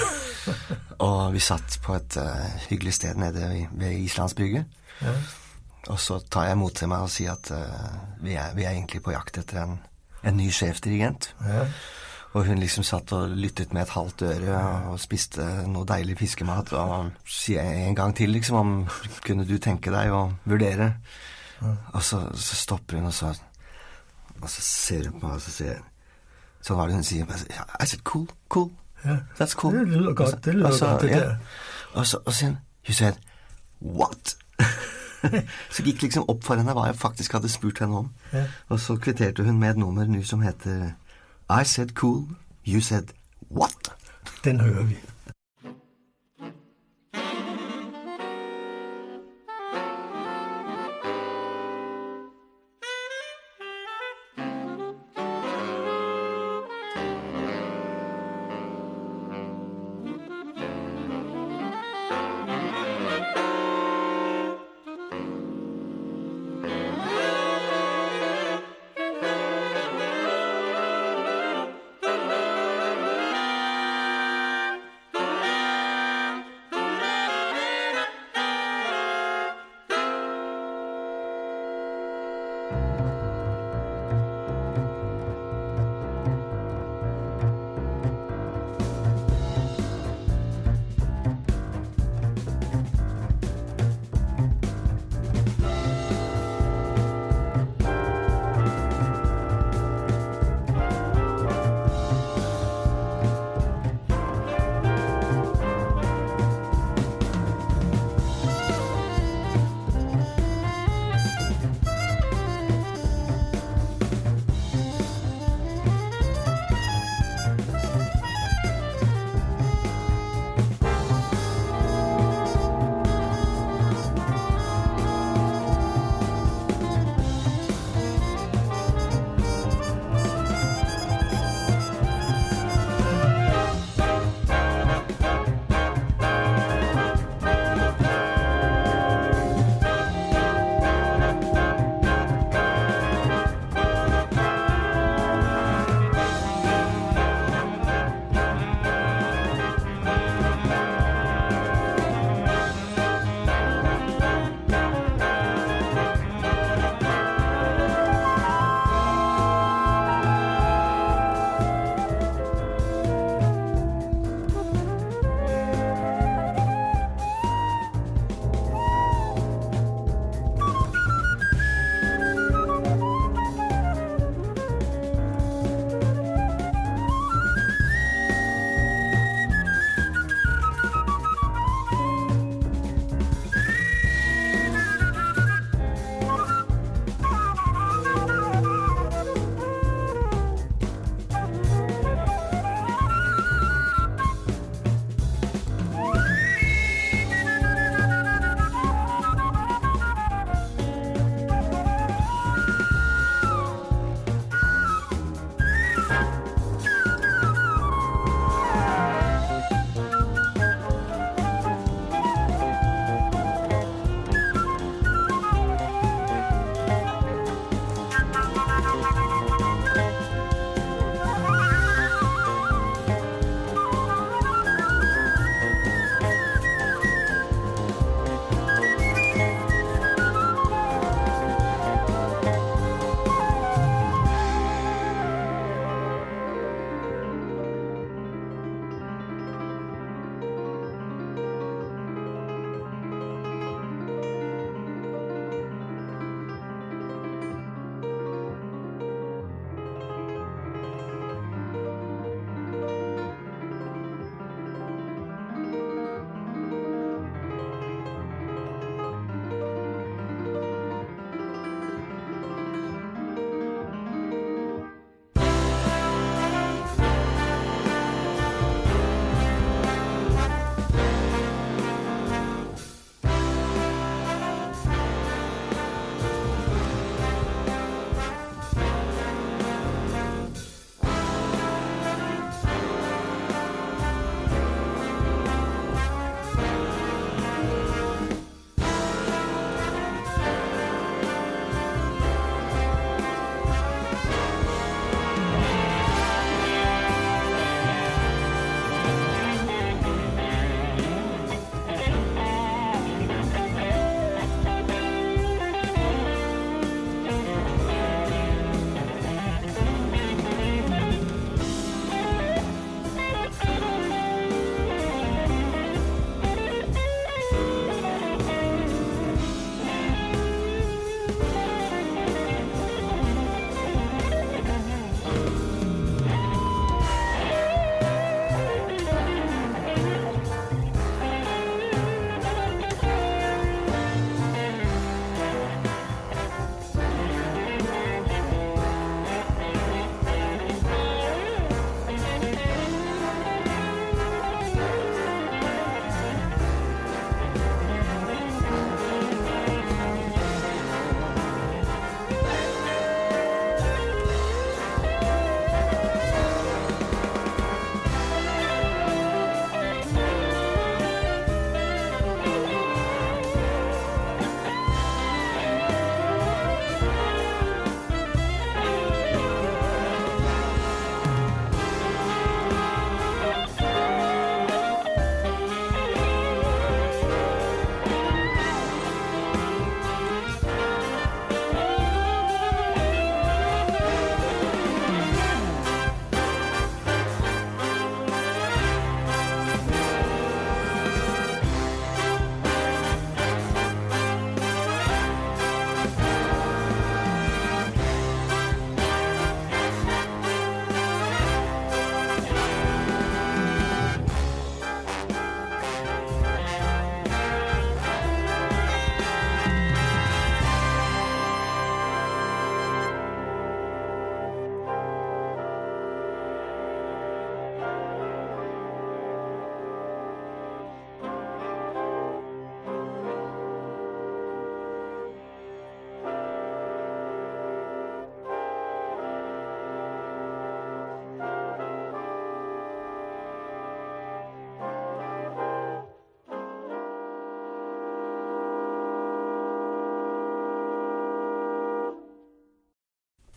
Og vi satt på et uh, hyggeligt sted nede ved Islands Brygge. Ja. Og så tager jeg mod til mig og siger, at uh, vi, er, vi er egentlig på jagt efter en, en ny chefdirigent. Ja. Og hun liksom satt og lyttet med et halvt øre og spiste noe deilig fiskemat. Og sier jeg en gang til liksom om kunne du tenke deg å vurdere. Ja. Og så, så stopper hun og så, og så ser hun på meg og så sier sånn var det hun sier. I said cool, cool. Ja. That's cool. Det lyder godt, det lyder så, godt det ja. der. Og så, og så hun said what? Så gikk liksom opp for henne hva jeg faktisk hadde spurt henne om. Ja. Og så kvitterte hun med et nummer nu som heter I said cool, you said what? Den hører vi.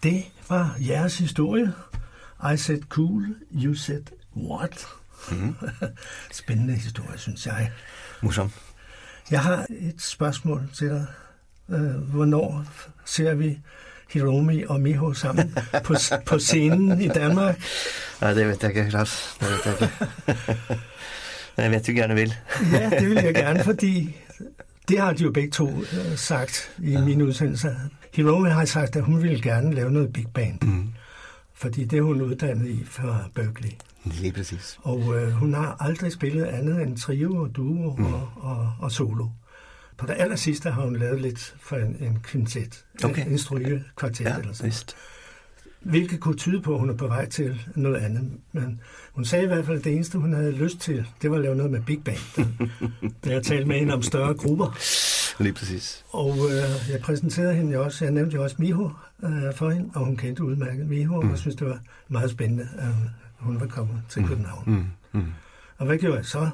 det var jeres historie. I said cool, you said what? Mm. Spændende historie, synes jeg. Morsom. Jeg har et spørgsmål til dig. Hvornår ser vi Hiromi og Miho sammen på, på scenen i Danmark? Nej, det ved jeg ikke, Claus. Det ved jeg ikke. Men jeg ved, du gerne vil. Ja, det vil jeg gerne, fordi det har de jo begge to sagt i ja. mine udsendelser. Hiromi har sagt, at hun ville gerne lave noget big band. Mm. Fordi det er hun uddannet i fra Berkeley. Lige præcis. Og øh, hun har aldrig spillet andet end trio og duo mm. og, og, og solo. På det aller sidste har hun lavet lidt for en, en kvintet. Okay. En strygekvartet ja, eller sådan. Vist. Hvilket kunne tyde på, at hun er på vej til noget andet. Men hun sagde i hvert fald, at det eneste, hun havde lyst til, det var at lave noget med big band. Da jeg talte med hende om større grupper. Lige præcis. Og øh, jeg præsenterede hende jo også, jeg nævnte jo også Miho øh, for hende, og hun kendte udmærket Miho, mm. og jeg synes, det var meget spændende, at hun var kommet til København. Mm. Mm. Og hvad gjorde jeg så?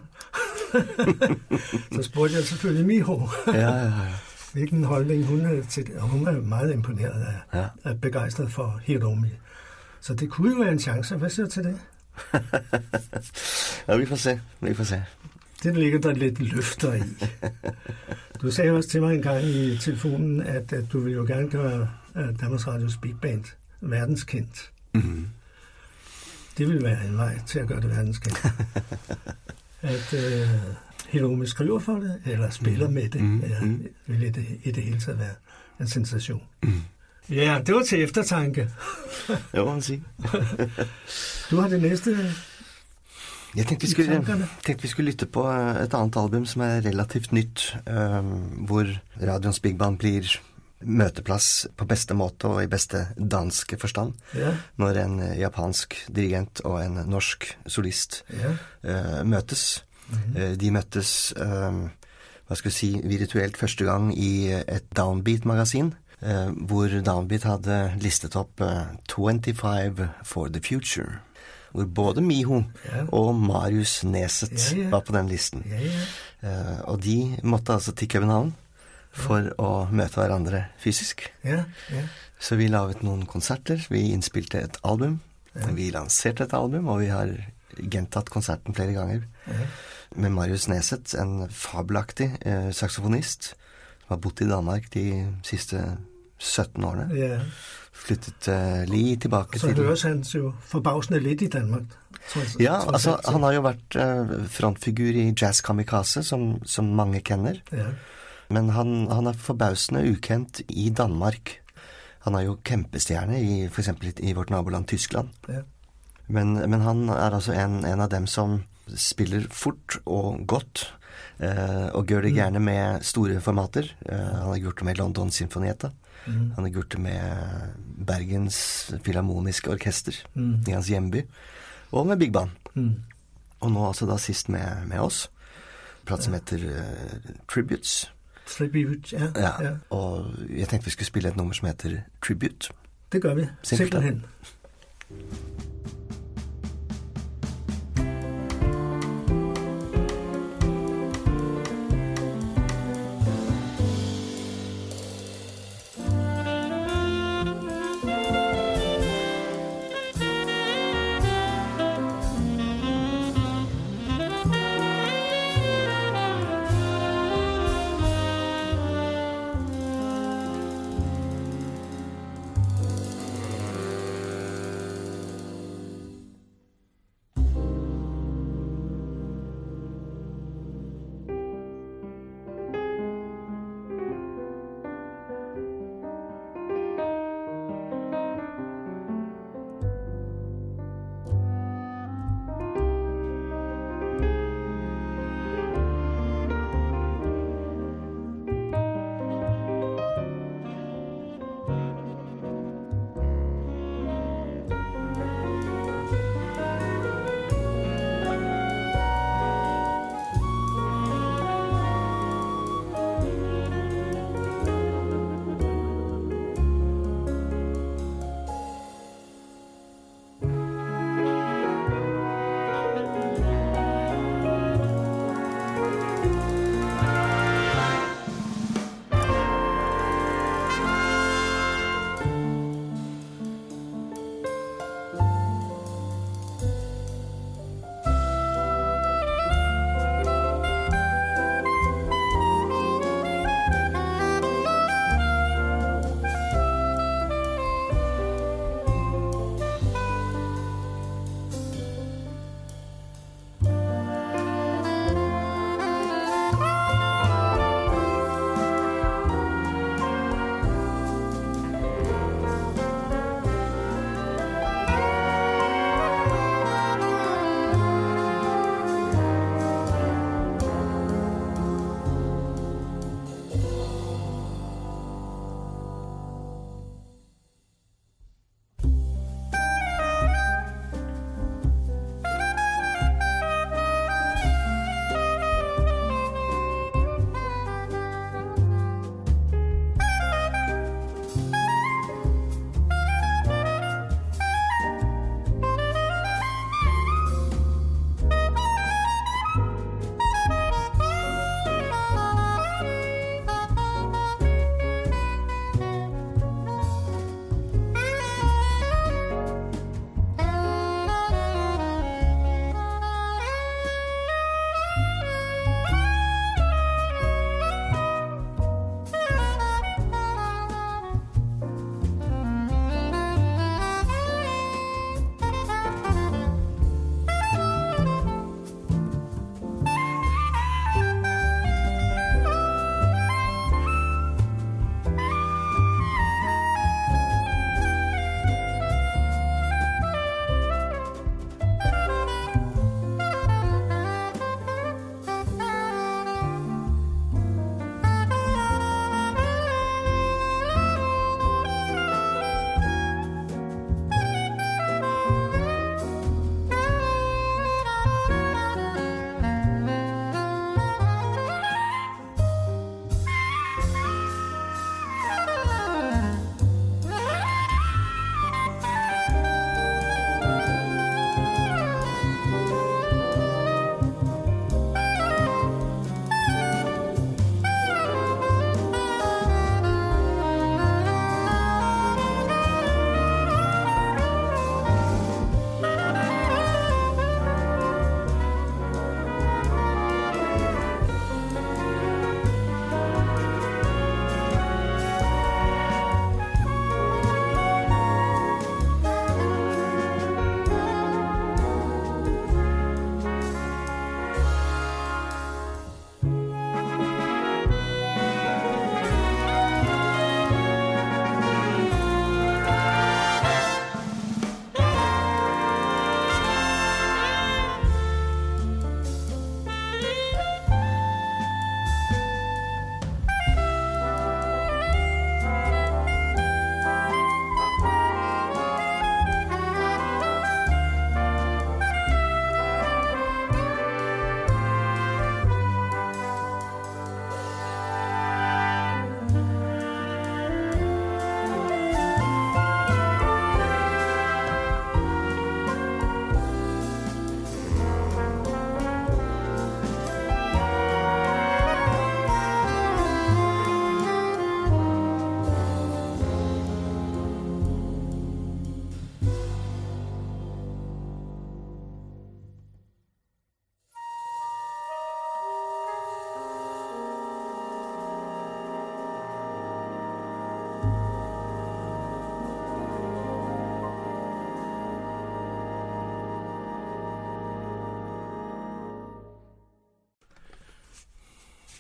Så spurgte jeg selvfølgelig Miho. Ja, ja, ja. Hvilken holdning hun havde til det. Og hun var meget imponeret af, ja. af begejstret for Hiromi. Så det kunne jo være en chance. Hvad siger du til det? Ja, vi får se. Vi får se. Det ligger der lidt løfter i. Du sagde også til mig en gang i telefonen, at, at du ville jo gerne gøre Danmarks Radios Big Band verdenskendt. Mm-hmm. Det ville være en vej til at gøre det verdenskendt. At øh, Hiromi skriver for det, eller spiller mm. med det, mm. ja, vil i det, i det hele taget være en sensation. Mm. Ja, det var til eftertanke. Jo, man sige. Du har det næste. Jeg tenkte vi, skulle, tenkte vi skulle lytte på et annet album som er relativt nytt, um, hvor Radions Big Band blir møteplass på beste måte og i beste danske forstand, ja. Når en japansk dirigent og en norsk solist ja. uh, møtes. Mm-hmm. Uh, de møttes um, hva skal jeg si, virtuelt første gang i et Downbeat-magasin, uh, hvor Downbeat hadde listet opp uh, twenty-five for the Future, hvor både Miho ja. Og Marius Neset ja, ja. Var på den listen. Ja, ja. Uh, og de måtte altså til København for ja. Å møte hverandre fysisk. Ja, ja. Så vi lavet noen konserter, vi innspilte et album, ja. Vi lanserte et album, og vi har gentatt konserten flere ganger. Ja. Med Marius Neset, en fabelaktig eh, saksofonist, som har bodd i Danmark de siste sytten årene. Ja. Flyttet uh, lige tilbake så til... Så høres han jo forbavsende lidt i Danmark. Trods, ja, trods altså han har jo vært uh, frontfigur i Jazz Kamikaze, som, som mange kender. Ja. Men han, han er forbausende ukent i Danmark. Han er jo kæmpestjerne i, for eksempel i vårt naboland Tyskland. Ja. Men, men han er altså en, en av dem som spiller fort og godt, uh, og gjør det gerne med store formater. Uh, han har gjort det med London Symfonietta. Mm. Han har gjort det med Bergens Filharmoniske Orkester mm. i hans hjemby, og med Big Band. Mm. Og nå altså da sist med, med oss. Prat som heter uh, Tributes. Tribute, ja. ja. Ja. Og jeg tenkte vi skulle spille et nummer som heter Tribute. Det gør vi, simpelthen.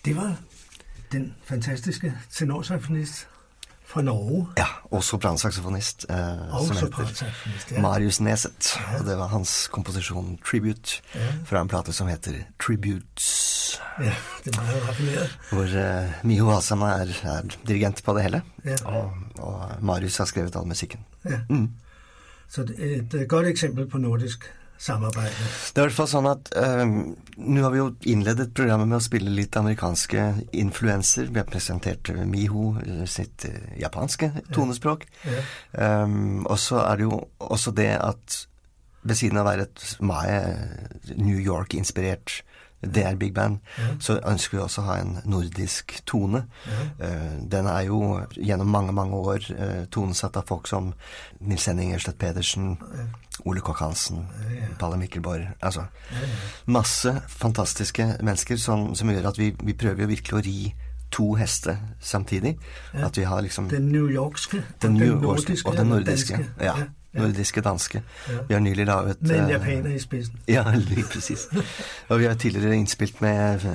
Det var den fantastiske tenorsaxofonist fra Norge. Ja, og sopransaxofonist, eh, Og som sopransaxofonist, heter ja. Marius Neset. Ja. Og det var hans komposisjon Tribute, Ja. fra en plate som heter Tributes. Ja, det er meget raffineret. Hvor eh, Miho Hassan er, er dirigent på det hele, Ja. og, og Marius har skrevet all musikken. Ja. Mm. Så det er et øh, godt eksempel på nordisk samarbejde. Det er i hvert fall sånn at eh, nå har vi jo innledet programmet med å spille litt amerikanske influenser. Vi har presentert eh, Miho eh, sitt eh, japanske tonespråk. Ja. Um, og så er det jo også det at ved siden av å være et meget New York-inspirert D R Big Band, Ja. så ønsker vi også å ha en nordisk tone. Ja. Eh, den er jo gjennom mange, mange år eh, tonesatt av folk som Nils Henning Ørstedt Pedersen, Ja. Ole Kokk Hansen, Ja, ja. Palle Mikkelborg, altså Ja, ja. masse fantastiske mennesker som, som gjør at vi, vi prøver jo virkelig å ri to hester samtidig. Ja. At vi har liksom Den New Yorkske, den og New den Yorkske, nordiske, og den eller nordiske. danske. Ja, Ja, ja. nordiske danske. Ja. Vi har nylig lavet Med en eh, japaner i spidsen. Ja, lige præcis. Og vi har tidligere innspilt med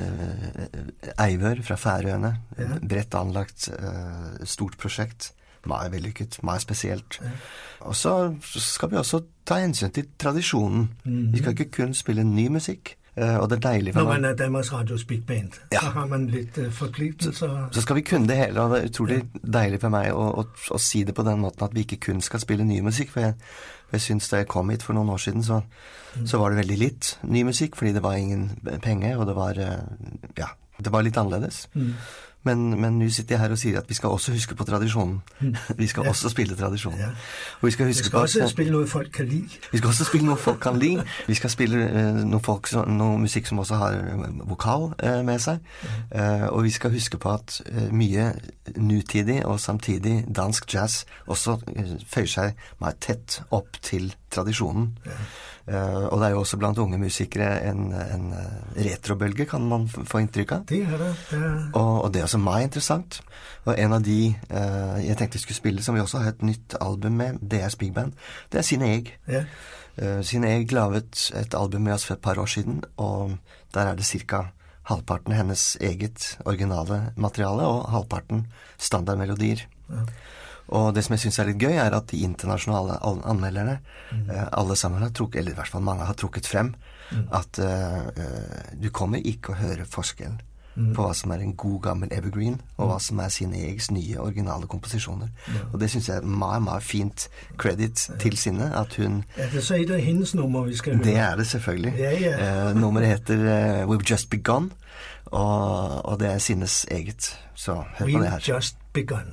uh, Eivør fra Færøerne. Ja. Bredt anlagt uh, stort prosjekt. Meget vellykket, meget spesielt. Ja. Og så skal vi også ta hensyn til tradisjonen. Mhm. Vi skal ikke kun spille ny musikk. Uh, og det er deilig for Når meg. man er Danmarks Radios Big Band, Ja. så har man litt uh, forpliktelser. Så skal vi kunne det hele, og det er utrolig deilig for meg å, å, å si det på den måten at vi ikke kun skal spille ny musikk, for jeg, jeg synes da jeg kom hit for noen år siden, så, Mm. så var det veldig litt ny musikk, fordi det var ingen penger, og det var, eh, ja, det var litt annerledes. Mm. Men, men nå sitter jeg her og sier at vi skal også huske på tradisjonen. Mm. Vi skal Ja. også spille tradisjonen. Ja. Og vi skal Vi huske skal på også at, spille noe folk kan lide. vi skal også spille noe folk kan lide. Vi skal spille eh, noe, folk, som- noe musikk som også har eh, vokal eh, med seg. Eh, og vi skal huske på at eh, mye nutidig og samtidig dansk jazz også eh, føyer seg meget tett opp til tradisjonen. Eh, og det er jo også blant unge musikere en, en eh, retrobølge, kan man f- få inntrykk av. Det er det. det er... Og, og det er også meget interessant. Og en av de eh, jeg tenkte vi skulle spille, som vi også har et nytt album med, D R's Big Band, det er Sine Eg. Ja. Uh, Sine Eg lavet et album med oss for et par år siden, og der er det cirka halvparten hennes eget originale materiale, og halvparten standardmelodier. Ja. Og det som jeg synes er litt gøy, er at de internasjonale an- anmelderne, Mm. eh, alle sammen har trukket, eller i hvert fall mange har trukket frem, Mm. at eh, eh, du kommer ikke å høre forskjell Mm. på hva som er en god gammel evergreen, og Mm. hva som er sine egs nye originale komposisjoner. Ja. Og det synes jeg er meget, meget fint credit til Sinne, at hun... Er det så et av hendes nummer, vi skal høre? Det er det selvfølgelig. Ja, ja. Eh, nummeret heter eh, We've Just Begun, og, og det er Sinnes eget. Så hør på det her. We've just begun.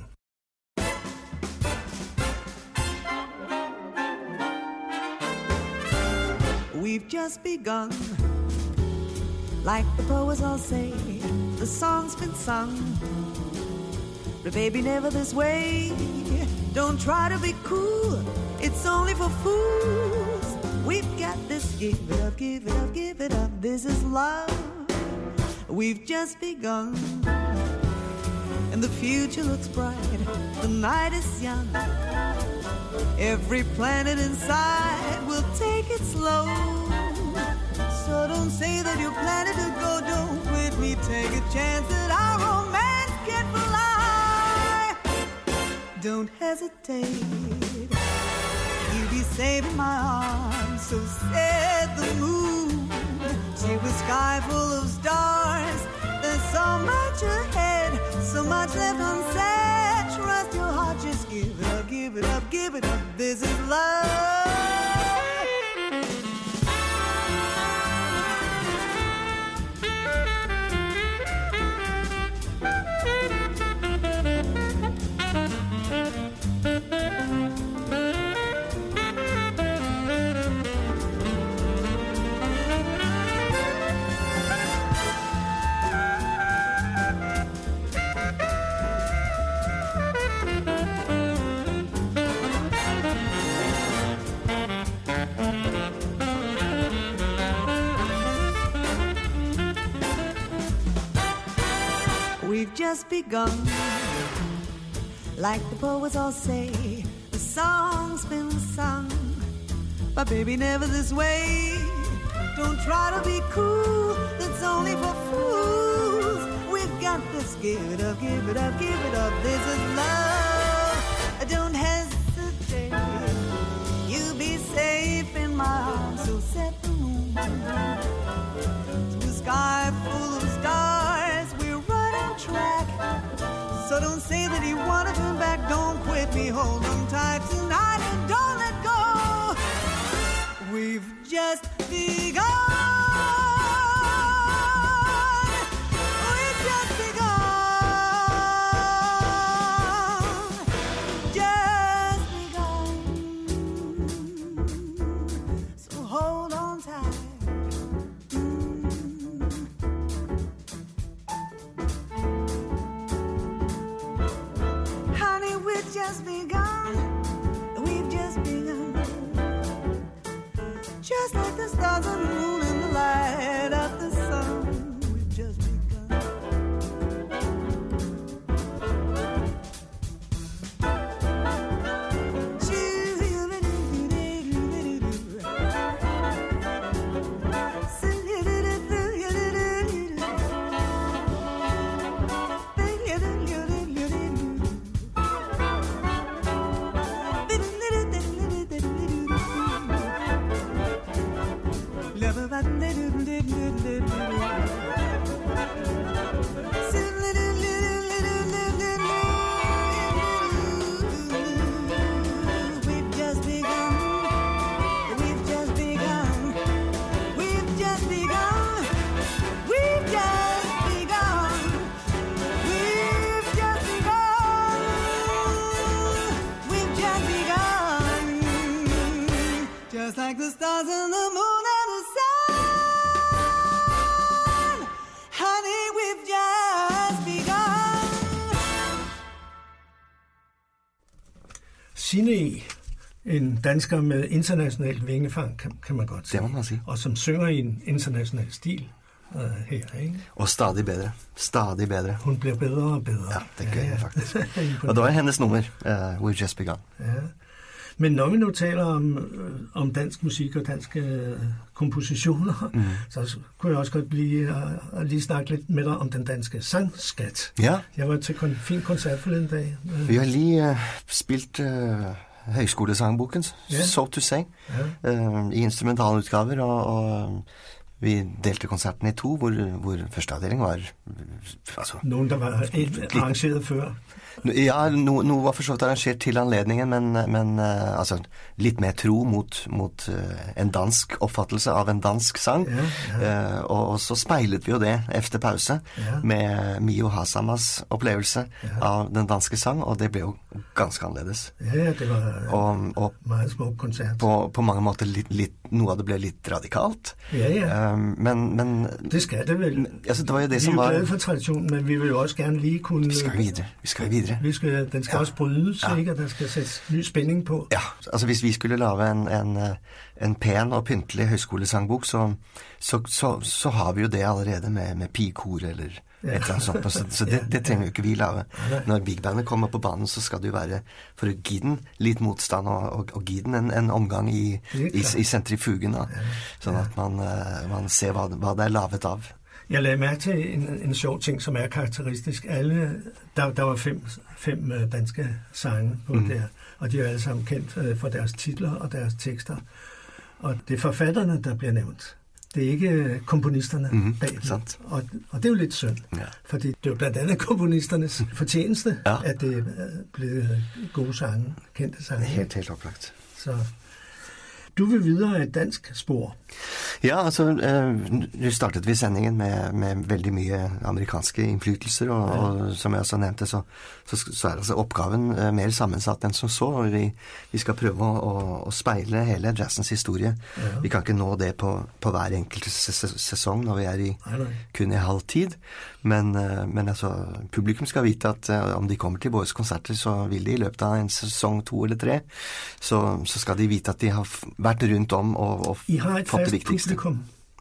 We've just begun. Like the poets all say, the song's been sung. But baby, never this way. Don't try to be cool, it's only for fools. We've got this, give it up, give it up, give it up. This is love. We've just begun. And the future looks bright, the night is young. Every planet inside will take it slow. So don't say that you're planning to go. Don't quit me. Take a chance that our romance can fly. Don't hesitate. You'll be saving my arms. So set the moon. See a sky full of stars. There's so much ahead, so much left unsaid. Trust your heart, just give it up, give it up, give it up. This is love. We've just begun. Like the poets all say, the song's been sung. But baby, never this way. Don't try to be cool, that's only for fools. We've give it up, give it up. This is love. Don't hesitate. You'll be safe in my arms. So set the moon to a sky full of stars. We're right on track. So don't say that you want to turn back. Don't quit me. Hold on tight tonight and don't let go. We've just begun. We've just begun. Just begun. So hold on tight. Honey, we've just begun. We've just begun. Just like the stars on the moon and the light of the sun. We've just begun. We've just begun. We've just begun. We've just begun. We've just begun. We've just begun. We've just begun. Just like the stars and the moon and the sun. Honey, we've just begun. Signe E., en dansker med internationalt vingefang, kan, kan man godt sige. Det må man sige. Og som synger i en international stil uh, her, ikke? Og stadig bedre. Stadig bedre. Hun bliver bedre og bedre. Ja, det gør ja, jeg faktisk. Og der er hendes nummer, uh, We've Just Begun. Ja. Men når vi nu taler om, øh, om dansk musik og danske øh, kompositioner, mm. så kunne jeg også godt blive at, at lige snakke lidt med dig om den danske sangskat. Ja. Jeg var til en fin koncert forleden dag. Vi har lige uh, spilt uh, høyskolesangboken, Ja. So to Say, Ja. uh, i instrumentalutgaver, og, og vi delte konserten i to, hvor, hvor første avdeling var altså, Nogen, der var et, arrangeret før. Ja, no, noe var for så vidt arrangert til anledningen, men, men uh, altså, litt mer tro mot, mot uh, en dansk oppfattelse av en dansk sang. Ja, ja. Uh, og, og så speilet vi jo det efter pause Ja. med Mio Hasamas opplevelse Ja. av den danske sang, og det ble jo ganske annerledes. Ja, det var og, og meget smuk koncert. På, på mange måter litt, litt, noe av det ble litt radikalt. Ja, ja. Um, men, men, det skal det vel. Altså, det var jo det vi som er jo var... glade for traditionen, men vi vil jo også gerne lige kunne... Vi skal videre, vi skal videre. Vi skal, den skal ja. også brydes, ja. Ikke? Og der skal sættes ny spænding på. Ja, altså hvis vi skulle lave en, en, en pæn og pyntelig høyskolesangbok, så, så, så, så har vi jo det allerede med, med pigekor eller ja. et eller annet sånt. Så, så det, det trenger jo ikke vi lave. Ja, når Big Bandet kommer på banen, så skal det jo være for å gi den litt motstand og, og, og gi den en, en omgang i, i, i sentrifugen, da. Ja. Sånn at man, man ser hva, hva det er lavet av. Jeg lagde mærke til en, en sjov ting, som er karakteristisk. Alle, der, der var fem, fem danske sange på mm. der, og de er alle sammen kendt uh, for deres titler og deres tekster. Og det er forfatterne, der bliver nævnt. Det er ikke komponisterne mm. bag dem. Og, og det er jo lidt synd, ja. Fordi det er jo blandt andet komponisternes fortjeneste, ja. At det er blevet gode sange, kendte sange. Helt, helt oplagt. Så... Du vil videre et dansk spor. Ja, altså, nu startet vi sendingen med, med veldig mye amerikanske innflytelser, og, ja. og som jeg også nevnte, så, så, så er altså oppgaven uh, mer sammensatt enn som så, og vi, vi skal prøve å, å, å speile hele jazzens historie. Ja. Vi kan ikke nå det på, på hver enkelt sesong når vi er i, nei, nei. kun i halv tid, men, uh, men altså, publikum skal vite at uh, om de kommer til våre konserter, så vil de i løpet av en sesong to eller tre, så, så skal de vite at de har vært rundt om og, og I har et fått det fast viktigste. Publikum.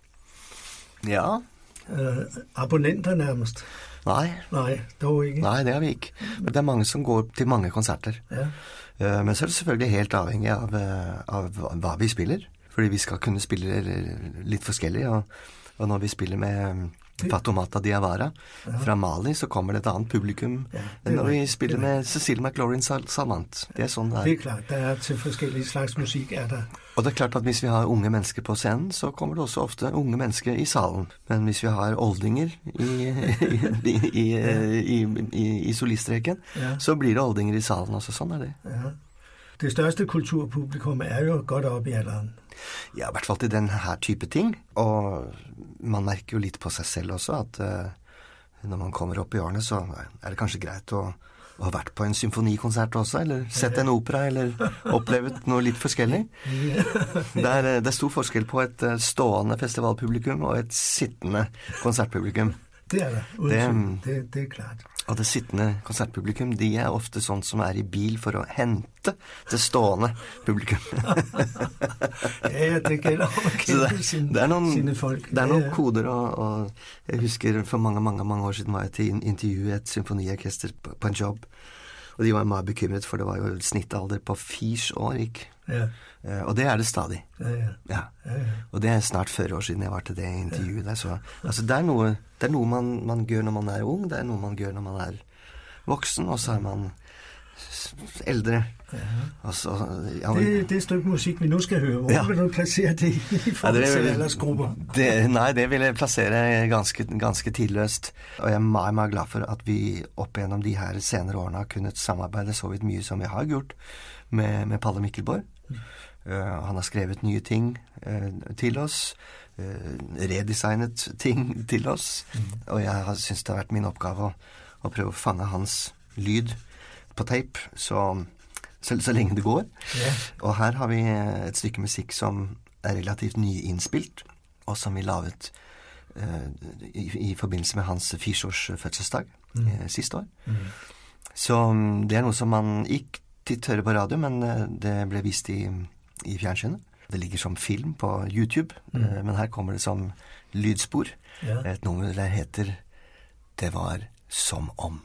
Ja. Uh, abonnenter nærmest. Nei. Nei, dog ikke. Nei, det har vi ikke. Men det er mange som går til mange konserter. Ja. Uh, men så er det selvfølgelig helt avhengig av, uh, av hva vi spiller. Fordi vi skal kunne spille litt forskjellig, og, og når vi spiller med Fatoumata Diawara. Ja. Fra Mali så kommer det et annet publikum ja, enn når vi spiller med Cecilie McLaurin Salvant. Det er sånn det er. Det er klart, der er til forskellige slags musik er der. Og det er klart at hvis vi har unge mennesker på scenen, så kommer det også ofte unge mennesker i salen. Men hvis vi har oldinger i, i, i, i, i, i, i soliststreken, ja. Så blir det oldinger i salen også. Sånn er det. Ja. Det største kulturpublikum er jo godt oppe i alderen. Ja, i hvert fall til den her type ting. Og man merker jo litt på seg selv også at uh, når man kommer opp i årene, så er det kanskje greit å, å ha vært på en symfonikonsert også, eller sett en opera, eller opplevd noe litt forskjellig. Det er, det er stor forskjell på et stående festivalpublikum og et sittende konsertpublikum. Det er det, det, det, det er klart. Og det sittende konsertpublikum, de er ofte sånn som er i bil for å hente det stående publikum. Ja, det gælder om at kende sin, det er noen, sine folk. Det er noen ja, ja. koder, og, og jeg husker for mange, mange, mange år siden var jeg til intervju i et symfoniorkester på, på en jobb, og de var meget bekymret, for det var jo snittalder på fire år, ikke? Ja. Uh, og det er det stadig. Ja, ja. Ja. Ja, ja. Og det er snart fyrre år siden jeg var til det intervjuet der, så altså, det er noe, det er noe man, man gjør når man er ung, det er noe man gjør når man er voksen, og så er man eldre. Ja. Og så, ja, det, det stykke musik, vi nu skal høre, hvor ja. Vil du placere det i forhold ja, til aldersgrupper? Det, nei, det vil jeg plassere ganske, ganske tidløst. Og jeg er meget, meget glad for at vi opp gjennom de her senere årene har kunnet samarbeide så vidt mye som vi har gjort med, med Palle Mikkelborg. Mm. Uh, han har skrevet nye ting uh, til oss, uh, redesignet ting til oss, mm. og jeg synes det har vært min oppgave å, å prøve å fange hans lyd på tape, så, så, så lenge det går. Yeah. Og her har vi et stykke musikk som er relativt nyinnspilt, og som vi lavet uh, i, i forbindelse med hans fireårs fødselsdag mm. uh, siste år. Mm. Så det er noe som man ikke titt hører på radio, men uh, det ble vist i i fjernsynet. Det ligger som film på YouTube, mm. men her kommer det som lydspor. Ja. Et nummer der heter Det var som om.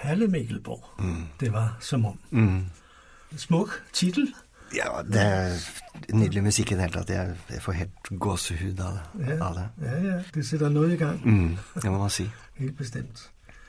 Palle Mikkelborg. Mm. Det var som om. Mm. Smuk titel. Ja, det er nydelig musik i det hele tatt. Jeg, jeg får helt gåsehud av, ja, av det. Ja, ja, det sætter noget i gang. Mm, det må man sige. Helt bestemt.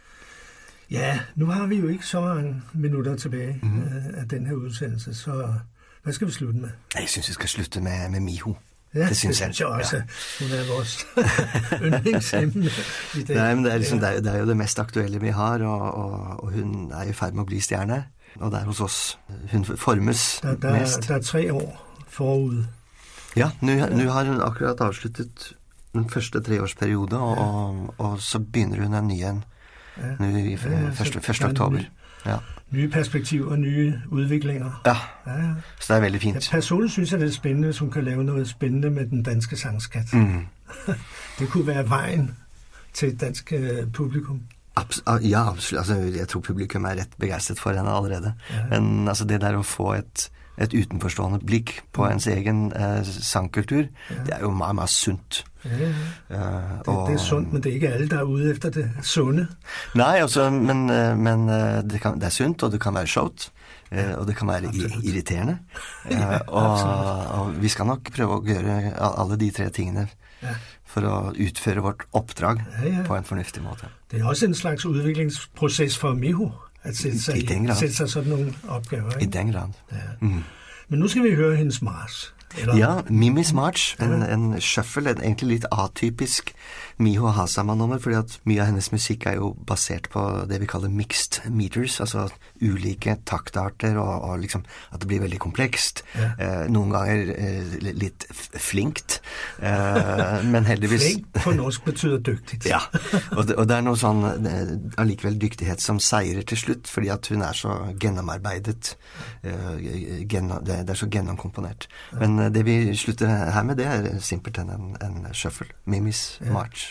Ja, nu har vi jo ikke så mange minutter tilbage mm. øh, af den her udsendelse, så hvad skal vi slutte med? Jeg synes, vi skal slutte med, med Miho. Ja, det synes det jeg. jeg også. Ja. Hun er vores yndlingsemne i dag. Nej, men det er, liksom, det, er, det er jo det mest aktuelle vi har, og, og, og hun er i ferd med at blive stjerne. Og der hos oss, hun formes der, der, mest. Der er tre år forud. Ja, nu, nu har hun akkurat afsluttet den første treårsperiode, og, ja. og, og så begynner hun en ny en. Ja. Nu i første, første oktober. Ja. Nye perspektiver, nye udviklinger. Ja, ja, ja. Så det er veldig fint. Ja, personligt synes jeg, det er spændende, hvis hun kan lave noget spændende med den danske sangskat. Mm. Det kunne være vejen til et dansk uh, publikum. Abs- ja, absolutt. Altså, jeg tror publikum er rett begeistret for henne allerede. Ja. Men altså, det der å få et, et utenforstående blikk på mm. ens egen eh, sangkultur, ja. det er jo meget, meget sundt. Ja, ja. Uh, det, og, det er sundt, men det er ikke alle, der er ude efter det sunde. Nej, altså, men, men det, kan, det er sundt, og det kan være sjovt, uh, og det kan være i, irriterende. Uh, ja, og, og vi skal nok prøve å gjøre alle de tre tingene ja. for å utføre vårt oppdrag ja, ja. på en fornuftig måte. Det er også en slags udviklingsproces for Miho, at sætte sig, I, i sætte sig sådan nogle opgaver. Ikke? I den grad. Ja. Mm. Men nu skal vi høre hendes march. Eller? Ja, Mimi's March, en, en shuffle, en egentlig litt atypisk Miho Hazama-nummer, fordi at mye av hennes musikk er jo basert på det vi kaller mixed meters, altså ulike taktarter, og, og liksom at det blir veldig komplekst, ja. eh, noen ganger eh, litt flinkt, eh, men heldigvis... Flink på norsk betyder dyktigt. Ja, og det, og det er noe sånn eh, allikevel dyktighet som seirer til slutt, fordi at hun er så gjennomarbeidet, eh, gjennom, det, det er så gjennomkomponert. Men det vi slutter her med, det er simpelthen en, en shuffle. Mimi's ja. March.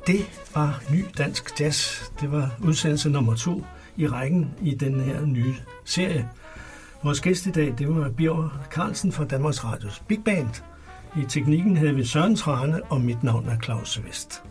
Det var Ny Dansk Jazz. Det var udsendelse nummer to i rækken i den her nye serie. Vores gæst i dag, det var Birger Carlsen fra Danmarks Radios Big Band. I teknikken havde vi Søren Trane, og mit navn er Claus Vest.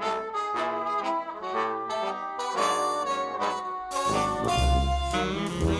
Thank you.